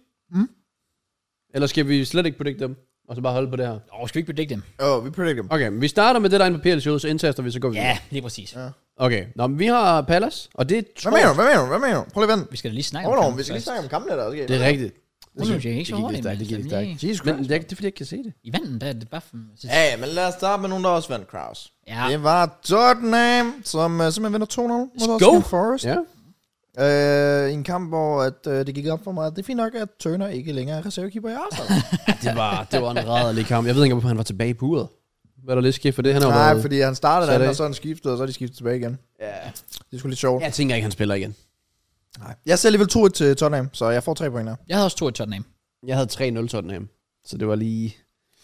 Eller skal vi slet ikke predict dem? Og så bare holde på det her?
Skal vi ikke predict dem?
Vi predict dem.
Okay, men vi starter med det der inde på PL-showet, så indtaster vi, så går vi
Ja, lige præcis. Ja.
Okay, nå, men vi har Palace, og det
Hvad mener du? Prøv lige at vente.
Vi skal da lige snakke om kampen.
Vi skal lige snakke om kampene der. Okay.
Det er rigtigt.
Det synes jeg ikke så hurtigt.
Det gik stærkt. Men det er fordi, jeg ikke kan se det.
I vandet, der er det bare...
Ja, men lad os starte med nogen, der også vandt, Kraus.
Ja.
Det var Tottenham, som simpelthen vinder 2-0 mod
go!
Forest.
Ja.
I en kamp, hvor det gik op for mig, at det er fint nok, at Turner ikke længere er reservekeeper i Arsenal.
det var en rædderlig kamp. Jeg ved ikke, hvorfor han var tilbage i buret. Hvad er der lidt skidt for det?
Nej, fordi han startede den, og så han skiftede, og så er de skiftet tilbage igen.
Ja.
Det er sgu lidt sjovt.
Jeg tænker ikke, han spiller igen.
Nej. Jeg ser alligevel 2-1 til Tottenham, så jeg får 3 point der.
Jeg havde også 2 i Tottenham.
Jeg havde 3-0 Tottenham. Så det var lige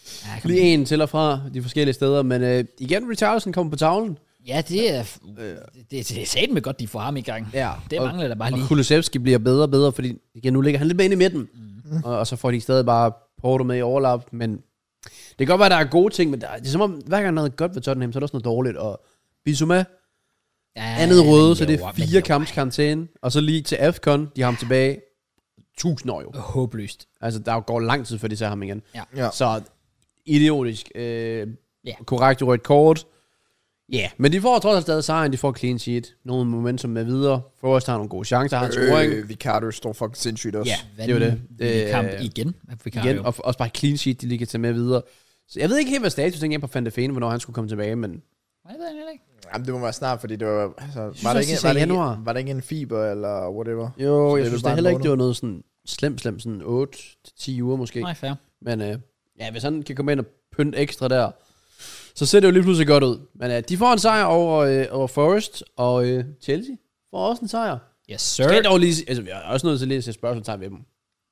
en til og fra de forskellige steder. Men igen, Richarlison kommer på tavlen.
Ja, det er satme med godt, de får ham i gang.
Ja,
det mangler der bare lige.
Og Kulusevski bliver bedre og bedre, fordi igen, nu ligger han lidt mere inde i midten. Og så får de stadig bare Porto med i overlap. Men det kan godt være, at der er gode ting, men det er som om, hver gang der er noget godt ved Tottenham, så er der også noget dårligt. Og Bissouma, andet røde, så det er 4 kamps karantæne. Og så lige til AFCON, de har ham tilbage 1000 år jo.
Håbløst.
Altså, der går lang tid, før de ser ham igen.
Ja.
Så idiotisk. Korrekt rødt kort. Ja, yeah. Men de får trods alt stadig sejren, de får clean sheet. Nogle momentum med videre. Forrest har nogle gode chancer, har en scoring.
Vicario står fucking sindssygt også.
Ja, det er jo det. Kamp igen.
Igen, og også bare clean sheet, de lige kan tage med videre. Så jeg ved ikke helt, hvad status er på Van de Ven, hvornår han skulle komme tilbage, men...
Jeg ved det ikke.
Jamen, det må være snart, fordi det var... Altså, var det ikke en fiber, eller whatever?
Jo, jeg synes det heller ikke, det var noget sådan slemt, sådan 8-10 uger måske.
Nej, fair.
Men hvis han kan komme ind og pynte ekstra der, så ser det jo lige pludselig godt ud. Men de får en sejr over Forest, og Chelsea får også en sejr.
Yes, sir.
Skal dog lige, altså, vi er også nødt til lige at se spørgsmålstegn ved dem.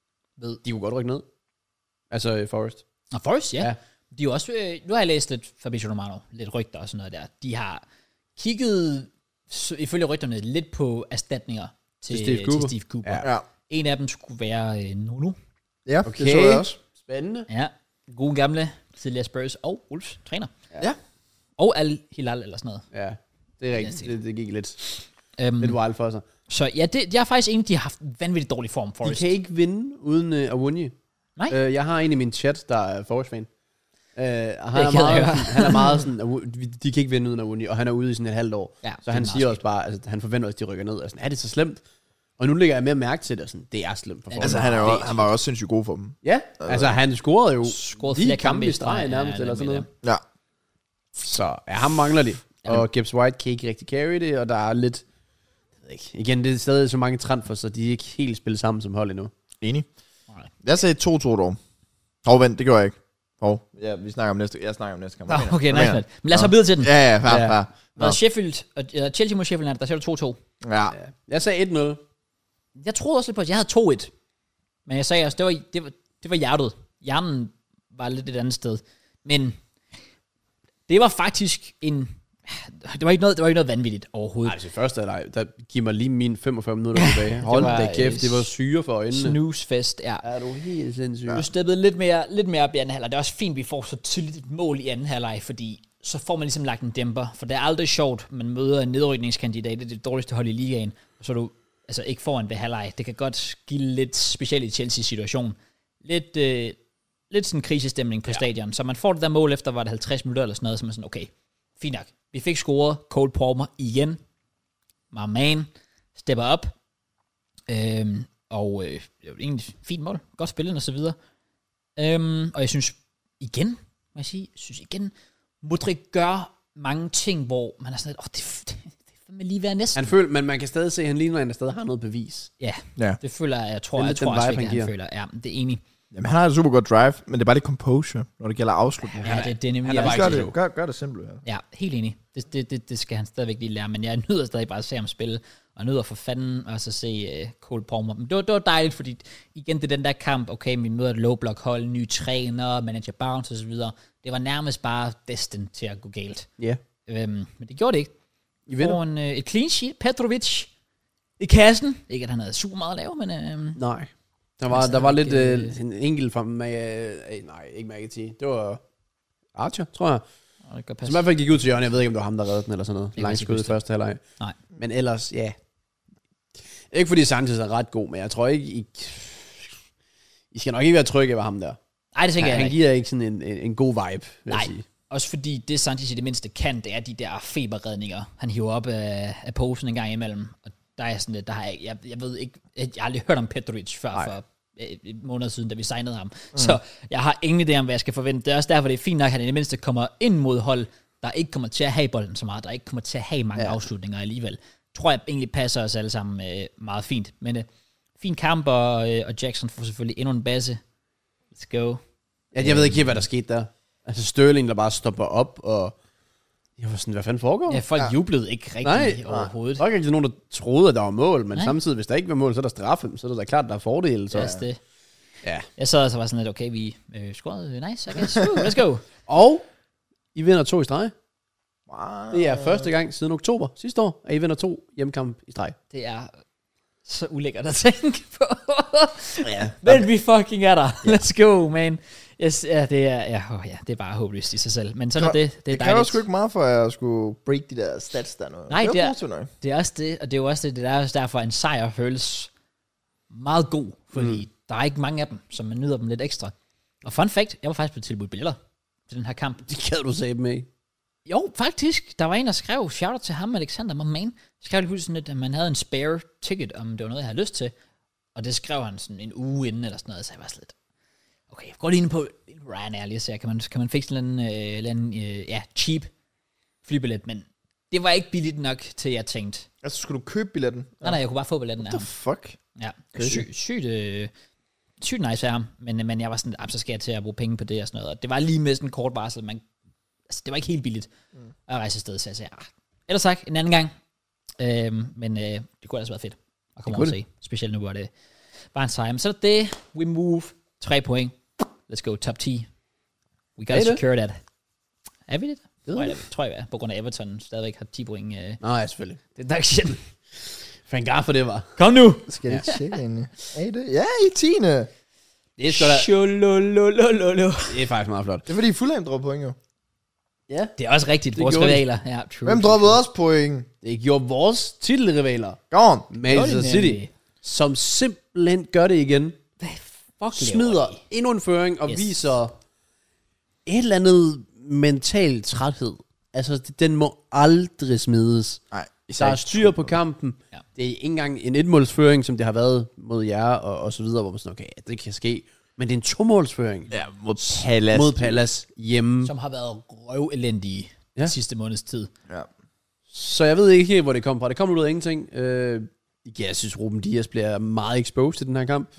De kunne godt rykke ned. Altså Forest.
Og Forest, ja. De er jo også, nu har jeg læst lidt Fabrizio Romano, lidt rygter og sådan noget der. De har kigget, ifølge rygterne, lidt på erstatninger til Steve Cooper.
Ja.
En af dem skulle være Nuno.
Ja, okay. Det så jeg også.
Spændende.
Ja, gode gamle tidligere Spurs og Wolves træner.
Ja.
Og Al Hilal eller sådan noget.
Ja, det er rigtigt. Det gik lidt wild for sig.
Så ja, jeg er faktisk enig, de har haft vanvittigt dårlig form, Forest.
De kan ikke vinde uden Awunji.
Nej.
Jeg har en i min chat, der er Forest-fan. Han er meget sådan, de kan ikke vinde uden Awunji, og han er ude i sådan et halvt år. Ja, så han siger også bare, altså han forventer også, at de rykker ned. Altså, er det så slemt? Og nu lægger jeg mere mærke til det, sådan, det er slemt for Forest.
Altså han var også sindssygt god for dem.
Ja, altså han scorede jo
flere kampe i
streg nærmest, eller sådan noget.
Ja.
Så ham mangler de. Og Gibbs White kan ikke rigtig carry det, og der er lidt... Igen, det er stadig så mange transfers, så de er ikke helt spillet sammen som hold endnu.
Enig. Jeg sagde 2-2 dog. Vent, det gør jeg ikke. Ja, jeg snakker om næste kamp.
Okay, nice. Men lad os hoppe videre til den.
Ja, fair.
Hvad Sheffield, Chelsea mod Sheffield, der ser du 2-2.
Ja.
Jeg sagde 1-0.
Jeg troede også lidt på, at jeg havde 2-1. Men jeg sagde også, det var hjertet. Hjernen var lidt et andet sted. Men det var faktisk det var ikke noget vanvittigt overhovedet.
Nej, det første der giver mig lige mine 45 minutter tilbage. Hold da kæft, det var syre for øjnene.
Snusfest, ja.
Er du helt sindssygt.
Du steppede lidt mere op i anden halvleg. Det er også fint, vi får så tydeligt et mål i anden halvleg, fordi så får man ligesom lagt en dæmper. For det er aldrig sjovt, man møder en nedrykningskandidat, det er det dårligste hold i ligaen, og så er du altså ikke foran ved halvleg. Det kan godt give lidt specielt i Chelsea's situation. Lidt sådan krisestemning på stadion. Så man får det der mål efter, var det 50 minutter eller sådan noget, så man sådan, okay, fint nok. Vi fik scoret Cole Palmer igen. My man stepper op. Og det var egentlig et fint mål. Godt spillet og så videre. Og jeg synes igen, Modric gør mange ting, hvor man er sådan lidt, det er lige være næsten.
Han føler, men man kan stadig se, at han ligner en, der stadig har noget bevis.
Ja, det føler jeg tror også, at han føler. Ja, det er enig.
Jamen, han har et super godt drive, men det er bare det composure, når det gælder afslutning.
Ja, det er nemlig.
Han er bare
gør det simpelt.
Ja, helt enig. Det skal han stadigvæk lige lære, men jeg nyder stadig bare at se ham spille, og nyder for fanden også at se Cole Palmer. Men det var dejligt, fordi igen, det er den der kamp, okay, vi møder et low-block-hold, nye træner, manager Bounce osv. Det var nærmest bare destined til at gå galt.
Ja.
Men det gjorde det ikke.
I vinder.
Et clean sheet, Petrovic i kassen. Ikke at han havde super meget at lave, men...
Nej. Der var lidt en enkelt fra nej, ikke McAtee. Det var Archer, tror jeg. Som i hvert fald gik ud til Jørgen. Jeg ved ikke, om det var ham, der reddede den, eller sådan noget. Langt skud i første halvleg.
Nej.
Men ellers, ja. Ikke fordi Sanchez er ret god, men jeg tror ikke, I skal nok ikke være trygge ved ham der.
Nej, det tænker jeg ikke.
Han giver ikke sådan en god vibe, vil jeg sige.
Også fordi det Sanchez i det mindste kan, det er de der feberredninger, han hiver op af posen en gang imellem. Og der er sådan lidt, der har jeg ved ikke, jeg har aldrig hørt om Petrovic før for et måned siden, da vi signede ham. Så jeg har ingen idé om, hvad jeg skal forvente. Det er også derfor, det er fint nok, at han i det mindste kommer ind mod hold, der ikke kommer til at have bolden så meget, der ikke kommer til at have mange afslutninger alligevel. Tror jeg egentlig passer os alle sammen meget fint. Men fin kamp, og Jackson får selvfølgelig endnu en base. Let's go.
Ja, jeg ved ikke helt, hvad der skete der. Altså Sterling, der bare stopper op, og jeg var sådan, hvad fanden foregår?
Ja, folk jublede ikke rigtig overhovedet.
Der var ikke rigtig nogen, der troede, at der var mål, men samtidig, hvis der ikke var mål, så er der straffe, så er det da klart, at der er fordele. Så.
Det.
Ja.
Jeg sad og så var sådan lidt, okay, vi scorede nice, I guess. Let's go.
Og I vinder 2 i streg.
Wow.
Det er første gang siden oktober sidste år, at I vinder 2 hjemmekamp i streg.
Det er så ulækkert at tænke på.
Ja.
Men vi fucking er der. Let's go, man. Yes, ja, det er bare håbløst i sig selv. Men sådan er det. Det er
det kræver sgu ikke meget for, at jeg skulle break de der stats der nu.
Nej, det er også det. Og det er jo også det. Det er også derfor, en sejr føles meget god. Fordi der er ikke mange af dem, så man nyder dem lidt ekstra. Og fun fact, jeg var faktisk på tilbudt billeder til den her kamp.
Det kan du sige med.
Jo, faktisk. Der var en, der skrev, shout-out til ham, Alexander, my man. Skrev lige pludselig sådan lidt, at man havde en spare ticket, om det var noget, jeg havde lyst til. Og det skrev han sådan en uge inden, eller sådan noget, så jeg var sådan lidt, okay, jeg går lige ind på Ryanair lige og ser, kan man fikse en eller anden cheap flybillet, men det var ikke billigt nok til, jeg tænkte.
Altså, skulle du købe billetten?
Nej, jeg kunne bare få billetten
af ham. What the fuck?
Ja, sygt nice af ham, men jeg var sådan, så skal jeg til at bruge penge på det og sådan noget, og det var lige med sådan en kort varsel, altså, det var ikke helt billigt at rejse afsted, så jeg sagde, ellers sagt, en anden gang, men det kunne altså være fedt at komme over og se, specielt nu, hvor det var en sejr. Så er det, we move, 3 point. Let's go, top 10. We gotta secure that. Er vi det? Tror jeg, på grund af Everton stadigvæk har 10 point.
Nej, selvfølgelig.
Deduction.
Fangar for det var.
Kom nu!
Skal jeg tjekke egentlig? Er I det? Ja, I 10. Det
er sgu da... Det er faktisk meget flot.
Det er fordi Fulham dropper point jo.
Ja. Det er også rigtigt, vores rivaler. Ja,
hvem droppede også point?
Det gjorde vores titelrivaler.
Go on.
Manchester City. Som simpelthen gør det igen. Smider endnu en føring og viser et eller andet mental træthed. Altså, den må aldrig smides.
Nej,
der er styr på kampen. Ja. Det er ikke engang en etmålsføring, som det har været mod jer og så videre, hvor man sådan, okay, det kan ske. Men det er en 2-målsføring.
Ja, mod Palace
hjemme.
Som har været røvelendige de sidste måneds tid.
Ja.
Så jeg ved ikke helt, hvor det kommer fra. Det kommer ud af ingenting. Jeg synes, Ruben Dias bliver meget exposed til den her kamp.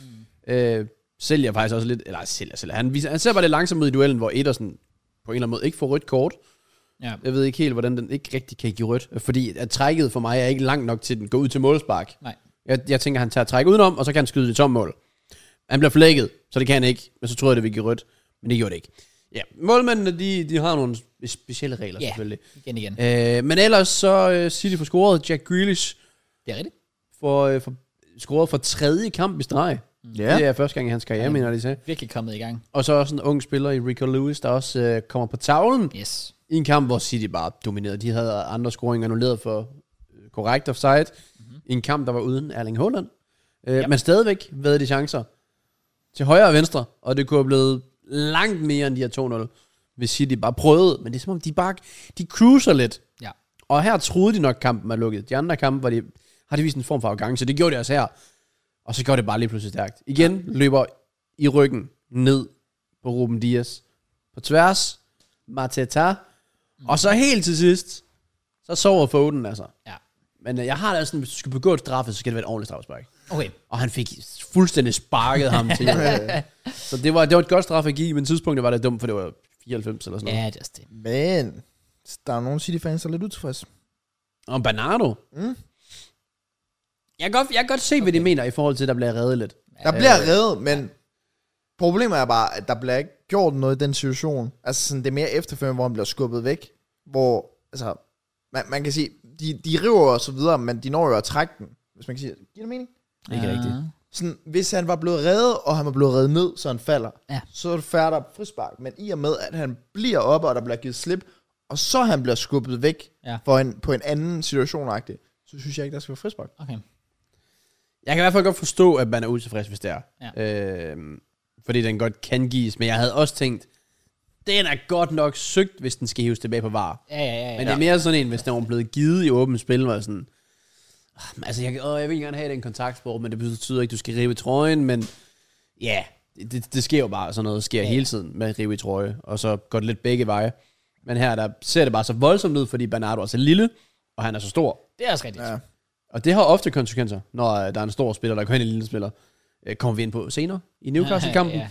Sælger faktisk også lidt, eller sælger. Han ser bare lidt langsomt ud i duellen, hvor Ederson på en eller anden måde ikke får rødt kort. Ja. Jeg ved ikke helt, hvordan den ikke rigtig kan give rødt, fordi at trækket for mig er ikke langt nok til, at den går ud til målspark.
Nej.
Jeg tænker, han tager træk udenom, og så kan han skyde det tom mål. Han bliver forlægget, så det kan han ikke, men så tror jeg, det vil give rødt, men det gjorde det ikke. Ja, målmændene, de har nogle specielle regler, selvfølgelig.
Igen.
Men ellers så City for scoret, Jack Grealish.
Det er rigtigt.
For scoret for 3. kamp i streg. Det er første gang i hans karriere, mener de sagde.
Virkelig kommet i gang.
Og så også en ung spiller i Rico Lewis, der også kommer på tavlen.
Yes.
I en kamp, hvor City bare dominerede. De havde andre scoringer annulleret for korrekt offside. I en kamp, der var uden Erling Haaland. Men stadigvæk ved de chancer til højre og venstre. Og det kunne have blevet langt mere end de her 2-0, hvis City bare prøvede. Men det er som om, de cruiser lidt.
Ja.
Og her troede de nok, kampen var lukket. De andre kampe har de vist en form for arrogance. Det gjorde de også her. Og så går det bare lige pludselig stærkt. Igen løber i ryggen ned på Ruben Dias. På tværs. Mateta. Og så helt til sidst, så sover Foden altså.
Ja.
Men jeg har da sådan, hvis du skal begå et straffe, så skal det være et ordentligt straffespark.
Okay.
Og han fik fuldstændig sparket ham til. Så det var et godt straf at give, men tidspunktet var det dumt, for det var 94 eller sådan noget.
Ja, det er også det.
Men der er nogle City-fans, der er lidt utilfredse.
Og Bernardo. Jeg kan godt se, hvad de mener i forhold til, at der bliver reddet lidt.
Der bliver reddet, men problemet er bare, at der bliver ikke gjort noget i den situation. Altså sådan, det er mere efterfølgende, hvor han bliver skubbet væk. Hvor, altså, man kan sige, de river og så videre, men de når jo at trække den. Hvis man kan sige, giver det mening?
Ikke rigtigt.
Sådan, hvis han var blevet reddet, og han var blevet reddet ned, så han falder, så er det færdigt op frispark. Men i og med, at han bliver oppe, og der bliver givet slip, og så han bliver skubbet væk på en anden situation, så synes jeg ikke, der skal være frispark.
Okay.
Jeg kan i hvert fald godt forstå, at man er utilfreds, hvis det er. Ja. Fordi den godt kan gives, men jeg havde også tænkt, den er godt nok søgt, hvis den skal hives tilbage på VAR.
Ja.
Men det er mere sådan en, hvis den var blevet givet i åbent spil, hvor sådan, altså jeg vil gerne have den kontaktsport, men det betyder ikke, at du skal rive i trøjen, men ja, det sker jo bare, sådan noget sker hele tiden med at rive i trøje, og så går det lidt begge veje. Men her, der ser det bare så voldsomt ud, fordi Bernardo er så lille, og han er så stor.
Det er også rigtigt. Ja.
Og det har ofte konsekvenser, når der er en stor spiller, der går hen i en lille spiller. Kommer vi ind på senere i Newcastle-kampen.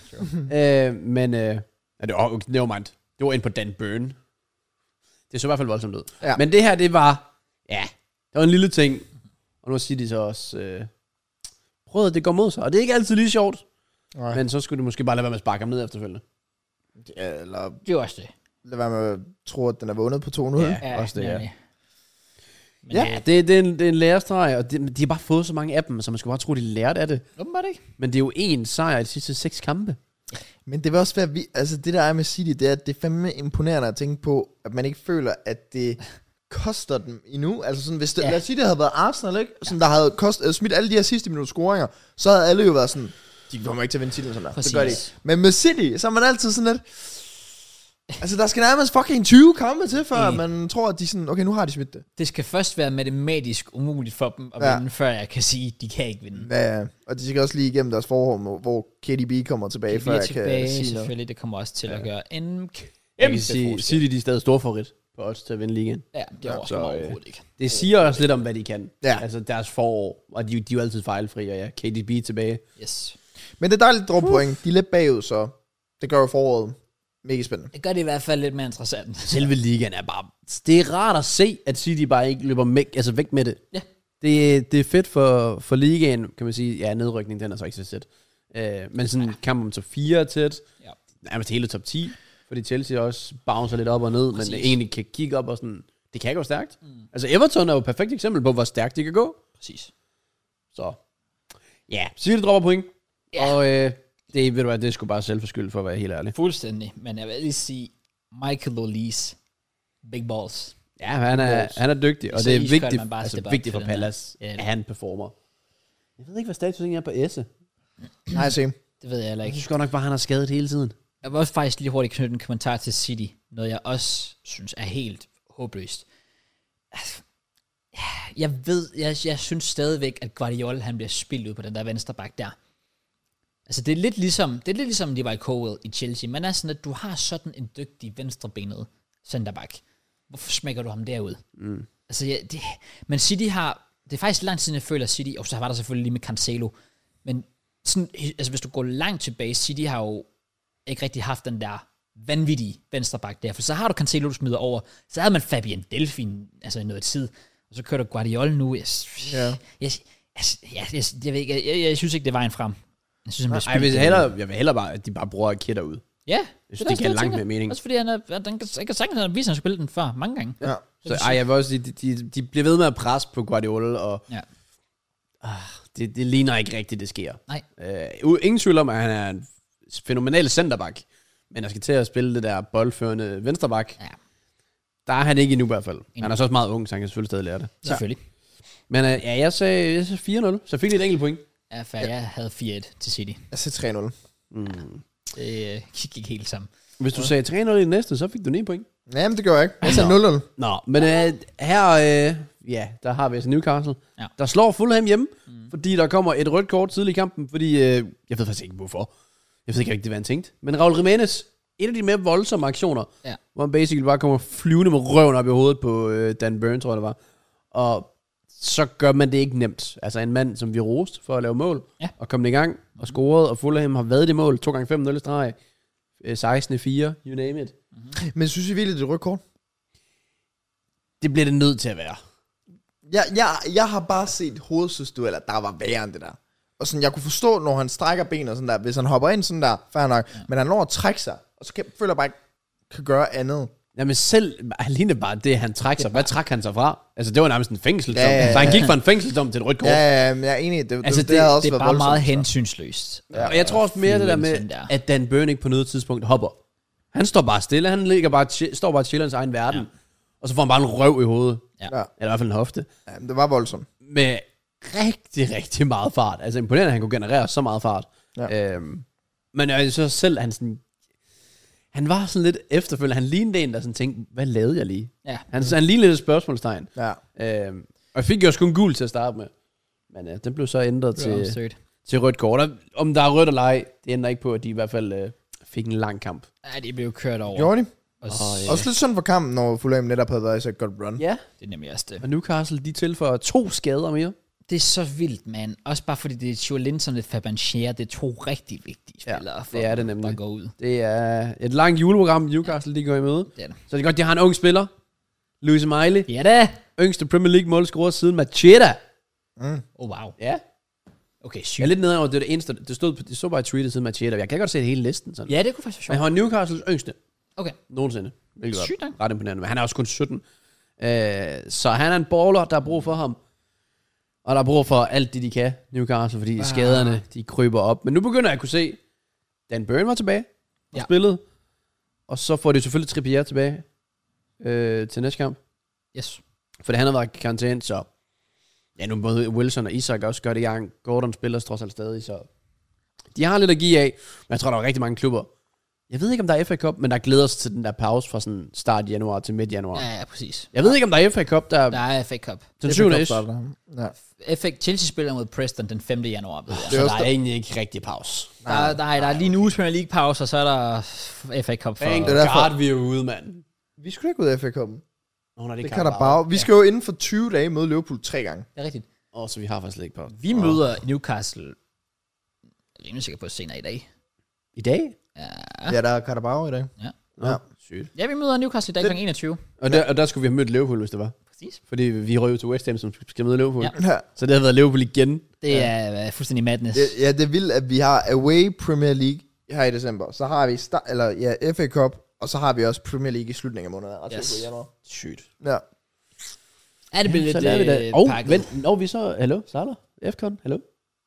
Men det var mind. Det var ind på Dan Burn. Det så i hvert fald voldsomt ud. Ja. Men det her, det var en lille ting. Og nu siger de så også, prøv at det går mod sig. Og det er ikke altid lige sjovt. Nej. Men så skulle du måske bare lade være med at sparke ham ned efterfølgende.
Ja, eller
det er også det.
Lad være med at tro, at den er vundet på 2-0.
Ja, også det, ja. Men det er en lærestreg, og de har bare fået så mange af dem, så man skulle bare tro, de lærte af det.
Åbenbart ikke.
Men det er jo én sejr i de sidste 6 kampe.
Men det vil også være, altså det der er med City, det er, at det er fandme imponerende at tænke på, at man ikke føler, at det koster dem endnu. Altså sådan, hvis det, lad os sige, det havde været Arsenal, ikke? Sådan, der havde smidt alle de her sidste minutter scoringer, så havde alle jo været sådan, de kommer ikke til at vinde titlen sådan der. Det gør de. Men med City, så er man altid sådan lidt, altså der skal nærmest fucking 20 kampe til, før man tror, at de sådan, okay, nu har de smidt det.
Det skal først være matematisk umuligt for dem at vinde, før jeg kan sige, at de kan ikke vinde.
Ja, og de skal også lige igennem deres forhold, hvor KDB kommer tilbage, før jeg kan sige
selvfølgelig, noget. Det kommer også til at gøre en
jeg kan sige, City de er stadig stor favorit på odds til at vinde ligaen.
Ja, det overrasker mig overhovedet ikke.
Det siger også lidt om, hvad de kan. Ja. Altså deres forår, og de er jo altid fejlfri, og KDB tilbage.
Yes.
Men det er dejligt at droppe point. De er lidt bagud, så det gør jo foråret mega spændende.
Det gør det i hvert fald lidt mere interessant.
Selve ligaen er bare, det er rart at se, at City bare ikke løber væk med det. Ja. Det er fedt for ligaen, kan man sige. Ja, nedrykningen, den er så ikke så sæt. Men sådan kamp om top 4 tæt. Ja. Nærmest hele top 10. Fordi Chelsea også bouncer lidt op og ned, men egentlig kan kigge op og sådan, det kan gå stærkt. Altså Everton er jo et perfekt eksempel på, hvor stærkt det kan gå.
Præcis.
Så, City dropper point. Ja. Og det, ved du hvad, det er sgu bare selvforskyldt for at være helt ærlig.
Fuldstændig, men jeg vil lige sige, Michael Olise, big balls.
Ja, han er dygtig, og det er vigtigt for Palace, at han performer. Jeg ved ikke, hvad statusen er på Esse.
Nej, se.
Det ved jeg heller ikke.
Jeg synes godt nok bare, han har skadet hele tiden.
Jeg vil også faktisk lige hurtigt knytte en kommentar til City. Noget jeg også synes er helt håbløst. Jeg synes stadigvæk, at Guardiola han bliver spillet ud på den der venstre bak der. Altså det er lidt ligesom Levi Colwill i Chelsea. Man er sådan, at du har sådan en dygtig venstrebenet centerback. Hvorfor smækker du ham derud? Altså men City har, det er faktisk lang tid siden jeg føler City, og så var der selvfølgelig lige med Cancelo. Men sådan, altså hvis du går langt tilbage, City har jo ikke rigtig haft den der vanvittige venstreback der, for så har du Cancelo, du smider over, så havde man Fabian Delphin, altså i noget tid, og så kører du Guardiola nu. Jeg ved ikke, jeg synes ikke, det er vejen frem. Jeg synes,
jeg vil hellere bare, at de bare bruger Kidder ud.
Ja,
jeg synes, det giver langt mere mening.
Også fordi jeg kan sagtens have vist, at han spillet den før mange gange.
Ja. Så jeg vil også sige, de bliver ved med at presse på Guardiola, og det ligner ikke rigtigt, det sker. Nej. Ingen tvivl om, at han er en fænomenal centerback, men jeg skal til at spille det der boldførende venstreback. Ja. Der er han ikke endnu i hvert fald. Han er så også meget ung, så han kan selvfølgelig stadig lære det.
Selvfølgelig.
Men jeg sagde 4-0, så jeg fik lige et enkelt point.
Ja, for jeg havde 4-1 til City.
Jeg sagde 3-0.
Det gik ikke helt sammen.
Hvis du sagde 3-0 i det næste, så fik du 9 point.
Jamen, det gør jeg ikke. Jeg sagde 0-0.
Nå, men her, der har vi altså Newcastle. Ja. Der slår Fulham hjemme, fordi der kommer et rødt kort tidligt i kampen, fordi, jeg ved faktisk ikke hvorfor. Jeg ved ikke rigtig, hvad han tænkte. Men Raul Jimenez, en af de mere voldsomme aktioner, hvor han basically bare kommer flyvende med røven op i hovedet på Dan Burn, tror jeg det var. Og så gør man det ikke nemt. Altså en mand, som vi roste for at lave mål, og komme i gang, og scorede, og Fulham har været det mål, 2x5-0 i streg, 16-4, you name it.
Men synes I virkelig, det er et rødt kort?
Det bliver det nødt til at være.
Jeg har bare set hovedstødsdueller, der var værre end det der. Og sådan, jeg kunne forstå, når han strækker ben og sådan der, hvis han hopper ind sådan der, fair nok, men han når at trække sig, og så føler jeg bare ikke, kan gøre andet.
Jamen selv, alene bare det, han trækker sig. Hvad trækker han sig fra? Altså, det var nærmest en fængselsdom. Så han gik fra en fængselsdom til et rødt kort.
Ja, men jeg er enig. Det
er bare meget hensynsløst.
Ja, og jeg tror også mere det der med, at Dan Burn ikke på noget tidspunkt hopper. Han står bare stille. Han ligger bare, står bare til hans egen verden. Ja. Og så får han bare en røv i hovedet. Ja. Eller i hvert fald en hofte.
Ja, det var voldsomt.
Med rigtig, rigtig meget fart. Altså imponerende, at han kunne generere så meget fart. Ja. Men jeg så selv, han var sådan lidt efterfølgende. Han lignede en, der sådan tænkte, hvad lavede jeg lige? Ja. Han lignede lidt et spørgsmålstegn. Ja. Og jeg fik jo også kun gul til at starte med. Men den blev så ændret til rødt kort. Om der er rødt eller ej, det ændrer ikke på, at de i hvert fald fik en lang kamp.
Ja, de blev kørt over.
Gjorde de? Også lidt sådan for kampen, når Fulham netop havde været i så et godt run.
Ja.
Det er nemlig også det.
Og Newcastle, de tilføjer 2 skader mere.
Det er så vildt, man. Også bare fordi det er Joelinton og Fabanchia, det er 2 rigtig vigtige spillere for
det er det nemlig.
at gå ud.
Det er et langt juleprogram, Newcastle de går i møde. Det er det. Så det er godt, de har en ung spiller. Louis Miley.
Ja da.
Yngste Premier League målscorer siden Macheda.
Wow.
Ja.
Okay, sygt.
Jeg er lidt nede over, det er det eneste. Det stod bare i tweetet siden Macheda. Jeg kan godt se det hele listen. Sådan.
Ja, det kunne faktisk være sjovt.
Men han har Newcastles yngste.
Okay.
Nogensinde.
Sygt nok.
Ret imponerende. Men han er også kun 17. Så han er en baller, der er brug for ham. Og der er brug for alt det, de kan, Newcastle, fordi skaderne, de kryber op. Men nu begynder jeg at kunne se, Dan Burn var tilbage og spillede. Og så får de selvfølgelig Trippier tilbage til næste kamp.
Yes.
For han har været i karantæne, så ja, nu både Wilson og Isak også gør det i gang. Gordon spiller trods alt stadig, så de har lidt at give af. Men jeg tror, der er rigtig mange klubber. Jeg ved ikke, om der er FA Cup, men der glæder sig til den der pause fra sådan start januar til midt januar.
Ja, præcis.
Jeg ved ikke, om der er FA Cup, der
er FA Cup.
Den 7. Ja.
Chelsea spiller mod Preston den 5. januar.
Så der er egentlig ikke rigtig pause.
Der er lige en uge Premier League pause, og så er der FA Cup for...
Thank God, vi er ude, mand.
Vi skulle ikke ud af FA Cup'en.
Det
kan der bare. Vi skal jo inden for 20 dage møde Liverpool 3 gange.
Det er rigtigt.
Så vi har faktisk ikke pause.
Vi møder Newcastle. Jeg er rimelig sikker på senere i dag.
I dag?
Ja, der er Carabao i dag.
Ja.
Sygt.
Ja, vi møder Newcastle i dag kl. 21.
Og der skulle vi have mødt Liverpool, hvis det var.
Præcis.
Fordi vi røg jo til West Ham, som skal møde Liverpool.
Ja.
Så det har været Liverpool igen.
Det er fuldstændig madness.
Det er vildt, at vi har Away Premier League her i december. Så har vi FA Cup, og så har vi også Premier League i slutningen af måneden.
Yes. Sygt.
Ja.
Ja, det bliver lidt
vent, vi så... Hallo, Salah? FCON, hallo?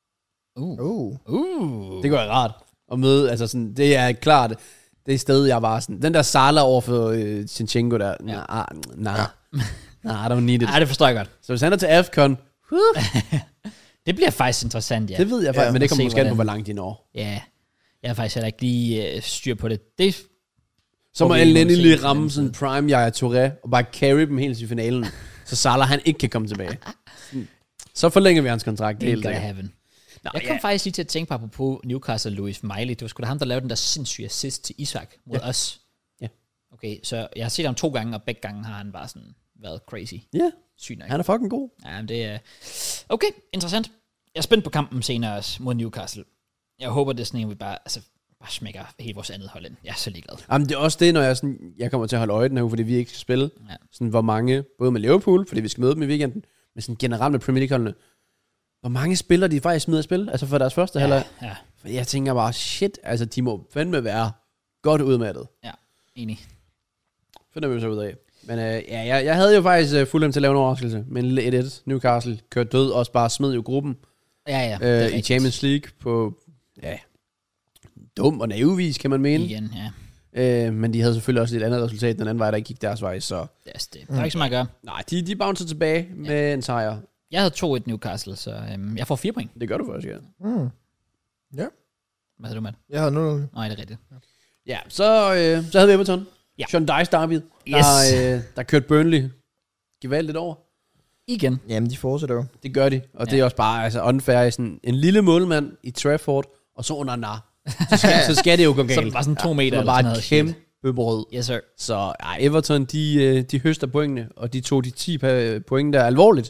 Det går rart at møde, altså sådan, det er klart, det er sted, jeg var sådan, den der Salah over for Zinchenko der, I don't need it.
Det forstår jeg godt.
Så hvis han er til AFCON,
det bliver faktisk interessant, ja.
Det ved jeg faktisk, men det kommer måske an på, hvor langt de når.
Ja, jeg har faktisk heller ikke lige styr på det.
Så må Elneny lige ramme sådan en prime Yaya Touré, og bare carry dem helt til finalen, så Salah han ikke kan komme tilbage. Så forlænger vi hans kontrakt.
Det er heaven. Jeg kom faktisk lige til at tænke på Newcastle Louis Miley. Det var sgu da ham, der lavede den der sindssyge assist til Isak mod os.
Ja.
Okay, så jeg har set ham 2 gange, og begge gange har han bare sådan været crazy.
Ja.
Sygt nok.
Han er fucking god.
Ja, det er... Okay, interessant. Jeg er spændt på kampen senere også mod Newcastle. Jeg håber, det er sådan en, vi bare smækker helt vores andet hold ind. Jeg er så ligeglad.
Jamen, det er også det, når jeg kommer til at holde øje den her, fordi vi ikke skal spille. Ja. Sådan, hvor mange, både med Liverpool, fordi vi skal møde dem i weekenden, men sådan generelt med Premier League-holdene, hvor mange spillere de faktisk smider at spille, altså for deres første halvleg.
Ja.
For jeg tænker bare, shit, altså de må fandme være godt udmattet.
Ja, enig.
Finder vi så ud af. Men jeg havde jo faktisk Fulham til at lave en overraskelse, men 1-1. Newcastle kørte død, også bare smed jo gruppen.
Ja.
I Champions League på, dum og naiv vis, kan man mene.
Igen, ja.
Men de havde selvfølgelig også et andet resultat, den anden vej, der ikke gik deres vej, så...
Det er det. Der er ikke så meget at gøre.
Nej, de bouncer tilbage med en sejr.
Jeg havde 2-1 Newcastle, så jeg får 4 point.
Det gør du faktisk, ja.
Ja.
Hvad havde du med?
Jeg havde 0.
Nej, det er rigtigt.
Ja, så havde vi Everton. Ja. Sean Dice David, der kørte Burnley gevaldigt over.
Igen.
Jamen, de fortsætter jo.
Det gør de, og det er også bare unfair i sådan en lille målmand i Trafford, og så under nar. Så skal det jo gå galt.
Så det var sådan 2 meter.
Det var bare et kæmpe brød.
Yes, sir.
Så Everton, de høster pointene, og de tog de 10 point der alvorligt.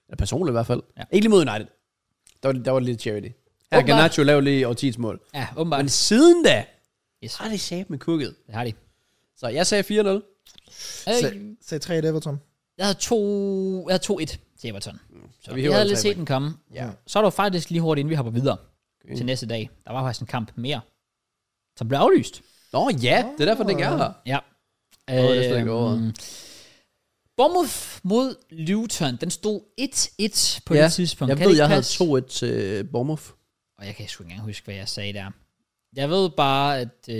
Personligt i hvert fald.
Ja.
Ikke lige mod United. Der var det lidt charity. Her kan Nacho lave lige årtiets mål.
Ja, åbenbart.
Men siden da,
Yes.
har de sat med kukket.
Det har de.
Så jeg sagde 4-0.
Sag 3-1 Everton.
Jeg havde 2-1 til Everton. Så
vi
vi
hiver
havde
alle
lidt
3
set den komme.
Ja.
Så er der faktisk lige hurtigt, inden vi hopper videre til næste dag. Der var faktisk en kamp mere, som blev aflyst.
Nå ja, det er derfor, den gør her.
Ja.
det er slet ikke over.
Bournemouth mod Luton, den stod 1-1 på det tidspunkt.
Jeg
Kan
ved,
det
jeg
ikke
havde
passe?
2-1 til Bournemouth.
Og jeg kan sgu ikke engang huske, hvad jeg sagde der. Jeg ved bare,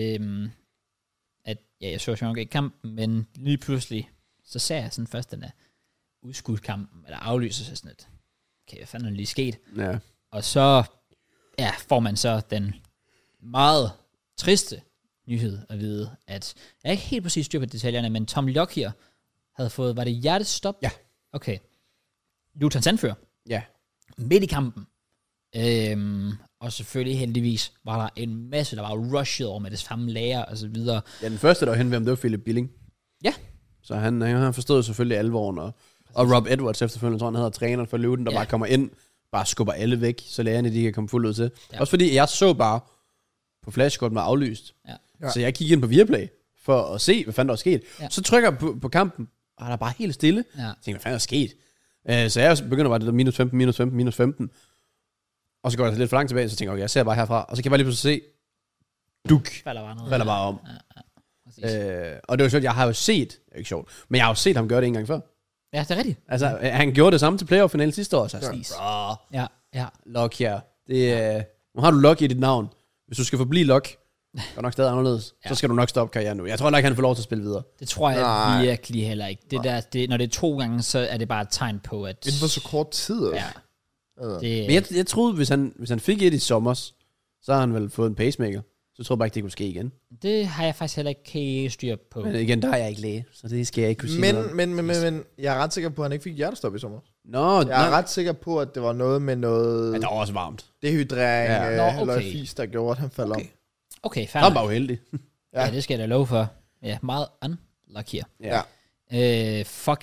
at jeg så jo ikke kampen, men lige pludselig, så sagde jeg sådan først, den er udskudt kampen, eller aflyser sig sådan lidt. Okay, hvad fanden er der lige sket?
Ja.
Og så får man så den meget triste nyhed at vide, at jeg er ikke helt præcis styr på detaljerne, men Tom Lockyer havde fået, var det hjertestop?
Ja.
Okay. Lutons anfører.
Ja.
Midt i kampen. Og selvfølgelig heldigvis var der en masse, der var rushet over med det samme lager og så videre.
Ja, den første, der var henvendt, det var Philip Billing.
Ja.
Så han forstod selvfølgelig alvoren, og Rob Edwards efterfølgende, tror han hedder træneren for Luton, der bare kommer ind, bare skubber alle væk, så lærerne de kan komme fuldt ud til. Ja. Også fordi jeg så bare på flashkorten var aflyst.
Ja.
Så jeg kiggede ind på Viaplay for at se, hvad fanden der var sket. Ja. Så trykker jeg på kampen, og der er bare helt stille.
Ja.
Jeg tænkte, hvad fanden er sket? Så jeg begynder bare det der minus 15, minus 15, minus 15. Og så går jeg lidt for langt tilbage, så tænker jeg, okay, jeg ser bare herfra. Og så kan jeg bare lige pludselig se, falder bare om. Og det var sjovt, jeg har jo set, ikke sjovt, men jeg har jo set ham gøre det en gang før.
Ja, det er rigtigt.
Altså, han gjorde det samme til playoff-finalen sidste år, så
Ja.
Lock her. Nu har du Lock i dit navn. Hvis du skal forblive Lock, og nok stadig anderledes, så skal du nok stoppe karrieren nu. Jeg tror ikke, han får lov til at spille videre.
Det tror jeg virkelig heller ikke. Når det er 2 gange, så er det bare et tegn på, at...
Inden for så kort tid.
Ja.
Men jeg troede, hvis han fik et i sommer, så har han vel fået en pacemaker. Så tror jeg bare ikke, det kunne ske igen.
Det har jeg faktisk heller ikke helt styr på.
Men igen, der er jeg ikke læge, så det skal jeg ikke kunne sige
Men jeg er ret sikker på, at han ikke fik hjertestop i sommer. Jeg er ret sikker på, at det var noget med noget...
Men der var også varmt.
Dehydrering, eller fis, der gjorde, at han faldt om.
Okay, fair.
Han var jo heldig.
Ja, det skal jeg da love for. Ja, meget unlucky.
Ja.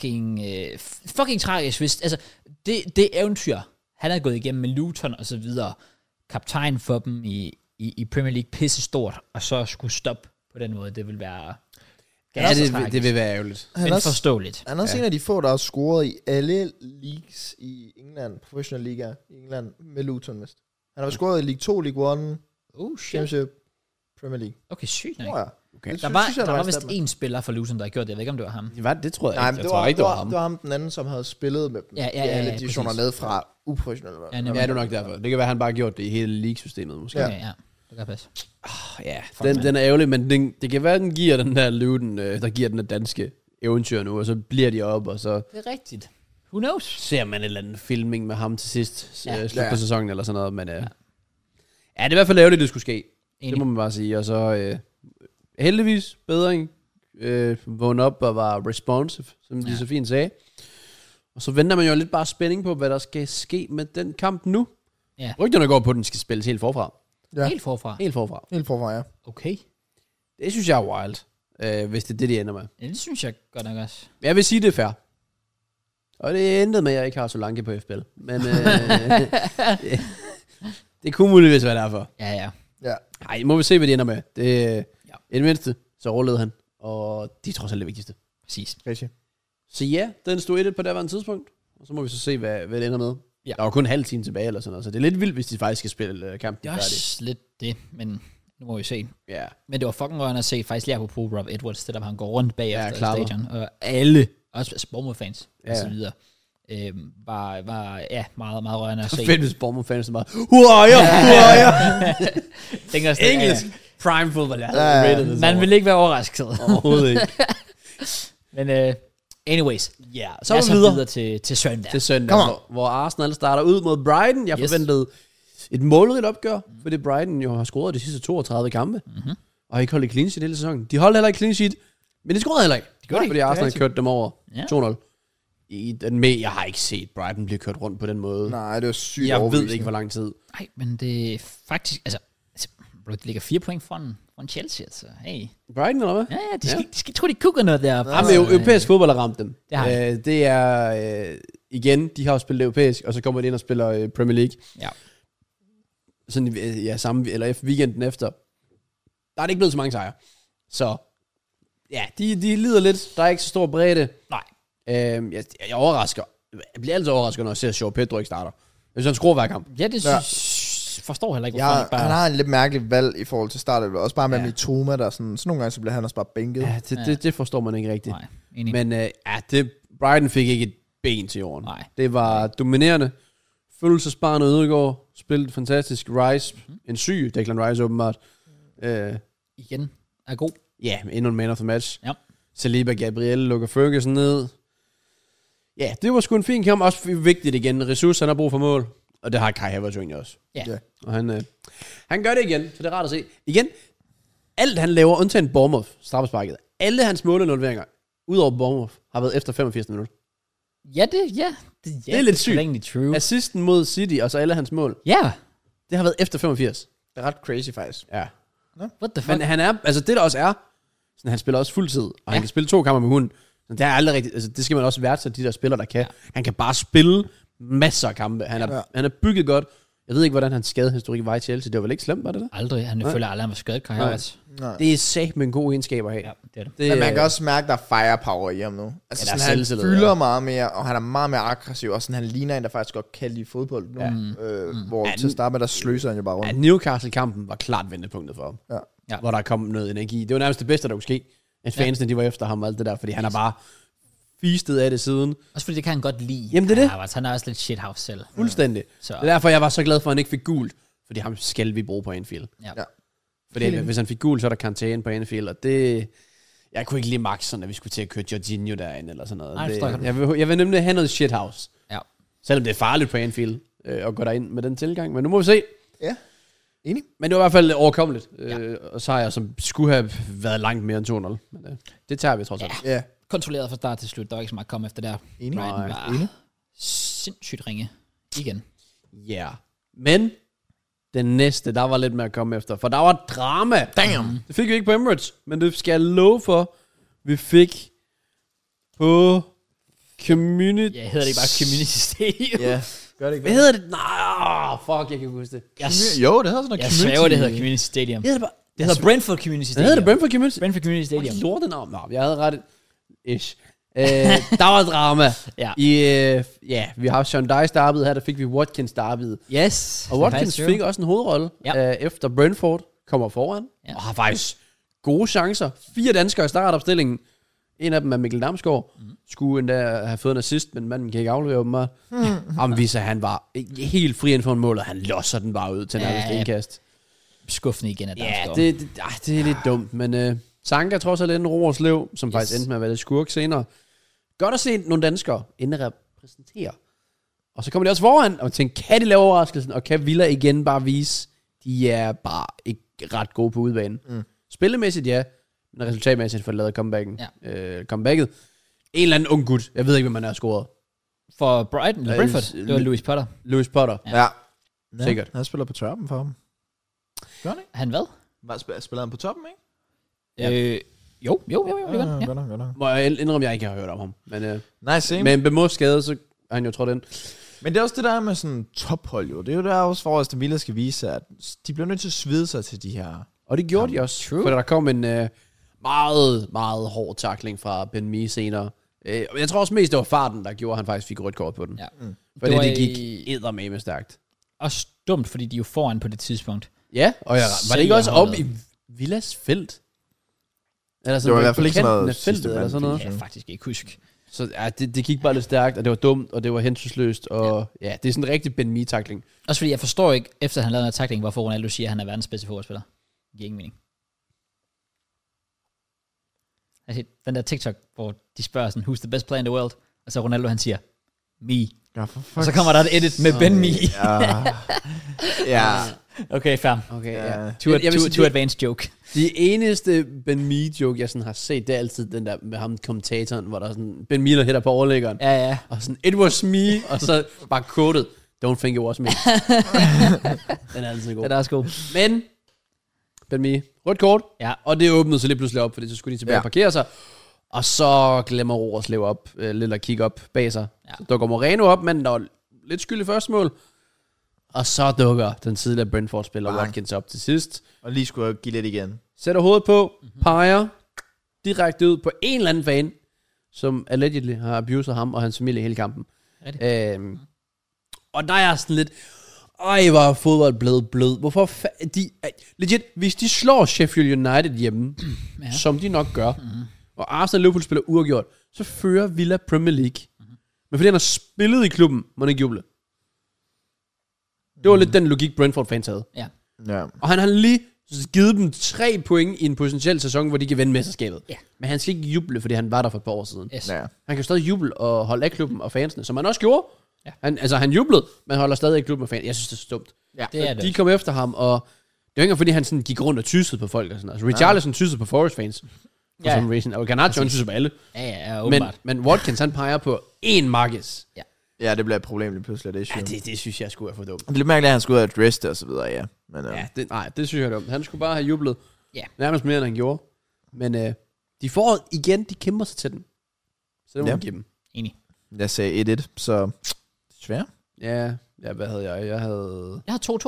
Fucking tragisk, hvis... Altså, det eventyr, han er gået igennem med Luton og så videre, kaptajn for dem i Premier League, pisse stort, og så skulle stoppe på den måde, det vil være...
det vil være ærgerligt.
Men forståeligt.
Han er også en af de få, der har scoret i alle leagues i England, professional liga i England, med Luton mest. Han har scoret i League 2, League 1, Championship, Premier League.
Okay, sygt nok.
Okay.
Der var vist en spiller for Luton, der har gjort det. Jeg ved ikke, om det var ham.
Det tror jeg ikke.
Nej, det var ham den anden, som havde spillet med dem.
Ja,
alle divisioner ned fra uprofessionelle.
Ja, det er nok derfor. Det kan være, han bare har gjort det i hele league-systemet, måske.
Ja. Det kan passe.
Den er ærgerlig, men det kan være, den giver den der Luton, der giver den der danske eventyr nu, og så bliver de op, og så...
Det er rigtigt. Who knows?
Ser man en eller anden filming med ham til sidst, slut på sæsonen eller sådan noget, men... det er i hvert fald ærgerligt, det skulle ske. Det må man bare sige, og så... heldigvis bedring. Vågne op og var responsive, som de så fint sagde. Og så venter man jo lidt bare spænding på, hvad der skal ske med den kamp nu.
Ja.
Rygterne går på, at den skal spilles helt forfra.
Ja.
Helt forfra?
Helt forfra,
ja.
Okay.
Det synes jeg er wild, hvis det er det, de ender med.
Ja, det synes jeg godt nok også.
Jeg vil sige, det er fair. Og det endte med, at jeg ikke har så langt på FBL. Men det kunne muligvis være derfor.
Ja.
Nej, må vi se, hvad de ender med. I det mindste, så rullede han. Og de er trods alt det vigtigste.
Præcis.
Så ja, den stod 1 på det tidspunkt. Og så må vi så se, hvad det ender med. Ja. Der var kun en halv time tilbage, eller sådan noget. Så det er lidt vildt, hvis de faktisk skal spille kampen.
Det er også lidt det, men nu må vi se.
Ja.
Men det var fucking rørende at se, faktisk lige på Rob Edwards, det der, han går rundt bagefter stadion. Og alle, også Bournemouth-fans og så videre, var meget, meget rørende at se.
Fedt, hvis Bournemouth-fans er bare, huaja! Engelsk prime football.
Man vil ikke være overrasket.
Overhovedet ikke.
Men anyways,
så er vi videre
til søndag.
Til søndag, hvor Arsenal starter ud mod Brighton. Jeg forventede et målrigt opgør, fordi Brighton jo har scoret de sidste 32 kampe, og har ikke holdt clean sheet hele sæsonen. De holdt heller ikke clean sheet, men de scorede heller ikke. Fordi Arsenal kørte dem over 2-0. I den med, jeg har ikke set Brighton blive kørt rundt på den måde.
Nej, det var sygt
Jeg ved ikke, hvor lang tid.
Nej, men det er faktisk, altså det ligger 4 point foran Chelsea, altså. Hey.
Brighton, eller hvad?
Ja, de skal tro, de kukker noget der.
Jamen, europæisk fodbold har ramt dem.
Det har
det er igen, de har jo spillet europæisk, og så kommer de ind og spiller Premier League.
Ja.
Sådan, ja, eller weekenden efter. Der er det ikke blevet så mange sejre. Så, ja, de lider lidt. Der er ikke så stor bredde.
Nej.
Jeg overrasker. Jeg bliver altid overrasket, når jeg ser João Pedro ikke starter. Jeg synes, han skruer hver kamp.
Ja, det forstår heller ikke, hvorfor han ikke bare...
Han har en lidt mærkelig valg i forhold til startet. Også bare med Mitoma, der sådan nogle gange, så bliver han også bare bænket.
Ja, det forstår man ikke rigtigt.
Nej, enig.
Men Brighton fik ikke et ben til jorden.
Nej.
Det var dominerende. Følelsesbarnet Ødegaard spillede fantastisk. Rice, en syg Declan Rice åbenbart.
Igen er god.
Ja, endnu en man of the match.
Ja.
Saliba Gabriel lukker Ferguson ned. Ja, det var sgu en fin kamp. Også vigtigt igen. Ressource, han har brug for mål. Og det har Kai Havertz jo egentlig også.
Ja.
Og han gør det igen, så det er rart at se. Igen, alt han laver, undtagen Bournemouth, straffesparket, alle hans måleinvolveringer, udover Bournemouth, har været efter 85 minutter.
Ja, det
er lidt sygt.
Det er egentlig true.
Assisten mod City, og så alle hans mål.
Ja.
Det har været efter 85.
Det er ret crazy, faktisk.
Ja.
What the fuck?
Men han er, altså det der også er, sådan, han spiller også fuldtid, og han kan spille 2 kampe med hunden. Det er aldrig rigtigt, altså det skal man også værdsætte, de der spillere, der kan. Ja. Han kan bare spille masser af kampe. Han er bygget godt. Jeg ved ikke, hvordan hans skadehistorik var i Chelsea. Det var vel ikke slemt, var det?
Aldrig. Han føler aldrig, han var skadet, Kai Havertz.
Det er sagt med en god egenskab at have.
Ja, det er det.
Men man kan også mærke, der er firepower i ham nu. Altså,
ja,
sådan, han fylder meget mere, og han er meget mere aggressiv. Og sådan, han ligner en, der faktisk godt kan lide fodbold nu. Hvor til at starte med, der sløser han jo bare rundt.
Ja, Newcastle-kampen var klart vendepunktet for ham.
Ja.
Hvor der kom noget energi. Det var nærmest det bedste, der kunne ske. At fansene, de var efter ham og alt det der, fordi han er bare fistet af det siden.
Også fordi det kan han godt lide.
Jamen det er det.
Han er også lidt shithouse selv.
Fuldstændig.
Så.
Det er derfor, jeg var så glad for, at han ikke fik gult. Fordi ham skal vi bruge på Anfield.
Ja.
Fordi hvis han fik gul, så er der karantæne på Anfield, og det... Jeg kunne ikke lide Max, sådan, at vi skulle til at køre Jorginho derinde, eller sådan noget.
Nej,
jeg vil nemlig have noget shithouse.
Ja.
Selvom det er farligt på Anfield at gå derind med den tilgang. Men nu må vi se.
Ja, enig.
Men det var i hvert fald overkommeligt. Og sejr, som skulle have været langt mere end 2-0. Men det tager vi trods alt.
Ja.
Kontrolleret fra start til slut. Der var ikke så meget at komme efter der.
Enig.
Brighton var sindssygt ringe. Igen.
Ja. Yeah. Men den næste, der var lidt mere at komme efter. For der var drama.
Damn.
Det fik vi ikke på Emirates. Men det skal jeg love for, vi fik på Community...
Ja, hedder det ikke bare Community Stadium?
Ja. Gør det ikke.
Hvad hedder det? Nej, fuck, jeg kan ikke huske det.
Jo, det hedder sådan noget
Community. Jeg svæver, det hedder Community Stadium. Det hedder Brentford Community Stadium.
Det hedder det Brentford Community?
Brentford Community Stadium.
Lortet navn. Nå, jeg havde ret. Ish. Der var drama. Vi har Sean Dice derbyet her, der fik vi Watkins derbyet.
Yes.
Og Watkins fik også en hovedrolle efter Brentford kommer foran. Ja. Og har faktisk gode chancer. 4 danskere i startopstillingen. En af dem er Mikkel Damsgaard. Skulle endda have fået en assist, men manden kan ikke aflevere åbenbart. Om viser, han var helt fri inden for en mål, og han losser den bare ud til nærmest indkast.
Skuffende igen af Damsgaard.
Ja, det er lidt dumt, men Sanka trods alt en Roerslev, som faktisk endte med at være lidt skurk senere. Godt at se nogle danskere repræsentere. Og så kommer de også foran, og tænker, kan de lave overraskelsen, og kan Villa igen bare vise, de er bare ikke ret gode på udbanen. Spillemæssigt, ja, men resultatmæssigt for at lave comebacket. En eller anden ung gut, jeg ved ikke, hvem man er scoret.
For Brighton, eller Brentford, det var Lewis Potter.
Lewis Potter.
Ja.
Sikkert.
Han spiller på toppen for ham. Gør han ikke?
Han hvad?
Spiller han på toppen, ikke?
Jo, det gør han.
Godt.
Må jeg indrømme, at jeg ikke har hørt om ham. Men,
nice,
med en Bemos skade, så er han jo trådt ind.
Men det er også det der med sådan tophold, jo. Det er jo der også for, at Villa skal vise, at de bliver nødt til at svide sig til de her.
Og det gjorde de også. For der kom en meget, meget hård tackling fra Ben Mee senere. Jeg tror også mest, det var farten, der gjorde, at han faktisk fik rødt kort på den. Ja. Fordi det gik eddermame stærkt.
Også dumt, fordi de er jo foran på det tidspunkt.
Ja, og var det ikke også op i Villas felt? Eller
det var i hvert fald ikke sådan noget
feltet, eller sådan noget.
Det kan jeg faktisk ikke huske.
Så ja, det gik bare lidt stærkt, og det var dumt, og det var hensynsløst, og ja, det er sådan en rigtig Ben Mee-tackling.
Også fordi jeg forstår ikke, efter han lavede en tackling, hvorfor Ronaldo siger, at han er verdens bedste fodboldspiller. Det giver ingen mening. Altså, den der TikTok, hvor de spørger sådan, who's the best player in the world? Og så Ronaldo, han siger, me. Og så kommer der et edit med Ben Mee.
Ja.
Okay, fair.
Okay, ja.
Too advanced joke.
De eneste Ben Mee-joke, jeg sådan har set, det er altid den der med ham, kommentatoren, hvor der er sådan, Ben Mee, der hætter på overlæggeren.
Ja.
Og sådan, it was me, og så bare quoted, don't think it was me. Den er altid god.
Den er også god.
Men, Ben Mee, rødt kort, og det åbnede så lige pludselig op, fordi så skulle de tilbage og parkere sig. Og så glemmer Roerslev op, lidt at kigge op bag sig. Ja. Så dukker Moreno op, men der var lidt skyld i første mål. Og så dukker den tidligere Brentford-spiller Watkins op til sidst.
Og lige skulle give lidt igen.
Sætter hovedet på, peger direkte ud på en eller anden fan, som allegedly har abuset ham og hans familie hele kampen. Og der er sådan lidt, hvor er fodbold blevet blød. Hvorfor legit, hvis de slår Sheffield United hjemme, som de nok gør, og Arsenal og Liverpool spiller uafgjort, så fører Villa Premier League. Men fordi han har spillet i klubben, må han ikke juble. Det var lidt den logik, Brentford-fans havde.
Ja.
Og han har lige givet dem 3 point i en potentiel sæson, hvor de kan vinde mesterskabet.
Ja.
Men han skal ikke juble, fordi han var der for et par år siden.
Yes.
Ja.
Han kan jo stadig juble og holde af klubben og fansene, som han også gjorde.
Ja.
Han jublede, men holder stadig af klubben og fansene. Jeg synes, det er så dumt.
Ja.
Det er det.
De kom efter ham, og det var ikke fordi han sådan gik rundt og tyssede på folk. Og sådan. Altså, Richarlison tyssede på Forest fans. For some reason. Og Garnacho tyssede på alle.
Ja, åbenbart.
Men Watkins, han peger på én Marcus.
Ja, det bliver et problem lige pludselig.
Det synes jeg skulle være for dumt.
Det er lidt mærkeligt, at han skulle ud og adresse det og så videre, ja. Men,
det synes jeg er dumt. Han skulle bare have jublet.
Ja.
Nærmest mere, end han gjorde. Men de får igen, de kæmper sig til den. Så det må man give dem.
Enig.
Jeg sagde 1-1, så svært.
Ja, hvad havde jeg? Jeg havde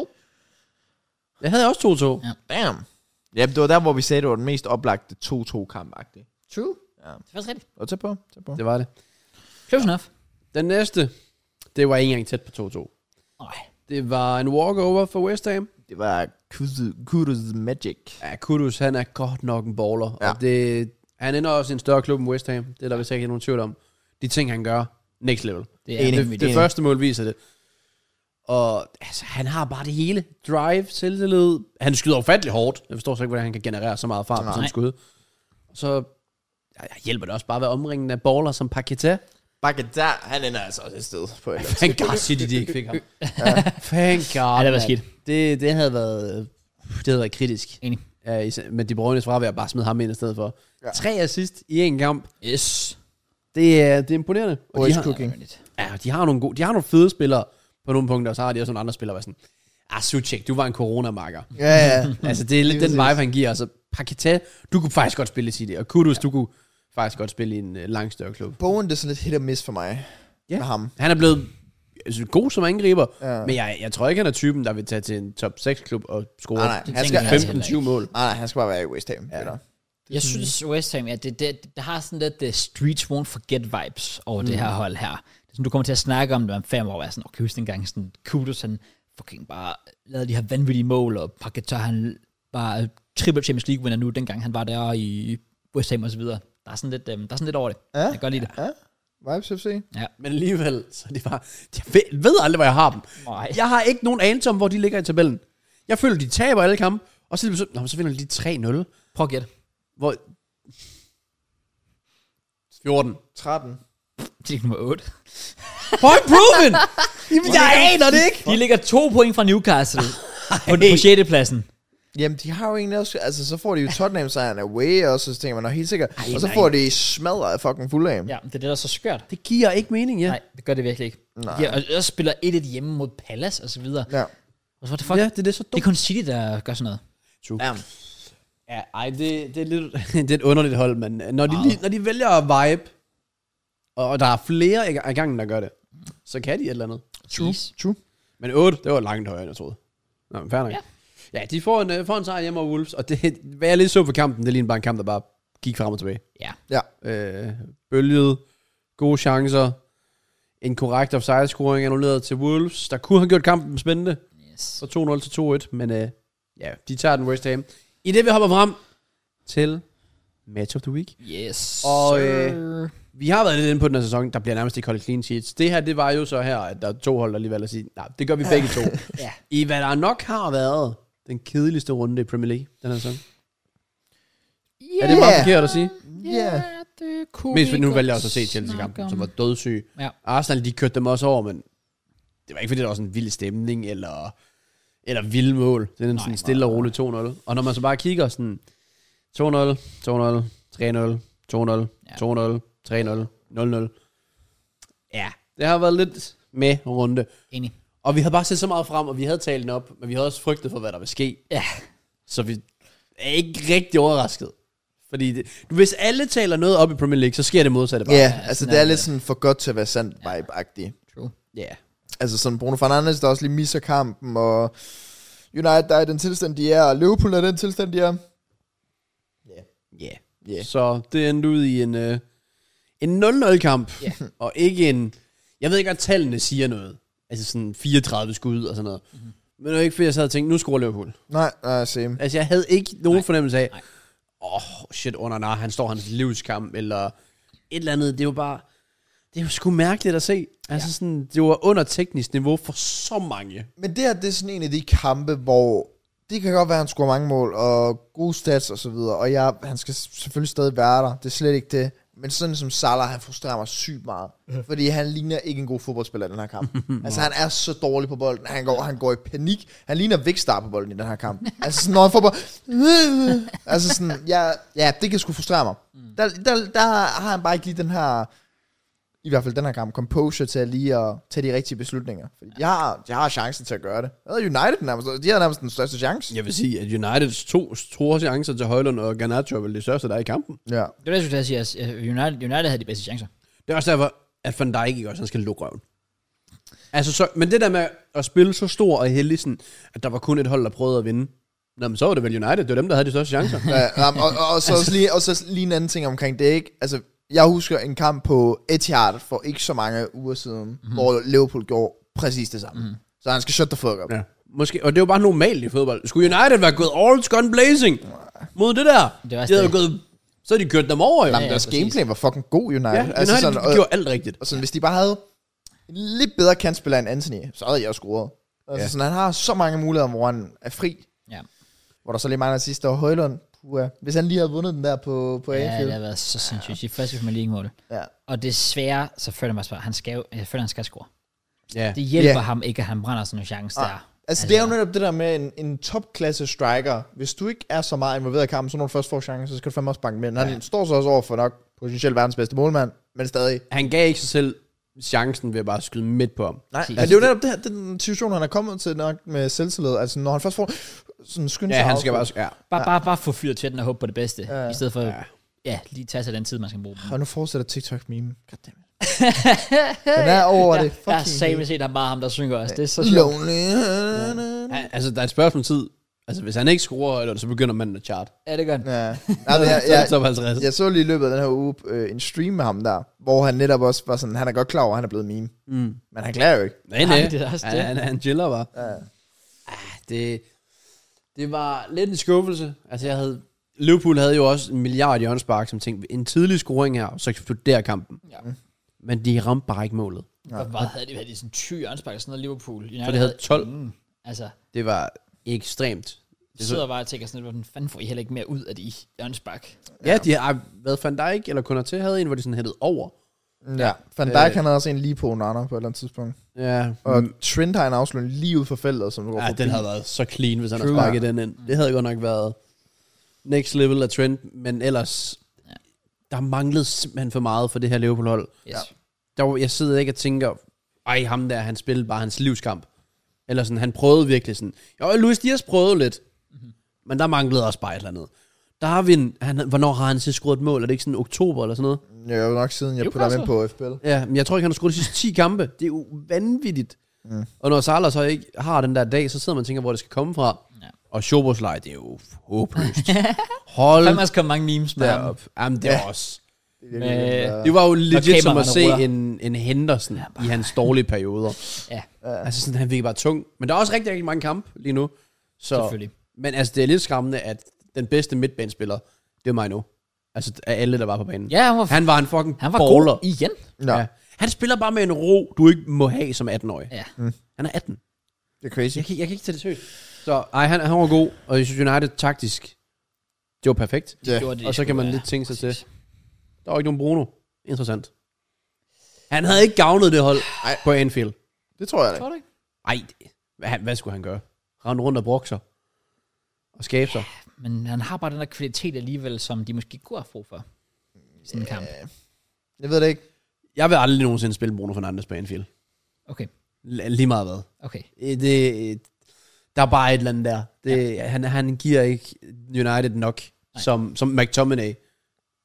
2-2.
Jeg havde også 2-2.
Ja.
Damn. Ja, det var der, hvor vi sagde, det var den mest oplagte 2-2-kamp-agtige.
True.
Ja.
Det er faktisk rigtigt.
Og tag på.
Det var det.
Close enough.
Den næste, det var ikke engang tæt på 2-2.
Nej.
Det var en walkover for West Ham.
Det var Kudus Magic.
Ja, Kudus, han er godt nok en baller.
Ja.
Og han ender også i en større klub end West Ham. Det er der vist ikke nogen tvivl om. De ting, han gør, next level. Det første mål viser det. Og altså, han har bare det hele. Drive, selvtillid. Han skyder ufattelig hårdt. Jeg forstår så ikke, hvordan han kan generere så meget fart på sådan en skud. Så hjælper det også bare at være omringen af baller som Paquetá.
Paquetá, han ender altså også et sted på et
Thank God City, de ikke fik ham. Thank God.
Ja, det var skidt.
Det havde været kritisk.
Enig.
Ja, men De Bruynes fravær bare smide ham ind i stedet for. Ja. 3 assist i en kamp.
Yes.
Det er imponerende. Og de har nogle fede spillere på nogle punkter, og så har de også nogle andre spillere, der sådan, Suchek, du var en corona-marker.
Ja.
Altså, det er lidt den vibe, han giver. Altså, Paquetá, du kunne faktisk godt spille i City, og Kudus, du kunne faktisk godt spille i en langt større klub.
Bowen, det er sådan lidt hit og miss for mig. Med ham.
Han er blevet god som angriber, men jeg tror ikke, han er typen, der vil tage til en top 6-klub og score
han skal
15-20 mål.
Nej, han skal bare være i West Ham. Ja.
Jeg synes, West Ham, det har sådan lidt the streets won't forget vibes over det her hold her. Det er sådan, du kommer til at snakke om det om 5 år, og sådan, okay, husk dengang sådan, Kudus, han fucking bare lavede de her vanvittige mål, og Paquetá, han bare triple Champions League vinder nu, dengang han var der i West Ham og så videre. Der er sådan lidt over det. Ja. Jeg kan godt lide det.
Ja. Vibes FC.
Ja. Men alligevel, så det bare, jeg ved aldrig, hvor jeg har dem.
Nej.
Jeg har ikke nogen anelse om, hvor de ligger i tabellen. Jeg føler, de taber alle kampe, og så vinder de 3-0.
Prøv at gætte.
Hvor 14.
13.
De ligger nummer 8.
Point proven! Jamen, jeg aner det ikke!
De ligger 2 point fra Newcastle på 6. pladsen.
Jamen, de har jo egentlig også, altså så får de jo Tottenham-sejren away, og så tænker man, helt sikkert, og så
nej.
får de smadret af fucking Fulham.
Ja, det er det, der er så skørt.
Det giver ikke mening, ja.
Nej, det gør det virkelig ikke.
Nej.
Og spiller 1-1 hjemme mod Palace og så videre.
Ja.
Og så fuck?
Ja, det er så dumt.
Det er kun City, der gør sådan noget.
True. Ja, det er lidt det er et underligt hold, men når de vælger at vibe, og der er flere af gangen, der gør det, så kan de et eller andet.
True.
Men 8, det var langt højere, end jeg troede. Nå, men fair nok. Ja, de får en sejr hjemme over Wolves, og det, hvad jeg lige så på kampen, det lignede bare en kamp, der bare gik frem og tilbage.
Ja.
Bølgede, gode chancer, en korrekt offside-scoring annulleret til Wolves, der kunne have gjort kampen spændende.
Yes.
Fra 2-0 til 2-1, men de tager den West Ham. I det vi hopper frem til Match of the Week.
Yes.
Og vi har været lidt inde på den her sæson, der bliver nærmest ikke holdt clean sheets. Det her, det var jo så her, at der er 2 hold, der lige valgte at sige, nej, det gør vi begge 2.
Ja.
I hvad der nok har været den kedeligste runde i Premier League, den her sæson. Er det meget forkert at sige?
Ja.
Det kunne
Mest fordi nu vælger jeg også at se Chelsea-kampen, som var dødssyg.
Ja.
Arsenal, de kørte dem også over, men det var ikke fordi, der var sådan en vild stemning, eller vild mål. Det er sådan stille og roligt 2-0. Og når man så bare kigger sådan 2-0, 2-0, 3-0, 2-0, 2-0, 3-0, 0-0. Ja, det har været lidt med runde.
Enig.
Og vi havde bare set så meget frem, og vi havde talt den op, men vi havde også frygtet for, hvad der ville ske.
Ja.
Så vi er ikke rigtig overrasket. Fordi hvis alle taler noget op i Premier League, så sker det modsatte bare.
Ja, altså det er lidt sådan for godt til at være sandt vibe-agtigt.
True.
Ja.
Altså sådan Bruno Fernandes, der også lige misser kampen, og United, der er i den tilstand, de er, og Liverpool er i den tilstand, de er.
Ja. Så det endte ud i en 0-0-kamp, og ikke en... Jeg ved ikke, at tallene siger noget. Altså sådan 34 skud og sådan noget. Mm-hmm. Men det var ikke, fordi jeg sad og tænkte, nu scorer Liverpool.
Nej, same.
Altså, jeg havde ikke nogen fornemmelse af, shit, han står hans livskamp, eller et eller andet. Det var bare... Det er jo sgu mærkeligt at se. Altså sådan, det var under teknisk niveau for så mange.
Men det her, det er sådan en af de kampe, hvor det kan godt være, at han scorer mange mål, og gode stats og så videre, og han skal selvfølgelig stadig være der. Det er slet ikke det. Men sådan som Salah, han frustrerer mig sygt meget. Fordi han ligner ikke en god fodboldspiller i den her kamp. Altså han er så dårlig på bolden. Han går i panik. Han ligner Vikstar på bolden i den her kamp. Altså sådan, når han får bolden... Altså sådan, ja, det kan sgu frustrere mig. Der har han bare ikke lige den her... I hvert fald den her kamp, composure til at lige at tage de rigtige beslutninger. Fordi de har chancen til at gøre det. United nærmest, de har nærmest den største chance.
Jeg vil sige, at Uniteds to store chancer til Højlund og Garnacho er vel de største, der er i kampen.
Ja.
Det er det, jeg skulle sige. Altså, United havde de bedste chancer.
Det er også derfor, at Van Dijk ikke også han skal lukke røven. Altså, men det der med at spille så stor og heldig, sådan, at der var kun et hold, der prøvede at vinde. Nå, men så var det vel United, det var dem, der havde de største chancer.
Og så lige en anden ting omkring det, ikke? Altså, jeg husker en kamp på Etihad for ikke så mange uger siden, hvor Liverpool gjorde præcis det samme. Så han skal shut the fuck up.
Ja. Måske, og det er jo bare normalt i fodbold. Skulle United være gået all gun blazing mod det der?
Det var
de havde gået, så havde de kørt dem over.
Jamen, deres gameplay var fucking god, United.
Ja,
altså,
United
sådan,
gjorde alt rigtigt.
Og sådan, hvis de bare havde en lidt bedre kantspiller end Anthony, så havde jeg også scoret. Altså, sådan, han har så mange muligheder, hvor han er fri. Ja. Hvor der så lige mangler sidste år Højlund. Hvis han lige havde vundet den der på Anfield.
Ja, det har været så sindssygt. De første Premier League-mål. Ja. Og desværre, så føler jeg mig han skal score. Ja. Det hjælper ham ikke, at han brænder sådan en chance der.
Altså, det er jo netop det der med en topklasse striker. Hvis du ikke er så meget involveret i kampen, så når du først får chance, så skal du fandme også banke med. Han står så også over for nok potentielt verdens bedste målmand, men stadig.
Han gav ikke sig selv chancen ved at bare skyde midt på ham.
Nej, men det er jo netop det her, den situation, han er kommet til nok med selvtillid. Altså, når han først får sådan skyndt sig
han skal
bare få fyret til den og håbe på det bedste, i stedet for lige tage sig den tid, man skal bruge.
Og nu fortsætter TikTok-meme. Goddammit. Den er over det.
Jeg har sammen set ham bare ham, der synger også. Det er så
sjovt.
Altså, der er et spørgsmål tid. Altså, hvis han ikke scorer, så begynder manden at chart.
Ja, det gør han.
Jeg så lige i løbet af den her uge en stream med ham der, hvor han netop også var sådan, han er godt klar over, at han er blevet meme. Men han klager jo ikke.
Nej, det er også det. Han chiller bare. Ja. Det var lidt en skuffelse. Altså, Liverpool havde jo også en milliard hjørnespark, som tænkte, en tidlig scoring her, så eksploderer kampen. Ja. Men de ramte bare ikke målet.
Hvor meget havde de sådan 20 hjørnespark, sådan noget Liverpool?
For det havde 12.
Altså.
Det var ekstremt.
Det sidder bare og tænker sådan, hvordan fanden får I heller ikke mere ud af de hjørnespark?
Ja, de har været Van Dijk eller Konaté havde en, hvor de sådan hættede over.
Ja, Van Dijk han havde også en lige på Onana på et eller andet tidspunkt.
Ja.
Og Trent har en afslutning lige ud for feltet, som du går forbi.
Den havde været så clean, hvis han havde sparket den ind. Det havde godt nok været next level af Trent, men ellers der manglede simpelthen for meget for det her Liverpool-hold. Yes. Jeg sidder ikke og tænker, ham der, han spillede bare hans livskamp. Eller sådan, han prøvede virkelig sådan. Jo, Luis Diaz prøvede lidt, men der manglede også bare et eller andet. Der har vi hvornår har han så scoret et mål? Er det ikke sådan oktober eller sådan noget?
Ja, jo nok siden jeg putter ham ind på FPL.
Ja, men jeg tror ikke, han har scoret de sidste 10 kampe. Det er jo vanvittigt. Og når Salah så ikke har den der dag, så sidder man og tænker, hvor det skal komme fra. Ja. Og Szoboszlai, det er jo håbløst.
Hold. Der også kommet mange memes med ham.
Jamen, det var også... Det var jo legit som at se en Henderson i hans dårlige perioder. Ja. Altså sådan, han fik bare tung. Men der er også rigtig, rigtig mange kampe lige nu. Så, selvfølgelig. Men altså, det er lidt skræmmende, at den bedste midtbanespiller, det er mig nu. Altså af alle, der var på banen.
Ja,
han var en fucking
han var baller. God igen.
Ja. Han spiller bare med en ro, du ikke må have som 18-årig. Ja. Han er 18.
Det er crazy.
Jeg kan ikke tage det seriøst. Så han var god, og jeg synes United taktisk, det var perfekt. Yeah. Og så kan man lidt tænke sig til. Der var ikke nogen Bruno. Interessant. Han havde ikke gavnet det hold på Anfield.
Det tror jeg da
ikke. Nej, hvad skulle han gøre? Rende rundt og brokke sig. Og skabe sig.
Men han har bare den der kvalitet alligevel, som de måske kunne have brug for. I sådan en kamp.
Jeg ved det ikke.
Jeg vil aldrig nogensinde spille Bruno Fernandes på Anfield.
Okay.
Lige meget hvad.
Okay.
Der er bare et eller andet der. Han giver ikke United nok, som McTominay.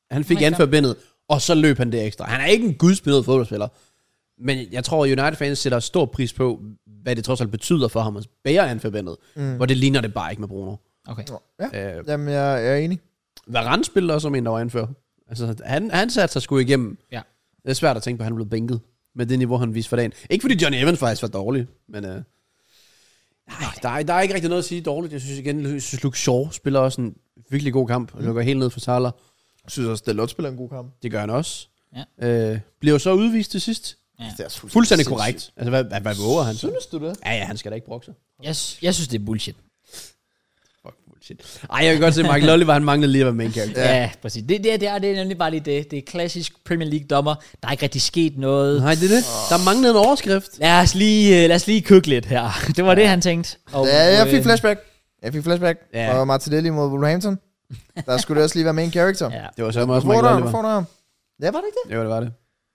Han fik anførbindet, og så løb han det ekstra. Han er ikke en gudsbenået fodboldspiller. Men jeg tror, at United-fans sætter stor pris på, hvad det trods alt betyder for ham at bære anførbindet. Hvor det ligner det bare ikke med Bruno.
Okay.
Ja. Jamen, jeg er enig.
Varane spillede også som en, der var anfører. Altså, han satte sig sgu igennem.
Ja.
Det er svært at tænke på, at han blev bænket med det niveau, han viste for dagen. Ikke fordi Johnny Evans faktisk var dårlig, men der er ikke rigtig noget at sige dårligt. Jeg synes Luke Shaw spiller også en virkelig god kamp, og lukker helt ned for Salah.
Jeg synes også, Dalot spiller en god kamp.
Det gør han også.
Ja.
Bliver jo så udvist til sidst.
Ja.
Det er
Fuldstændig korrekt. Altså, hvad våger han så?
Synes du det?
Ja, han skal da ikke brokke sig.
Jeg synes, det er bullshit.
Fuck bullshit. Ej, jeg kan godt se, at Michael Oliver, han manglede lige at være main character.
Ja, præcis. Det er nemlig bare lige det. Det er klassisk Premier League-dommer. Der er ikke rigtig sket noget.
Nej, det er det. Der manglede en overskrift.
Lad os lige kigge lidt her. Det var det, han tænkte. Og,
ja, jeg fik flashback.
Ja.
Fra Martinelli mod Wolverhampton. Der skulle det også lige være main character.
Ja.
Det var så også Michael Oliver.
Ja, var det ikke det?
Jo, det var det.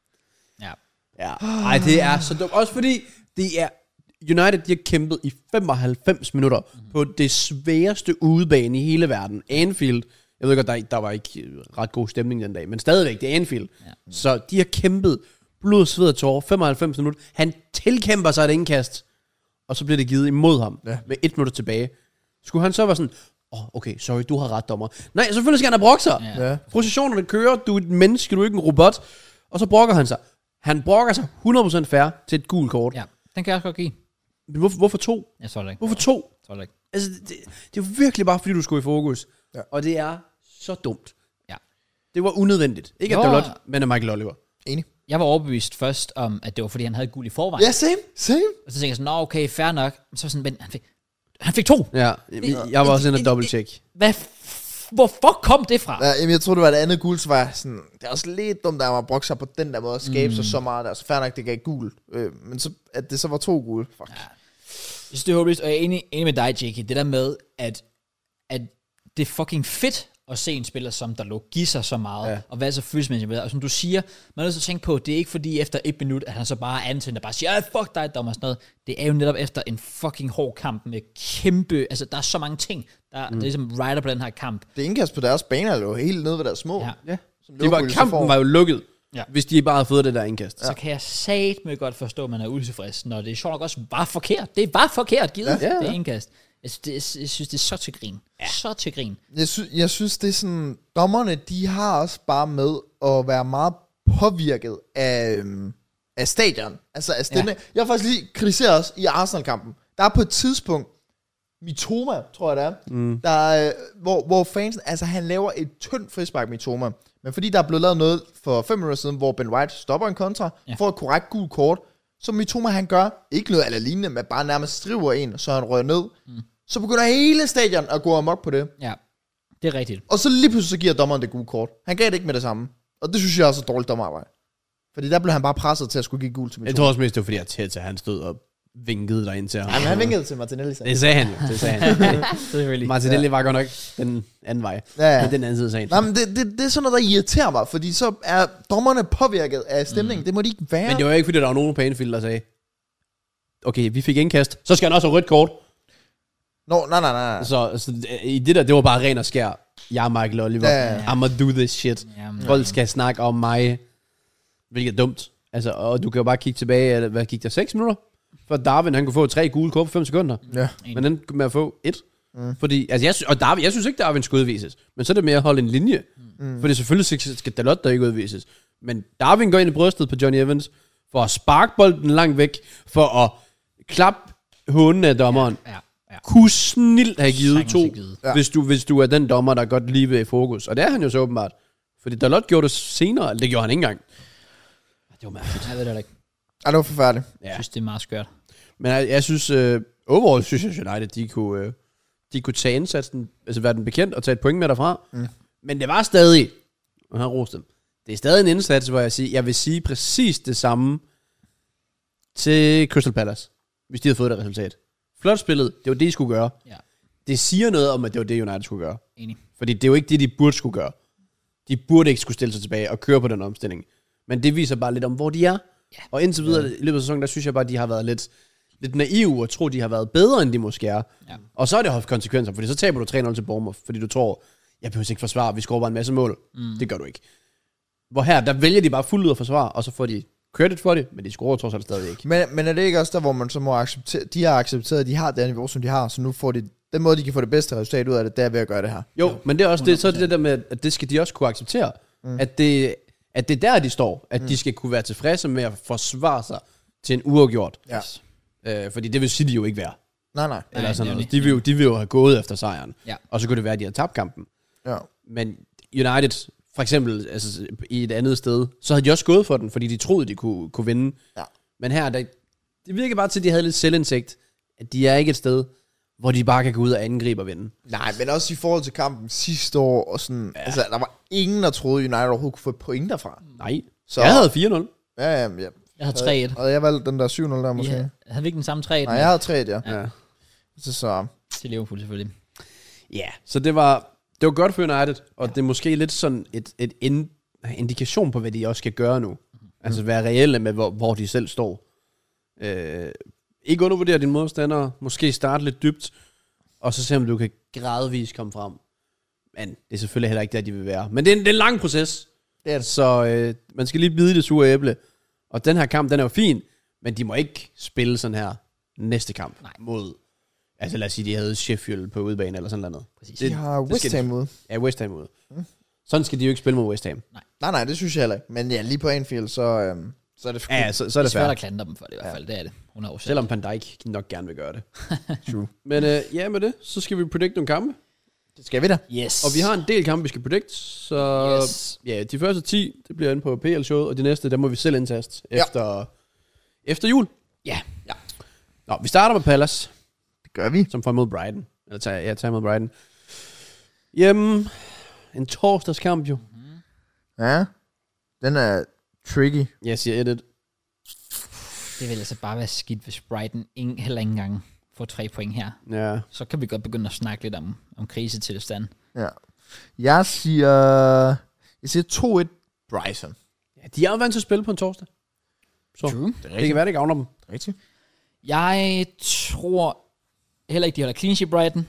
Ja.
Ej, det er så dumt. Også fordi, det er United, de har kæmpet i 95 minutter på det sværeste udebane i hele verden. Anfield. Jeg ved godt, der var ikke ret god stemning den dag, men stadigvæk, det er Anfield. Ja. Så de har kæmpet blod, sved og tårer 95 minutter. Han tilkæmper sig et indkast, og så bliver det givet imod ham med 1 minut tilbage. Skulle han så være sådan, okay, sorry, du har ret, dommer. Nej, selvfølgelig skal han have brokket sig.
Ja.
Positionerne kører, du er et menneske, du er ikke en robot. Og så brokker han sig. Han brokker sig 100% fair til et gult kort.
Ja, den kan jeg også godt give.
Men hvorfor 2?
Jeg tror det ikke.
Hvorfor 2?
Jeg tror det ikke.
Altså, det er jo virkelig bare, fordi du skulle i fokus.
Ja.
Og det er så dumt.
Ja.
Det var unødvendigt. Ikke at Dalot, men af Michael Oliver.
Enig.
Jeg var overbevist først om, at det var, fordi han havde guld i forvejen.
Ja, same.
Og så tænkte jeg sådan, okay, fair nok. Så var sådan, men han fik 2.
Ja, jeg var også inde og dobbelt-check.
Hvorfor kom det fra?
Ja, jamen, jeg tror det var et andet gul, så var jeg sådan, det er også lidt dumt, at man brugte sig på den der måde at skabe sig så meget. Altså fair nok, det gav gul. Men så, at det så var 2 gule. Fuck. Ja.
Jeg synes, det er håbløst, og jeg er enig med dig, Jakey. Det der med, at det er fucking fedt at se en spiller, som der lå give sig så meget, og hvad så følelsesmæssigt med. Og som du siger, man er nødt til at tænke på, det er ikke fordi efter 1 minut, at han så bare er antændt og bare siger, fuck dig, dommer, sådan noget. Det er jo netop efter en fucking hård kamp med kæmpe, altså der er så mange ting, der ligesom rider på den her kamp.
Det indkast på deres baner lå helt nede ved deres små.
Ja. Kampen var jo lukket, hvis de bare havde fået det der indkast.
Så kan jeg satme godt forstå, at man er utilfreds, når det er sjovt nok også var forkert. Det var forkert givet, det indkast. Jeg synes, det er så til grin. Ja. Så til grin.
Jeg synes, det er sådan, dommerne, de har også bare med at være meget påvirket af stadion. Altså af stemme. Jeg har faktisk lige kritiseret os i Arsenal-kampen. Der er på et tidspunkt, Mitoma, tror jeg det er, der, hvor fansen, altså han laver et tyndt frispark, Mitoma. Men fordi der er blevet lavet noget for 5 minutter siden, hvor Ben White stopper en kontra, får et korrekt gult kort, så Mitoma han gør ikke noget eller lignende, men bare nærmest striver en, så han rører ned. Så begynder hele stadion at gå amok på det.
Ja, det er rigtigt.
Og så lige pludselig så giver dommeren det gule kort. Han gav det ikke med det samme. Og det synes jeg også er dårligt dommerarbejde. Fordi der blev han bare presset til at skulle give gul til Mitoma.
Jeg tror også mest, det var fordi, at Teta han stod og vinkede derind til ham.
Ja, men han vinkede til Martinelli.
Det sagde han jo.
Selvfølgelig.
Martinelli var godt nok den anden vej.
Ja.
Den anden side af sagen.
Nej, men det er sådan noget, der irriterer mig. Fordi så er dommerne påvirket af stemningen. Det må de ikke være.
Men det var ikke fordi, der var nogen på Anfield, der sagde, okay, vi fik indkast, så skal han også have rødt kort.
Nej.
Så i det der, det var bare ren og skær. Jeg er Michael Oliver. I'ma do this shit. Folk skal snakke om mig. Hvilket er dumt. Altså, og du kan jo bare kigge tilbage, hvad gik der 6 minutter? For Darwin, han kunne få 3 gule kort på 5 sekunder.
Ja.
Men den med at få 1. Fordi, altså, jeg synes ikke, Darwin skal udvises. Men så er det mere at holde en linje. Fordi selvfølgelig skal Dalot der ikke udvises. Men Darwin går ind i brystet på Johnny Evans, for at sparke bolden langt væk, for at klappe hunden af dommeren. Ja. Kunne snilt have givet 2, hvis du er den dommer, der godt lige vil i fokus. Og det er han jo så åbenbart. Fordi Dalot gjorde det senere, det gjorde han ikke engang. Det var mærkeligt.
Jeg ved det ikke.
Det var forfærdeligt.
Jeg synes, det er meget skørt.
Men jeg synes, overall synes jeg, United, de kunne tage indsatsen, altså være den bekendt, og tage et point med derfra. Men det var stadig, og han roste dem, det er stadig en indsats, hvor jeg vil sige præcis det samme til Crystal Palace, hvis de havde fået det resultat. Flot spillet, det var det, de skulle gøre. Ja. Det siger noget om, at det var det, United skulle gøre.
Enig.
Fordi det er jo ikke det, de burde skulle gøre. De burde ikke skulle stille sig tilbage og køre på den omstilling. Men det viser bare lidt om, hvor de er. Ja. Og indtil videre i løbet af sæsonen, der synes jeg bare, at de har været lidt naive og tror, de har været bedre, end de måske er. Ja. Og så har det haft konsekvenser, fordi så taber du 3-0 til Bournemouth, fordi du tror, jeg behøver ikke forsvare, vi scorer bare en masse mål. Det gør du ikke. Hvor her, der vælger de bare fuldt ud at forsvare, og så får de credit for det, men de scorer trods alt stadig ikke.
Men er det ikke også der, hvor man så må acceptere, de har accepteret, at de har det niveau, som de har, så nu får de, den måde, de kan få det bedste resultat ud af det, der er ved at gøre det her.
Jo, men det er også det, så er det der med, at det skal de også kunne acceptere. At det er der, de står. At de skal kunne være tilfredse med at forsvare sig til en uafgjort.
Ja.
Fordi det vil City jo ikke være.
Nej.
Eller sådan noget. De vil jo have gået efter sejren.
Ja.
Og så kunne det være, at de havde tabt kampen.
Ja.
Men United, for eksempel altså, i et andet sted, så havde de også gået for den, fordi de troede, de kunne vinde.
Ja.
Men her, det virker bare til, at de havde lidt selvindsigt, at de er ikke et sted, hvor de bare kan gå ud og angribe og vinde.
Nej, men også i forhold til kampen sidste år, og sådan, altså, der var ingen, der troede, United overhovedet kunne få et point derfra.
Nej,
Så,
jeg havde 4-0.
Ja.
Jeg havde 3-1.
Og jeg valgte den der 7-0 der måske.
Ja, havde vi ikke den samme 3-1?
Nej, jeg havde 3-1, ja.
Ja.
Så.
Til Liverpool selvfølgelig.
Ja, så det var godt for United, og det er måske lidt sådan et indikation på, hvad de også skal gøre nu. Altså være reelle med, hvor de selv står. Ikke undervurdere dine modstandere, måske starte lidt dybt, og så se, om du kan gradvist komme frem. Men det er selvfølgelig heller ikke der, de vil være. Men det er en lang proces,
Det er det.
så man skal lige bide det sure æble. Og den her kamp, den er jo fin, men de må ikke spille sådan her næste kamp mod... Altså lad os sige, de havde Sheffield på udebane eller sådan noget.
Præcis.
De har West Ham ude.
Ja, West Ham ude. Sådan skal de jo ikke spille mod West Ham.
Nej, det synes jeg heller ikke. Men ja, lige på Anfield, så er det sgu.
Ja, så er
Det er
det
svært
fair.
at klandre dem for det i hvert fald, det er det. 100%.
Selvom Van Dijk nok gerne vil gøre det.
True.
Men ja, med det, så skal vi predict nogle kampe.
Det skal vi da.
Yes.
Og vi har en del kampe, vi skal predict. Så
Yes.
ja, de første 10, det bliver inde på PL-showet, og de næste, der må vi selv indtaste efter jul.
Ja.
Nå, vi starter med Palace,
Det gør vi.
som får imod Brighton. Eller tager imod Brighton. Hjemme, en torsdagskamp jo.
Ja. Den er tricky.
Jeg siger 1-1.
Det vil altså bare være skidt, hvis Brighton heller ikke engang får 3 point her.
Ja.
Så kan vi godt begynde at snakke lidt om krisetilstand.
Ja. Jeg siger 2-1 Bryson.
Ja, de er jo vant til at spille på en torsdag. Så
True.
det kan være, det gavner dem.
Rigtigt.
Jeg tror heller ikke, de holder clean sheet Brighton.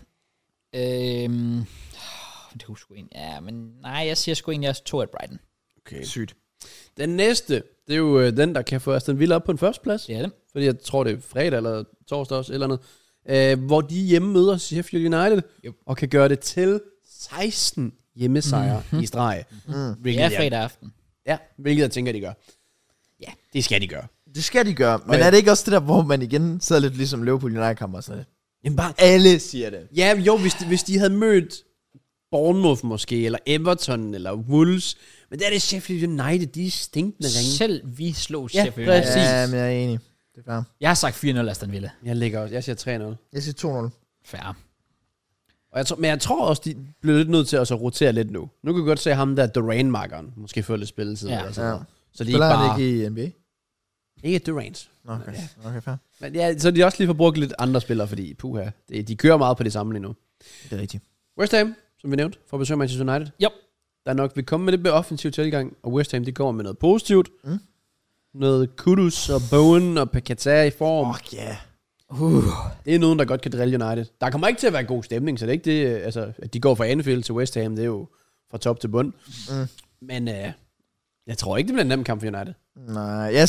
Det kunne sgu ja, men nej, jeg siger sgu egentlig også 2-1 Brighton.
Okay.
Sygt.
Den næste, det er jo den, der kan få Aston Villa op på en førsteplads.
Det er det.
Fordi jeg tror, det er fredag eller torsdag også, eller andet. Hvor de hjemme møder Sheffield United, og kan gøre det til 16 hjemmesejre i streg.
Det er fredag aften.
Ja, hvilket jeg tænker, de gør.
Ja.
Det skal de gøre.
Det skal de gøre. Men er det ikke også det der, hvor man igen sidder lidt ligesom Liverpool United-kammer? Så
Jamen bare,
alle siger det.
ja, jo, hvis de havde mødt Bournemouth måske, eller Everton, eller Wolves, men der er det Sheffield United, de er stinkende ringe.
Selv vi slog
Ja,
Sheffield United.
præcis.
Ja, men jeg er enig. Det er fair.
Jeg har sagt 4-0 Aston Villa.
Jeg siger 3-0.
Jeg siger 2-0.
Fair.
Og men jeg tror også, de bliver lidt nødt til at så rotere lidt nu. Nu kan vi godt se ham der, Duran-markeren, måske få lidt spilletid.
Ja.
Eller sådan noget. Så de
Spiller
ikke
han
bare...
ikke i NBA?
Ikke Durant.
Okay, okay, fair.
Men ja, så de også lige får brugt lidt andre spillere, fordi puha, de kører meget på det samme lige nu.
Det er rigtigt.
West Ham, som vi nævnte, får besøg af Manchester United.
Jo.
Der nok vil komme med lidt mere offensiv tilgang, og West Ham, de kommer med noget positivt. Noget Kudus og Bowen og Paquetá i form.
Fuck yeah.
Det er nogen, der godt kan drille United. Der kommer ikke til at være god stemning, så det er ikke det, altså, at de går fra Anfield til West Ham, det er jo fra top til bund. Men jeg tror ikke, det bliver en nem kamp for United.
Nej,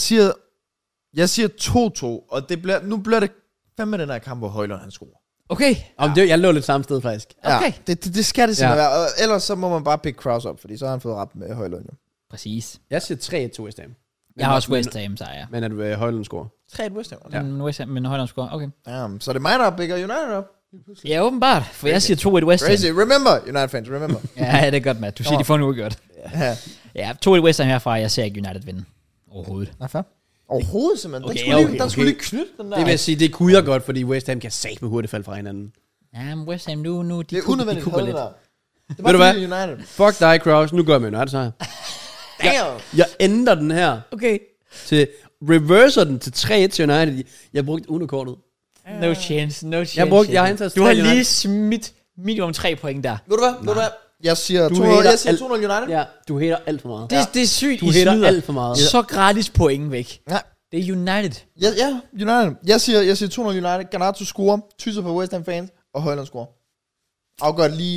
jeg siger 2-2, og nu bliver det fandme den her kamp, hvor Højlund han scorer.
Okay.
Jeg lå lidt samme sted, faktisk.
Okay.
Ja, det skal det simpelthen være. Og ellers så må man bare pick Kraus op, fordi så har han fået ret med Højlund.
Præcis.
Jeg siger 3-1 til West Ham.
Jeg har også West Ham, sejr.
Men at Højlund scorer.
3-1 West Ham.
Ja. Men Højlund score. Okay.
Så er det mig, der bigger United op.
Ja, åbenbart. For jeg siger 2-1 West Ham.
Crazy. Remember, United fans, remember.
Ja, det er godt, Matt. Du siger, de får en uafgjort.
Ja.
Ja, 2-1 West Ham herfra. Jeg ser ikke United vinde. Overhovedet.
Nej, fair. Overhovedet simpelthen.
Okay,
Den skulle lige knytte den der.
Det vil jeg sige, det kunne jeg godt, fordi West Ham kan satme hurtigt falde fra hinanden.
Ja, men West Ham nu
Det er
de
unødvendigt
kupper
hold
lidt.
der. Det
Ved du hvad?
United.
Fuck dig, Kraus. Nu gør jeg med United sejr.
Damn.
Jeg ændrer den her
Okay.
til reverser den til 3-1 til United. Jeg brugte Uno-kortet.
No chance, no chance.
Jeg har indtaget
Du har
3 United.
lige smidt minimum 3 point der.
Ved du hvad? Jeg siger 2-0 United.
Ja, du hater alt for meget.
Det er sygt,
Du
I
hater
smider
alt for meget.
så gratis point væk.
Ja.
Det er United.
Ja, United. Jeg siger 2-0 United. Garnacho scorer. Tyser på West Ham fans. Og Højlund scorer. Afgør lige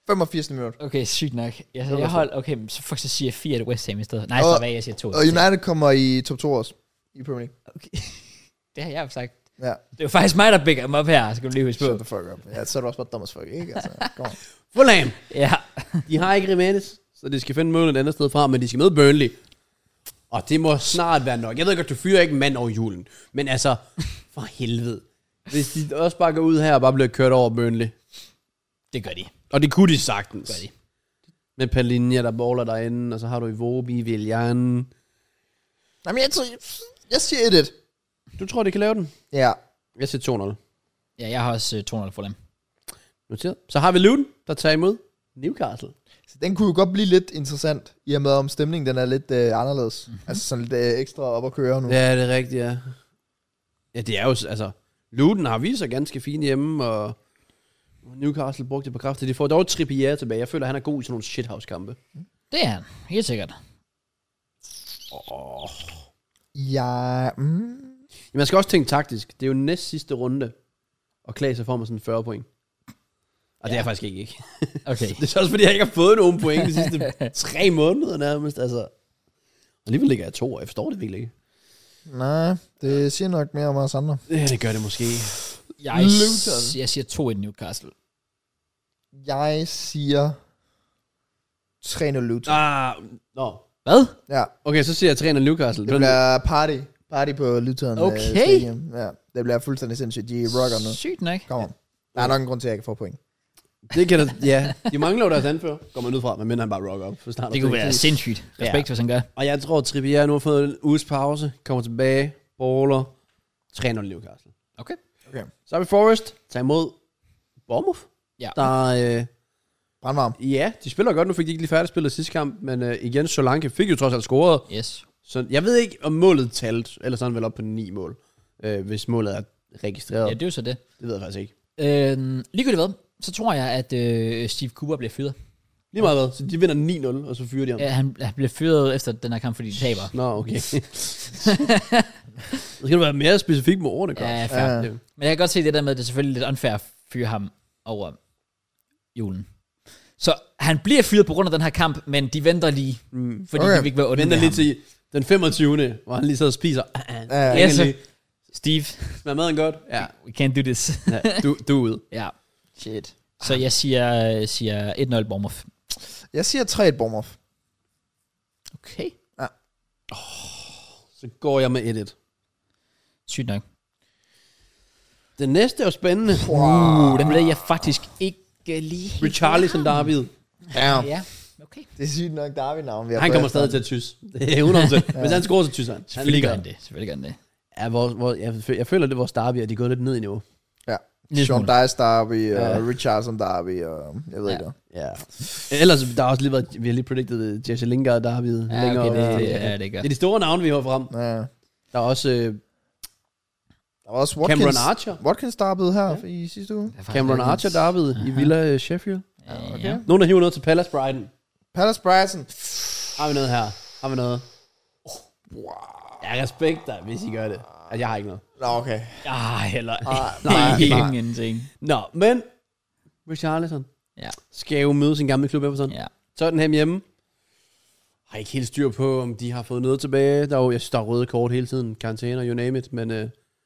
85. minut.
Okay, sygt nok. Jeg holdt, okay, så faktisk siger jeg 4 af West Ham i stedet. Nej, så hvad jeg siger 2.
Og United kommer i top 2 også. I Premier League.
Okay. Det har jeg jo sagt.
Ja.
Det er jo faktisk mig, der bækker dem op her, skal du lige huske på.
Shut the fuck up. Ja, så er du også bare dum as fuck, ikke? Altså, kom on.
Fulham.
Ja.
De har ikke Jimenez, så de skal finde målet et andet sted fra, men de skal møde Burnley. Og det må snart være nok. Jeg ved godt, du fyrer ikke en mand over julen. Men altså, for helvede. Hvis de også bare går ud her og bare bliver kørt over Burnley.
Det gør de.
Og det kunne de sagtens.
Gør de.
Med Palinja, der baller derinde, og så har du Iwobi, Willian.
Jamen, jeg siger 1-1.
Du tror, de kan lave den?
Ja.
Jeg siger 2-0.
Ja, jeg har også 200 for dem.
Noteret. Så har vi Luton, der tager imod Newcastle.
Så den kunne jo godt blive lidt interessant, i og med om stemningen den er lidt anderledes. Mm-hmm. Altså sådan lidt ekstra op at køre nu.
Ja, det er rigtigt, ja. Ja, det er jo, altså, Luton har vist sig ganske fint hjemme, og Newcastle brugte det på kræfter. De får dog Trippier tilbage. Jeg føler, han er god i sådan nogle shithouse-kampe.
Det er han, helt sikkert.
Ja,
Man skal også tænke taktisk. Det er jo næst sidste runde, og Klaas får mig sådan 40 point. Og det er jeg faktisk ikke.
Okay.
Det er så også, fordi jeg ikke har fået nogen point de sidste 3 måneder nærmest. Altså. Og alligevel ligger jeg 2, og jeg forstår det virkelig ikke.
nej, det siger nok mere om os andre.
Ja, det gør det måske.
Jeg siger 2 i Newcastle.
Jeg siger 3-0 Luton.
Nå.
Hvad?
Ja,
Okay, så siger jeg træner Newcastle.
det bliver party på Luton.
Okay.
Stadium. Ja, det bliver fuldstændig sindssygt. De rocker nu.
Sygt nok.
Kom on. Der er nok en grund til, at jeg ikke får point.
Det kan da, ja. De mangler jo deres anfører. Går man ud fra, men han bare rocker op.
Det kunne være sindssygt. Respekt, hvis han gør.
Og jeg tror, Trippier nu har fået en uges pause. Kommer tilbage. Baller. Træner Newcastle.
Okay.
Så har vi Forest. Tag imod Bournemouth.
Ja.
Der,
Brandvarm.
ja, de spiller godt. Nu fik de ikke lige færdigspillet sidste kamp. Men igen, Solanke fik jo trods alt scoret.
Yes.
Så jeg ved ikke, om målet talt. Ellers er han vel op på 9 mål. Hvis målet er registreret.
Ja, det er jo så det.
Det ved jeg faktisk ikke.
Ligegyldigt hvad, så tror jeg, at Steve Cooper bliver fyret.
Lige meget hvad. Så de vinder 9-0, og så fyrer de ham.
Ja, han bliver fyret efter den her kamp, fordi de taber.
Nå, okay. Så skal du være mere specifik med ordene,
Ja, fair.
Ja.
Men jeg kan godt se det der med, at det er selvfølgelig lidt unfair at fyre ham over julen. Så han bliver fyret på grund af den her kamp, men de venter lige, fordi de vil ikke være onde
Venter
med
lige
ham.
til den 25. hvor han lige sidder og spiser.
Ja, så. Steve,
Smager maden godt? Ja.
we can't do this.
Ja, du er ude.
Ja.
Shit.
Så jeg siger 1-0 Bournemouth.
Jeg siger 3-1 Bournemouth.
Okay.
Så går jeg med 1-1.
Sygt nok.
Den næste er jo spændende.
Den ved jeg faktisk ikke lige.
Richarlison David.
Ja.
Ja, okay.
Det er sygt nok Darwin-navn, vi har
Han
fået
kommer
efter.
stadig til at tysse. Det er 100%. Hvis han scorer, så tysser han. Han
Selvfølgelig gør
ligger.
han det. Selvfølgelig gør han det.
Ja, jeg føler, det er vores derby, at de er gået lidt ned i niveau.
Ja.
Lille
Sean
smule.
Dice Derby, og Richardson Derby, og jeg ved ikke hvad.
Ja. Ellers, der har også lige været, vi har lige predicted Jesse Lingard Derby.
Ja, okay, det gør.
Det er de store navne, vi har frem.
Ja.
Der er også
Der var også Watkins,
Cameron Archer.
Watkins derby her i sidste uge.
Cameron Archer Derby i Villa Sheffield.
Ja.
Nogen, der hiver noget til Palace Brighton.
Palace Brighton.
Har vi noget her? Har vi noget? Jeg respekter, hvis I gør det. Altså, jeg har ikke noget.
Nå, okay.
Heller
nej.
ingenting.
Nå, men Richarlison
Ja.
skal jo møde sin gamle klub Everton.
Ja.
Tottenham hjemme. Har ikke helt styr på, om de har fået noget tilbage. Der er jo, jeg synes, der er røde kort hele tiden. Karantæne og you name it. Men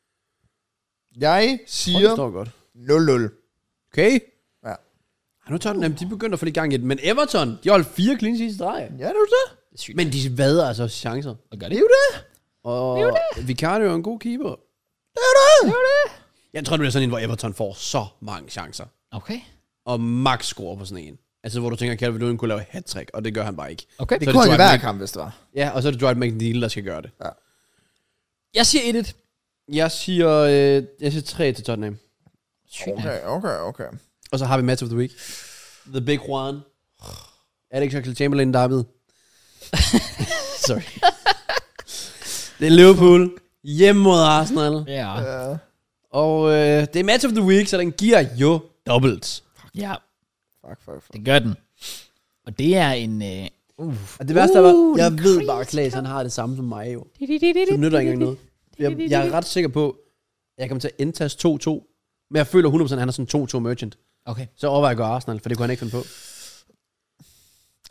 Jeg
det
siger
står godt.
0-0.
Okay.
Ja.
Nu Tottenham, de begynder at få lidt gang i det. Men Everton, de holdt 4 clean sheets i streg.
Ja, det er jo det.
Det er sygt.
Men de vader altså også chancer.
Og gør
Det
det.
er jo det.
Og Vicario er en god keeper.
Det er det.
Jeg tror, det bliver sådan en, hvor Everton får så mange chancer.
Okay.
Og max scorer på sådan en. Altså, hvor du tænker, Calvin Lewin kunne lave hat-trick, og det gør han bare ikke.
Okay.
Det
Så
kunne han i
Dwight
hver
Mc-
kamp, hvis det var.
Ja, og så er det Dwight McNeil, der skal gøre det.
Jeg siger 1-1.
Jeg siger 3 til Tottenham.
Sygt nok.
Okay.
Og så har vi Match of the Week. The Big Juan. Alex Oxlade-Chamberlain, David. Sorry. Det er Liverpool. Hjemme mod Arsenal.
Ja.
Ja.
Og det er Match of the Week, så den giver jo dobbelt.
Ja,
Fuck.
det gør den. Og det er en...
Og det værste er bare, jeg ved bare, at Klaas, han har det samme som mig jo. Så det nytter ikke engang noget. Jeg er ret sikker på, at jeg kommer til at indtaste 2-2. Men jeg føler 100%, at han er sådan 2-2 merchant.
Okay.
Så overvejer jeg at gøre Arsenal, for det kunne han ikke finde på.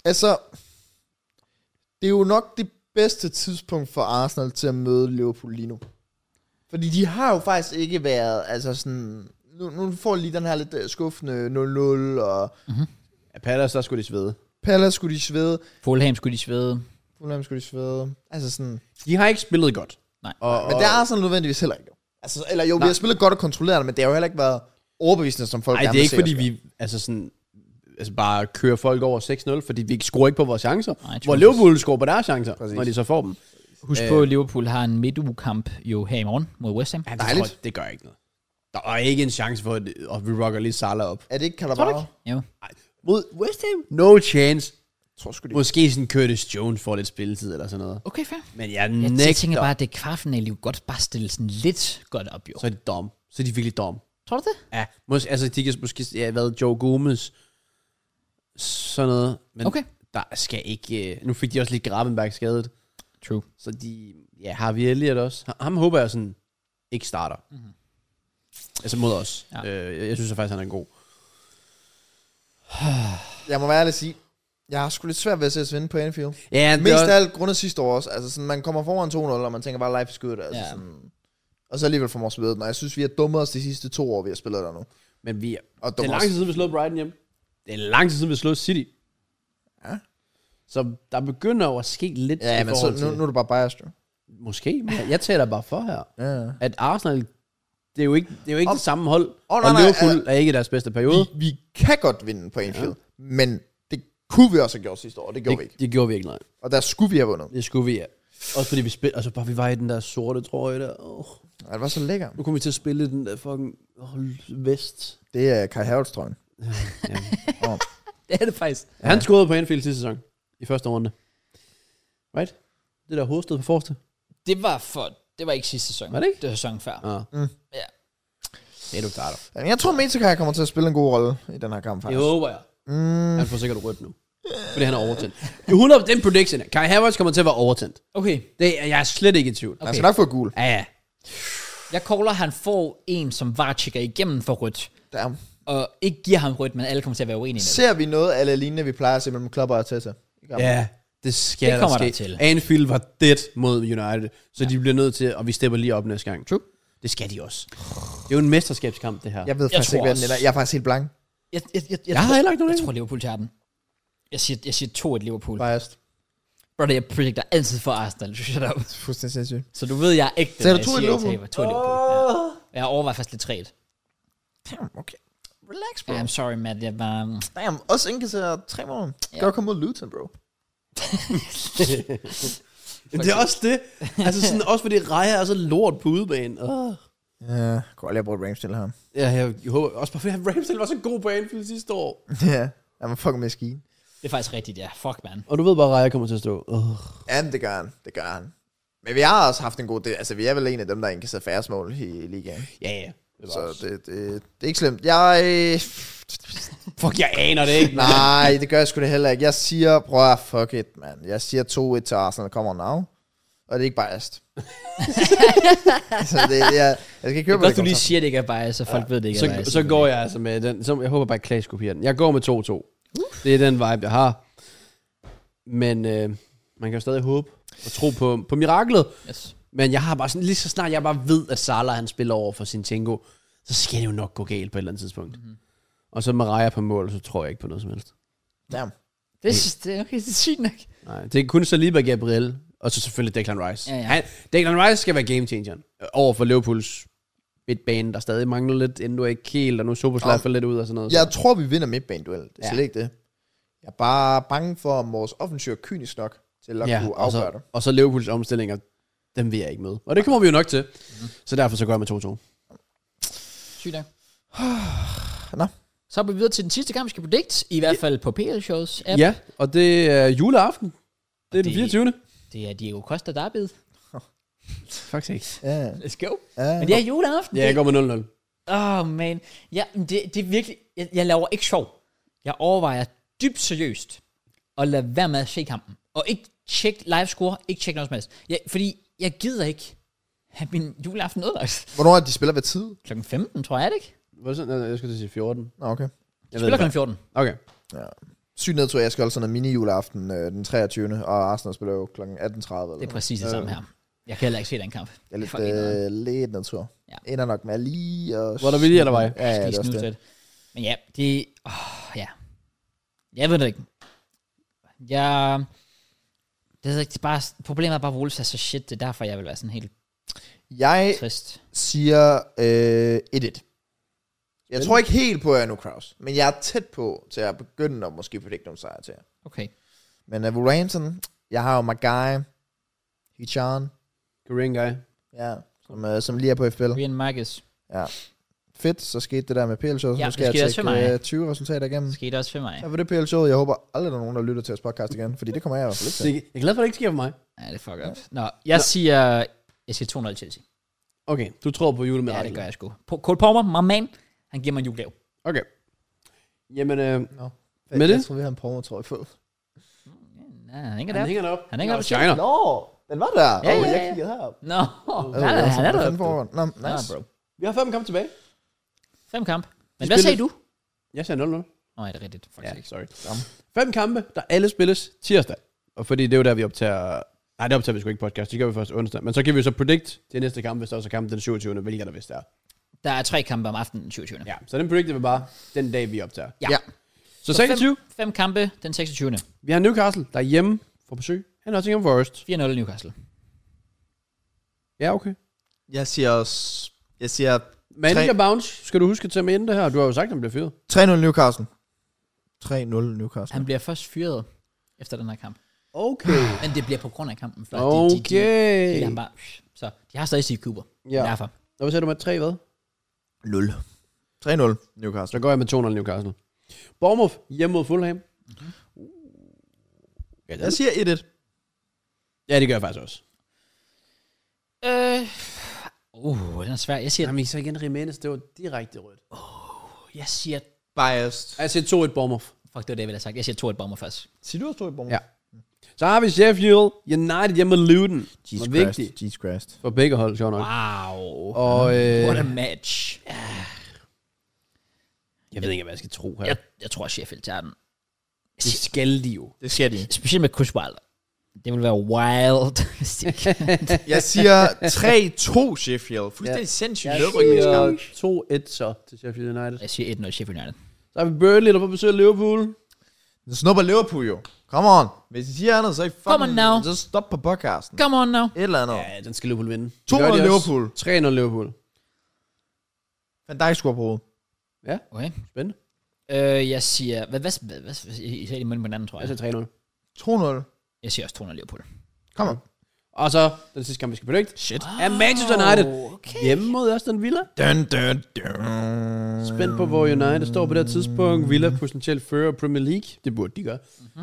Altså, det er jo nok det bedste tidspunkt for Arsenal til at møde Liverpool lige nu. Fordi de har jo faktisk ikke været, altså sådan... Nu får lige den her lidt skuffende 0-0, og...
Ja, Palace, der skulle de svede.
Palace skulle de svede.
Fulham skulle de svede.
Altså sådan...
De har ikke spillet godt.
Nej.
Men det er Arsenal nødvendigvis heller ikke. Altså, eller jo, vi har spillet godt og kontrolleret, men det har jo heller ikke været overbevisende, som folk
Nej, det er ikke fordi vi bare kører folk over 6-0, fordi vi scorer ikke på vores chancer.
Nej,
hvor Liverpool scorer på deres chancer,
Præcis.
når de så får dem.
Husk på, at Liverpool har en midtugekamp jo her i morgen mod West Ham.
Ja,
Dejligt.
det gør ikke noget. Der er ikke en chance for, at vi rocker lige Salah op.
Er det ikke Carabao?
Jo.
Mod West Ham? No chance.
Jeg tror sgu det.
Måske sådan Curtis Jones får lidt spilletid eller sådan noget.
Okay, fair.
Men
Jeg tænker bare, at det kvartfinale jo godt bare stille sådan lidt godt op, jo.
Så er de dum. Så er de virkelig dum.
Tror du det?
Ja, altså de kan måske været Joe Gomez. Sådan noget. Men
Okay.
der skal ikke... nu fik de også lidt Gravenberg skadet.
True.
Så de... Ja, har vi Elliot også. Ham håber jeg sådan ikke starter. Mm-hmm. Altså mod os.
Ja.
Jeg synes at faktisk, han er god.
Jeg må være ærlig at sige, jeg har sgu lidt svært ved at se os vinde på Anfield.
Ja,
Mest af alt grundet sidste år også. Altså sådan, man kommer foran 2-0, og man tænker bare, life is good. Altså
Ja.
sådan, og så alligevel får man også ved den. Og jeg synes, vi har dummet os de sidste 2 år, vi har spillet der nu.
Men vi...
Og
Det er lang tid siden, vi slog Brighton hjem. Det er lang tid siden, vi slog City.
Ja.
Så der begynder jo at ske lidt
Ja,
i
men så,
forhold til...
nu er det bare biased, jo.
Måske, men jeg taler bare for her.
Ja.
At Arsenal, det er jo ikke det samme hold.
nej,
Og
nej,
Liverpool er ikke i deres bedste periode.
Vi kan godt vinde på Anfield, men det kunne vi også have gjort sidste år, det gjorde vi ikke.
Det gjorde vi ikke, nej.
Og der skulle vi have vundet.
Det skulle vi, ja. Også fordi vi spillede, altså bare vi var i den der sorte trøje der.
Ja, det var så lækker.
Nu kommer vi til at spille den der fucking vest.
Det er Kai Havertz, tror jeg.
Ja.
Det er det faktisk.
Ja. Han scorede på Anfield sidste sæson. I første runde. Right? Det der hovedstød på forreste.
Det var ikke sidste sæson.
Var det ikke?
Det var sæson før.
Ja.
Mm.
Ja.
Det er du starter.
Ja, jeg tror, Metakai kommer til at spille en god rolle i den her kamp,
Det
faktisk.
håber jeg. Han får sikkert rødt nu. Fordi han er overtændt. 100 den prediction. Kai Havertz kommer til at være overtændt.
Okay.
Det er jeg er slet ikke i tvivl.
Han skal nok få gul.
Ja.
Jeg caller, han får en, som var tjekker igennem for rødt.
Damn.
Og ikke giver ham rødt, men alle kommer til at være uenige med det.
Ser vi noget af lignende, vi plejer at se mellem Klopp og Arteta?
Ja, det skal
Det kommer
der
der
ske.
til.
Anfield var dead mod United, så de bliver nødt til, og vi stepper lige op næste gang. True. Det skal de også. Det er jo en mesterskabskamp, det her.
Jeg ved faktisk ikke, hvad den er. Jeg er faktisk helt blank.
Jeg har heller ikke nogen
Jeg tror, Liverpool tager den. Jeg siger 2-1 Liverpool.
Biased.
Brother, jeg predicter altid for Arsenal. Shut up.
Fuldstændig sindssygt.
Så du ved, jeg er ægte,
Sagde
når
du
jeg
2-1
siger, at
Liverpool?
jeg taber. 2-1 Liverpool. Ja. Jeg overvejer faktisk lidt 3-1.
Damn, okay. Relax, bro.
I'm sorry, Matt. Jeg var...
Damn, også indkasserer 3 måneder. Skal du komme mod Luton, bro?
Det er også det. Altså sådan, også fordi Raja er så lort på udebane.
Ja, jeg kunne aldrig have brugt Ramsdale her.
Ja, jeg håber også bare, fordi Ramsdale var så god på Anfield sidste år.
Ja, jeg må fucking maskine.
Det er faktisk rigtigt, ja. Fuck, man.
Og du ved bare, at Raja kommer til at stå.
Ja, det gør han. Det gør han. Men vi har også haft en god... Altså, vi er vel en af dem, der indkasserer færre mål i ligaen.
Ja.
Så det er ikke slemt. Jeg...
Fuck, jeg aner det ikke.
Nej, det gør jeg sgu det heller ikke. Jeg siger, prøv at fuck it, man. Jeg siger 2-1 til Arsenal, kommer now. Og det er ikke biased. Så jeg skal ikke
Det er
købe
godt, du lige siger, det ikke er bias, så folk ved, det ikke er bias.
Så går jeg altså med den. Så jeg håber bare, at Klaas kopierer den. Jeg går med 2-2. Det er den vibe, jeg har. Men man kan jo stadig håbe og tro på miraklet.
Yes.
Men jeg har bare sådan, lige så snart jeg bare ved, at Salah han spiller over for sin Tingo, så skal det jo nok gå galt på et eller andet tidspunkt. Mm-hmm. Og så med Raja på mål, så tror jeg ikke på noget som helst.
Damn.
Det er okay, det er sygt nok.
Nej, det er kun Saliba, Gabriel, og så selvfølgelig Declan Rice.
Ja.
Declan Rice skal være game changeren over for Liverpools midtbane, der stadig mangler lidt, endnu ikke helt, og nu Soboslaj falder lidt ud og sådan noget.
Jeg tror, vi vinder midtbaneduel. Det er
Ja.
slet ikke det. Jeg er bare bange for, om vores offensiv er kynisk nok til at kunne afgøre det.
og så Liverpools omstillinger, dem vil jeg ikke med. Og det kommer vi jo nok til. Så derfor så går jeg med 2-2.
Sygt nok.
Nå.
Så er vi videre til den sidste kamp, vi skal predict, i hvert fald på PL-shows app.
Ja, og det er juleaften. Det er den 24.
Det er Diego Costa derby.
Faktisk.
Ja.
Let's go.
Ja.
Men det er juleaften.
Ja, jeg går med 0-0.
Man. Ja, det er virkelig... Jeg laver ikke sjov. Jeg overvejer dybt seriøst at lade være med at se kampen. Og ikke tjekke livescore, ikke tjekke noget som helst. Fordi jeg gider ikke have min juleaften ødelagt.
Hvornår er de spiller ved tid?
Klokken 15, tror jeg, er det ikke?
Hvad så? Jeg skulle til at sige 14.
Nå, okay.
De spiller klokken 14.
Okay.
Ja. sygt nedtur, jeg skal holde sådan en mini-juleaften den 23. Og Arsenal spiller jo kl. 18.30.
Det er præcis det samme her. Jeg kan heller ikke se den kamp.
Jeg er lidt nedtur.
Ja.
Ender nok med lige og...
Hvor der vilje eller vej?
Ja, det er også det.
Men ja, det... ja. Jeg ved det ikke. Det er ikke bare... Problemet er bare, at Wolves er så shit. Det er derfor, jeg vil være sådan helt trist.
Siger 1-1. Jeg tror ikke helt på nu, Kraus. Men jeg er tæt på til at begynde at måske predict nogle sejre til jer.
Okay.
Men Wolverhampton, jeg har jo Maguire, Hichan.
Korean guy.
Ja, som lige er på FPL.
Brian Marcus.
Ja. Fedt, så skete det der med PL Show.
Ja,
nu skal jeg
tjekke
20 resultater igennem.
Det skete også for mig.
Så for det PL Show, jeg håber aldrig, der er nogen, der lytter til vores podcast igen. Fordi det kommer jeg i hvert fald ikke til.
Jeg er glad for, at det ikke sker for mig.
Ja, det er fuck up. Nå, jeg siger 2-0 Chelsea.
Okay, du tror på julemad.
Ja, det gør jeg sgu. Cole Palmer, my man, han giver mig en julegave.
Okay. Jamen,
Med
det?
Jeg tror, vi har en promo, tror jeg, på.
Ja, han hænger
han
der.
hænger op.
Han hænger op.
Shiner.
Nå, den var der.
Ja.
Jeg kiggede herop.
Nå, han er der.
Nå, nice.
Bro.
Vi har 5 kampe tilbage.
5 kamp. Men hvad sagde du?
Jeg sagde 0-0.
Nå, er det rigtigt?
Ja,
Faktisk.
sorry. 5 kampe, der alle spilles tirsdag. Og fordi det er jo der, vi optager... Nej, det optager vi sgu ikke podcast. Det gør vi først onsdag. Men så kan vi så predict til næste kamp, hvis der også er kamp den 27. Hvilket der vist er.
Der er 3 kampe om aftenen den 27.
Ja, så den predicter vi bare den dag, vi optager.
Ja.
Så 26.
5 kampe den 26.
Vi har Newcastle, der er hjemme for besøg. Han har Nottingham Forest.
4-0 Newcastle.
Ja, okay.
Jeg siger
Manager bounce. Skal du huske at tage med ind det her? Du har jo sagt, at han bliver fyret.
3-0 Newcastle. 3-0 Newcastle.
Han bliver først fyret efter den her kamp.
Okay.
Men det bliver på grund af kampen. For
Okay.
de han bare, så de har stadig Steve Cooper.
Ja.
Derfor.
Og hvad sagde du med 3 hvad?
0. 3-0 Newcastle.
Så går jeg med 2-0 Newcastle. Bournemouth hjemme mod Fulham.
Jeg siger 1-1.
Ja, det gør jeg faktisk også.
Den er svær. Jeg siger,
Jamen, så igen Jimenez, det var direkte rødt.
jeg siger,
Biased.
Jeg siger 2-1 Bournemouth.
fuck, det var det, jeg ville have sagt. Jeg siger 2-1 Bournemouth først.
Siger du også 2-1 Bournemouth?
Ja. Så har vi Sheffield United hjemme mod Luton.
Jesus
Og
Christ.
vigtigt
Jesus Christ.
for begge hold, sjovt nok.
Wow.
Og
What a match.
jeg ved ikke, hvad jeg skal tro her.
Jeg tror, Sheffield tager den.
Det skal de jo.
Det skal de.
Specielt med Chris Wilder. Det vil være wild.
Jeg siger 3-2 Sheffield. Fuldstændig sindssygt nedrykningskamp.
2-1 så til Sheffield United.
Jeg siger 1-0 Sheffield United.
Så har vi Burnley, der får besøg af Liverpool.
Nu snupper Liverpool jo. Come on. Hvis I siger andet, så er I
Come on now.
fucking... Så stop på podcasten.
Come on now.
Et eller andet.
Ja, den skal Liverpool vinde.
2-0 Liverpool.
3-0 Liverpool.
Van Dijk scorer på hovedet.
Ja,
Okay.
spændende.
Jeg siger... Hvad I sagde de munden på den anden, tror
Jeg
jeg.
siger 3-0.
2-0.
Jeg siger også 2-0 Liverpool.
Kom on.
Og så den sidste kamp, vi skal predict.
Shit.
Er Manchester United hjemme mod Aston Villa.
Dun, dun, dun.
Spændt på, hvor United står på det her tidspunkt. Villa potentielt fører Premier League. Det burde de gøre.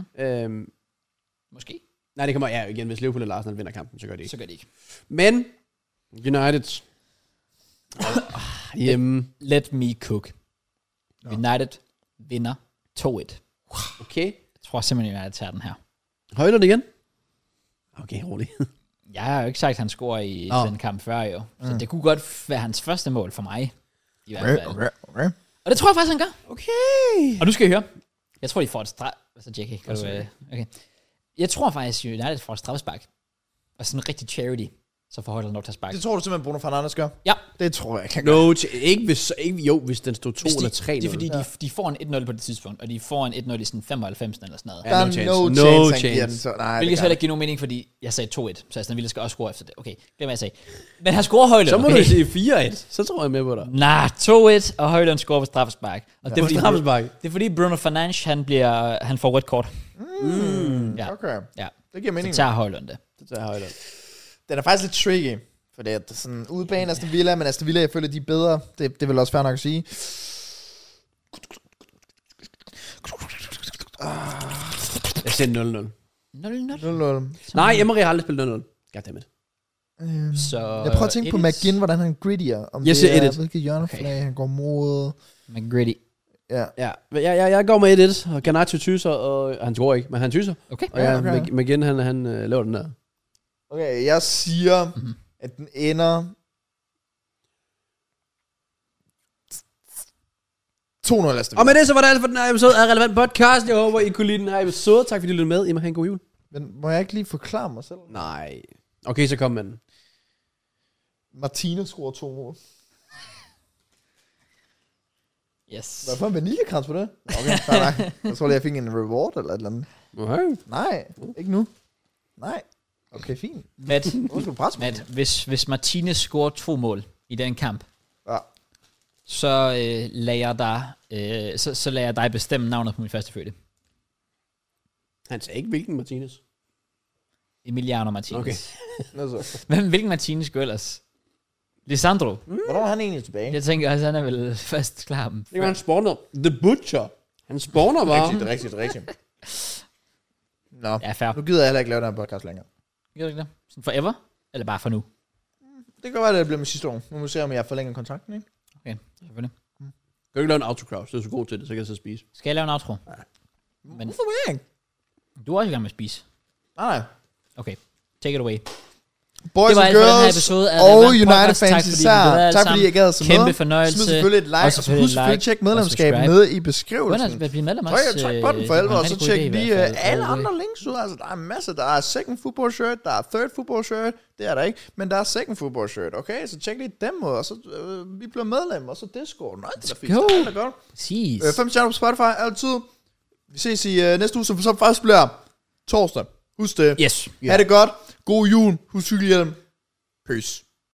Måske.
Nej, det kommer igen. Hvis Liverpool eller Arsenal vinder kampen, så gør de ikke.
Så gør de ikke.
Men United hjemme.
Let me cook. United vinder 2-1.
Okay.
Jeg tror simpelthen, United tager den her.
Højler det igen? Okay, rolig.
Jeg har jo ikke sagt, at han scorer i den kamp før, jo. Så det kunne godt være hans første mål for mig. I hvert fald.
Okay.
Og det tror jeg faktisk, han gør.
Okay.
Og nu skal I høre. Jeg tror, de får et straf... Altså, Jackie, kan du... Okay. Jeg tror faktisk, at United får et straffespark. Og sådan en rigtig charity. Så får Højlund lov til at sparke.
Det tror du simpelthen, Bruno Fernandes gør?
Ja.
Det tror jeg kan gøre.
Hvis den stod 2 eller 3.
Det er fordi, de får en 1-0 på det tidspunkt. Og de får en 1-0 i sådan 95 eller sådan noget.
Der er
no
no
chance.
chance, han giver den så. Nej,
Hvilket så heller ikke give nogen mening, fordi jeg sagde 2-1. Så Aston Villa skal også score efter det. Okay, glem hvad jeg sagde. Men han scorer Højlund.
Så må
okay.
du sige 4-1. Så tror jeg med på dig.
Nej, 2-1, og Højlund scorer på straffespark. Og det, er fordi,
straffespark.
det er fordi Bruno Fernandes, han får rødt kort. Ja.
Okay.
Ja.
Det giver mening.
Så tager Højlund det.
Det tager Højlund.
Den er faktisk lidt tricky. For det er sådan udebane Aston Villa, men Aston Villa, jeg føler, de er bedre. Det er vel også fair nok at sige.
Jeg siger 0-0.
0-0.
Nej, Emery har aldrig spillet 0-0. Goddammit.
Så
Jeg prøver at tænke på McGinn, hvordan han grittier. Om
Jeg siger
det er,
1-1.
hvilket hjørneflag han går mod.
McGritty.
Ja.
Ja, jeg går med 1-1, og Garnacho tyser, og han tror ikke, men han tyser.
Okay.
Og ja,
okay.
McGinn, han laver den der.
Okay, jeg siger, at den ender 200 Aston Villa.
Og med det, så var det alt for den her episode af Relevant Podcast. Jeg håber, I kunne lide den her episode. Tak fordi I lyttede med. I må have en god jul.
Men må jeg ikke lige forklare mig selv?
Nej. Okay, så kom med den.
Martine scorer 2 mål.
Yes.
Hvad for en vaniljekrans på det? Okay, nej. Jeg tror lige, jeg fik en reward eller et eller andet.
Okay.
Nej, ikke nu. Nej. Okay, fint.
Matt,
Hvor skal du presse mig?
hvis Martinez scorer 2 mål i den kamp,
Ja.
så lader jeg dig bestemme navnet på min første fødte.
Han sagde ikke, hvilken Martinez.
Emiliano Martinez.
Okay.
Hvilken Martinez skulle ellers? Lisandro.
Hvornår er han egentlig tilbage?
Jeg tænker også, han er vel først klar.
Det var han spawner. The Butcher. Han spawner bare.
Rigtigt. Nå,
Ja, fair.
nu gider jeg heller ikke lave den her podcast længere.
Gør du ikke det? Sådan forever? Eller bare for nu?
Det kan godt være, det bliver med sidste år. Nu må vi se, om jeg forlænger kontrakten, ikke?
Okay, selvfølgelig.
Kan du ikke lave en outro-crowd? Så er du så god til det, så kan jeg så spise.
Skal jeg lave en outro?
Ja.
Men
Hvorfor vil jeg ikke?
du er også i gang med at spise.
Nej.
Okay, take it away.
Boys
Det var
and
alt for den her
girls
episode af
og
Relevant
United
Podcast.
fans især. Tak fordi I gad så
Kæmpe
med.
fornøjelse.
Smid selvfølgelig et like, og så husk selvfølgelig at tjekke medlemskabet nede i beskrivelsen.
Tryk
Tryk på den for helvede, og så tjek lige alle andre links ud. Altså, der er masser. Der er second football shirt, der er third football shirt. Det er der ikke, men der er second football shirt, okay? Så tjek lige dem ud, og så vi bliver medlem, og så Discord. Nej, det er fint. Det er godt.
Præcis.
5 stjerner på Spotify, altid. Vi ses i næste uge, som så faktisk bliver torsdag. Husk det.
Yes.
Ha' det godt. God jul. Husk cykelhjelm. Peace.